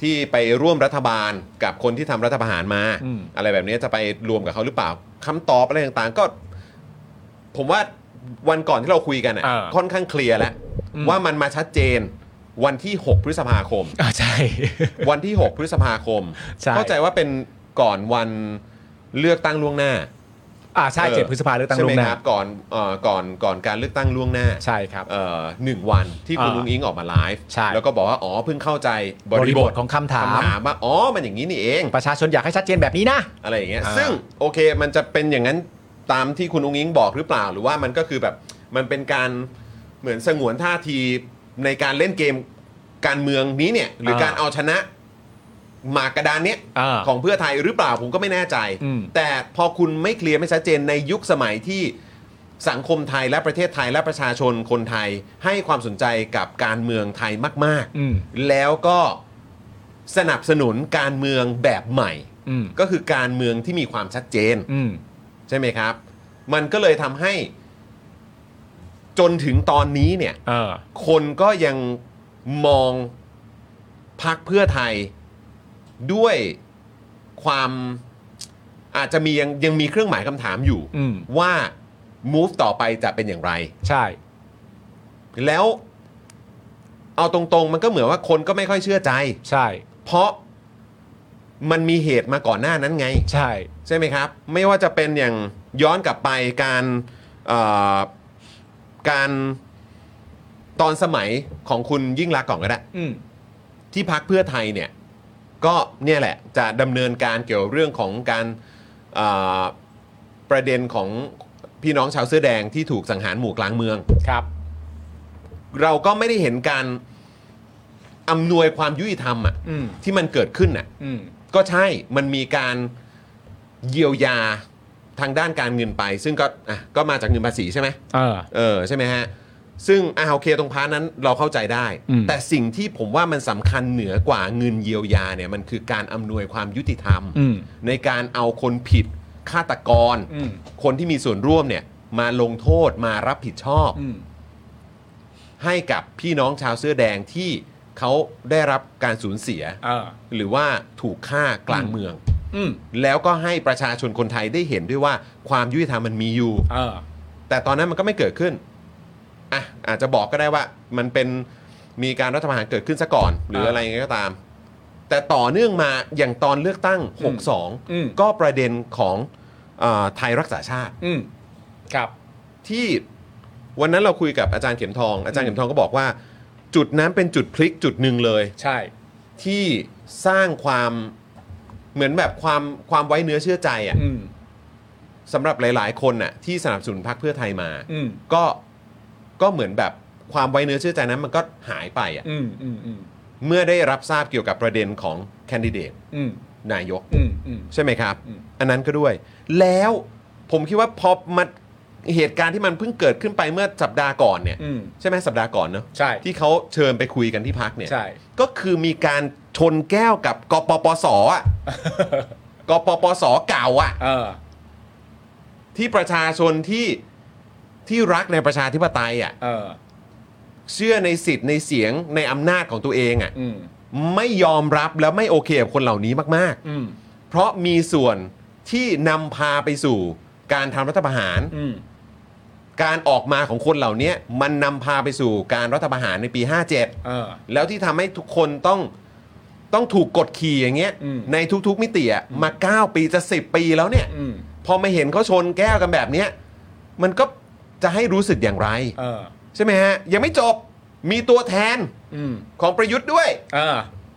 [SPEAKER 2] ที่ไปร่วมรัฐบาลกับคนที่ทำรัฐประหารมา
[SPEAKER 5] อืม
[SPEAKER 2] อะไรแบบนี้จะไปรวมกับเขาหรือเปล่าคำตอบอะไรต่างๆก็ ผมว่าวันก่อนที่เราคุยกันอ่ะ
[SPEAKER 5] อ่า
[SPEAKER 2] ค่อนข้างเคลียร์แล้ว
[SPEAKER 5] อืม
[SPEAKER 2] ว่ามันมาชัดเจนวันที่หกพฤษภาคม
[SPEAKER 5] อ่าใช่
[SPEAKER 2] วันที่หกพฤษภาคม
[SPEAKER 5] ใช่
[SPEAKER 2] เข้าใจว่าเป็นก่อนวันเลือกตั้งล่วงหน้า
[SPEAKER 5] อ่าใช่เจ็ดพฤษภาเลือกตั้งล่วงห
[SPEAKER 2] ใช่ไหม
[SPEAKER 5] น้า
[SPEAKER 2] ครับก่อนเอ่อก่อนก่อนการเลือกตั้งล่วงหน้า
[SPEAKER 5] ใช่ครับ
[SPEAKER 2] เอ่อหนึ่งวันที่คุณ
[SPEAKER 5] อ่า
[SPEAKER 2] ลุงอิงออกมาไลฟ์
[SPEAKER 5] ใช่
[SPEAKER 2] แล้วก็บอกว่าอ๋อเพิ่งเข้าใจบบ
[SPEAKER 5] ริ
[SPEAKER 2] ริ
[SPEAKER 5] บบ ท
[SPEAKER 2] ท
[SPEAKER 5] ของคำถาม
[SPEAKER 2] คำถามว่าอ๋อมันอย่างนี้นี่เอง
[SPEAKER 5] ประชาชนอยากให้ชัดเจนแบบนี้นะ
[SPEAKER 2] อะไรอย่างเงี้ย
[SPEAKER 5] อ่า
[SPEAKER 2] ซึ่งโอเคมันจะเป็นอย่างนั้นตามที่คุณลุงอิงบอกหรือเปล่า หรือว่ามันก็คือแบบมันเป็นการเหมือนสงวนท่าทีในการเล่นเกมการเมืองนี้เนี่ยหรือการเอาชนะหมากกระดานเนี้ย
[SPEAKER 5] อ่า
[SPEAKER 2] ของเพื่อไทยหรือเปล่าผมก็ไม่แน่ใจ
[SPEAKER 5] อืม
[SPEAKER 2] แต่พอคุณไม่เคลียร์ไม่ชัดเจนในยุคสมัยที่สังคมไทยและประเทศไทยและประชาชนคนไทยให้ความสนใจกับการเมืองไทยมาก
[SPEAKER 5] อืม
[SPEAKER 2] ๆ แล้วก็สนับสนุนการเมืองแบบใหม่
[SPEAKER 5] อืม
[SPEAKER 2] ก็คือการเมืองที่มีความชัดเจน
[SPEAKER 5] อืม
[SPEAKER 2] ใช่ไหมครับ มันก็เลยทำให้จนถึงตอนนี้เนี่ย
[SPEAKER 5] เออ
[SPEAKER 2] คนก็ยังมองพรรคเพื่อไทยด้วยความอาจจะมียังยังมีเครื่องหมายคำถามอยู่
[SPEAKER 5] อืม
[SPEAKER 2] ว่า move ต่อไปจะเป็นอย่างไร
[SPEAKER 5] ใช่
[SPEAKER 2] แล้วเอาตรงๆ มันก็เหมือนว่าคนก็ไม่ค่อยเชื่อใจ
[SPEAKER 5] ใช่
[SPEAKER 2] เพราะมันมีเหตุมาก่อนหน้านั้นไง
[SPEAKER 5] ใช่
[SPEAKER 2] ใช่ไหมครับ ไม่ว่าจะเป็นอย่างย้อนกลับไปการเอ่อการตอนสมัยของคุณยิ่งรักษณ์ก่อนก็ได้
[SPEAKER 5] อืม
[SPEAKER 2] ที่พรรคเพื่อไทยเนี่ยก็เนี่ยแหละจะดำเนินการเกี่ยวเรื่องของการเอ่อประเด็นของพี่น้องชาวเสื้อแดงที่ถูกสังหารหมู่กลางเมือง
[SPEAKER 5] ครับ
[SPEAKER 2] เราก็ไม่ได้เห็นการอำนวยความยุติธรรมอ่ะ
[SPEAKER 5] อืม
[SPEAKER 2] ที่มันเกิดขึ้นอ่ะ
[SPEAKER 5] อืม
[SPEAKER 2] ก็ใช่มันมีการเยียวยาทางด้านการเงินไป ซึ่งก็อ่ะก็มาจากเงินภาษีใช่ไหม
[SPEAKER 5] เออ
[SPEAKER 2] เออใช่ไหมฮะ ซึ่งอ่าโอเคตรงพาร์ทนั้นเราเข้าใจได้
[SPEAKER 5] อืม
[SPEAKER 2] แต่สิ่งที่ผมว่ามันสำคัญเหนือกว่าเงินเยียวยาเนี่ยมันคือการอำนวยความยุติธรรม
[SPEAKER 5] อืม
[SPEAKER 2] ในการเอาคนผิดฆาตกร
[SPEAKER 5] อืม
[SPEAKER 2] คนที่มีส่วนร่วมเนี่ยมาลงโทษมารับผิดชอบ
[SPEAKER 5] อืม
[SPEAKER 2] ให้กับพี่น้องชาวเสื้อแดงที่เขาได้รับการสูญเสีย
[SPEAKER 5] เออ
[SPEAKER 2] หรือว่าถูกฆ่ากลางเมือง
[SPEAKER 5] อืม
[SPEAKER 2] แล้วก็ให้ประชาชนคนไทยได้เห็นด้วยว่าความยุติธรรมมันมีอยู่
[SPEAKER 5] เออ
[SPEAKER 2] แต่ตอนนั้นมันก็ไม่เกิดขึ้นอ่ะอาจจะบอกก็ได้ว่ามันเป็นมีการรัฐประหารเกิดขึ้นซะก่อน หรือ
[SPEAKER 5] อ่า
[SPEAKER 2] อะไรอย่างเงี้ยก็ตาม แต่ต่อเนื่องมาอย่างตอนเลือกตั้ง
[SPEAKER 5] อืมอืม
[SPEAKER 2] หกสอง ก็ประเด็นของเออไทยรักษาชาติ
[SPEAKER 5] อืม ครับ
[SPEAKER 2] ที่วันนั้นเราคุยกับอาจารย์เข็มทอง อาจารย์เข็มทองก็บอกว่า จุดนั้นเป็นจุดพลิกจุดหนึ่งเลย
[SPEAKER 5] ใช่
[SPEAKER 2] ที่สร้างความเหมือนแบบความความไว้เนื้อเชื่อใจอ่ะ
[SPEAKER 5] อืม
[SPEAKER 2] สำหรับหลาย ๆ คนน่ะที่สนับสนุนพรรคเพื่อไทยมา
[SPEAKER 5] อืม
[SPEAKER 2] ก็ก็เหมือนแบบความไว้เนื้อเชื่อใจนั้นมันก็หายไปอ่ะ
[SPEAKER 5] อืม อืม อืม
[SPEAKER 2] เมื่อได้รับทราบเกี่ยวกับประเด็นของแคนดิเดต
[SPEAKER 5] อืม
[SPEAKER 2] นายก
[SPEAKER 5] อืม อืม
[SPEAKER 2] ใช่ไหมครับ
[SPEAKER 5] อืม
[SPEAKER 2] อันนั้นก็ด้วย แล้วผมคิดว่าพอมาเหตุการณ์ที่มันเพิ่งเกิดขึ้นไปเมื่อสัปดาห์ก่อนเนี่ย
[SPEAKER 5] อืม
[SPEAKER 2] ใช่ไหมสัปดาห์ก่อนเนอะ
[SPEAKER 5] ใช่
[SPEAKER 2] ที่เขาเชิญไปคุยกันที่พักเนี่ย
[SPEAKER 5] ใช่
[SPEAKER 2] ก็คือมีการชนแก้วกับกปปสอ่ะ กปปสเก่าอ่ะ
[SPEAKER 5] เออ
[SPEAKER 2] ที่ประชาชนที่ที่รักในประชาธิปไตยอ่ะ
[SPEAKER 5] เออ
[SPEAKER 2] เชื่อในสิทธิ์ในเสียงในอำนาจของตัวเองอ่ะ
[SPEAKER 5] อืม
[SPEAKER 2] ไม่ยอมรับแล้วไม่โอเคกับคนเหล่านี้มาก
[SPEAKER 5] อืม
[SPEAKER 2] ๆ เพราะมีส่วนที่นำพาไปสู่การทำรัฐประหาร
[SPEAKER 5] อืม
[SPEAKER 2] การออกมาของคนเหล่านี้มันนำพาไปสู่การรัฐประหารในปี ห้าเจ็ด
[SPEAKER 5] เออ
[SPEAKER 2] แล้วที่ทำให้ทุกคนต้องต้องถูกกดขี่อย่างเงี้ย
[SPEAKER 5] อืม
[SPEAKER 2] ในทุกๆมิติอะมาเก้าปีจะสิบปีแล้วเนี่ย
[SPEAKER 5] อืม
[SPEAKER 2] พอมาเห็นเขาชนแก้วกันแบบเนี้ยมันก็จะให้รู้สึกอย่างไร
[SPEAKER 5] เออ
[SPEAKER 2] ใช่ไหมฮะ ยังไม่จบมีตัวแทน
[SPEAKER 5] อืม
[SPEAKER 2] ของประยุทธ์ด้วย
[SPEAKER 5] เออ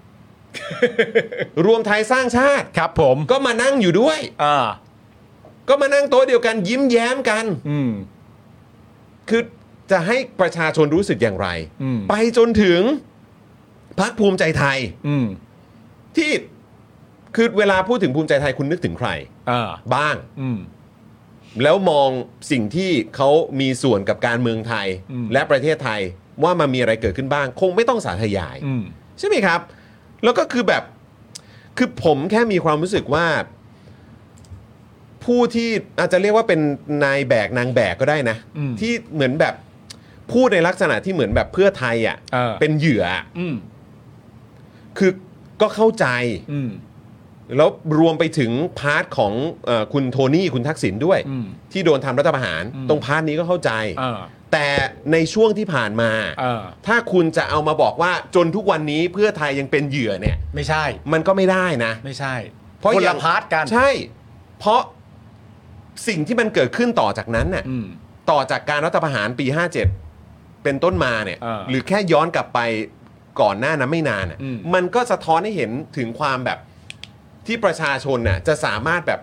[SPEAKER 2] รวมไทยสร้างชาติ
[SPEAKER 5] ครับผม
[SPEAKER 2] ก็มานั่งอยู่ด้วย
[SPEAKER 5] เออ
[SPEAKER 2] ก็มานั่งโต๊ะเดียวกันยิ้มแย้มกัน
[SPEAKER 5] อืม
[SPEAKER 2] คือจะให้ประชาชนรู้สึกอย่างไร
[SPEAKER 5] อืม
[SPEAKER 2] ไปจนถึงพรรคภูมิใจไทย
[SPEAKER 5] อืม
[SPEAKER 2] ที่คือเวลาพูดถึงภูมิใจไทยคุณนึกถึงใคร
[SPEAKER 5] เออ
[SPEAKER 2] บ้าง
[SPEAKER 5] อืม
[SPEAKER 2] แล้วมองสิ่งที่เขามีส่วนกับการเมืองไทย
[SPEAKER 5] อืม
[SPEAKER 2] และประเทศไทยว่ามันมีอะไรเกิดขึ้นบ้าง คงไม่ต้องสาธยาย
[SPEAKER 5] อืม
[SPEAKER 2] ใช่ไหมครับ แล้วก็คือแบบคือผมแค่มีความรู้สึกว่า ผู้ที่อาจจะเรียกว่าเป็นนายแบกนางแบกก็ได้นะ
[SPEAKER 5] อืม
[SPEAKER 2] ที่เหมือนแบบพูดในลักษณะที่เหมือนแบบเพื่อไทยอ่ะ
[SPEAKER 5] เออ
[SPEAKER 2] เป็นเหยื่ออะ
[SPEAKER 5] อืม
[SPEAKER 2] คือก็เข้าใจ
[SPEAKER 5] อืม
[SPEAKER 2] แล้วรวมไปถึงพาร์ทของเอ่อคุณโทนี่คุณทักษิณด้วย
[SPEAKER 5] อืม
[SPEAKER 2] ที่โดนทำรัฐประหาร
[SPEAKER 5] อืม
[SPEAKER 2] ตรงพาร์ทนี้ก็เข้าใจ
[SPEAKER 5] เออ
[SPEAKER 2] แต่ในช่วงที่ผ่านมา
[SPEAKER 5] เออ
[SPEAKER 2] ถ้าคุณจะเอามาบอกว่าจนทุกวันนี้เพื่อไทยยังเป็นเหยื่อเนี่ย
[SPEAKER 5] ไม่ใช่
[SPEAKER 2] มันก็ไม่ได้นะ
[SPEAKER 5] ไม่ใช่
[SPEAKER 2] เพราะ
[SPEAKER 5] คน
[SPEAKER 2] อย่า
[SPEAKER 5] ละ
[SPEAKER 2] ง
[SPEAKER 5] พาร์ทกัน
[SPEAKER 2] ใช่ เพราะสิ่งที่มันเกิดขึ้นต่อจากนั้นน่ะ
[SPEAKER 5] อืม
[SPEAKER 2] ต่อจากการรัฐประหารปีห้าเจ็ดเป็นต้นมาเนี่ย
[SPEAKER 5] เออ
[SPEAKER 2] หรือแค่ย้อนกลับไปก่อนหน้านั้นไม่นานน่ะ
[SPEAKER 5] อืม
[SPEAKER 2] มันก็สะท้อนให้เห็นถึงความแบบที่ประชาชนน่ะจะสามารถแบบ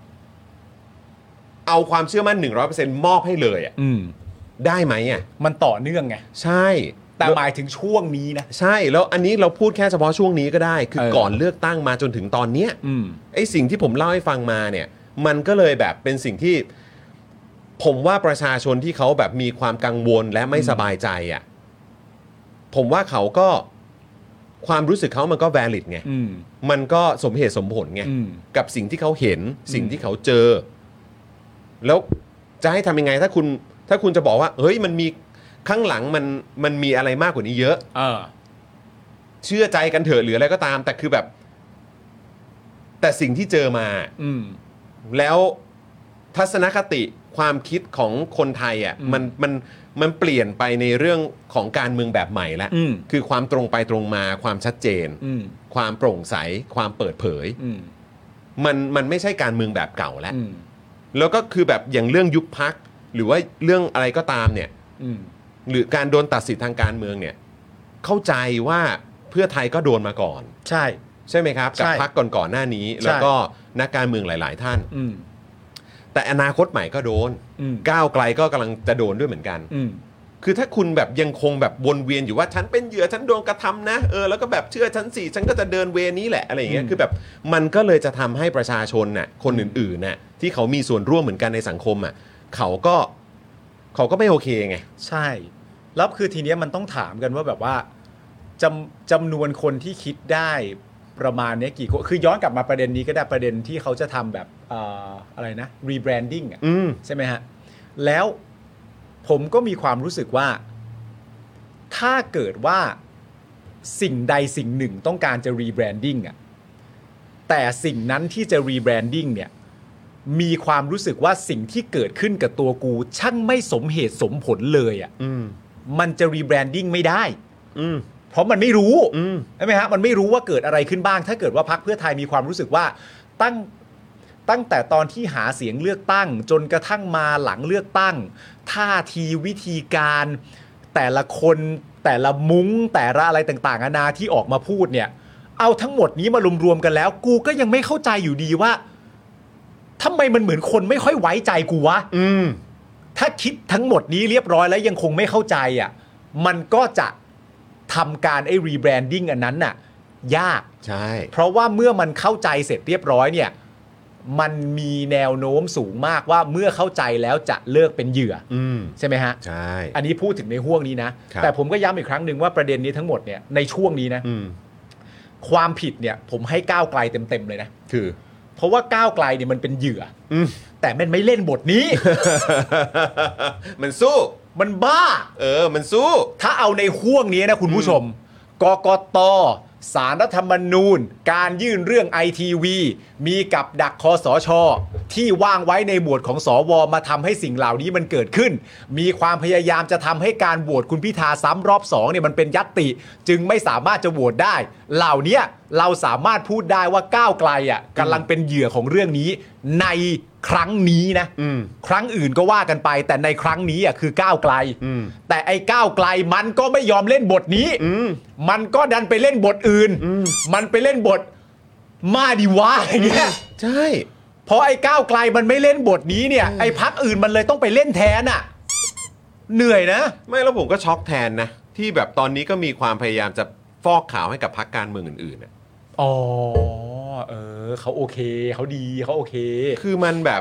[SPEAKER 2] เอาความเชื่อมั่น หนึ่งร้อยเปอร์เซ็นต์ มอบให้เลยอ่ะ
[SPEAKER 5] อืม
[SPEAKER 2] ได้ไหมอ่ะ
[SPEAKER 5] มันต่อเนื่องไง
[SPEAKER 2] ใช่
[SPEAKER 5] แต่หมายถึงช่วงนี้นะ
[SPEAKER 2] ใช่แล้วอันนี้เราพูดแค่เฉพาะช่วงนี้ก็ได้ คือ
[SPEAKER 5] เออ
[SPEAKER 2] ก่อนเลือกตั้งมาจนถึงตอนเนี้ย
[SPEAKER 5] อืม
[SPEAKER 2] ไอ้สิ่งที่ผมเล่าให้ฟังมาเนี่ย มันก็เลยแบบเป็นสิ่งที่ ผมว่าประชาชนที่เขาแบบมีความกังวลและไม่สบายใจอ่ะผมว่าเขาก็ความรู้สึกเขามันก็ valid ไง
[SPEAKER 5] อืม
[SPEAKER 2] มันก็สมเหตุสมผลไง
[SPEAKER 5] อืม
[SPEAKER 2] กับสิ่งที่เขาเห็นสิ่งที่เขาเจอ แล้วจะให้ทำยังไงถ้าคุณ ถ้าคุณจะบอกว่าเฮ้ยมันมีข้างหลังมันมันมีอะไรมากกว่านี้เยอะ
[SPEAKER 5] เออ
[SPEAKER 2] เชื่อใจกันเถอะหรืออะไรก็ตาม แต่คือแบบ แต่สิ่งที่เจอมา
[SPEAKER 5] อืม
[SPEAKER 2] แล้วทัศนคติความคิดของคนไทยอ่ะ
[SPEAKER 5] อืม
[SPEAKER 2] มันมันมันเปลี่ยนไปในเรื่องของการเมืองแบบใหม่แล้ว
[SPEAKER 5] อืม
[SPEAKER 2] คือความตรงไปตรงมาความชัดเจน
[SPEAKER 5] อืม
[SPEAKER 2] ความโปร่งใสความเปิดเผย
[SPEAKER 5] อืม
[SPEAKER 2] มันมันไม่ใช่การเมืองแบบเก่าแล้ว
[SPEAKER 5] อืม
[SPEAKER 2] แล้วก็คือแบบอย่างเรื่องยุบพักหรือว่าเรื่องอะไรก็ตามเนี่ย
[SPEAKER 5] อืม
[SPEAKER 2] หรือการโดนตัดสิทธิทางการเมืองเนี่ย เข้าใจว่าเพื่อไทยก็โดนมาก่อน
[SPEAKER 5] ใช่
[SPEAKER 2] ใช่ไหมครับ กับ
[SPEAKER 5] ใช่
[SPEAKER 2] พักก่อนๆหน้านี้ แล้วก็นักการเมืองหลาย ๆ ท่าน
[SPEAKER 5] อืม
[SPEAKER 2] แต่อนาคตใหม่ก็โดน
[SPEAKER 5] อืม
[SPEAKER 2] ก้าวไกลก็กำลังจะโดนด้วยเหมือนกัน
[SPEAKER 5] อืม
[SPEAKER 2] คือถ้าคุณแบบยังคงแบบวนเวียนอยู่ว่าฉันเป็นเหยื่อฉันโดนกระทำนะเออแล้วก็แบบเชื่อฉันสิฉันก็จะเดินเวรนี้แหละอะไรอย่างเงี้ย
[SPEAKER 5] อืม
[SPEAKER 2] คือแบบมันก็เลยจะทำให้ประชาชนน่ะคนอื่นๆน่ะที่เขามีส่วนร่วมเหมือนกันในสังคมอ่ะเขาก็เขาก็ไม่โอเคไง
[SPEAKER 5] ใช่ แล้วคือทีเนี้ยมันต้องถามกันว่าแบบว่าจำจำนวนคนที่คิดได้ประมาณเนี้ยกี่คนคือย้อนกลับมาประเด็นนี้ก็ได้ประเด็นที่เขาจะทำแบบเอ่ออะไรนะ rebranding อ่ะ
[SPEAKER 2] อืม
[SPEAKER 5] ใช่ไหมฮะ แล้วผมก็มีความรู้สึกว่า ถ้าเกิดว่าสิ่งใดสิ่งหนึ่งต้องการจะ rebranding อ่ะแต่สิ่งนั้นที่จะ rebranding เนี่ยมีความรู้สึกว่าสิ่งที่เกิดขึ้นกับตัวกูช่างไม่สมเหตุสมผลเลยอ่ะ
[SPEAKER 2] อืม
[SPEAKER 5] มันจะ rebranding ไม่ได้
[SPEAKER 2] อืม
[SPEAKER 5] เพราะมันไม่รู้
[SPEAKER 2] อืม
[SPEAKER 5] ใช่ไหมฮะมันไม่รู้ว่าเกิดอะไรขึ้นบ้าง ถ้าเกิดว่าพรรคเพื่อไทยมีความรู้สึกว่าตั้งตั้งแต่ตอนที่หาเสียงเลือกตั้ง จนกระทั่งมาหลังเลือกตั้ง ท่าทีวิธีการ แต่ละคนแต่ละมุ้งแต่ละอะไรต่างๆนานาที่ออกมาพูดเนี่ย เอาทั้งหมดนี้มารวมๆกันแล้ว กูก็ยังไม่เข้าใจอยู่ดีว่าทำไมมันเหมือนคนไม่ค่อยไว้ใจกูวะ
[SPEAKER 2] อืม
[SPEAKER 5] ถ้าคิดทั้งหมดนี้เรียบร้อยแล้วยังคงไม่เข้าใจอ่ะมันก็จะทำการไอ้ rebranding อันนั้นน่ะยาก
[SPEAKER 2] ใช่
[SPEAKER 5] เพราะว่าเมื่อมันเข้าใจเสร็จเรียบร้อยเนี่ยมันมีแนวโน้มสูงมากว่าเมื่อเข้าใจแล้วจะเลิกเป็นเหยื่อ
[SPEAKER 2] อืม
[SPEAKER 5] ใช่ไหมฮะ
[SPEAKER 2] ใช่
[SPEAKER 5] อันนี้พูดถึงในห่วงนี้นะ
[SPEAKER 2] ครับ
[SPEAKER 5] แต่ผมก็ย้ำอีกครั้งหนึ่งว่าประเด็นนี้ทั้งหมดเนี่ยในช่วงนี้นะ
[SPEAKER 2] อืม
[SPEAKER 5] ความผิดเนี่ยผมให้ก้าวไกลเต็มๆเลยนะ
[SPEAKER 2] คือ
[SPEAKER 5] เพราะว่าก้าวไกลเนี่ยมันเป็นเหยื่อ
[SPEAKER 2] อืม
[SPEAKER 5] แต่มันไม่เล่นบทนี้
[SPEAKER 2] มันสู้
[SPEAKER 5] มันบ้า
[SPEAKER 2] เออ มันสู้
[SPEAKER 5] ถ้าเอาในห่วงนี้นะคุณผู้ชม กกต ศาลรัฐธรรมนูญ การยื่นเรื่อง ไอ ที วี มีกับดักคสช ที่ว่างไว้ในหมวดของสวมาทำให้สิ่งเหล่านี้มันเกิดขึ้น มีความพยายามจะทำให้การโหวตคุณพิธาซ้ำรอบสองเนี่ยมันเป็นยัตติ จึงไม่สามารถจะโหวตได้ เหล่านี้เราสามารถพูดได้ว่าก้าวไกลอ่ะกำลังเป็นเหยื่อของเรื่องนี้ในครั้งนี้นะ
[SPEAKER 2] อืม
[SPEAKER 5] ครั้งอื่นก็ว่ากันไป แต่ในครั้งนี้อ่ะคือก้าวไกล
[SPEAKER 2] อืม
[SPEAKER 5] แต่ไอ้ก้าวไกลมันก็ไม่ยอมเล่นบทนี้
[SPEAKER 2] อืม
[SPEAKER 5] มันก็ดันไปเล่นบทอื่น มันไปเล่นบทมาดิวะอย่างเงี้ย
[SPEAKER 2] ใช่
[SPEAKER 5] เพราะไอ้ก้าวไกลมันไม่เล่นบทนี้เนี่ย ไอ้พักอื่นมันเลยต้องไปเล่นแทนอ่ะ เหนื่อยนะ
[SPEAKER 2] ไม่แล้วผมก็ช็อกแทนนะ ที่แบบตอนนี้ก็มีความพยายามจะฟอกข่าวให้กับพรรคการเมืองอื่นๆน่ะ
[SPEAKER 5] อ๋อ เออเขาโอเคเขาดีเขาโอเค
[SPEAKER 2] คือมันแบบ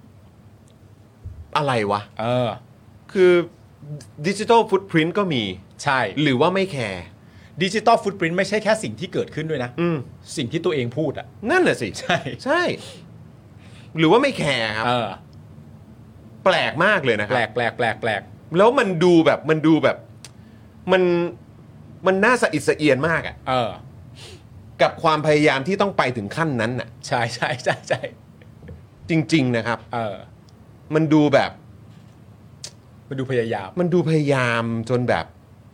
[SPEAKER 2] อะไรวะ
[SPEAKER 5] เออ
[SPEAKER 2] คือดิจิทัลฟุตพริ้นก็มี
[SPEAKER 5] ใช่
[SPEAKER 2] หรือว่าไม่แคร์
[SPEAKER 5] ดิจิตอลฟุตปรินต์ไม่ใช่แค่สิ่งที่เกิดขึ้นด้วยนะ
[SPEAKER 2] อืม
[SPEAKER 5] สิ่งที่ตัวเองพูดอ่ะ
[SPEAKER 2] นั่นน่ะสิ
[SPEAKER 5] ใช่
[SPEAKER 2] ใช่ หรือว่าไม่แคร์ครับ
[SPEAKER 5] เออ
[SPEAKER 2] แปลกมากเลยนะค
[SPEAKER 5] แป
[SPEAKER 2] รั
[SPEAKER 5] ล
[SPEAKER 2] บ
[SPEAKER 5] กแปลกแปลกแปลก
[SPEAKER 2] แล้วมันดูแบบมันดูแบบมันมันน่าสะอิดสะเอียนมากอะ่ะ
[SPEAKER 5] เออ
[SPEAKER 2] กับความพยายามที่ต้องไปถึงขั้นนั้นน่ะ
[SPEAKER 5] ใช่ใช่ใช่ใช่
[SPEAKER 2] จริงๆนะครับ
[SPEAKER 5] เออ
[SPEAKER 2] มันดูแบบ
[SPEAKER 5] มันดูพยายาม
[SPEAKER 2] มันดูพยายามจนแบบโอ้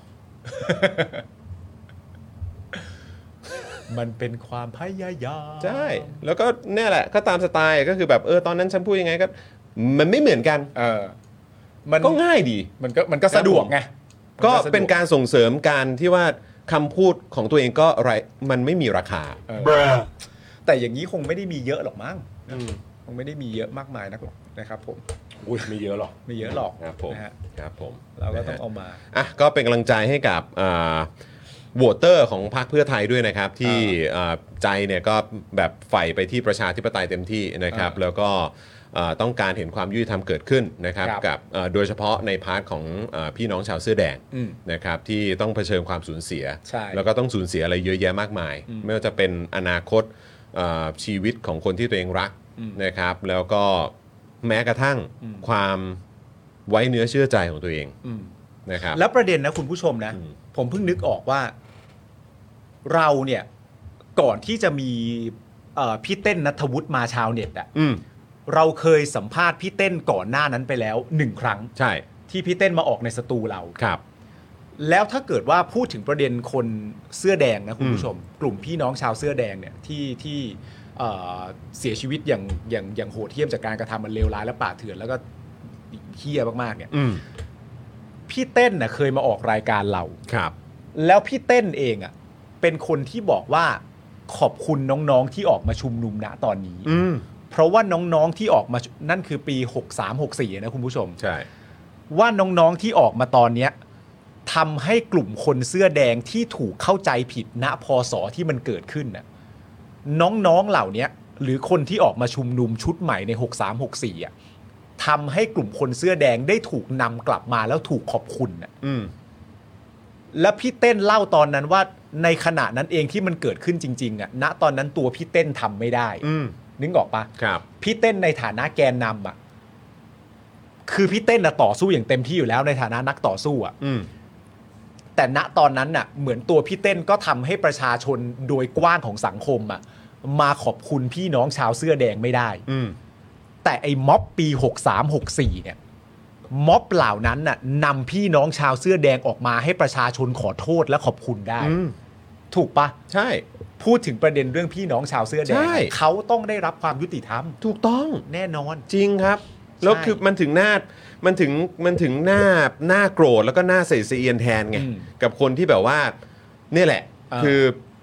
[SPEAKER 5] มันเป็นความพยายาม
[SPEAKER 2] ใช่แล้วก็เนี่ยแหละก็ตามสไตล์ก็คือแบบเออตอนนั้นฉันพูดยังไงก็มันไม่เหมือนกัน
[SPEAKER 5] เออมัน
[SPEAKER 2] ก็ง่ายดี
[SPEAKER 5] มันก็มันก็สะดวกไง
[SPEAKER 2] ก็เป็นการส่งเสริมการที่ว่าคำพูดของตัวเองก็ไรมันไม่มีราคา
[SPEAKER 5] เออแต่อย่างนี้คงไม่ได้มีเยอะหรอกมั้งคงไม่ได้มีเยอะมากมายนักหรอกนะครับผม
[SPEAKER 2] อุ้ยไม่เยอะหรอก
[SPEAKER 5] ไม่เยอะหรอก
[SPEAKER 2] ครับผม
[SPEAKER 5] นะฮะ
[SPEAKER 2] ครับผม
[SPEAKER 5] เราก็ต้องเอามา
[SPEAKER 2] อ่ะก็เป็นกำลังใจให้กับอ่าโหวตเตอร์ของพรรคเพื่อไทยด้วยนะครับ ที่อ่าใจเนี่ยก็แบบใฝ่ไปที่ประชาธิปไตยเต็มที่นะครับ
[SPEAKER 5] อ่า
[SPEAKER 2] แล้วก็อ่าต้องการเห็นความยุติธรรมเกิดขึ้นนะครับ
[SPEAKER 5] ครับ
[SPEAKER 2] กับอ่าโดยเฉพาะในพาร์ทของอ่าพี่น้องชาวเสื้อแดง
[SPEAKER 5] อืม
[SPEAKER 2] นะครับที่ต้องเผชิญความสูญเสีย
[SPEAKER 5] ใช่
[SPEAKER 2] แล้วก็ต้องสูญเสียอะไรเยอะแยะมากมาย ไม่ว่าจะเป็นอนาคตอ่าชีวิตของคนที่ตัวเองรักนะครับ แล้วก็แม้กระทั่งความไว้เนื้อเชื่อใจของตัวเอง
[SPEAKER 5] อืม
[SPEAKER 2] นะครับ
[SPEAKER 5] แล้วประเด็นนะคุณผู้ชมนะ
[SPEAKER 2] อืม
[SPEAKER 5] ผมเพิ่งนึกออกว่าเราเนี่ยก่อนที่จะมีเอ่อพี่เต้นณัฐวุฒิมาชาวเน็ตอะ
[SPEAKER 2] อืม
[SPEAKER 5] เราเคยสัมภาษณ์พี่เต้นก่อนหน้านั้นไปแล้วหนึ่งครั้ง
[SPEAKER 2] ใช่
[SPEAKER 5] ที่พี่เต้นมาออกในสตูเรา
[SPEAKER 2] ครับ
[SPEAKER 5] แล้วถ้าเกิดว่าพูดถึงประเด็นคนเสื้อแดงนะคุณ
[SPEAKER 2] อื
[SPEAKER 5] ผู้
[SPEAKER 2] ม
[SPEAKER 5] ชม กลุ่มพี่น้องชาวเสื้อแดงเนี่ยที่ที่เอ่อเสียชีวิตอย่างอย่างอย่างโหดเหี้ยมจากการกระทำมันเลวร้ายและป่าเถื่อนแล้วก็เหี้ยมากๆเนี่ย
[SPEAKER 2] อืม
[SPEAKER 5] พี่เต้นน่ะเคยมาออกรายการเรา
[SPEAKER 2] ครับ
[SPEAKER 5] แล้วพี่เต้นเองอ่ะเป็นคนที่บอกว่าขอบคุณน้องๆที่ออกมาชุมนุมณตอนนี้
[SPEAKER 2] อืม
[SPEAKER 5] เพราะว่าน้องๆที่ออกมานั่นคือปีหกสาม หกสี่นะคุณผู้ชม
[SPEAKER 2] ใช่
[SPEAKER 5] ว่าน้องๆที่ออกมาตอนเนี้ยทำให้กลุ่มคนเสื้อแดงที่ถูกเข้าใจผิดณพศที่มันเกิดขึ้นน่ะน้องๆเหล่านี้หรือคนที่ออกมาชุมนุมชุดใหม่ในหกสาม หกสี่อ่ะทำให้กลุ่มคนเสื้อแดงได้ถูกนำกลับมาแล้วถูกขอบคุณน่ะ
[SPEAKER 2] อืม
[SPEAKER 5] แล้วพี่เต้นเล่าตอนนั้นว่าในขณะนั้นเองที่มันเกิดขึ้นจริงๆอ่ะณตอนนั้นตัวพี่เต้นทำไม่ได้
[SPEAKER 2] อืม
[SPEAKER 5] นึกออกปะ
[SPEAKER 2] ครับ
[SPEAKER 5] พี่เต้นในฐานะแกนนำอ่ะคือพี่เต้นน่ะต่อสู้อย่างเต็มที่อยู่แล้วในฐานะนักต่อสู้อ่ะ
[SPEAKER 2] อืม
[SPEAKER 5] แต่ณตอนนั้นน่ะเหมือนตัวพี่เต้นก็ทำให้ประชาชนโดยกว้างของสังคมอ่ะมาขอบคุณพี่น้องชาวเสื้อแดงไม่ได้
[SPEAKER 2] อืม
[SPEAKER 5] แต่ไอ้ม็อบปีหกสาม หกสี่เนี่ยม็อบเหล่านั้นน่ะนำพี่น้องชาวเสื้อแดงออกมาให้ประชาชนขอโทษและขอบคุณได้
[SPEAKER 2] อืม
[SPEAKER 5] ถูกปะ
[SPEAKER 2] ใช่
[SPEAKER 5] พูดถึงประเด็นเรื่องพี่น้องชาวเสื้อแดง
[SPEAKER 2] ใช่
[SPEAKER 5] เขาต้องได้รับความยุติธรรม
[SPEAKER 2] ถูกต้อง
[SPEAKER 5] แน่นอน
[SPEAKER 2] จริงครับ แล้ว
[SPEAKER 5] ใช่
[SPEAKER 2] คือมันถึงหน้ามันถึงมันถึงหน้าหน้าโกรธแล้วก็หน้าใส่เสียนแทนไง
[SPEAKER 5] อืม
[SPEAKER 2] กับคนที่แบบว่าเนี่ยแหละ
[SPEAKER 5] อ่า
[SPEAKER 2] คือ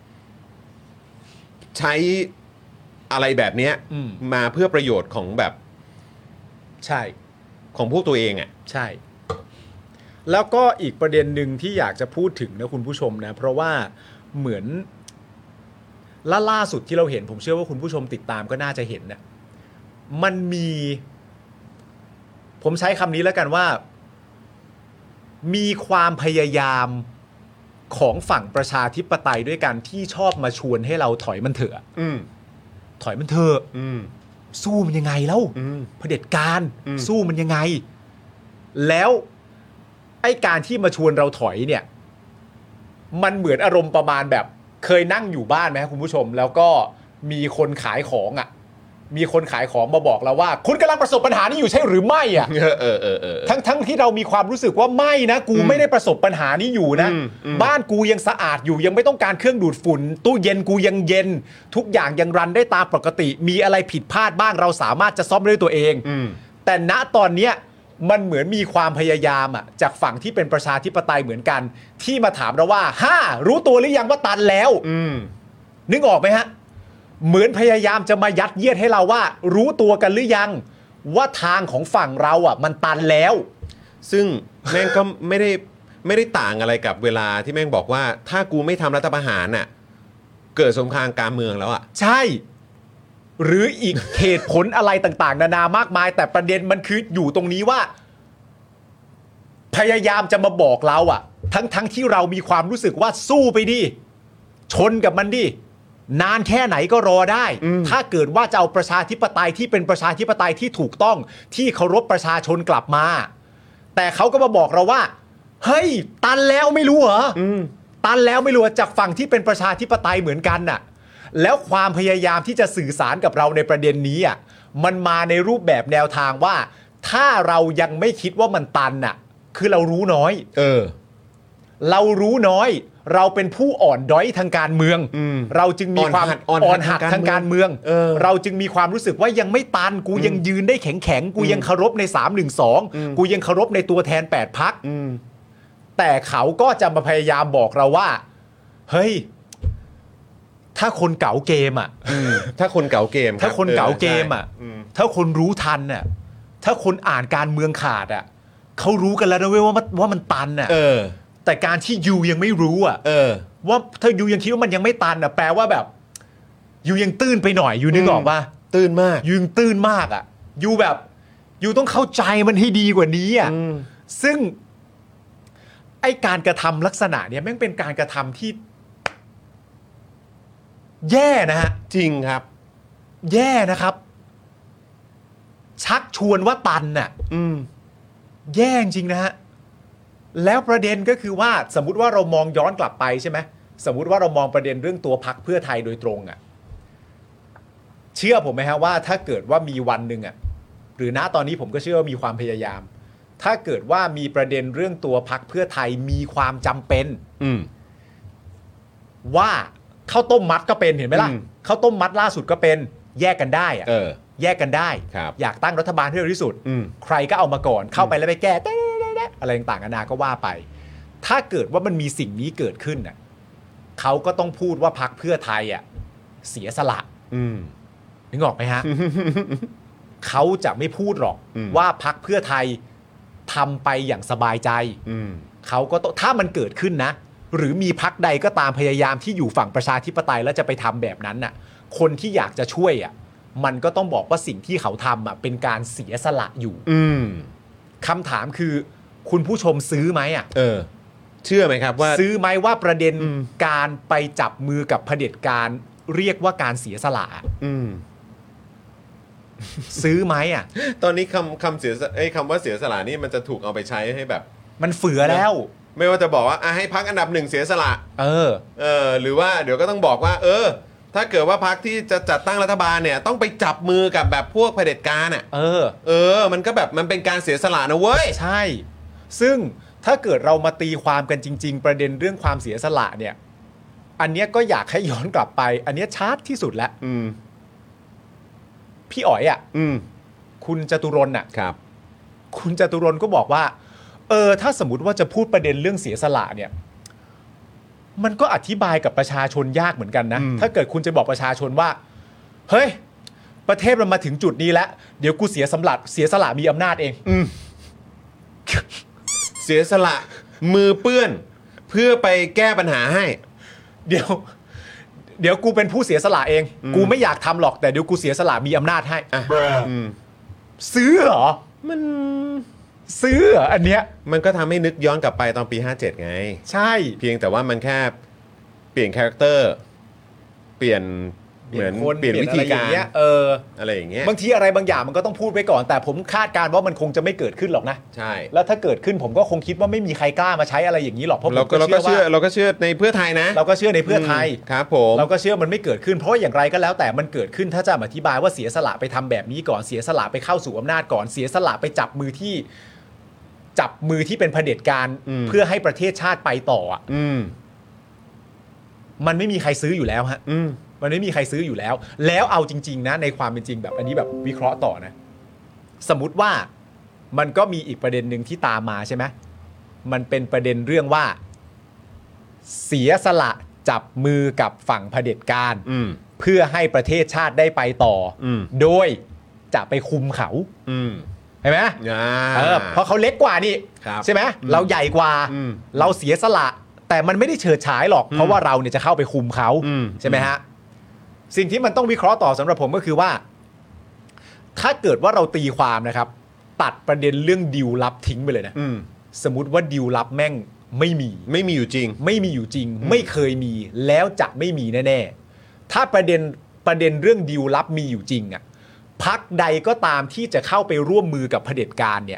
[SPEAKER 2] ใช้อะไรแบบเนี้ย
[SPEAKER 5] อืม
[SPEAKER 2] มาเพื่อประโยชน์ของแบบ
[SPEAKER 5] ใช่
[SPEAKER 2] ของพวกตัวเองอ่ะ
[SPEAKER 5] ใช่ แล้วก็อีกประเด็นหนึ่งที่อยากจะพูดถึงนะคุณผู้ชมนะ เพราะว่าเหมือนล่าล่าสุดที่เราเห็นผมเชื่อว่าคุณผู้ชมติดตามก็น่าจะเห็นนะมันมี ผมใช้คำนี้แล้วกันว่า มีความพยายามของฝั่งประชาธิปไตยด้วยกันที่ชอบมาชวนให้เราถอยมันเถอะ
[SPEAKER 2] อืม
[SPEAKER 5] ถอยมันเถอะ
[SPEAKER 2] อืม
[SPEAKER 5] สู้มันยังไงแล้ว
[SPEAKER 2] อืม
[SPEAKER 5] เผด็จการ
[SPEAKER 2] อืม
[SPEAKER 5] สู้มันยังไง แล้วไอ้การที่มาชวนเราถอยเนี่ย มันเหมือนอารมณ์ประมาณแบบเคยนั่งอยู่บ้านไหมครับคุณผู้ชม แล้วก็มีคนขายของอ่ะ มีคนขายของมาบอกเราว่า คุณกำลังประสบปัญหานี้อยู่ใช่หรือไม่อ่ะ
[SPEAKER 2] เออเออเออเออ
[SPEAKER 5] ทั้งทั้งที่เรามีความรู้สึกว่าไม่นะ กูไม่ได้ประสบปัญหานี้อยู่นะ
[SPEAKER 2] อืมอืม
[SPEAKER 5] บ้านกูยังสะอาดอยู่ยังไม่ต้องการเครื่องดูดฝุ่น ตู้เย็นกูยังเย็น ทุกอย่างยังรันได้ตามปกติ มีอะไรผิดพลาดบ้างเราสามารถจะซ่อมด้วยตัวเอง
[SPEAKER 2] อืม
[SPEAKER 5] แต่ณตอนเนี้ยมันเหมือนมีความพยายามอ่ะจากฝั่งที่เป็นประชาธิปไตยเหมือนกัน ที่มาถามเราว่าห้ารู้ตัวหรือยังว่าตันแล้ว
[SPEAKER 2] อืม
[SPEAKER 5] นึกออกไหมฮะ เหมือนพยายามจะมายัดเยียดให้เราว่า รู้ตัวกันหรือยังว่าทางของฝั่งเราอ่ะมันตันแล้ว
[SPEAKER 2] ซึ่งแม่งก็ไม่ได้ไม่ได้ต่างอะไรกับเวลาที่แม่งบอกว่า ถ้ากูไม่ทำรัฐประหารน่ะเกิดสงครามกลางเมืองแล้วอ่ะ
[SPEAKER 5] ใช่ หรืออีก เหตุผลอะไรต่างๆ นานามากมาย แต่ประเด็นมันคืออยู่ตรงนี้ว่า พยายามจะมาบอกเราอ่ะ ทั้งทั้งที่เรามีความรู้สึกว่าสู้ไปดิชนกับมันดินานแค่ไหนก็รอได้ ถ้าเกิดว่าจะเอาประชาธิปไตยที่เป็นประชาธิปไตยที่ถูกต้องที่เคารพประชาชนกลับมา แต่เขาก็มาบอกเราว่าเฮ้ยตันแล้วไม่รู้เหรอตันแล้วไม่รู้จากฝั่งที่เป็นประชาธิปไตยเหมือนกันน่ะแล้วความพยายามที่จะสื่อสารกับเราในประเด็นนี้อ่ะมันมาในรูปแบบแนวทางว่าถ้าเรายังไม่คิดว่ามันตันน่ะคือเรารู้น้อยเออเรารู้น้อยเราเป็นผู้อ่อนด้อยทางการเมืองเราจึงมีความอ่อนหัดทางการเมืองเออเราจึงมีความรู้สึกว่ายังไม่ตันกูยังยืนได้แข็งแข็งกูยังเคารพในสามหนึ่งสองกูยังเคารพในตัวแทนแปดพรรคแต่เขาก็จะมาพยายามบอกเราว่าเฮ้ยถ้าคนเก๋าเกมอ่ะ
[SPEAKER 2] ถ้าคนเก๋าเกม
[SPEAKER 5] ถ้าคนเก๋าเกมอ่ะถ้าคนรู้ทันอ่ะถ้าคนอ่านการเมืองขาดอ่ะเขารู้กันแล้วนะเว้ยว่ามันว่ามันตันอ่ะแต่การที่ยูยังไม่รู้อ่ะว่าถ้ายูยังคิดว่ามันยังไม่ตันอ่ะแปลว่าแบบยูยังตื้นไปหน่อยยูนึกออกป่ะ
[SPEAKER 2] ตื้นมาก
[SPEAKER 5] ยูยังตื้นมากอ่ะยูแบบยูต้องเข้าใจมันให้ดีกว่านี้อ่ะซึ่งไอการกระทำลักษณะเนี้ยแม่งเป็นการกระทำที่แย่นะฮะ
[SPEAKER 2] จริงครับ
[SPEAKER 5] แย่นะครับชักชวนว่าตันน่ะอืมแย่จริงนะฮะแล้วประเด็นก็คือว่าสมมุติว่าเรามองย้อนกลับไปใช่ไหมสมมุติว่าเรามองประเด็นเรื่องตัวพรรคเพื่อไทยโดยตรงอ่ะเชื่อผมไหมฮะว่าถ้าเกิดว่ามีวันหนึ่งอ่ะหรือณตอนนี้ผมก็เชื่อว่ามีความพยายามถ้าเกิดว่ามีประเด็นเรื่องตัวพรรคเพื่อไทยมีความจำเป็นอืมว่าข้าวต้มมัดก็เป็นเห็นไหมล่ะข้าวต้มมัดล่าสุดก็เป็นแยกกันได้อะแยกกันได้อยากตั้งรัฐบาลให้เร็วที่สุดใครก็เอามาก่อนเข้าไปแล้วไปแก้อะไรต่างๆนานาก็ว่าไปถ้าเกิดว่ามันมีสิ่งนี้เกิดขึ้นน่ะเขาก็ต้องพูดว่าพรรคเพื่อไทยอ่ะเสียสละนึกออกไหมฮะ เขาจะไม่พูดหรอกว่าพรรคเพื่อไทยทำไปอย่างสบายใจเขาก็ต้องถ้ามันเกิดขึ้นนะหรือมีพรรคใดก็ตามพยายามที่อยู่ฝั่งประชาธิปไตยแล้วจะไปทำแบบนั้นน่ะคนที่อยากจะช่วยอ่ะมันก็ต้องบอกว่าสิ่งที่เขาทำอ่ะเป็นการเสียสละอยู่คำถามคือคุณผู้ชมซื้อไหมอ่ะ
[SPEAKER 2] เออเชื่อไหมครับว่า
[SPEAKER 5] ซื้อไหมว่าประเด็นการไปจับมือกับเผด็จการเรียกว่าการเสียสละซื้อไหมอ่ะ
[SPEAKER 2] ตอนนี้คำคำเสียไอ้คำว่าเสียสละนี่มันจะถูกเอาไปใช้ให้แบบ
[SPEAKER 5] มันเฟือแล้ว
[SPEAKER 2] ไม่ว่าจะบอกว่าให้พรรคอันดับหนึ่งเสียสละ
[SPEAKER 5] เออ
[SPEAKER 2] เออหรือว่าเดี๋ยวก็ต้องบอกว่าเออถ้าเกิดว่าพรรคที่จะจัดตั้งรัฐบาลเนี่ยต้องไปจับมือกับแบบพวกเผด็จการอ่ะ
[SPEAKER 5] เออ
[SPEAKER 2] เออมันก็แบบมันเป็นการเสียสละนะเว้ย
[SPEAKER 5] ใช่ซึ่งถ้าเกิดเรามาตีความกันจริงๆประเด็นเรื่องความเสียสละเนี่ยอันเนี้ยก็อยากให้ย้อนกลับไปอันเนี้ยชัดที่สุดแล้วพี่อ๋อยอ่ะคุณจตุรนต์อ่ะ
[SPEAKER 2] ครับ
[SPEAKER 5] คุณจตุรนต์ก็บอกว่าเออถ้าสมมติว่าจะพูดประเด็นเรื่องเสียสละเนี่ยมันก็อธิบายกับประชาชนยากเหมือนกันนะถ้าเกิดคุณจะบอกประชาชนว่าเฮ้ยประเทศมันมาถึงจุดนี้แล้วเดี๋ยวกูเสียสำลัดเสียสละมีอำนาจเอง
[SPEAKER 2] เสียสละมือเปื้อนเพื่อไปแก้ปัญหาให้
[SPEAKER 5] เดี๋ยวเดี๋ยวกูเป็นผู้เสียสละเองกูไม่อยากทำหรอกแต่เดี๋ยวกูเสียสละมีอำนาจให้ซื้อเหรอ
[SPEAKER 2] มัน
[SPEAKER 5] ซื้ออันเนี้ย
[SPEAKER 2] มันก็ทำให้นึกย้อนกลับไปตอนปีห้าเจ็ดไง
[SPEAKER 5] ใช่
[SPEAKER 2] เพียงแต่ว่ามันแค่เปลี่ยนคาแรคเตอร์เปลี่ยนเหมือนเปลี่ยนวิธีการ
[SPEAKER 5] เออ
[SPEAKER 2] อะไรอย่างเงี้ย
[SPEAKER 5] บางทีอะไรบางอย่างมันก็ต้องพูดไว้ก่อนแต่ผมคาดการณ์ว่ามันคงจะไม่เกิดขึ้นหรอกนะ
[SPEAKER 2] ใช่
[SPEAKER 5] แล้วถ้าเกิดขึ้นผมก็คงคิดว่าไม่มีใครกล้ามาใช้อะไรอย่างนี้หรอกเพราะ
[SPEAKER 2] เราก็เราก็เชื่อเราก็เชื่อในเพื่อไทยนะ
[SPEAKER 5] เราก็เชื่อในเพื่อไทย
[SPEAKER 2] ครับผม
[SPEAKER 5] เราก็เชื่อมันไม่เกิดขึ้นเพราะอย่างไรก็แล้วแต่มันเกิดขึ้นถ้าจะอธิบายว่าเสียสละไปทำแบบนี้ก่อนเสียสละไปเข้าสู่อำนาจก่อนเสียสละไปจับมือที่จับมือที่เป็นเผด็จการเพื่อให้ประเทศชาติไปต่ออ่ะมันไม่มีใครซื้ออยู่แล้วฮะมันไม่มีใครซื้ออยู่แล้วแล้วเอาจริงๆนะในความเป็นจริงแบบอันนี้แบบวิเคราะห์ต่อนะสมมุติว่ามันก็มีอีกประเด็นหนึ่งที่ตามมาใช่ไหมมันเป็นประเด็นเรื่องว่าเสียสละจับมือกับฝั่งเผด็จการเพื่อให้ประเทศชาติได้ไปต่อโดยจะไปคุมเขาเห็นไหมเออเพราะเขาเล็กกว่านี่ใช่ไหมเราใหญ่กว่าเราเสียสละแต่มันไม่ได้เฉิดฉายหรอกเพราะว่าเราเนี่ยจะเข้าไปคุมเขาใช่ไหมฮะสิ่งที่มันต้องวิเคราะห์ต่อสำหรับผมก็คือว่าถ้าเกิดว่าเราตีความนะครับตัดประเด็นเรื่องดิวลับทิ้งไปเลยนะสมมุติว่าดิวลับแม่งไม่มี
[SPEAKER 2] ไม่มีอยู่จริง
[SPEAKER 5] ไม่มีอยู่จริงไม่เคยมีแล้วจะไม่มีแน่ๆถ้าประเด็นประเด็นเรื่องดิวลับมีอยู่จริงอ่ะพรรคใดก็ตามที่จะเข้าไปร่วมมือกับเผด็จการเนี่ย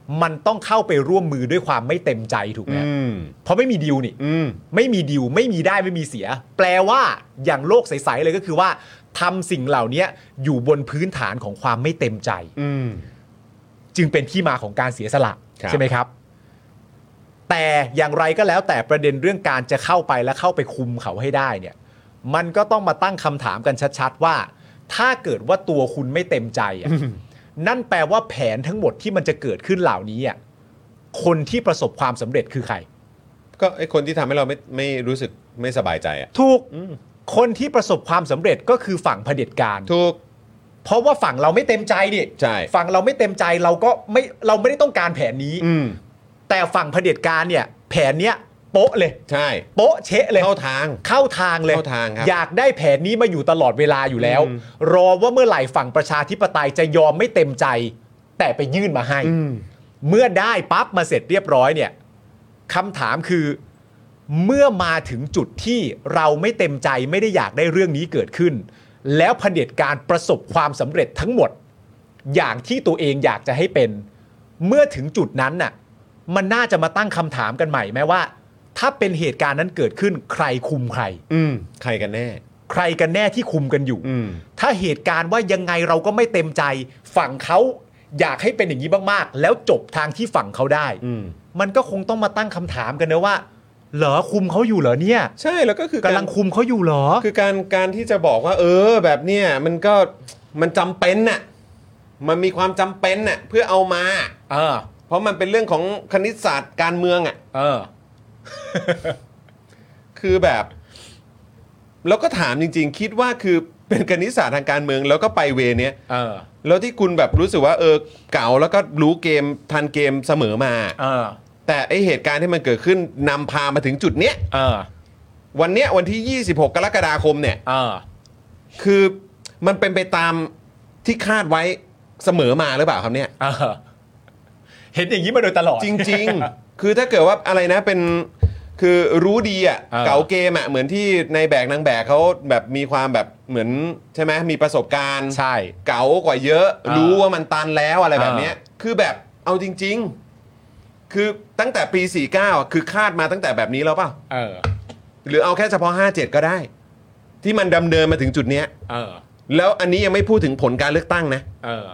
[SPEAKER 5] มันต้องเข้าไปร่วมมือด้วยความไม่เต็มใจถูกไหม
[SPEAKER 2] อืม
[SPEAKER 5] เพราะไม่มีดีลนี่
[SPEAKER 2] อืม
[SPEAKER 5] ไม่มีดีลไม่มีได้ไม่มีเสีย แปลว่าอย่างโลกใสๆเลยก็คือว่าทำสิ่งเหล่านี้อยู่บนพื้นฐานของความไม่เต็มใจ
[SPEAKER 2] อืม
[SPEAKER 5] จึงเป็นที่มาของการเสียสละ
[SPEAKER 2] ครับ
[SPEAKER 5] ใช่ไหมครับ แต่อย่างไรก็แล้วแต่ประเด็นเรื่องการจะเข้าไปและเข้าไปคุมเขาให้ได้เนี่ยมันก็ต้องมาตั้งคำถามกันชัดๆว่าถ้าเกิดว่าตัวคุณไม่เต็มใจอ่ะ นั่นแปลว่าแผนทั้งหมดที่มันจะเกิดขึ้นเหล่านี้อ่ะคนที่ประสบความสำเร็จคือใคร
[SPEAKER 2] ก็ไอคนที่ทำให้เราไม่ไม่รู้สึกไม่สบายใจอ่ะ
[SPEAKER 5] ถูกคนที่ประสบความสำเร็จก็คือฝั่งเผด็จการ
[SPEAKER 2] ถูก
[SPEAKER 5] เพราะว่าฝั่งเราไม่เต็มใจดิ
[SPEAKER 2] ใช่
[SPEAKER 5] ฝั่งเราไม่เต็มใจเราก็ไม่เราไม่ได้ต้องการแผนนี้
[SPEAKER 2] อืม
[SPEAKER 5] แต่ฝั่งเผด็จการเนี่ยแผนเนี้ยโป๊ะเลย
[SPEAKER 2] ใช่
[SPEAKER 5] โป๊ะเชะเลย
[SPEAKER 2] เข้าทาง
[SPEAKER 5] เข้าทางเลย
[SPEAKER 2] เข้าทางครับ
[SPEAKER 5] อยากได้แผนนี้มาอยู่ตลอดเวลาอยู่แล้ว
[SPEAKER 2] อืม
[SPEAKER 5] รอว่าเมื่อไหร่ฝั่งประชาธิปไตยจะยอมไม่เต็มใจ แต่ไปยื่นมาให้
[SPEAKER 2] อืม
[SPEAKER 5] เมื่อได้ปั๊บมาเสร็จเรียบร้อยเนี่ยคำถามคือเมื่อมาถึงจุดที่เราไม่เต็มใจไม่ได้อยากได้เรื่องนี้เกิดขึ้น แล้วเผด็จการประสบความสำเร็จทั้งหมด อย่างที่ตัวเองอยากจะให้เป็น เมื่อถึงจุดนั้นน่ะมันน่าจะมาตั้งคำถามกันใหม่ไหมว่า ถ้าเป็นเหตุการณ์นั้นเกิดขึ้นใครคุมใคร
[SPEAKER 2] อืมใครกันแน่
[SPEAKER 5] ใครกันแน่ที่คุมกันอยู่
[SPEAKER 2] อืม
[SPEAKER 5] ถ้าเหตุการณ์ว่ายังไงเราก็ไม่เต็มใจ ฝั่งเขาอยากให้เป็นอย่างนี้มากๆแล้วจบทางที่ฝั่งเขาได้
[SPEAKER 2] อืม
[SPEAKER 5] มันก็คงต้องมาตั้งคำถามกันนะว่าเหรอคุมเขาอยู่เหรอเนี่ย
[SPEAKER 2] ใช่แล้วก็คือก
[SPEAKER 5] ำลังคุมเขาอยู่เหรอ
[SPEAKER 2] คือการการที่จะบอกว่า เออ แบบเนี้ยมันก็มันจำเป็นน่ะมันมีความจำเป็นน่ะเพื่อเอามา
[SPEAKER 5] เออ
[SPEAKER 2] เพราะมันเป็นเรื่องของคณิตศาสตร์การเมืองอ่ะ
[SPEAKER 5] เออ
[SPEAKER 2] คือแบบแล้วก็ถามจริงๆ คิดว่าคือเป็นคณิตศาสตร์ทางการเมืองแล้วก็ไปเวเนี้ย
[SPEAKER 5] เออ
[SPEAKER 2] แล้วที่คุณแบบรู้สึกว่าเออเก่าแล้วก็รู้เกมทันเกมเสมอมา
[SPEAKER 5] เออ
[SPEAKER 2] แต่ไอเหตุการณ์ที่มันเกิดขึ้นนำพามาถึงจุดเนี้ย
[SPEAKER 5] เออ
[SPEAKER 2] วันเนี้ยวันที่ยี่สิบหกกรกฎาคมเนี่ย
[SPEAKER 5] เออ
[SPEAKER 2] คือมันเป็นไปตามที่คาดไว้เสมอมาหรือเปล่าครับเนี่ย
[SPEAKER 5] เออ เห็นอย่างนี้มาโดยตลอด
[SPEAKER 2] จริง ๆ คือถ้าเกิดว่าอะไรนะเป็นคือรู้ดีอ่ะ
[SPEAKER 5] เออ
[SPEAKER 2] เก๋าเกมอ่ะเหมือนที่ในแบกนางแบกเขาแบบมีความแบบเหมือนใช่ไหมมีประสบการณ์
[SPEAKER 5] ใช่
[SPEAKER 2] เก๋ากว่าเยอะ
[SPEAKER 5] เออ
[SPEAKER 2] รู้ว่ามันตันแล้วอะไรแบบเนี้ย
[SPEAKER 5] เออ
[SPEAKER 2] คือแบบเอาจริง ๆ คือตั้งแต่ปีสี่สิบเก้าอ่ะคือคาดมาตั้งแต่แบบนี้แล้วเปล่า
[SPEAKER 5] เออ
[SPEAKER 2] หรือเอาแค่เฉพาะห้าเจ็ดก็ได้ ที่มันดำเนินมาถึงจุดเนี้ย
[SPEAKER 5] เออ
[SPEAKER 2] แล้วอันนี้ยังไม่พูดถึงผลการเลือกตั้งนะ
[SPEAKER 5] เออ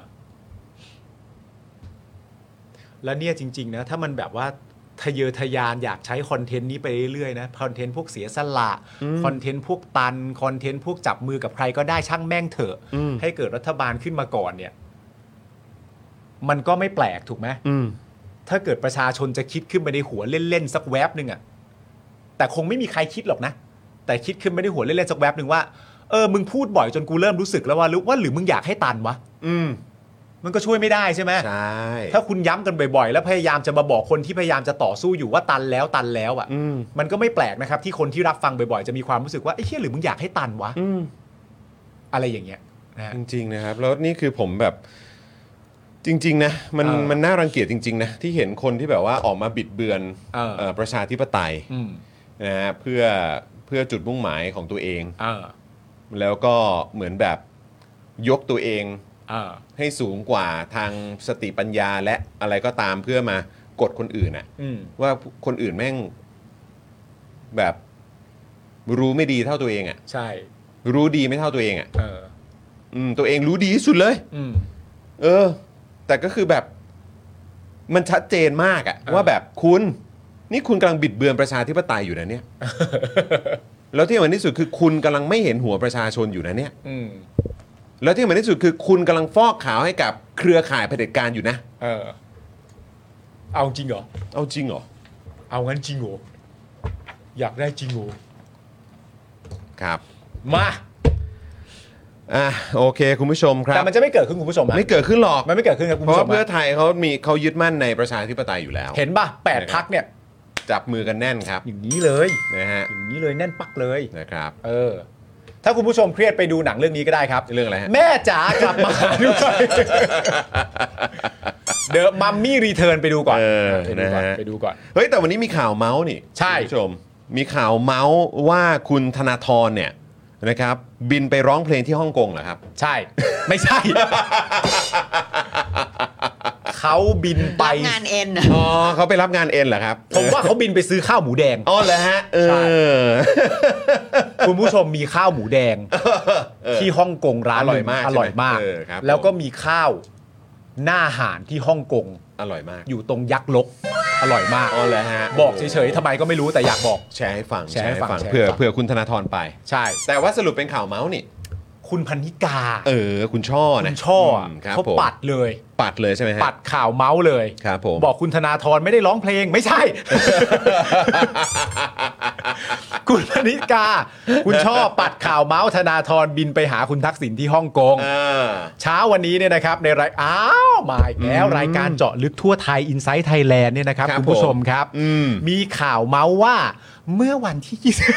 [SPEAKER 5] แล้วเนี่ยจริงๆนะถ้ามันแบบว่าทะเยอทะยานอยากใช้คอนเทนต์นี้ไปเรื่อยๆนะคอนเทนต์พวกเสียสละคอนเทนต์พวกตันคอนเทนต์พวกจับมือกับใครก็ได้ช่างแม่งเถอะ
[SPEAKER 2] อืม
[SPEAKER 5] ให้เกิดรัฐบาลขึ้นมาก่อนเนี่ย มันก็ไม่แปลกถูกไหม
[SPEAKER 2] อืม
[SPEAKER 5] ถ้าเกิดประชาชนจะคิดขึ้นมาในหัวเล่นๆสักแวบหนึ่งอะแต่คงไม่มีใครคิดหรอกนะ แต่คิดขึ้นมาในหัวเล่นๆสักแวบหนึ่งว่าเออมึงพูดบ่อยจนกูเริ่มรู้สึกแล้วว่าหรือว่าหรือมึงอยากให้ตันวะ
[SPEAKER 2] อืม
[SPEAKER 5] มันก็ช่วยไม่ได้ใช่ไหม
[SPEAKER 2] ใช่
[SPEAKER 5] ถ้าคุณย้ำกันบ่อยๆ แล้วพยายามจะมาบอกคนที่พยายามจะต่อสู้อยู่ว่าตันแล้วตันแล้วอ่ะ
[SPEAKER 2] อืม
[SPEAKER 5] มันก็ไม่แปลกนะครับที่คนที่รับฟังบ่อยๆจะมีความรู้สึกว่าไอ้เหี้ยหรือมึงอยากให้ตันวะ
[SPEAKER 2] อืม
[SPEAKER 5] อะไรอย่างเงี้ยนะฮะ
[SPEAKER 2] จริงๆนะครับแล้วนี่คือผมแบบจริงๆนะมัน
[SPEAKER 5] เออ
[SPEAKER 2] มันน่ารังเกียจจริงๆนะที่เห็นคนที่แบบว่าออกมาบิดเบือน
[SPEAKER 5] เออ
[SPEAKER 2] เอ่อประชาธิปไตย
[SPEAKER 5] อืม
[SPEAKER 2] นะฮะเพื่อเพื่อจุดมุ่งหมายของตัวเอง
[SPEAKER 5] เออ
[SPEAKER 2] แล้วก็เหมือนแบบยกตัวเอง
[SPEAKER 5] เออ
[SPEAKER 2] ให้สูงกว่าทางสติปัญญาและอะไรก็ตามเพื่อมากดคนอื่นน่ะ
[SPEAKER 5] อืม
[SPEAKER 2] ว่าคนอื่นแม่งแบบรู้ไม่ดีเท่าตัวเองอ่ะ
[SPEAKER 5] ใช่
[SPEAKER 2] รู้ดีไม่เท่าตัวเองอ่ะ
[SPEAKER 5] เออ
[SPEAKER 2] อืมตัวเองรู้ดีที่สุดเลย
[SPEAKER 5] อืม
[SPEAKER 2] เออ แต่ก็คือแบบมันชัดเจนมากอะ
[SPEAKER 5] เออ
[SPEAKER 2] ว่าแบบคุณนี่คุณกำลังบิดเบือนประชาธิปไตยอยู่นะเนี่ย แล้วที่สำคัญที่สุดคือคุณกำลังไม่เห็นหัวประชาชนอยู่นะเนี่ย
[SPEAKER 5] อืม
[SPEAKER 2] แล้วที่สำคัญที่สุดคือคุณกำลังฟอกขาวให้กับเครือข่ายเผด็จการอยู่นะ
[SPEAKER 5] เออ เอาจริงเหรอ
[SPEAKER 2] เอาจริงเหรอ
[SPEAKER 5] เอางั้นจริงเหรออยากได้จริงเหรอ
[SPEAKER 2] ครับ
[SPEAKER 5] มา
[SPEAKER 2] อ่ะโอเคคุณผู้ชมครับ
[SPEAKER 5] แต่มันจะไม่เกิดขึ้นคุณผู้ชมอะ
[SPEAKER 2] ไม่เกิดขึ้นหรอก
[SPEAKER 5] มันไม่เกิดขึ้นครับคุณ
[SPEAKER 2] เพราะ
[SPEAKER 5] ผู้ช
[SPEAKER 2] ว่าม เพื่อ
[SPEAKER 5] อะ
[SPEAKER 2] ไทยเขามีเขายึดมั่นในประชาธิปไตยอยู่แล้ว
[SPEAKER 5] เห็นป่ะแปดพักเนี่ย
[SPEAKER 2] จับมือกันแน่นครับ
[SPEAKER 5] อย่างนี้เลย
[SPEAKER 2] นะฮะ
[SPEAKER 5] อย่างนี้เลยแน่นปักเลย
[SPEAKER 2] นะครับ
[SPEAKER 5] เออ ถ้าคุณผู้ชมเครียดไปดูหนังเรื่องนี้ก็ได้ครับ
[SPEAKER 2] เรื่องอะไรฮะ
[SPEAKER 5] แม่จ๋ากลับมาด้วยเดอะมัมมี่รีเทิร์นไปดูก่อน
[SPEAKER 2] เออ
[SPEAKER 5] ไปดูก่อน
[SPEAKER 2] นะฮะ
[SPEAKER 5] ไปดูก่อน
[SPEAKER 2] เฮ้ยแต่วันนี้มีข่าวเมาส์นี่
[SPEAKER 5] ใช่
[SPEAKER 2] คุณผู้ชมมีข่าวเมาส์ว่าคุณธนาธรเนี่ยนะครับบินไปร้องเพลงที่ฮ่องกงเหรอครับ
[SPEAKER 5] ใช่ ไม่ใช่เขาบินไป
[SPEAKER 1] รับงานเอ็น
[SPEAKER 2] อ๋อเขาไปรับงานเอ็นเหรอครับ
[SPEAKER 5] ผมว่าเขาบินไปซื้อข้าวหมูแดง
[SPEAKER 2] อ๋อเหรอฮะเอ
[SPEAKER 5] ใช่
[SPEAKER 2] อ
[SPEAKER 5] คุณผู้ชมมีข้าวหมูแดงที่ฮ่องกงร้าน
[SPEAKER 2] อร่อยมาก
[SPEAKER 5] อร่อยมาก
[SPEAKER 2] ใช่ไหมเออครับ
[SPEAKER 5] แล้วก็มีข้าวหน้าอาหารที่ฮ่องกง
[SPEAKER 2] อร่อยมาก
[SPEAKER 5] อยู่ตรงยักษ์ลกอร่อยมาก
[SPEAKER 2] อ๋อเหรอฮะ
[SPEAKER 5] บอกเฉยๆทำไมก็ไม่รู้แต่อยากบอก
[SPEAKER 2] แชร์ให้ฟัง
[SPEAKER 5] แชร์ให้ฟังแชร์ให้ฟัง
[SPEAKER 2] เผื่อเผื่อคุณธนาธรไป
[SPEAKER 5] ใช่
[SPEAKER 2] แต่ว่าสรุปเป็นข่าวเมาส์นี่
[SPEAKER 5] คุณพันนิกา
[SPEAKER 2] เออ คุณช่อ
[SPEAKER 5] คุ
[SPEAKER 2] นะ
[SPEAKER 5] ณช่ออะ
[SPEAKER 2] มครับ
[SPEAKER 5] เขา
[SPEAKER 2] ผม
[SPEAKER 5] ปัดเลย
[SPEAKER 2] ปัดเลยใช่ไหมฮะ
[SPEAKER 5] ปัดข่าวเมาส์เลย
[SPEAKER 2] ครับผม
[SPEAKER 5] บอกคุณธนาธรไม่ได้ร้องเพลงไม่ใช่ คุณพนิกา คุณชอบปัดข่าวเมาส์ธนาธรบินไปหาคุณทักษิณที่ฮ่องกง
[SPEAKER 2] เออ
[SPEAKER 5] เช้าวันนี้เนี่ยนะครับในรายอ้าวมาอีกแล้วรายการเจาะลึกทั่วไทย Inside Thailand เนี่ยนะครับ
[SPEAKER 2] ครับ
[SPEAKER 5] คุณผู้ชมครับ
[SPEAKER 2] อืม
[SPEAKER 5] มีข่าวเมาส์ว่าเมื่อวันที่ยี่สิบ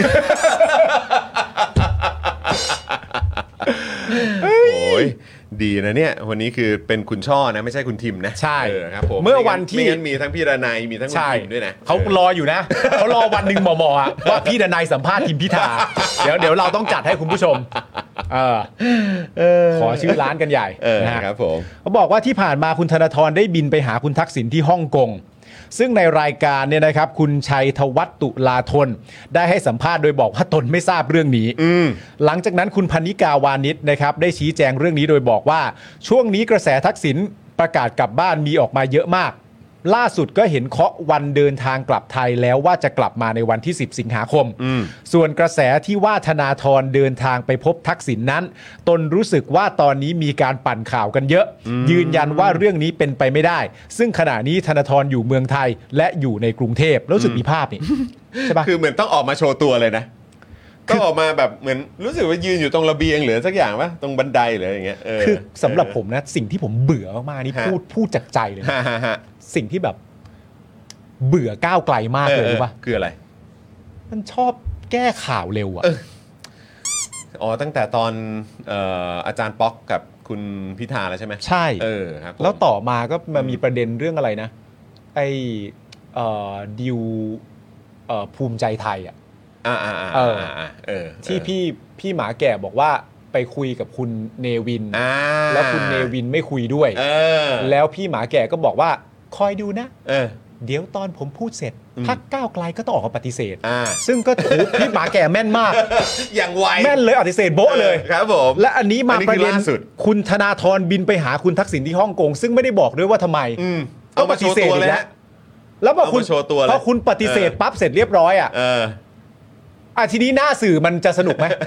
[SPEAKER 2] โอ้ยดีนะเนี่ยวันนี้คือเป็นคุณช่อนะไม่ใช่คุณทิมนะ
[SPEAKER 5] ใช่
[SPEAKER 2] เออครับผม
[SPEAKER 5] เมื่อวันที่
[SPEAKER 2] ไม่งั้นมีทั้งพี่ดนัยมีทั้งคุณ
[SPEAKER 5] ใช่
[SPEAKER 2] ทิมด้วยนะ
[SPEAKER 5] เขารออยู่นะ เขารอวันหนึ่งหมอๆอะว่าพี่ดนายสัมภาษณ์ทีมพิธาเดี๋ยวเดี๋ยวเราต้องจัดให้คุณผู้ชมเออขอชื่อร้านกันใหญ่
[SPEAKER 2] เออ
[SPEAKER 5] นะฮะ
[SPEAKER 2] ครับผม
[SPEAKER 5] เขาบอกว่าที่ผ่านมาคุณธนาธรได้บินไปหาคุณทักษิณที่ฮ่องกงซึ่งในรายการเนี่ยนะครับคุณชัยธวัฒน์ตุลาธนได้ให้สัมภาษณ์โดยบอกว่าตนไม่ทราบเรื่องนี้หลังจากนั้นคุณพันนิกาวานิชนะครับได้ชี้แจงเรื่องนี้โดยบอกว่าช่วงนี้กระแสทักษิณประกาศกลับบ้านมีออกมาเยอะมากล่าสุดก็เห็นเคาะวันเดินทางกลับไทยแล้วว่าจะกลับมาในวันที่สิบสิงหาคมส่วนกระแสที่ว่าธนาธรเดินทางไปพบทักษิณนั้นตนรู้สึกว่าตอนนี้มีการปั่นข่าวกันเยอะ ยืนยันว่าเรื่องนี้เป็นไปไม่ได้ซึ่งขณะนี้ธนาธรอยู่เมืองไทยและอยู่ในกรุงเทพรู้สึกมีภาพนี่ ใช่ปะ
[SPEAKER 2] คือเหมือนต้องออกมาโชว์ตัวเลยนะต้องออกมาแบบเหมือนรู้สึกว่ายืนอยู่ตรงระเบียงหรือสักอย่างปะตรงบันไดหรืออะไรอย่างเงี้ยเ
[SPEAKER 5] คือสำหรับผมนะสิ่งที่ผมเบื่อมากๆนี่
[SPEAKER 2] ฮะ
[SPEAKER 5] พูดพูดจากใจเลยนะ
[SPEAKER 2] ฮะฮะฮะ
[SPEAKER 5] สิ่งที่แบบเบื่อก้าวไกลมากเลยรู้ปะ
[SPEAKER 2] คืออะไร
[SPEAKER 5] มันชอบแก้ข่าวเร็วอะ
[SPEAKER 2] อ๋อตั้งแต่ตอนเอ่ออาจารย์ป๊อกกับคุณพิธาแล้วใช่ไหม
[SPEAKER 5] ใช่
[SPEAKER 2] เออครับผม
[SPEAKER 5] แล้วต่อมาก็มามีประเด็นเรื่องอะไรนะ ไอ้เอ่อดิวเอ่อภูมิใจไทยอ่ะ
[SPEAKER 2] อ่าอ่าอ่า
[SPEAKER 5] เออ
[SPEAKER 2] อ่าเออ
[SPEAKER 5] ที่พี่พี่หมาแก่บอกว่าไปคุยกับคุณเนวิน
[SPEAKER 2] อ่า
[SPEAKER 5] แล้วคุณเนวินไม่คุยด้วย
[SPEAKER 2] เออ
[SPEAKER 5] แล้วพี่หมาแก่ก็บอกว่าคอยดูนะ
[SPEAKER 2] เออ
[SPEAKER 5] เดี๋ยวตอนผมพูดเสร็จ
[SPEAKER 2] อืม
[SPEAKER 5] พักก้าวไกลก็ต้องออกมาปฏิเสธ
[SPEAKER 2] อ่า
[SPEAKER 5] ซึ่งก็ถูกพี่หมาแก่แม่นมาก
[SPEAKER 2] อย่างไว
[SPEAKER 5] แม่นเลยปฏิเสธโบ๊ะเลย
[SPEAKER 2] ออครับผม
[SPEAKER 5] และอันนี้มา
[SPEAKER 2] อันนี้
[SPEAKER 5] ป
[SPEAKER 2] คือ
[SPEAKER 5] ระเด็น
[SPEAKER 2] ล่าสุด
[SPEAKER 5] คุณธนาธรบินไปหาคุณทักษิณที่ฮ่องกงซึ่งไม่ได้บอกด้วยว่าทำไม
[SPEAKER 2] อืม
[SPEAKER 5] ก็
[SPEAKER 2] เอามาโชว์ตัวเลย
[SPEAKER 5] ปฏิเสธอีกแล้
[SPEAKER 2] ฮะ
[SPEAKER 5] ว แล้วพอคุณ
[SPEAKER 2] เอามาโชว์ตัวเลย
[SPEAKER 5] พอคุณปฏิเสธ
[SPEAKER 2] เออ
[SPEAKER 5] ปั๊บเสร็จเรียบร้อยอ่ะ
[SPEAKER 2] เออ
[SPEAKER 5] อ่ะทีนี้หน้าสื่อมันจะสนุกไหม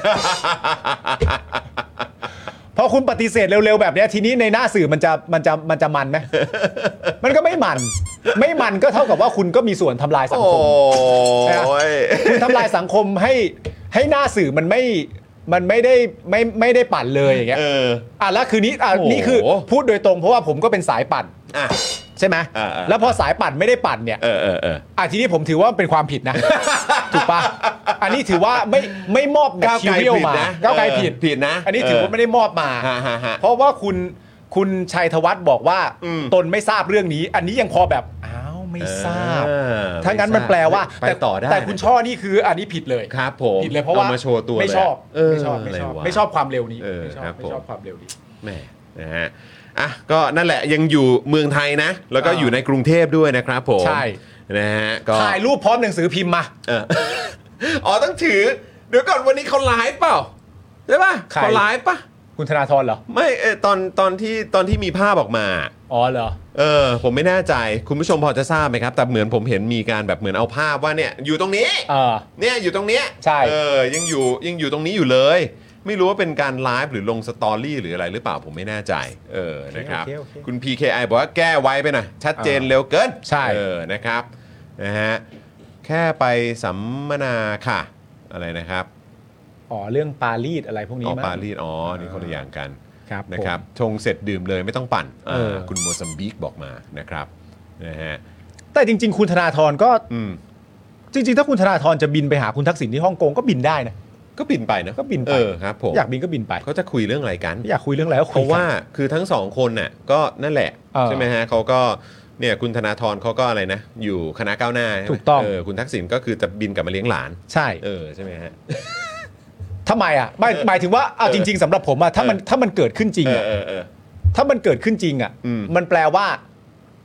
[SPEAKER 5] พอคุณปฏิเสธเร็วๆแบบเนี้ยทีนี้ในหน้าสื่อมันจะมันจะมันจะมันไหม มันก็ไม่มัน ไม่มันก็เท่ากับว่าคุณก็มีส่วนทำลายสัง
[SPEAKER 2] โอ้
[SPEAKER 5] คม
[SPEAKER 2] ย
[SPEAKER 5] คุณทำลายสังคมให้ให้หน้าสื่อมันไม่มันไม่ได้ไม่ไม่ได้ปั่นเลยอย่างเงี้ย
[SPEAKER 2] เออ
[SPEAKER 5] อ่ะแล้วคือนี้อ่ะ
[SPEAKER 2] โอ้โห
[SPEAKER 5] นี่คือพูดโดยตรงเพราะว่าผมก็เป็นสายปั่น
[SPEAKER 2] อ่ะ
[SPEAKER 5] ใช่ไหม
[SPEAKER 2] อ่าๆ
[SPEAKER 5] แล้วพอสายปั่นไม่ได้ปั่นเนี่ย
[SPEAKER 2] เออเออเออ
[SPEAKER 5] อ่ะทีนี้ผมถือว่าเป็นความผิดนะ ถูกปะอันนี้ถือว่าไม่ไม่มอบแมท
[SPEAKER 2] ก้าว
[SPEAKER 5] ชิ
[SPEAKER 2] ไกล
[SPEAKER 5] เรียล
[SPEAKER 2] ผิด
[SPEAKER 5] มา
[SPEAKER 2] นะ
[SPEAKER 5] ก้าวไกลผิด
[SPEAKER 2] เออผิดนะ
[SPEAKER 5] อันนี้ถือว่าไม่ได้มอบมา
[SPEAKER 2] ฮะฮะฮะ
[SPEAKER 5] เพราะว่าคุณคุณชัยธวัฒน์บอกว่า
[SPEAKER 2] อืม
[SPEAKER 5] ตนไม่ทราบเรื่องนี้ อันนี้ยังพอแบบอ้าวไม่ทราบ
[SPEAKER 2] เออ
[SPEAKER 5] ถ้างั้นมันแปลว่า
[SPEAKER 2] ไปต่อได้
[SPEAKER 5] แต่คุณช่อนี่คืออันนี้ผิดเลย
[SPEAKER 2] ครับผม
[SPEAKER 5] ผิดเลยเพราะว่า
[SPEAKER 2] อมาโชว์ตัว
[SPEAKER 5] ไม่ชอบ
[SPEAKER 2] เลย
[SPEAKER 5] ไม่ชอบไม่ชอบ
[SPEAKER 2] ะรวะ
[SPEAKER 5] ไม่ชอบความเร็วนี้
[SPEAKER 2] เออ
[SPEAKER 5] ไม่ชอบ
[SPEAKER 2] ครับ
[SPEAKER 5] ไม่
[SPEAKER 2] ผม
[SPEAKER 5] ชอบความเร็วนี้
[SPEAKER 2] แหม่นะฮะอ่ะก็นั่นแหละยังอยู่เมืองไทยนะ แล้วก็
[SPEAKER 5] อ่า
[SPEAKER 2] อยู่ในกรุงเทพด้วยนะครับผม
[SPEAKER 5] ใช่
[SPEAKER 2] นะฮะก็
[SPEAKER 5] ถ่ายรูปพร้อมหนังสือพิมพ์มา
[SPEAKER 2] เออ อ๋อต้องถือเดี๋ยวก่อนวันนี้เขาไลฟ์เปล่าใช่ป่ะ
[SPEAKER 5] ใคร
[SPEAKER 2] เขาไลฟ์ป่ะ
[SPEAKER 5] คุณธนาธรเหรอ
[SPEAKER 2] ไม่เออตอนตอนที่ตอนที่มีภาพออกมา
[SPEAKER 5] อ๋อเหรอ
[SPEAKER 2] เออผมไม่แน่ใจคุณผู้ชมพอจะทราบไหมครับ แต่เหมือนผมเห็นมีการแบบเหมือนเอาภาพว่าเนี่ยอยู่ตรงนี้
[SPEAKER 5] เออ
[SPEAKER 2] เนี่ยอยู่ตรงเนี้ย
[SPEAKER 5] ใช่
[SPEAKER 2] เออยังอยู่ยังอยู่ตรงนี้อยู่เลย ไม่รู้ว่าเป็นการไลฟ์หรือลงสตอรี่หรืออะไรหรือเปล่าผมไม่แน่ใจเออนะครับ
[SPEAKER 5] โอเคโอเค
[SPEAKER 2] คุณ พี เค ไอ บอกว่าแก้ไว้ไปหน่อยชัดเจนเร็วเกิน
[SPEAKER 5] ใช่
[SPEAKER 2] เออนะครับนะฮะแค่ไปสัมมนาค่ะอะไรนะครับ
[SPEAKER 5] อ๋อเรื่องปารีสอะไรพวกนี้
[SPEAKER 2] อ๋อ
[SPEAKER 5] มั้ง
[SPEAKER 2] ปารีสอ๋อนี่คนละอย่างกัน
[SPEAKER 5] ครับ
[SPEAKER 2] นะครับ
[SPEAKER 5] ผม
[SPEAKER 2] ชงเสร็จดื่มเลยไม่ต้องปั่น
[SPEAKER 5] เออ
[SPEAKER 2] าคุณโมซัมบิกบอกมานะครับนะฮะ
[SPEAKER 5] แต่จริง ๆ คุณธนาธรก็
[SPEAKER 2] อืม
[SPEAKER 5] จริง ๆ ถ้าคุณธนาธรจะบินไปหาคุณทักษิณที่ฮ่องกงก็บินได้นะ
[SPEAKER 2] ก็บินไปนะ
[SPEAKER 5] ก็บินไป
[SPEAKER 2] เออครับผม
[SPEAKER 5] อยากบินก็บินไป
[SPEAKER 2] เขาจะคุยเรื่องอะไรกัน
[SPEAKER 5] อยากคุยเรื่องอะไรก็
[SPEAKER 2] เพ
[SPEAKER 5] คุย
[SPEAKER 2] ราะว่าคือทั้งสองคนน่ะก็นั่นแหละ
[SPEAKER 5] เออ
[SPEAKER 2] ใช่ไหมฮะเขาก็เนี่ยคุณธนาธรเขาก็อะไรนะ อยู่คณะก้าวหน้าใช่ไหม
[SPEAKER 5] ถูกต้อง
[SPEAKER 2] เออคุณทักษิณก็คือจะบินกลับมาเลี้ยงหลาน
[SPEAKER 5] ใช่
[SPEAKER 2] เออใช่ไหมฮะ
[SPEAKER 5] ทำไมอ่ะไม่หมายถึงว่าเอาจริง ๆสำหรับผมอ่ะถ้ามันถ้ามันเกิดขึ้นจริง
[SPEAKER 2] เออ
[SPEAKER 5] อ่ะ
[SPEAKER 2] เออเออ
[SPEAKER 5] ถ้ามันเกิดขึ้นจริงอ่ะ
[SPEAKER 2] อืม
[SPEAKER 5] มันแปลว่า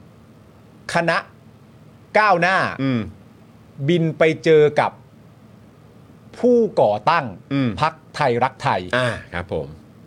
[SPEAKER 5] คณะก้าวหน้า
[SPEAKER 2] อืม
[SPEAKER 5] บินไปเจอกับผู้ก่อตั้ง
[SPEAKER 2] อืม
[SPEAKER 5] พรรคไทยรักไทย
[SPEAKER 2] อ่าครับผม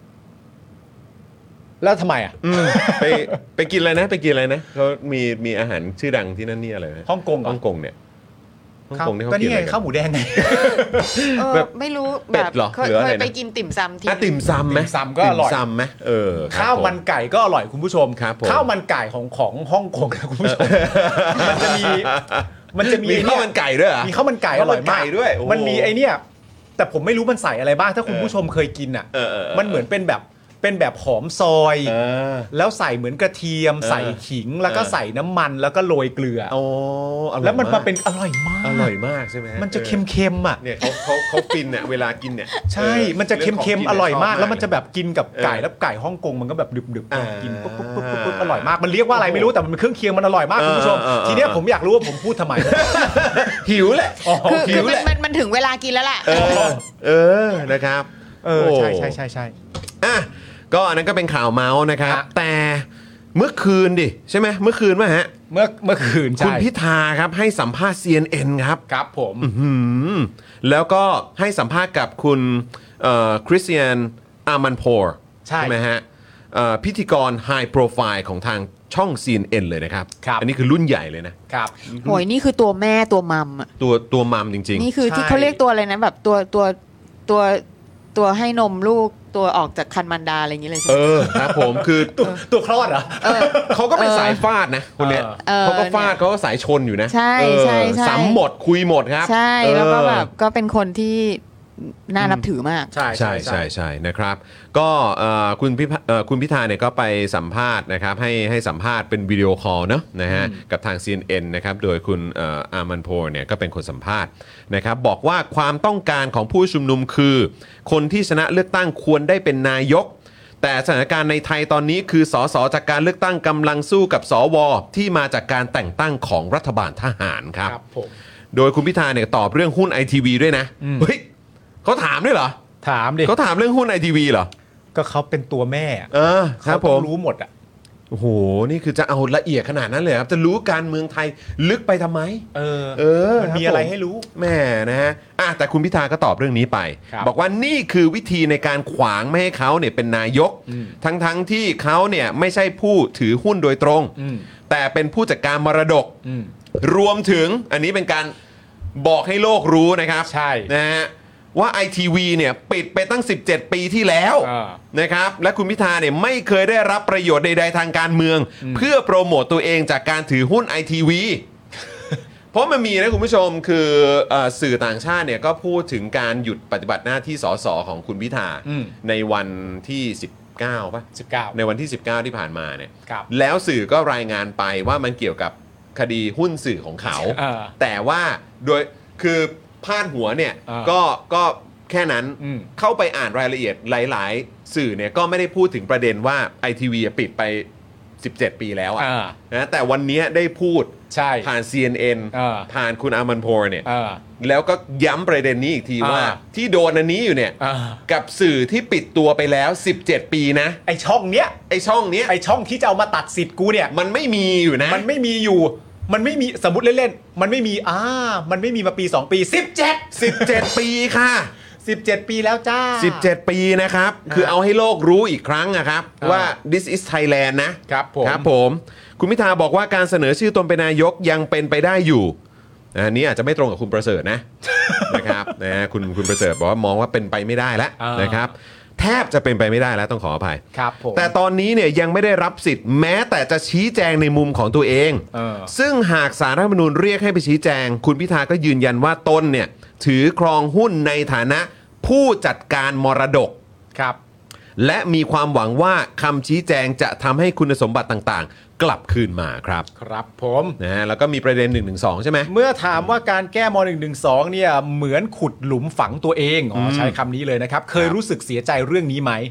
[SPEAKER 5] แล้วทำไมอ่ะ
[SPEAKER 2] อืมไปไปกินอะไรนะไปกินอะไรนะเขามีมีอาหารชื่อดังที่นั่นนี่อะไรนะ
[SPEAKER 5] ฮ่องกงเหรอ
[SPEAKER 2] ฮ่องกงเนี่ยฮ่องกงนี่เขา
[SPEAKER 5] ก็
[SPEAKER 2] กิน
[SPEAKER 5] นี่
[SPEAKER 2] อะ
[SPEAKER 5] ไง
[SPEAKER 2] ไรกั
[SPEAKER 5] ข้าวน หมูแดงไง
[SPEAKER 1] เออ
[SPEAKER 2] แบบ
[SPEAKER 1] ไม่รู้
[SPEAKER 2] เป็
[SPEAKER 1] แบ
[SPEAKER 2] ด
[SPEAKER 1] บ
[SPEAKER 2] เหรอ
[SPEAKER 1] เคย
[SPEAKER 2] หรืออะไร
[SPEAKER 1] เคยไป
[SPEAKER 2] นะ
[SPEAKER 1] กินติ่มซำที
[SPEAKER 2] อ่ะติ่มซำไหม
[SPEAKER 5] ติ่มซำก็อร่อย
[SPEAKER 2] ติ่มซำไหมเออครับ
[SPEAKER 5] ข้าวมัน
[SPEAKER 2] ผ
[SPEAKER 5] ไก่ก็อร่อยคุณผู้ชม
[SPEAKER 2] ครับผม
[SPEAKER 5] ข้าวมันไก่ของของฮ่องกงนะคุณผู้ชมมันจะมีมันจะมี
[SPEAKER 2] มี
[SPEAKER 5] ไอ้
[SPEAKER 2] ข้าว
[SPEAKER 5] เนี่ย
[SPEAKER 2] มันไก่ด้วยเหรอ
[SPEAKER 5] มีข้าวมันไก่อร่อย
[SPEAKER 2] ข้าวมันไก่
[SPEAKER 5] มาก
[SPEAKER 2] ด้วยโอ้โห
[SPEAKER 5] มันมีไอเนี่ยแต่ผมไม่รู้มันใส่อะไรบ้างถ้าคุณผู้ชมเคยกินอ่ะ
[SPEAKER 2] เออเออเออ
[SPEAKER 5] มันเหมือนเป็นแบบเป็นแบบหอมซอย
[SPEAKER 2] เออ
[SPEAKER 5] แล้วใส่เหมือนกระเทียม
[SPEAKER 2] เออ
[SPEAKER 5] ใส่ขิงแล้วก็
[SPEAKER 2] เออ
[SPEAKER 5] ใส่น้ำมันแล้วก็โรยเกลือ
[SPEAKER 2] โอ้อร่อย
[SPEAKER 5] แล้วมันมาเป็น
[SPEAKER 2] ก
[SPEAKER 5] อร่อยมาก
[SPEAKER 2] อร่อยมากใช่ไหมฮ
[SPEAKER 5] มันจะ
[SPEAKER 2] ออ
[SPEAKER 5] เค็มๆอ่ะ
[SPEAKER 2] เนี่ยเขาเขาเขาฟินเนี่ยเวลากินเนี่ย
[SPEAKER 5] ใช่
[SPEAKER 2] ออ
[SPEAKER 5] มันจะเค็มๆอร่อยมาก แล้วมันจะแบบกินกับไก่
[SPEAKER 2] เออ
[SPEAKER 5] แล้วไก่ฮ่องกงมันก็แบบดึบ
[SPEAKER 2] อ่า
[SPEAKER 5] ๆกินปุ๊บปุ๊บปุ๊บปุ๊บปุ๊บอร่อยมากมันเรียกว่าอะไรไม่รู้แต่มันเป็นเครื่องเคียงมันอร่อยมากคุณผู้ชม
[SPEAKER 2] เออเออเออ
[SPEAKER 5] ทีเนี้ยผมอยากรู้ว่าผมพูดทำไม
[SPEAKER 2] หิวแหละ
[SPEAKER 1] คือ
[SPEAKER 2] หิ
[SPEAKER 1] คือ
[SPEAKER 2] ว
[SPEAKER 1] มั
[SPEAKER 2] แห
[SPEAKER 1] น
[SPEAKER 2] ละ
[SPEAKER 1] มันมันถึงเวลากินแล้วแหละ
[SPEAKER 2] เออเออนะครับ
[SPEAKER 5] เออ
[SPEAKER 2] โ
[SPEAKER 5] ใช่ใช่ใช่ใช่
[SPEAKER 2] อ่ะก็อันนั้นก็เป็นข่าวเมาส์นะครับ
[SPEAKER 5] ฮะ
[SPEAKER 2] แต่เมื่อคืนดิใช่ไหมเมื่อคืนป่ะฮะ
[SPEAKER 5] เมื่อเมื่อคืน
[SPEAKER 2] คุณ
[SPEAKER 5] ใช่
[SPEAKER 2] พิธาครับให้สัมภาษณ์ ซี เอ็น เอ็น ครับ
[SPEAKER 5] ครับผม
[SPEAKER 2] หืมแล้วก็ให้สัมภาษณ์กับคุณคริสเตียนอามันโพร์
[SPEAKER 5] ใช่
[SPEAKER 2] ไหมฮะเอ่อพิธีกรไฮโปรไฟล์ของทางช่อง ซี เอ็น เอ็น เลยนะครับ
[SPEAKER 5] ครับ
[SPEAKER 2] อันนี้คือรุ่นใหญ่เลยนะ
[SPEAKER 5] ครับ
[SPEAKER 1] โหยนี่คือตัวแม่ตัวมัมอะ
[SPEAKER 2] ตัวตัวมัมจริง
[SPEAKER 1] นี่คือ
[SPEAKER 5] ใช่
[SPEAKER 1] ที่เขาเรียกตัวอะไรนะแบบตัวตัวตัวตัวให้นมลูกตัวออกจากคันมันดาอะไรอย่างนี้เลยใช่
[SPEAKER 2] ๆ
[SPEAKER 1] ไห
[SPEAKER 2] เอ
[SPEAKER 1] ม
[SPEAKER 2] อครับผมคือ
[SPEAKER 5] ตัวตัวคลอดเหรอ
[SPEAKER 1] เออ
[SPEAKER 2] เขาก็เป็น
[SPEAKER 1] เออ
[SPEAKER 2] สายฟาดนะคนเนี้ย
[SPEAKER 1] เออ
[SPEAKER 2] เขาก็ฟาดเขาก็สายชนอยู่นะ
[SPEAKER 1] ใช่
[SPEAKER 2] เออ
[SPEAKER 1] ใช่ใช่
[SPEAKER 2] สามหมดคุยหมดครับ
[SPEAKER 1] ใช่
[SPEAKER 2] เออ
[SPEAKER 1] แล้วก็แบบก็เป็นคนที่น่านับถือมาก
[SPEAKER 5] ใช่
[SPEAKER 2] ใช่ใช่ใช่นะครับ ก็เอ่อคุณพิพเอ่อคุณพิธาเนี่ยก็ไปสัมภาษณ์นะครับให้ให้สัมภาษณ์เป็นวิดีโอคอลเนอะนะฮะกับทาง ซี เอ็น เอ็น นะครับโดยคุณเอ่ออามันโพร์เนี่ยก็เป็นคนสัมภาษณ์นะครับบอกว่าความต้องการของผู้ชุมนุมคือ คนที่ชนะเลือกตั้งควรได้เป็นนายก แต่สถานการณ์ในไทยตอนนี้คือสสจากการเลือกตั้งกำลังสู้กับสวที่มาจากการแต่งตั้งของรัฐบาลทหารครับ
[SPEAKER 5] ครับผม
[SPEAKER 2] โดยคุณพิธาเนี่ยตอบเรื่องหุ้น ไอ ที วี ด้วยนะเฮ้ยเขาถามด้วยเหรอ
[SPEAKER 5] ถามดิ
[SPEAKER 2] เขาถามเรื่องหุ้น ไอ ที วี เหรอ
[SPEAKER 5] ก็เขาเป็นตัวแม่
[SPEAKER 2] เออครั
[SPEAKER 5] เขา
[SPEAKER 2] บผ
[SPEAKER 5] ต้อ
[SPEAKER 2] ม
[SPEAKER 5] งรู้หมดอ่ะ
[SPEAKER 2] โอ้โห นี่คือจะเอาละเอียดขนาดนั้นเลยครับ จะรู้การเมืองไทยลึกไปทำไม
[SPEAKER 5] เออ
[SPEAKER 2] เออ
[SPEAKER 5] มันมี
[SPEAKER 2] คบ
[SPEAKER 5] อะไร
[SPEAKER 2] ผ
[SPEAKER 5] ให้รู้
[SPEAKER 2] แม่นะฮะอ่ะแต่คุณพิธาก็ตอบเรื่องนี้ไป
[SPEAKER 5] ครับ
[SPEAKER 2] บอกว่านี่คือวิธีในการขวางไม่ให้เขาเนี่ยเป็นนายก ทั้งทั้งๆที่เขาเนี่ยไม่ใช่ผู้ถือหุ้นโดยตรง
[SPEAKER 5] อืม
[SPEAKER 2] แต่เป็นผู้จัดการมรดก
[SPEAKER 5] อืม
[SPEAKER 2] รวมถึงอันนี้เป็นการบอกให้โลกรู้นะครับ
[SPEAKER 5] ใช่
[SPEAKER 2] นะฮะว่า ไอ ที วี เนี่ยปิดไปตั้งสิบเจ็ดปีที่แล้ว
[SPEAKER 5] อ่า
[SPEAKER 2] นะครับและคุณพิธาเนี่ยไม่เคยได้รับประโยชน์ใดๆทางการเมือง เพื่อโปรโมตตัวเองจากการถือหุ้น ไอ ที วี เพราะมันมีนะคุณผู้ชมคือเอ่อสื่อต่างชาติเนี่ยก็พูดถึงการหยุดปฏิบัติหน้าที่สสของคุณพิธา
[SPEAKER 5] อืม
[SPEAKER 2] ในวันที่ สิบเก้าป่ะ
[SPEAKER 5] สิบเก้า
[SPEAKER 2] ในวันที่ สิบเก้า ที่ผ่านมาเนี่ย
[SPEAKER 5] ครับ
[SPEAKER 2] แล้วสื่อก็รายงานไปว่ามันเกี่ยวกับคดีหุ้นสื่อของเขา
[SPEAKER 5] เออ
[SPEAKER 2] แต่ว่าโดยคือพาดหัวเนี่ย
[SPEAKER 5] เออ
[SPEAKER 2] ก็ก็แค่นั้น
[SPEAKER 5] อืม
[SPEAKER 2] เข้าไปอ่านรายละเอียดหลายๆ สื่อเนี่ยก็ไม่ได้พูดถึงประเด็นว่า ไอ ที วี ปิดไปสิบเจ็ดปีแล้วอะ
[SPEAKER 5] อ่า
[SPEAKER 2] นะแต่วันนี้ได้พูด
[SPEAKER 5] ใช่
[SPEAKER 2] ผ่าน ซี เอ็น เอ็น
[SPEAKER 5] เออ
[SPEAKER 2] ผ่านคุณอามันโพร์เนี่ย
[SPEAKER 5] เออ
[SPEAKER 2] แล้วก็ย้ำประเด็นนี้อีกทีว่า
[SPEAKER 5] อ่า
[SPEAKER 2] ที่โดนอันนี้อยู่เนี่ย
[SPEAKER 5] อ่า
[SPEAKER 2] กับสื่อที่ปิดตัวไปแล้วสิบเจ็ดปีนะ
[SPEAKER 5] ไอช่องเนี้ย
[SPEAKER 2] ไอช่องเนี้ย
[SPEAKER 5] ไอช่องที่จะเอามาตัดสิทธิ์กูเนี่ย
[SPEAKER 2] มันไม่มีอยู่นะ
[SPEAKER 5] มันไม่มีอยู่ มันไม่มีสมมติเล่นๆ มันไม่มีอ่ามันไม่มีมาปีสองปีสิบเจ็ด
[SPEAKER 2] สิบเจ็ด ปีค่ะ
[SPEAKER 5] สิบเจ็ดปีแล้วจ้า
[SPEAKER 2] สิบเจ็ด ปีนะครับ คือเอาให้โลกรู้อีกครั้งนะครับ
[SPEAKER 5] อ่า
[SPEAKER 2] ว่า this is Thailand นะครับ
[SPEAKER 5] ผม
[SPEAKER 2] ครับผมคุณพิธาบอกว่าการเสนอชื่อตนเป็นนายกยังเป็นไปได้อยู่อันนี้อาจจะไม่ตรงกับคุณประเสริฐนะ นะครับนะฮะคุณคุณประเสริฐบอกว่ามองว่าเป็นไปไม่ได้แล้ว
[SPEAKER 5] อ่าน
[SPEAKER 2] นะครับแทบจะเป็นไปไม่ได้แล้วต้องขออภัย
[SPEAKER 5] ครับผม
[SPEAKER 2] แต่ตอนนี้เนี่ยยังไม่ได้รับสิทธิ์แม้แต่จะชี้แจงในมุมของตัวเอง
[SPEAKER 5] เออ
[SPEAKER 2] ซึ่งหากสารรัฐธรรมนูญเรียกให้ไปชี้แจง คุณพิธาก็ยืนยันว่าตนเนี่ยถือครองหุ้นในฐานะผู้จัดการมรดก
[SPEAKER 5] ครับ
[SPEAKER 2] และมีความหวังว่าคำชี้แจงจะทำให้คุณสมบัติต่างๆ กลับคืนมาครับ
[SPEAKER 5] ครับผม
[SPEAKER 2] นะฮะแล้วก็มีประเด็นหนึ่งหนึ่งสองใช่ไหม
[SPEAKER 5] เมื่อถามว่าการแก้ม หนึ่งหนึ่งสองเนี่ยเหมือนขุดหลุมฝังตัวเองอ๋อใช้คำนี้เลยนะครับ เคยรู้สึกเสียใจเรื่องนี้ไหม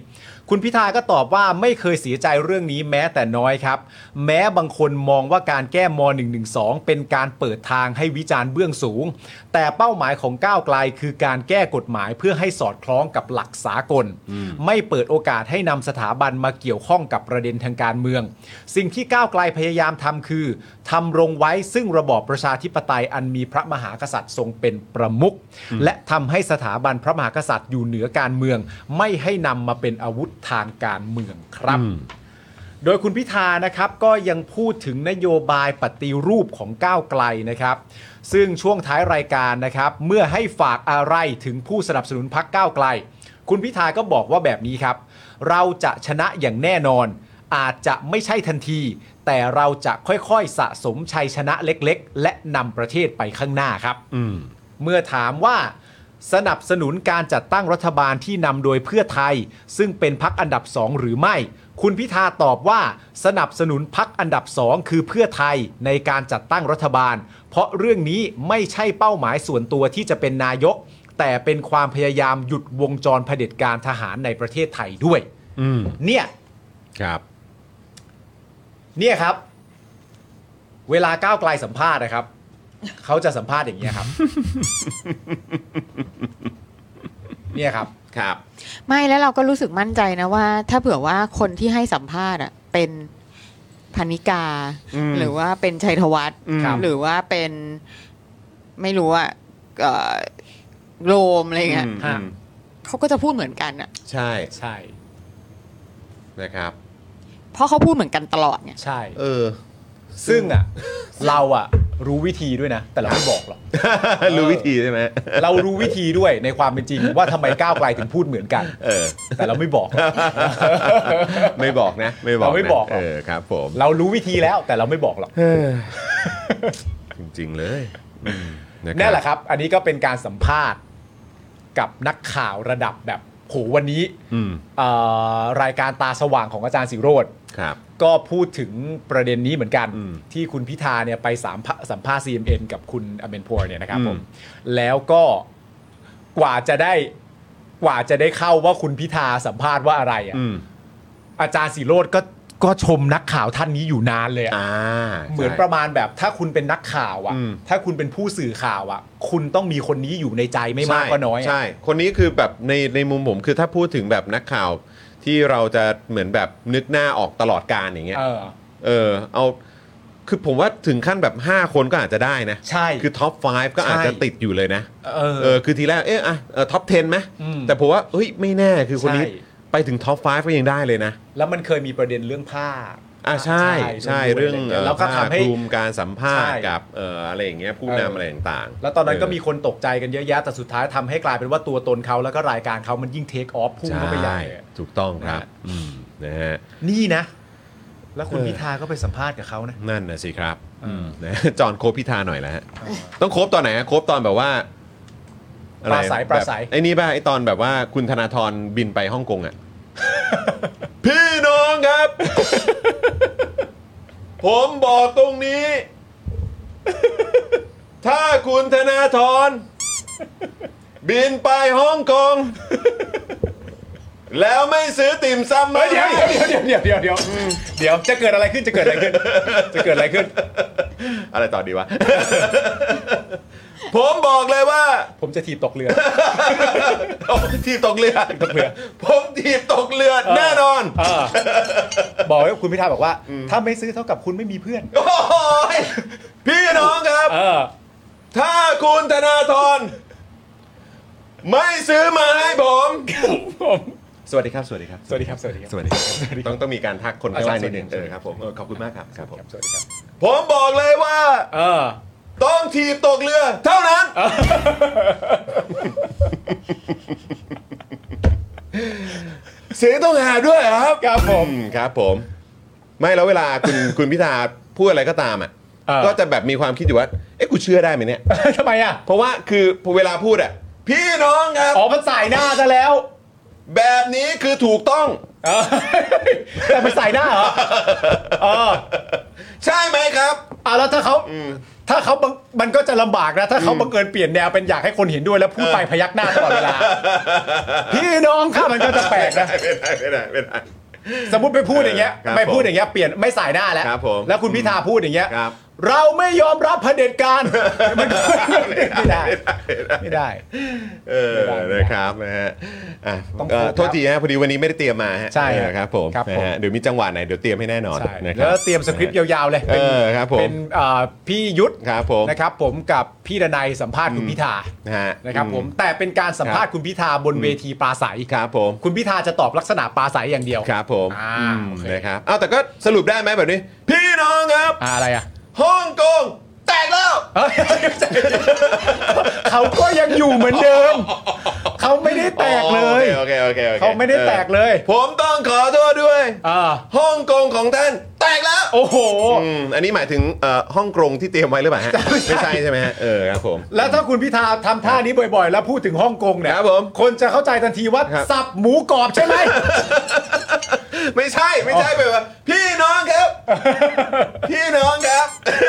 [SPEAKER 5] คุณพิธาก็ตอบว่าไม่เคยเสียใจเรื่องนี้แม้แต่น้อยครับแม้บางคนมองว่าการแก้ม หนึ่งหนึ่งสอง เป็นการเปิดทางให้วิจารณ์เบื้องสูงแต่เป้าหมายของก้าวไกลคือการแก้กฎหมายเพื่อให้สอดคล้องกับหลักสากลไม่เปิดโอกาสให้นำสถาบันมาเกี่ยวข้องกับประเด็นทางการเมืองสิ่งที่ก้าวไกลพยายามทำคือทำรงไว้ซึ่งระบอบประชาธิปไตยอันมีพระมหากษัตริย์ทรงเป็นประมุขและทำให้สถาบันพระมหากษัตริย์อยู่เหนือการเมืองไม่ให้นำมาเป็นอาวุธทางการเมืองครับโดยคุณพิธานะครับก็ยังพูดถึงนโยบายปฏิรูปของก้าวไกลนะครับซึ่งช่วงท้ายรายการนะครับเมื่อให้ฝากอะไรถึงผู้สนับสนุนพรรคก้าวไกลคุณพิธาก็บอกว่าแบบนี้ครับเราจะชนะอย่างแน่นอนอาจจะไม่ใช่ทันทีแต่เราจะค่อยๆสะสมชัยชนะเล็กๆและนำประเทศไปข้างหน้าครับเมื่อถามว่าสนับสนุนการจัดตั้งรัฐบาลที่นำโดยเพื่อไทยซึ่งเป็นพรรคอันดับสองหรือไม่คุณพิธาตอบว่าสนับสนุนพรรคอันดับสองคือเพื่อไทยในการจัดตั้งรัฐบาลเพราะเรื่องนี้ไม่ใช่เป้าหมายส่วนตัวที่จะเป็นนายกแต่เป็นความพยายามหยุดวงจรเผด็จการทหารในประเทศไทยด้วยเนี่ย
[SPEAKER 2] ครับ
[SPEAKER 5] เนี่ยครับเวลาก้าวไกลสัมภาษณ์นะครับเขาจะสัมภาษณ์อย่างนี้ครับ เนี่ยครับ
[SPEAKER 2] ครับ
[SPEAKER 1] ไม่แล้วเราก็รู้สึกมั่นใจนะว่าถ้าเผื่อว่าคนที่ให้สัมภาษณ์อ่ะเป็นพนิกาหรือว่าเป็นชัยธวัฒน์หรือว่าเป็นไม่รู้อ่ะโรมอะไรเงี้ยเขาก็จะพูดเหมือนกันอ่ะ
[SPEAKER 2] ใช่
[SPEAKER 5] ใช่
[SPEAKER 2] นะครับ
[SPEAKER 1] เพราะเขาพูดเหมือนกันตลอดไง
[SPEAKER 5] ใช่
[SPEAKER 2] เออ
[SPEAKER 5] ซึ่งอ่ะเราอ่ะรู้วิธีด้วยนะแต่เราไม่บอกหรอก
[SPEAKER 2] รู้วิธีใช่ไหม
[SPEAKER 5] เรารู้วิธีด้วยในความเป็นจริงว่าทำไมก้าวไกลถึงพูดเหมือนกัน
[SPEAKER 2] เออ
[SPEAKER 5] แต่เราไม่บอก
[SPEAKER 2] ไม่บอกนะไม่บอก
[SPEAKER 5] เราไม่บอก
[SPEAKER 2] เออครับผม
[SPEAKER 5] เรารู้วิธีแล้วแต่เราไม่บอกหรอก
[SPEAKER 2] จริงๆเลย
[SPEAKER 5] นั่นแหละครับอันนี้ก็เป็นการสัมภาษณ์กับนักข่าวระดับแบบโหวันนี้รายการตาสว่างของอาจารย์ศิโรจน์ก็พูดถึงประเด็นนี้เหมือนกันที่คุณพิธาเนี่ยไปสัมภาสัมภาษณ์ ซี เอ็ม เอ็น กับคุณอเมนพัวร์เนี่ยนะครับผมแล้วก็กว่าจะได้กว่าจะได้เข้าว่าคุณพิธาสัมภาษณ์ว่าอะไรอ่ะอาจารย์ศิโรจน์ก็ก็ชมนักข่าวท่านนี้อยู่นานเลยอ่ะเหมือนประมาณแบบถ้าคุณเป็นนักข่าวอ่ะถ้าคุณเป็นผู้สื่อข่าวอ่ะคุณต้องมีคนนี้อยู่ในใจไม่มากก็น้อย
[SPEAKER 2] ใช่คนนี้คือแบบในในมุมผมคือถ้าพูดถึงแบบนักข่าวที่เราจะเหมือนแบบนึกหน้าออกตลอดการอย่างเงี้ย เออ เออ เอา คือผมว่าถึงขั้นแบบห้าคนก็อาจจะได้นะ
[SPEAKER 5] ใช่
[SPEAKER 2] คือท็อปไฟว์ก็อาจจะติดอยู่เลยนะ
[SPEAKER 5] เออ
[SPEAKER 2] เออ คือทีแรก เอ๊ะอ่ะท็อปสิบไหมแต่ผมว่าเฮ้ย ไม่แน่ คือคนนี้ไปถึงท็อปไฟว์ก็ยังได้เลยนะ
[SPEAKER 5] แล้วมันเคยมีประเด็นเรื่องผ้า
[SPEAKER 2] อ่าใช่ใช่เรื่องแล้วก็ทำให้กลุ่มการสัมภาษณ์กับเอ่ออะไรอย่างเงี้ยผู้นำอะไรต่าง
[SPEAKER 5] ๆแล้วตอนนั้นก็มีคนตกใจกันเยอะแยะแต่สุดท้ายทำให้กลายเป็นว่าตัวตนเขาแล้วก็รายการเขามันยิ่งเทคออฟพุ่งเข้าไปใหญ่
[SPEAKER 2] ถูกต้องครับนะฮะ
[SPEAKER 5] นี่นะแล้วคุณพิธาก็ไปสัมภาษณ์กับเขานะ
[SPEAKER 2] นั่นนะสิครับนะจอนโคบพิธาหน่อยแล้วฮะต้องโคบตอนไหนโคบตอนแบบว่า
[SPEAKER 5] ปราศัยปราศัย
[SPEAKER 2] ไอ้นี่ป่ะไอ้ตอนแบบว่าคุณธนาธรบินไปฮ่องกงอ่ะพี่น้องครับผมบอกตรงนี้ ถ้าคุณธนาธรบินไปฮ่องกงแล้วไม่ซื้อติ่มซำมา
[SPEAKER 5] เดี๋ยวเดี๋ยวเดี๋ยวเดี๋ยวเดี๋ยวเดี๋ยวจะเกิดอะไรขึ้นจะเกิดอะไรขึ้นจะเกิดอะไรขึ้น
[SPEAKER 2] อะไรต่อดีวะผมบอกเลยว่า
[SPEAKER 5] ผมจะถีบตกเรือ
[SPEAKER 2] ผมถีบตกเรือตกเรือผมถีบตกเรือแน่นอน
[SPEAKER 5] บอกให้คุณพิธาบอกว่าถ้าไม่ซื้อเท่ากับคุณไม่มีเพื่อน
[SPEAKER 2] โอ้ยพี่น้องครับถ้าคุณธนาธรไม่ซื้อมาให้ผมสวัสดีครับสวัสดีครับ
[SPEAKER 5] สวัสดีครับสวัสดีครับ
[SPEAKER 2] สวัสดีครับต้องต้องมีการทักคนข้างล่างนิดนึงเออครับผมขอบคุณมากครับครับผม
[SPEAKER 5] สวัสดีครับ
[SPEAKER 2] ผมบอกเลยว่า
[SPEAKER 5] เออ
[SPEAKER 2] ต้องถีบตกเรือเท่านั้นเสียงต้องหาด้วยครับ
[SPEAKER 5] ครับผม
[SPEAKER 2] ครับผมไม่แล้วเวลาคุณคุณพิธาพูดอะไรก็ตามอ่ะก็จะแบบมีความคิดอยู่ว่าเอ๊ะกูเชื่อได้ไหมเนี่ย
[SPEAKER 5] ทำไมอ่ะ
[SPEAKER 2] เพราะว่าคือพอเวลาพูดอ่ะพี่น้องครับ
[SPEAKER 5] อ๋อมันใส่หน้าซะแล้ว
[SPEAKER 2] แบบนี้คือถูกต้อง
[SPEAKER 5] แต่มันใส่หน้าเหรอเออ
[SPEAKER 2] ใช่ไหมครับ
[SPEAKER 5] อ่ะแล้วถ้าเขาถ้าเขาบังมันก็จะลำบากนะถ้าเขาบังเอิญเปลี่ยนแนวเป็นอยากให้คนเห็นด้วยแล้วพูดไปพยักหน้าตลอดเวลาพี่น้องครับมันก็จะแปลกนะ
[SPEAKER 2] ไม่ได้ไม่ได้ไม่ได้
[SPEAKER 5] สมมติไปพูดอย่างเงี้ย
[SPEAKER 2] ครับ
[SPEAKER 5] ไม่พูดอย่างเงี้ยเปลี่ยนไม่สายหน้าแล้ว
[SPEAKER 2] ครับผม
[SPEAKER 5] แล้วคุณพิธาพูดอย่างเงี้ย
[SPEAKER 2] ครับ
[SPEAKER 5] เราไม่ยอมรับเผด็จการมันไม่ได้ไม่ได้
[SPEAKER 2] เออนะครับนะฮะอ่ะ
[SPEAKER 5] ต้อง
[SPEAKER 2] เอ่อ
[SPEAKER 5] พูดครับ
[SPEAKER 2] โทษทีฮะพอดีวันนี้ไม่ได้เตรียมมาฮะ
[SPEAKER 5] ใช่
[SPEAKER 2] เออครับผม
[SPEAKER 5] ครับ
[SPEAKER 2] นะ
[SPEAKER 5] ผม
[SPEAKER 2] ฮะเดี๋ยวมีจังหวะไหนเดี๋ยวเตรียมให้แน่นอน
[SPEAKER 5] ใช่
[SPEAKER 2] นะค
[SPEAKER 5] แล้
[SPEAKER 2] รับ
[SPEAKER 5] วเตรียมสคริปต์ยาวๆเลย
[SPEAKER 2] เออครับผม
[SPEAKER 5] เป็นเอ่อพี่ยุทธ
[SPEAKER 2] ครับผม
[SPEAKER 5] นะครับผมกับพี่ดนัยสัมภาษณ์คุณพิธา
[SPEAKER 2] นะฮะ
[SPEAKER 5] นะครับผมแต่เป็นการสัมภาษณ์คุณพิธาบนเวทีปราศัย
[SPEAKER 2] ครับผม
[SPEAKER 5] คุณพิธาจะตอบลักษณะปราศัยอย่างเดียว
[SPEAKER 2] ครับผม
[SPEAKER 5] อ่า
[SPEAKER 2] อืม
[SPEAKER 5] โอเค
[SPEAKER 2] นะครับเอาแต่ก็สรุปได้ไหมแบบนี้ พี่น้องครับ
[SPEAKER 5] อ่าอะไรอ่ะ
[SPEAKER 2] ฮ่องกงแตกแล้ว
[SPEAKER 5] เอ้ยเขาก็ยังอยู่เหมือนเดิม เขาไม่ได้แตกเลย
[SPEAKER 2] โอเคโอเคโอเค
[SPEAKER 5] เขาไม่ได้แตกเลย
[SPEAKER 2] ผมต้องขอโทษด้วย
[SPEAKER 5] อ่า
[SPEAKER 2] ฮ่องกงของท่านแตกแล้ว
[SPEAKER 5] โอ้โห
[SPEAKER 2] อืมอันนี้หมายถึงเอ่อห้องกรงที่เตรียมไว้หรือเปล่าฮะ ไม่ใช่ใช่ไหมฮะเออครับผม
[SPEAKER 5] แล้วถ้าคุณพิธาทำท่านี้บ่อยๆ แล้วพูดถึงฮ่องกงเนี่ย
[SPEAKER 2] ครับผม
[SPEAKER 5] คนจะเข้าใจทันทีว่า
[SPEAKER 2] ครับ
[SPEAKER 5] สับหมูกรอบใช่ไหม
[SPEAKER 2] ไม่ใช่ไม่ใช่แบบว่าพี่น้องครับ พี่น้องครับ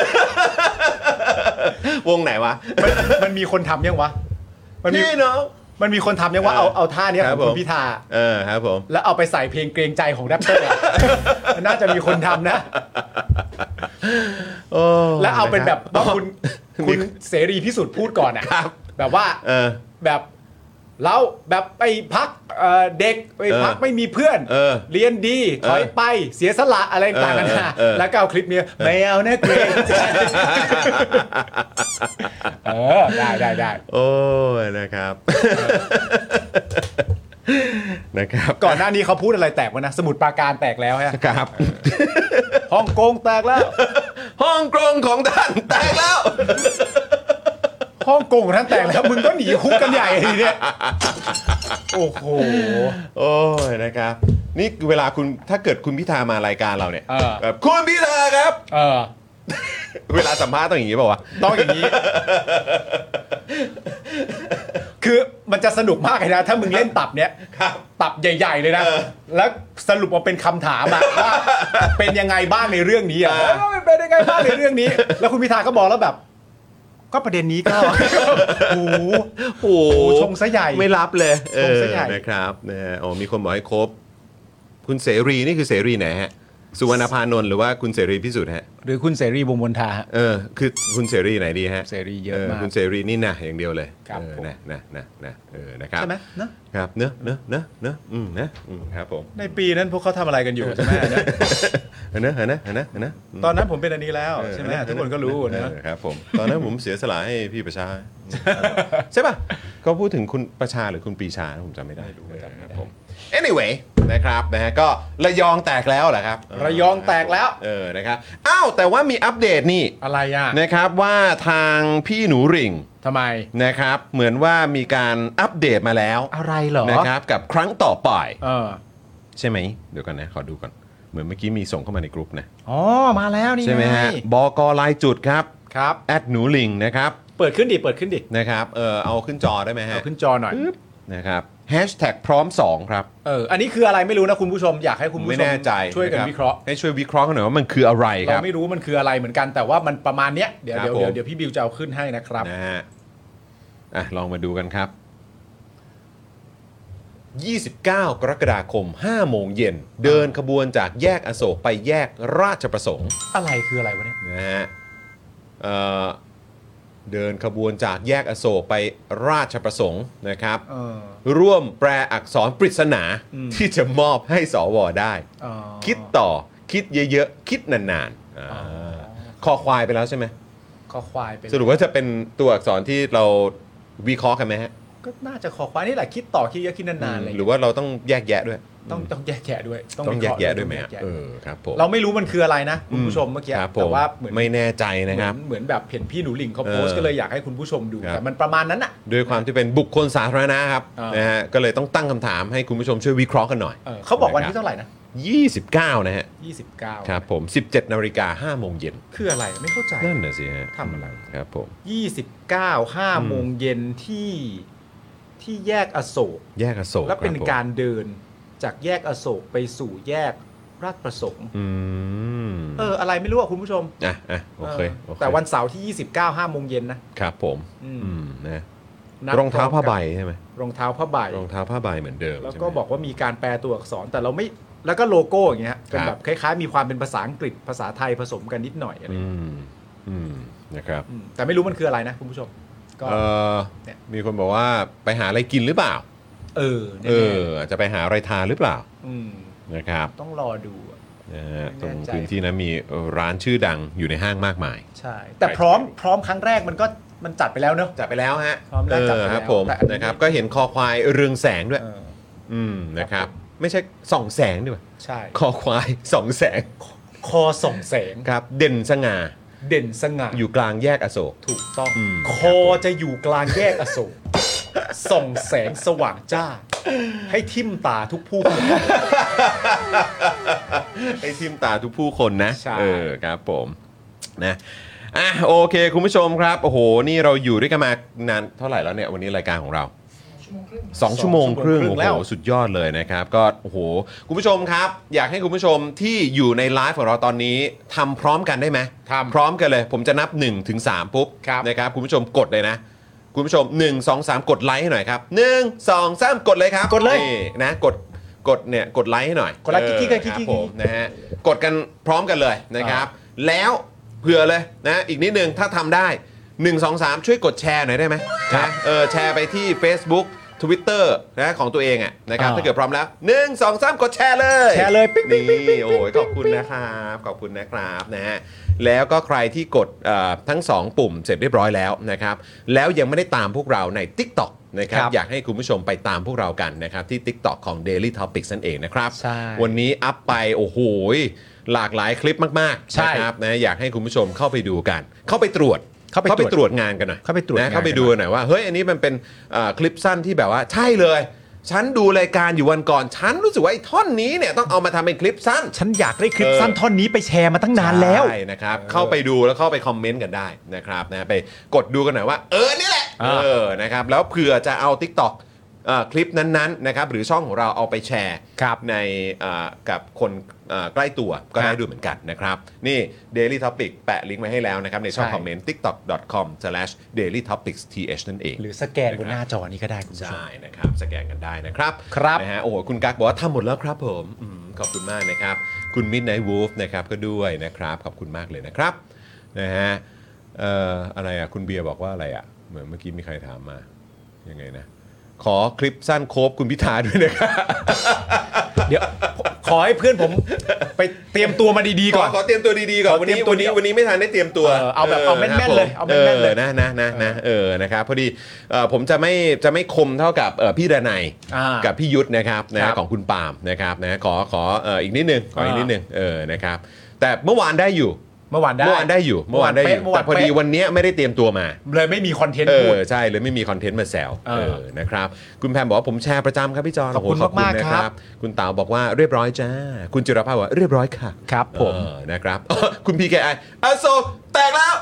[SPEAKER 2] วงไหนวะ
[SPEAKER 5] มันมันมีคนทำยังวะมันมี
[SPEAKER 2] พี่น้อง
[SPEAKER 5] มันมีคนทำยังว่าเอาเอาท่าเนี้ย
[SPEAKER 2] ค
[SPEAKER 5] ข
[SPEAKER 2] รั
[SPEAKER 5] อบ ง
[SPEAKER 2] ผม
[SPEAKER 5] คุณพิธา
[SPEAKER 2] เออครับผม
[SPEAKER 5] แล้วเอาไปใส่เพลงเกรงใจของแรปเตอร์อะ น่าจะมีคนทำนะ
[SPEAKER 2] โอ้
[SPEAKER 5] แล้วเอาเป็นแบบว่าคุณ
[SPEAKER 2] มี
[SPEAKER 5] คุณเสรีพิสุทธิ์พูดก่อนอ่ะ
[SPEAKER 2] ครับ
[SPEAKER 5] แบบว่า
[SPEAKER 2] เออ
[SPEAKER 5] แบบเราแบบไปพักเอ่อเด็กไปพัก
[SPEAKER 2] เออ
[SPEAKER 5] ไม่มีเพื่อน
[SPEAKER 2] เออ
[SPEAKER 5] เรียนดีถอยไปเสียสละอะไรต่างๆกันา
[SPEAKER 2] เออเออ
[SPEAKER 5] แล้วก็เอาคลิปนี้ไม่เอานะเกรงใจเออได้ได้ได้
[SPEAKER 2] โอ้ยนะครับ นะครับ
[SPEAKER 5] ก่อนหน้านี้เขาพูดอะไรแตกวะนะสมุทรปราการแตกแล้วฮะ
[SPEAKER 2] ครับ
[SPEAKER 5] ฮ่องกงแตกแล้ว
[SPEAKER 2] ห้องกรงของท่านแตกแล้ว
[SPEAKER 5] ฮ่องกงของท่านแตกแล้วมึงก็หนีคุกกันใหญ่ทีเนี้ยโอ้โห
[SPEAKER 2] โอ้ยนะครับ นี่เวลาคุณถ้าเกิดคุณพิธามารายการเราเนี่ย
[SPEAKER 5] เออ
[SPEAKER 2] แบบคุณพิธาครับ
[SPEAKER 5] เออ
[SPEAKER 2] เวลาสัมภาษณ์ต้องอย่างนี้เปล่าวะ
[SPEAKER 5] ต้องอย่างนี้ คือมันจะสนุกมากเลยนะ ถ้ามึงเล่นตับเนี้ย
[SPEAKER 2] ครับ
[SPEAKER 5] ตับใหญ่ ๆ เลยนะ
[SPEAKER 2] เออ
[SPEAKER 5] แล้วสรุปมาเป็นคำถามอะว่าเป็นยังไงบ้างในเรื่องนี้อะ
[SPEAKER 2] เออ
[SPEAKER 5] เออเป็นยังไงบ้างในเรื่องนี้ แล้วคุณพิธาก็บอกแล้วแบบ ก็ประเด็นนี้ก็ โอ้โห
[SPEAKER 2] โอ้โห
[SPEAKER 5] ชงซะใหญ่
[SPEAKER 2] ไม่รับเลยเอ
[SPEAKER 5] ชง
[SPEAKER 2] อ
[SPEAKER 5] ซะใหญ่
[SPEAKER 2] นะครับนะฮะโอ้มีคนบอกให้ครบ คุณเสรีนี่คือเสรีไหนฮะ สุวรรณพานนท์หรือว่าคุณเสรีพิสุทธิ์ฮะ
[SPEAKER 5] หรือคุณเสรีวงศ์มนทาฮะ
[SPEAKER 2] เออคือคุณเสรีไหนดีฮะ
[SPEAKER 5] เสรีเยอะมาก
[SPEAKER 2] คุณเสรีนี่นะอย่างเดียวเลย
[SPEAKER 5] ครับ
[SPEAKER 2] เออ
[SPEAKER 5] ผม
[SPEAKER 2] นะนะนะนะเออนะครับ
[SPEAKER 5] ใช่ไหมเนอะ
[SPEAKER 2] ครับเนอะเนอะเนอะเนอะอืมนะอืมครับผม
[SPEAKER 5] ในปีนั้นพวกเขาทำอะไรกันอยู่ใช่ไหม
[SPEAKER 2] เนอะเนอะเนอะเนอะเนอะอืม
[SPEAKER 5] ตอนนั้นผมเป็นอันนี้แล้วใช่ไหม
[SPEAKER 2] เออ
[SPEAKER 5] ทุกคนก็รู้นะ
[SPEAKER 2] เออครับผมตอนนั้นผมเสียสละให้พี่ประชาใช่ป่ะเขาพูดถึงคุณประชาหรือคุณปรีชาผมจำไม่ได้เออครับผม anyway นะครับนะฮะก็ระยองแตกแล้วเหรอครับ
[SPEAKER 5] ระยองแตกแล้ว
[SPEAKER 2] เออนะครับอ้าวแต่ว่ามีอัปเดตนี่
[SPEAKER 5] อะไรอ่ะ
[SPEAKER 2] นะครับว่าทางพี่หนูหริ่ง
[SPEAKER 5] ทำไม
[SPEAKER 2] นะครับเหมือนว่ามีการอัปเดตมาแล้ว
[SPEAKER 5] อะไรเหรอ
[SPEAKER 2] นะครับกับครั้งต่อไป
[SPEAKER 5] เออ
[SPEAKER 2] ใช่ไหมเดี๋ยวก่อนนะขอดูก่อนเหมือนเมื่อกี้มีส่งเข้ามาในกลุ่มนะ
[SPEAKER 5] อ๋อมาแล้วนี่
[SPEAKER 2] ใช่ไหมฮะ
[SPEAKER 5] ง
[SPEAKER 2] บกลายจุดครับ
[SPEAKER 5] ครับ
[SPEAKER 2] แอดหนูหลิงนะครับ
[SPEAKER 5] เปิดขึ้นดิเปิดขึ้นดิ
[SPEAKER 2] นะครับเออเอาขึ้นจอได้ไหมฮะ
[SPEAKER 5] เอาขึ้นจอหน่อย
[SPEAKER 2] นะครับแฮชแท็กพร้อมสองครับ
[SPEAKER 5] เอออันนี้คืออะไรไม่รู้นะคุณผู้ชมอยากให้คุณผู้
[SPEAKER 2] ไม่
[SPEAKER 5] ชม
[SPEAKER 2] แน่ใจ
[SPEAKER 5] ช่วยกันะ
[SPEAKER 2] บ
[SPEAKER 5] วิเคราะห์
[SPEAKER 2] ให้ช่วยวิเคราะห์กันหน่อยว่ามันคืออะไรค
[SPEAKER 5] เรา
[SPEAKER 2] รับ
[SPEAKER 5] ไม่รู้มันคืออะไรเหมือนกันแต่ว่ามันประมาณเนี้ยเดี๋ยว
[SPEAKER 2] ครับ
[SPEAKER 5] เดี๋ยว
[SPEAKER 2] ผม
[SPEAKER 5] เดี๋ยวพี่บิวจะเอาขึ้นให้นะครับ
[SPEAKER 2] นะฮะอ่ะลองมาดูกันครับ ยี่สิบเก้ากรกฎาคมห้าโมงเย็นเดินขบวนจากแยกอโศกไปแยกราชประสงค์
[SPEAKER 5] อะไรคืออะไรวะเนี่ย
[SPEAKER 2] นะฮะเอ่อเดินขบวนจากแยกอโศกไปราชประสงค์นะครับ
[SPEAKER 5] เออ
[SPEAKER 2] ร่วมแปลอักษรปริศนา
[SPEAKER 5] อืม
[SPEAKER 2] ที่จะมอบให้สวได้
[SPEAKER 5] อ๋อ
[SPEAKER 2] คิดต่อคิดเยอะๆ คิดนานๆอ่าคอควายไปแล้วใช่ไหม
[SPEAKER 5] คอควายเป็น
[SPEAKER 2] สรุปว่าจะเป็นตัวอักษรที่เราวิเคราะห์กันไหมฮะ
[SPEAKER 5] ก็น่าจะคอควายนี่แหละคิดต่อคิดเยอะคิดนานๆอะไร
[SPEAKER 2] หรือว่าเราต้องแยกแยะด้วย
[SPEAKER 5] ต้องต้องแยกแยะด้วย
[SPEAKER 2] ต้อง
[SPEAKER 5] วิ
[SPEAKER 2] แย
[SPEAKER 5] เค
[SPEAKER 2] ก
[SPEAKER 5] ราะห์
[SPEAKER 2] แยะด้วยไหม
[SPEAKER 5] ต้
[SPEAKER 2] ฮะ
[SPEAKER 5] องแกแยะ
[SPEAKER 2] เออครับผม
[SPEAKER 5] เราไม่รู้มันคืออะไรนะคุณผู้ชมเมื่อกี้
[SPEAKER 2] ครับผม
[SPEAKER 5] แต่ว่าเหมือน
[SPEAKER 2] ไม่แน่ใจนะครับ
[SPEAKER 5] เหมือนเหมือนแบบเห็นพี่หนูหลิงเขาโพส
[SPEAKER 2] เอ
[SPEAKER 5] ต์
[SPEAKER 2] อ
[SPEAKER 5] ก็เลยอยากให้คุณผู้ชมดู
[SPEAKER 2] ครับ
[SPEAKER 5] แต่มันประมาณนั้นอ่ะ
[SPEAKER 2] ด้วยความที่เป็นบุคคลสาธารณะครับ
[SPEAKER 5] อ่าน
[SPEAKER 2] นะฮะก็เลยต้องตั้งคำถามให้คุณผู้ชมช่วยวิเคราะห์กันหน่อย
[SPEAKER 5] เออเขาบอกวันที่เท่าไหร่นะ
[SPEAKER 2] ยี่สิบเก้านะฮะ
[SPEAKER 5] ยี่สิบเก้า
[SPEAKER 2] ครับผมสิบเจ็ดนาฬิกาห้าโมงเย็น
[SPEAKER 5] คืออะไรไม่เข้าใจ
[SPEAKER 2] นั่นน่ะสิฮะ
[SPEAKER 5] ทำอะไร
[SPEAKER 2] ครับผม
[SPEAKER 5] ยี่สิบเก้า ห้าโมงเย็นที่ที่แยกอโศก
[SPEAKER 2] แยกอโศก
[SPEAKER 5] และเป็น
[SPEAKER 2] คบผม
[SPEAKER 5] การเดินจากแยกอโศกไปสู่แยกราชประสงค์
[SPEAKER 2] อืม
[SPEAKER 5] เอออะไรไม่รู้อ่ะคุณผู้ชม
[SPEAKER 2] อ่ะอ่ะโอเคโอเค
[SPEAKER 5] แต่วันเสาร์ที่ยี่สิบเก้า ห้าโมงเย็นนะครับ
[SPEAKER 2] ผม
[SPEAKER 5] อืม
[SPEAKER 2] อืมนะ
[SPEAKER 5] นัด
[SPEAKER 2] รองเท้าผ้าใบใช่ไหม
[SPEAKER 5] รองเท้าผ้าใบ
[SPEAKER 2] รองเท้าผ้าใบเหมือนเดิม
[SPEAKER 5] แล้ว
[SPEAKER 2] ใช่ไหม
[SPEAKER 5] ก็บอกว่ามีการแปลตัวอักษรแต่เราไม่แล้วก็โลโก้อย่างเงี้ยเป็น
[SPEAKER 2] ครับ
[SPEAKER 5] แบบคล้ายๆ มีความเป็นภาษาอังกฤษภาษาไทยผสมกันนิดหน่อยอะไร
[SPEAKER 2] อืมอืมนะครับ
[SPEAKER 5] อืมแต่ไม่รู้มันคืออะไรนะคุณผู้ชมก็
[SPEAKER 2] เออ
[SPEAKER 5] เนี่ย
[SPEAKER 2] มีคนบอกว่าไปหาอะไรกินหรือเปล่า
[SPEAKER 5] เออแน่
[SPEAKER 2] เอ
[SPEAKER 5] ๆ
[SPEAKER 2] ออาจจะไปหาอะไรทานหรือเปล่า
[SPEAKER 5] อืม
[SPEAKER 2] นะครับ
[SPEAKER 5] ต้องรอดูอะ
[SPEAKER 2] นะฮะ
[SPEAKER 5] ไม่
[SPEAKER 2] ตรง
[SPEAKER 5] แน่ใจ
[SPEAKER 2] พื้นที่นั้นมีร้านชื่อดังอยู่ในห้างมากมาย
[SPEAKER 5] ใช่ แต่พร้อมพร้อมครั้งแรกมันก็มันจัดไปแล้วเนอะ
[SPEAKER 2] จัดไปแล้วฮะ
[SPEAKER 5] พร้อมแล้ว
[SPEAKER 2] เอ
[SPEAKER 5] จัด
[SPEAKER 2] อ
[SPEAKER 5] ไปแล้ว
[SPEAKER 2] ครับผม
[SPEAKER 5] แต่อันนี้
[SPEAKER 2] นะครับก็เห็นคอควายเรืองแสงด้วย
[SPEAKER 5] เออ
[SPEAKER 2] อืมนะครับไม่ใช่ส่องแสงด้วย
[SPEAKER 5] ใช่
[SPEAKER 2] คอควายส่องแสง
[SPEAKER 5] คอส่องแสง
[SPEAKER 2] ครับเด่นสง่า
[SPEAKER 5] เด่นสง่า
[SPEAKER 2] อยู่กลางแยกอโศก
[SPEAKER 5] ถูกต้อง
[SPEAKER 2] อืม
[SPEAKER 5] คอจะอยู่กลางแยกอโศกส่องแสงสว่างจ้า ให้ทิ่มตาทุกผู้คน
[SPEAKER 2] ไอ้ทิมตาทุกผู้คนนะ
[SPEAKER 5] ใช่
[SPEAKER 2] เออครับผมนะอ่ะโอเค คุณผู้ชมครับโอ้โหนี่เราอยู่ด้วยกันมานานเท่าไหร่แล้วเนี่ยวันนี้รายการของเราสองชั่วโมงครึ่งโอ้โหสุดยอดเลยนะครับก็โอ้โหคุณผู้ชมครับ อยากให้คุณผู้ชมที่อยู่ในไลฟ์ของเราตอนนี้ทำพร้อมกันได้ไหม
[SPEAKER 5] ทำ
[SPEAKER 2] พร้อมกันเลย ผมจะนับหนึ่งถึงสามปุ๊บ
[SPEAKER 5] ครับ
[SPEAKER 2] นะครับคุณผู้ชมกดเลยนะ คุณผู้ชมหนึ่ง สอง สามกดไลค์ให้หน่อยครับหนึ่ง สอง สามกดเลยครับ
[SPEAKER 5] กดเลย
[SPEAKER 2] นี่นะกดกดเนี่ยกดไลค์ให้หน่อย
[SPEAKER 5] กดไลค์
[SPEAKER 2] เออ
[SPEAKER 5] กิ๊กๆกัน
[SPEAKER 2] ครับ
[SPEAKER 5] กิ๊กๆ
[SPEAKER 2] ผมนะฮะกดกันพร้อมกันเลยนะครับ แล้วเผื่อเลยนะอีกนิดนึงถ้าทำได้หนึ่ง สอง สามช่วยกดแชร์หน่อยได้ไหมนะเออแชร์ไปที่ Facebook Twitter นะของตัวเองอ่ะนะครับ
[SPEAKER 5] อ่า
[SPEAKER 2] ถ้าเกิดพร้อมแล้วหนึ่ง สอง สามกดแชร์เลย
[SPEAKER 5] แชร์เลยปิ๊งปิ๊งปิ๊งปิ๊
[SPEAKER 2] นี่
[SPEAKER 5] ง
[SPEAKER 2] โอ้ยขอบคุณนะครับขอบคุณนะครับนะฮะแล้วก็ใครที่กดเอ่อทั้งสองปุ่มเสร็จเรียบร้อยแล้วนะครับแล้วยังไม่ได้ตามพวกเราใน TikTok นะครับ
[SPEAKER 5] ครับ
[SPEAKER 2] อยากให้คุณผู้ชมไปตามพวกเรากันนะครับที่ TikTok ของ Daily Topics นั่นเองนะครับ
[SPEAKER 5] ใช่
[SPEAKER 2] วันนี้อัพไปโอ้โหหลากหลายคลิปมากๆ
[SPEAKER 5] ใช่
[SPEAKER 2] นะครับนะอยากให้คุณผู้ชมเข้าไปดูกัน เข้าไปตรวจ
[SPEAKER 5] เข้าไปตรวจ
[SPEAKER 2] ตรวจงานกันหน่อย
[SPEAKER 5] เข้าไปตรวจ
[SPEAKER 2] นะ
[SPEAKER 5] งาน
[SPEAKER 2] เข้าไปดูหน่อยว่าเฮ้ยอันนี้มันเป็นเอ่อคลิปสั้นที่แบบว่าใช่เลย ฉันดูรายการอยู่วันก่อน ฉันรู้สึกว่าไอ้ท่อนนี้เนี่ยต้องเอามาทำเป็นคลิปสั้น
[SPEAKER 5] ฉันอยากได้คลิป
[SPEAKER 2] เออ
[SPEAKER 5] สั้นท่อนนี้ไปแชร์มาตั้งนานแล้ว
[SPEAKER 2] ใช่นะครับเข้าไปดูแล้วเข้าไปคอมเมนต์กันได้นะครับนะไปกดดูกันหน่อยว่า เออนี่แหละ
[SPEAKER 5] อ่า
[SPEAKER 2] เออนะครับแล้วเผื่อจะเอา TikTok เอ่อคลิปนั้นๆนะครับหรือช่องของเราเอาไปแชร์
[SPEAKER 5] ครับ
[SPEAKER 2] ในเอ่อกับคนเอ่อใกล้ตัวก็ได้
[SPEAKER 5] ครับ
[SPEAKER 2] ดูเหมือนกันนะครับนี่ Daily Topic แปะลิงก์ไว้ให้แล้วนะครับในช่อง
[SPEAKER 5] ใช่
[SPEAKER 2] คอมเมนต์ ติ๊กต็อกดอทคอมสแลชเดลี่ท็อปิกส์ทีเอช นั่นเอง
[SPEAKER 5] หรือสแกนบนหน้าจอนี้ก็ได้คุณผู้ชม
[SPEAKER 2] ใช่นะครับสแกนกันได้นะครับ
[SPEAKER 5] ครับ
[SPEAKER 2] นะฮะโอ้โหคุณกั๊กบอกว่าทำหมดแล้วครับผมอืมขอบคุณมากนะครับ คุณ Midnight Wolf นะครับก็ด้วยนะครับขอบคุณมากเลยนะครับนะฮะเอ่ออะไรอ่ะคุณเบียร์บอกว่าอะไรอ่ะเหมือนเมื่อกี้มีใครถามมายังไงนะขอคลิปสั้นโคบคุณพิธาด้วยนะครับ
[SPEAKER 5] เดี๋ยวขอให้เพื่อนผมไปเตรียมตัวมาดีๆ
[SPEAKER 2] ข
[SPEAKER 5] ก่
[SPEAKER 2] อ
[SPEAKER 5] อน
[SPEAKER 2] ขอเตรียมตัวดีๆก่อน
[SPEAKER 5] ขอ
[SPEAKER 2] วัน
[SPEAKER 5] เตรี
[SPEAKER 2] นี้
[SPEAKER 5] ยมตัว
[SPEAKER 2] วันนี้
[SPEAKER 5] ดี
[SPEAKER 2] วันนี้ไม่ทันได้เตรียมตัว
[SPEAKER 5] เออเอาแบบเอาแม่นๆ
[SPEAKER 2] ครับ
[SPEAKER 5] เลยเอาแม่นๆเลย
[SPEAKER 2] ออนะนะนะนะเออนะครับพอดีเอ่อผมจะไม่จะไม่คมเท่ากับเอ่อพี่ดนัย
[SPEAKER 5] อ่า
[SPEAKER 2] กับพี่ยุทธนะครับ
[SPEAKER 5] ครั
[SPEAKER 2] นะ
[SPEAKER 5] บ
[SPEAKER 2] ของคุณปาล์มนะครับนะขอขอเอ่ออีกนิดนึงขออีก
[SPEAKER 5] อ่านิ
[SPEAKER 2] นิดนึงเออนะครับแต่เมื่อวานได้อยู่
[SPEAKER 5] เมื่อวานได้
[SPEAKER 2] เมื่อวานได้อยู่เมื่อวานได้อยู่
[SPEAKER 5] เมื่อวาน
[SPEAKER 2] แต่พอดี
[SPEAKER 5] เป๊ะ
[SPEAKER 2] วันเนี้ยไม่ได้เตรียมตัวมา
[SPEAKER 5] เลยไม่มีคอนเทนต์
[SPEAKER 2] เอ
[SPEAKER 5] พูด
[SPEAKER 2] อใช่เลยไม่มีคอนเทนต์มาแซว
[SPEAKER 5] เออ
[SPEAKER 2] เออนะครับคุณแพมบอกว่าผมแชร์ประจำครับพี่จอน
[SPEAKER 5] ขอบคุณ
[SPEAKER 2] โโห
[SPEAKER 5] มากๆ
[SPEAKER 2] นะครับ คุณเต๋าบอกว่าเรียบร้อยจ้าคุณจิรภาพบอกว่าเรียบร้อยค่ะ
[SPEAKER 5] ครับผม
[SPEAKER 2] เออนะครับ คุณ พี เค ไอ อโศกแตกแล้ว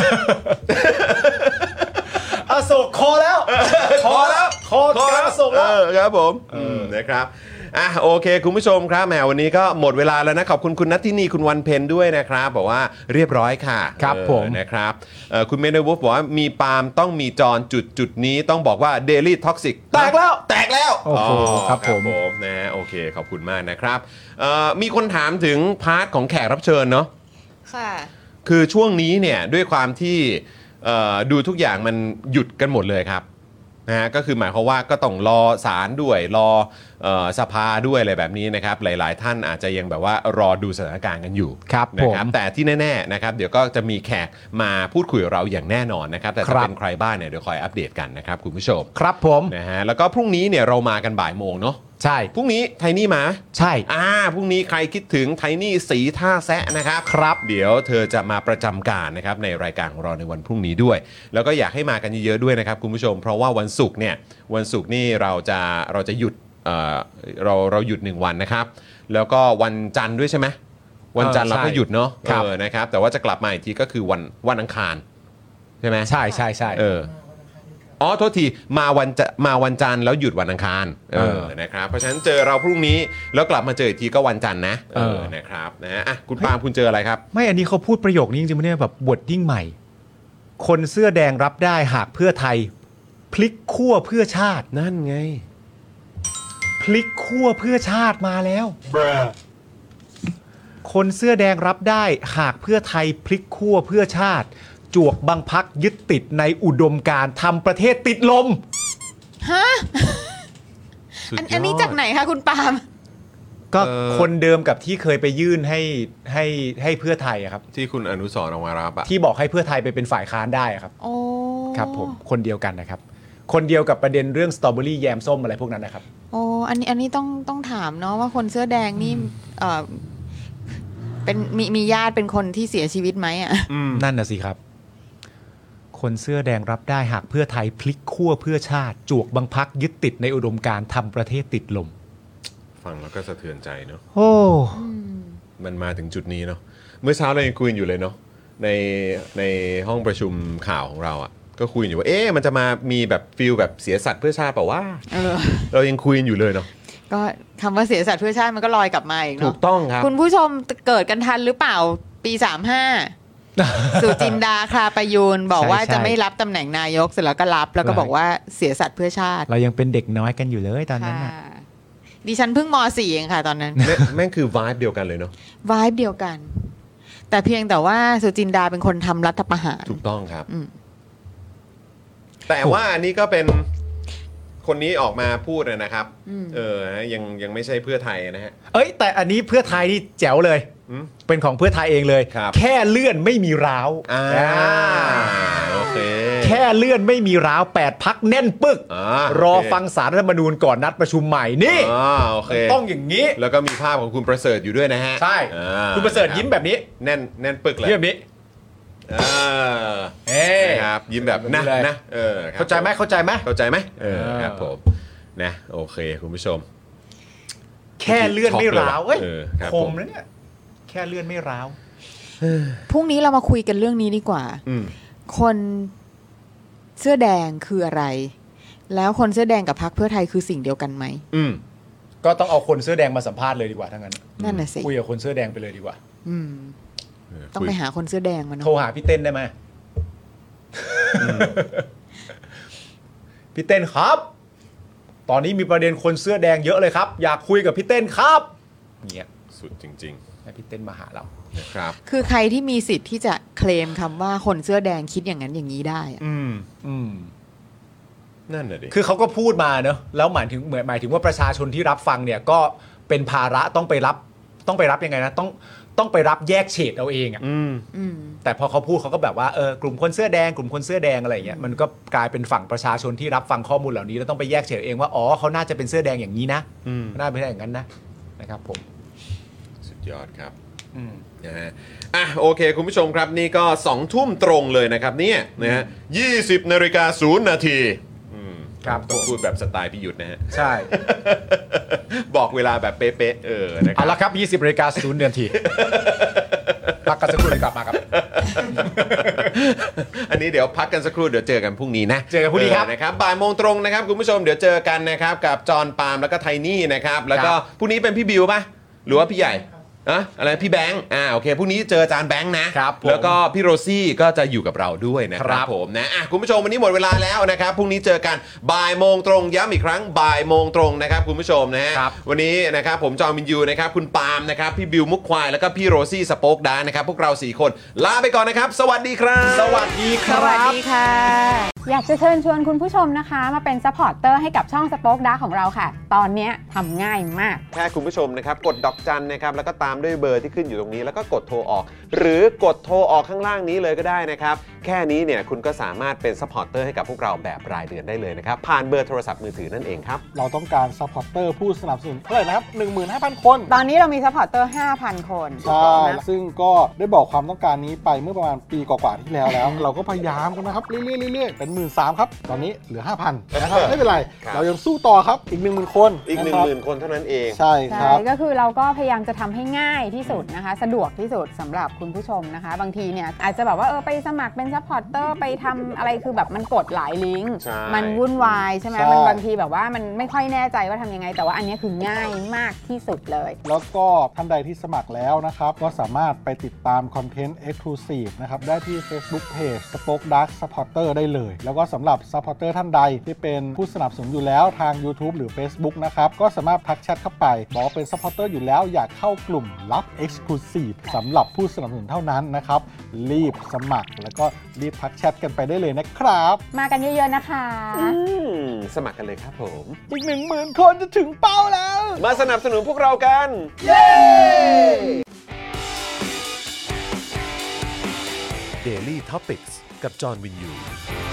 [SPEAKER 5] อโศกคอแล้ว
[SPEAKER 2] คอแล้ว
[SPEAKER 5] คอกลางอโศกแล้ว
[SPEAKER 2] เออครับผมมนะครับอ่ะโอเค คุณผู้ชมครับแหมวันนี้ก็หมดเวลาแล้วนะขอบคุณคุณนัททินีคุณวันเพ็ญด้วยนะครับบอกว่าเรียบร้อยค่ะ
[SPEAKER 5] ครับ
[SPEAKER 2] เออ
[SPEAKER 5] ผม
[SPEAKER 2] นะครับเอ่อคุณเมนวูฟบอกว่ามีปาล์มต้องมีจอนจุดจุดนี้ต้องบอกว่า Daily Toxic
[SPEAKER 5] แตกแล้ว
[SPEAKER 2] แตกแล้ว
[SPEAKER 5] โอ้โหครับผม
[SPEAKER 2] นะโอเคขอบคุณมากนะครับเอ่อมีคนถามถึงพาร์ทของแขกรับเชิญเนาะ
[SPEAKER 1] ค่ะ
[SPEAKER 2] คือช่วงนี้เนี่ยด้วยความที่เอ่อดูทุกอย่างมันหยุดกันหมดเลยครับนะฮะก็คือหมายความว่าก็ต้องรอศาลด้วยรอเอ่อสภาด้วยอะไรแบบนี้นะครับหลาย ๆ ท่านอาจจะยังแบบว่ารอดูสถานการณ์กันอยู่
[SPEAKER 5] ครับ
[SPEAKER 2] นะ
[SPEAKER 5] ผม
[SPEAKER 2] แต่ที่แน่ๆนะครับเดี๋ยวก็จะมีแขกมาพูดคุยกับเราอย่างแน่นอนนะครับแต่
[SPEAKER 5] ครั
[SPEAKER 2] จะ
[SPEAKER 5] บ
[SPEAKER 2] เป็นใครบ้างเนี่ยเดี๋ยวคอยอัปเดตกันนะครับคุณผู้ชม
[SPEAKER 5] ครับผม
[SPEAKER 2] นะฮะแล้วก็พรุ่งนี้เนี่ยเรามากันบ่ายโมงเนาะ
[SPEAKER 5] ใช่
[SPEAKER 2] พรุ่งนี้ไทนี่มา
[SPEAKER 5] ใช่
[SPEAKER 2] อ่าพรุ่งนี้ใครคิดถึงไทนี่สีท่าแซะนะครับ
[SPEAKER 5] ครับ
[SPEAKER 2] เดี๋ยวเธอจะมาประจำการนะครับในรายการของเราในวันพรุ่งนี้ด้วย แล้วก็อยากให้มากันเยอะๆด้วยนะครับคุณผู้ชม เพราะว่าวันศุกร์เนี่ยวันศุกร์นี่เราจะเราจะหยุดเอ่อเราเราหยุดหนึ่งวันนะครับ แล้วก็วันจันทร์ด้วยใช่ไหมวันจันทร์
[SPEAKER 5] เออ
[SPEAKER 2] เราก็
[SPEAKER 5] ใช่
[SPEAKER 2] หยุดเนาะ
[SPEAKER 5] ครับ
[SPEAKER 2] เออนะครับแต่ว่าจะกลับมาอีกทีก็คือวันวันอังคารใช่ไหม
[SPEAKER 5] ใช่ใช่ใช่
[SPEAKER 2] เอออ๋อโทษทีมาวันจะมาวันจันทร์แล้วหยุดวันอังคารเออ
[SPEAKER 5] เออ
[SPEAKER 2] นะครับเพราะฉะนั้นเจอเราพรุ่งนี้แล้วกลับมาเจออีกทีก็วันจันทร์นะเอ
[SPEAKER 5] เอ
[SPEAKER 2] อ
[SPEAKER 5] อ
[SPEAKER 2] นะครับนะฮะอ่ะคุณปาล์มคุณเจออะไรครับ
[SPEAKER 5] ไม่อันนี้เขาพูดประโยคนี้จริงๆไม่ได้แบบบทยิ่งใหม่ คนเสื้อแดงรับได้หากเพื่อไทย พลิกขั้วเพื่อชาติ
[SPEAKER 2] นั่นไง
[SPEAKER 5] พลิกขั้วเพื่อชาติมาแล้ว คนเสื้อแดงรับได้หากเพื่อไทยพลิกขั้วเพื่อชาติ จวกบังพักยึดติดในอุดมการณ์ทำประเทศติดลม
[SPEAKER 1] ฮะ
[SPEAKER 2] สุดย
[SPEAKER 1] อัน
[SPEAKER 2] ด
[SPEAKER 1] อันนี้จากไหนคะคุณปาล์ม
[SPEAKER 5] ก็
[SPEAKER 2] เออ
[SPEAKER 5] คนเดิมกับที่เคยไปยื่นให้ให้ให้เพื่อไทยอะครับ
[SPEAKER 2] ที่คุณอนุสรณ์ออกมารับอะ
[SPEAKER 5] ที่บอกให้เพื่อไทยไปเป็นฝ่ายค้านได้อะครับ
[SPEAKER 1] โอ้
[SPEAKER 5] ครับผมคนเดียวกันนะครับ คนเดียวกับประเด็นเรื่องสตรอเบอรี่แยมส้มอะไรพวกนั้นนะครับ
[SPEAKER 1] โอ้อันนี้อันนี้ต้องต้องถามเนาะว่าคนเสื้อแดงนี่เออเป็นมีมีญาติเป็นคนที่เสียชีวิตไหมอ่ะ
[SPEAKER 5] นั่นน่ะสิครับ คนเสื้อแดงรับได้หากเพื่อไทยพลิกขั้วเพื่อชาติ จวกบังพักยึดติดในอุดมการณ์ทำประเทศติดลม
[SPEAKER 2] ฟังแล้วก็สะเทือนใจเนาะ
[SPEAKER 5] โอ้
[SPEAKER 2] มันมาถึงจุดนี้เนาะเมื่อเช้าเรายังคุยอยู่เลยเนาะในในห้องประชุมข่าวของเราอะก็คุยอยู่ว่าเอ๊ะมันจะมามีแบบฟิลแบบเสียสัตว์เพื่อชาติเปล่าว่า
[SPEAKER 1] เออ
[SPEAKER 2] เรายังคุยอยู่เลยเนาะ
[SPEAKER 1] ก็คำว่าเสียสัตว์เพื่อชาติมันก็ลอยกลับมาอีก
[SPEAKER 2] ถู
[SPEAKER 1] เนาะ
[SPEAKER 2] กต้องครับ
[SPEAKER 1] คุณผู้ชมเกิดกันทันหรือเปล่าปีสามห้า สุจินดาคลาประยูนบอกว่า
[SPEAKER 5] ใช่ใช่
[SPEAKER 1] จะไม่รับตำแหน่งนายกเสร็จแล้วก็รับ แล้วก็บอกว่าเสียสัตว์เพื่อชาติ
[SPEAKER 5] เรายังเป็นเด็กน้อยกันอยู่เลยตอนนั้น
[SPEAKER 1] ค่ะ
[SPEAKER 5] น่ะ
[SPEAKER 1] ดิฉันเพิ่งม สี่ เองค่ะตอนนั้น
[SPEAKER 2] แม่แม่งคือวายเดียวกันเลยเนาะ
[SPEAKER 1] วายเดียวกัน แต่เพียงแต่ว่าสุจินดาเป็นคนทำรัฐประหาร
[SPEAKER 2] ถูกต้องครับ
[SPEAKER 1] อืม
[SPEAKER 2] แต่ว่าอันนี้ก็เป็นคนนี้ออกมาพูดนะครับ
[SPEAKER 1] อืม
[SPEAKER 2] เออนะยังยังไม่ใช่เพื่อไทยนะฮะ
[SPEAKER 5] เอ้ยแต่อันนี้เพื่อไทยนี่แจ๋วเลย
[SPEAKER 2] อืม
[SPEAKER 5] เป็นของเพื่อไทยเองเลย
[SPEAKER 2] ครับ
[SPEAKER 5] แค่เลื่อนไม่มีร้าว
[SPEAKER 2] อ่า
[SPEAKER 5] อ่า
[SPEAKER 2] โอเค
[SPEAKER 5] แค่เลื่อนไม่มีร้าวแปดพักแน่นปึก
[SPEAKER 2] อ่าร
[SPEAKER 5] อ
[SPEAKER 2] โอเค
[SPEAKER 5] ฟังสารรัฐธรรมนูญก่อนนัดประชุมใหม่นี่
[SPEAKER 2] อ่าโอเค
[SPEAKER 5] ต้องอย่างนี้
[SPEAKER 2] แล้วก็มีภาพของคุณประเสริฐอยู่ด้วยนะฮะ
[SPEAKER 5] ใช่
[SPEAKER 2] อ่า
[SPEAKER 5] คุณประเสริฐยิ้มแบบนี้
[SPEAKER 2] แน่นแน่นปึกเลย
[SPEAKER 5] ยิ้มแบบนี้
[SPEAKER 2] อ่า
[SPEAKER 5] เอ้ย
[SPEAKER 2] นะครับยิ้มแบบนะ
[SPEAKER 5] แบบนี้เลย
[SPEAKER 2] นะเออครับ
[SPEAKER 5] เข้าใจไหมเข้าใจไหม
[SPEAKER 2] เข้าใจไหมเออ
[SPEAKER 5] เออ
[SPEAKER 2] ครับผมนะโอเคคุณผู้ชม
[SPEAKER 5] แค่เลื่อนไม่ร้าวเอ้ย
[SPEAKER 2] เออครับ
[SPEAKER 5] ค
[SPEAKER 2] ผม ม
[SPEAKER 5] นะเนี่ยแค่เลื่อนไม่ร้าว
[SPEAKER 1] พรุ่งนี้เรามาคุยกันเรื่องนี้ดีกว่า
[SPEAKER 2] อืม
[SPEAKER 1] คนเสื้อแดงคืออะไร แล้วคนเสื้อแดงกับพรรคเพื่อไทยคือสิ่งเดียวกันไหม
[SPEAKER 2] อืม
[SPEAKER 5] ก็ต้องเอาคนเสื้อแดงมาสัมภาษณ์เลยดีกว่าทั้างนั้น
[SPEAKER 1] นั่นน่ะสิ
[SPEAKER 5] คุยกับคนเสื้อแดงไปเลยดีกว่า
[SPEAKER 1] อืม
[SPEAKER 2] เออ
[SPEAKER 1] ต้อง
[SPEAKER 2] คุย
[SPEAKER 1] ไปหาคนเสื้อแดงมา
[SPEAKER 5] โทร
[SPEAKER 1] เนาะ
[SPEAKER 5] หาพี่เต้นได้ไหมพี่เต้นครับ ตอนนี้มีประเด็นคนเสื้อแดงเยอะเลยครับ อยากคุยกับพี่เต้นครับเงี้ย
[SPEAKER 2] สุดจริง
[SPEAKER 5] ให้พี่เต้นมาหาเรา
[SPEAKER 2] ๆนะครับ
[SPEAKER 1] คือใครที่มีสิทธิ์ที่จะเคลมคำว่าคนเสื้อแดงคิดอย่างนั้นอย่างนี้ได้อะ
[SPEAKER 5] อืมอืม
[SPEAKER 2] นั่นน่ะดิ
[SPEAKER 5] คือเขาก็พูดมาเนอะแล้วหมายถึงเหมือนหมายถึงว่าประชาชนที่รับฟังเนี่ยก็เป็นภาระต้องไปรับต้องไปรับยังไงนะต้องต้องไปรับแยกเฉดเอาเองอะ
[SPEAKER 2] อืม
[SPEAKER 1] อืม
[SPEAKER 5] แต่พอเขาพูดเขาก็แบบว่าเออกลุ่มคนเสื้อแดงกลุ่มคนเสื้อแดงอะไรอย่างเงี้ยมันก็กลายเป็นฝั่งประชาชนที่รับฟังข้อมูลเหล่านี้แล้วต้องไปแยกเฉดเองว่าอ๋อเขาน่าจะเป็นเสื้อแดงอย่างนี้นะ
[SPEAKER 2] อืม
[SPEAKER 5] น่าเป็นอย่างนั้นนะนะครับผม
[SPEAKER 2] สุดยอดครับ
[SPEAKER 5] อืม
[SPEAKER 2] นะฮะอ่ะโอเค คุณผู้ชมครับนี่ก็สองทุ่มตรงเลยนะครับเนี่ยนะฮะยี่สิบนาฬิกาศูนย์นาทีอืม
[SPEAKER 5] ครับ
[SPEAKER 2] ต้อง
[SPEAKER 5] ผม
[SPEAKER 2] พูดแบบสไตล์พี่ยุทธนะฮะ
[SPEAKER 5] ใช่
[SPEAKER 2] บอกเวลาแบบเป๊ะๆเออนะค
[SPEAKER 5] เอา
[SPEAKER 2] รับ
[SPEAKER 5] ละครับยี่สิบนาฬิกาศูนย์นาทีพักกันสักครู่เดี๋ยวกลับมาครับ
[SPEAKER 2] อันนี้เดี๋ยวพักกันสักครู่เดี๋ยวเจอกันพรุ่งนี้นะ
[SPEAKER 5] เจอกันพรุ่งนี้ครับ
[SPEAKER 2] นะครับบ่ายโมงตรงนะครับคุณผู้ชมเดี๋ยวเจอกันนะครับกับจอห์นปาล์มแล้วก็ไทนี่นะครับแล้วก็พรุ่งนี้เป็นพี่บิวป่ะหรือว่าพี่ใหญ่อะอะไรพี่แบงค์อ่าโอเคพรุ่งนี้เจออาจารย์แบงค์นะครับ
[SPEAKER 5] ผม
[SPEAKER 2] แล้วก็พี่โรซี่ก็จะอยู่กับเราด้วยนะค
[SPEAKER 5] ค
[SPEAKER 2] รั
[SPEAKER 5] รั
[SPEAKER 2] บบ ผมนะอ่ะคุณผู้ชมวันนี้หมดเวลาแล้วนะครับพรุ่งนี้เจอกันบ่ายโมงตรงย้ำอีกครั้งบ่ายโมงตรงนะครับคุณผู้ชมนะฮะ
[SPEAKER 5] ครับ
[SPEAKER 2] วันนี้นะครับผมจอห์นวินยูนะครับคุณปาล์มนะครับพี่บิวมุกควายแล้วก็พี่โรซี่สโป๊กดาร์กนะครับพวกเราสี่คนลาไปก่อนนะครับสวัสดีครับ
[SPEAKER 5] สวัสดีค
[SPEAKER 1] ส
[SPEAKER 5] รับ
[SPEAKER 1] วัสดีค่ะ อยากจะเชิญชวนคุณผู้ชมนะคะ มาเป็นซัพพอร์ตเตอร์ให้กับช่องสป็อคดาร์กของเราค่ะ ตอนเนี้ยทำง่ายมาก
[SPEAKER 2] แค่คุณผู้ชมนะครับกดดอกจันนะครับแล้วก็ตามด้วยเบอร์ที่ขึ้นอยู่ตรงนี้แล้วก็กดโทรออก หรือกดโทรออกข้างล่างนี้เลยก็ได้นะครับแค่นี้เนี่ยคุณก็สามารถเป็นซัพพอร์ตเตอร์ให้กับพวกเราแบบรายเดือนได้เลยนะครับผ่านเบอร์โทรศัพท์มือถือนั่นเองครับ
[SPEAKER 3] เราต้องการซัพพอร์เตอร์ผู้สนับสนุนเท่าไหร่นะครับ หนึ่งหมื่นห้าพัน คน
[SPEAKER 1] ตอนนี้เรามีซัพพอร์ตเตอร์ ห้าพัน คน
[SPEAKER 3] ใช่
[SPEAKER 1] นะ
[SPEAKER 3] ซึ่งก็ได้บอกความต้องการนี้ไปเมื่อประมาณปีกว่าๆที่แล้วแล้ว เราก็พยายามกันนะครับ เรื่อยๆเรื่อยๆเป็น หนึ่งหมื่นสามพัน ครับ ตอนนี้เหลือ ห้าพัน นะครับ ไม่เป็นไร
[SPEAKER 2] ครับ
[SPEAKER 3] เรายังสู้ต่อครับ อีก หนึ่งหมื่น คน
[SPEAKER 2] อีก 1
[SPEAKER 3] ะครับ
[SPEAKER 2] 0,000 คนเท่านั้นเอง
[SPEAKER 3] ใช่ค
[SPEAKER 1] ใช่
[SPEAKER 3] รับ
[SPEAKER 1] ก็คือเราก็พยายามจะทำให้ง่ายที่สุดนะคะ สะดวกที่สุดสำหรับคุณผู้ชมนะคะ บางทีเนี่ยอาจจะแบบว่าเออไปสมัครเป็นซัพพอร์ตเตอร์ไปทำอะไรคือแบบมันกดหลายลิงก์
[SPEAKER 2] ใช่
[SPEAKER 1] มันวุ่นวายใช่ไหม
[SPEAKER 3] ใช่
[SPEAKER 1] มันบางทีแบบว่ามันไม่ค่อยแน่ใจว่าทำยังไงแต่ว่าอันนี้คือง่ายมากที่สุดเลย
[SPEAKER 3] แล้วก็ท่านใดที่สมัครแล้วนะครับก็สามารถไปติดตามคอนเทนต์ Exclusive นะครับได้ที่ Facebook Page Spoke Dark Supporter ได้เลยแล้วก็สำหรับ Supporter ท่านใดที่เป็นผู้สนับสนุนอยู่แล้วทาง YouTube หรือ Facebook นะครับก็สามารถทักแชทเข้าไปบอกว่าเป็น Supporter อยู่แล้วอยากเข้ากลุ่มลับ Exclusive สำหรับผู้สนับสนุนเท่านั้นนะครับรีบสมัครแล้วก็รีบทักแชทกันไปได้เลยนะครับ
[SPEAKER 1] มากันเยอะๆนะคะ
[SPEAKER 2] อืมสมัครกันเลยครับผม
[SPEAKER 3] อีก หนึ่งหมื่น คนจะถึงเป้าแล้ว
[SPEAKER 2] มาสนับสนุนพวกเรากัน
[SPEAKER 3] เย้
[SPEAKER 4] Daily Topics กับจอห์นวินยู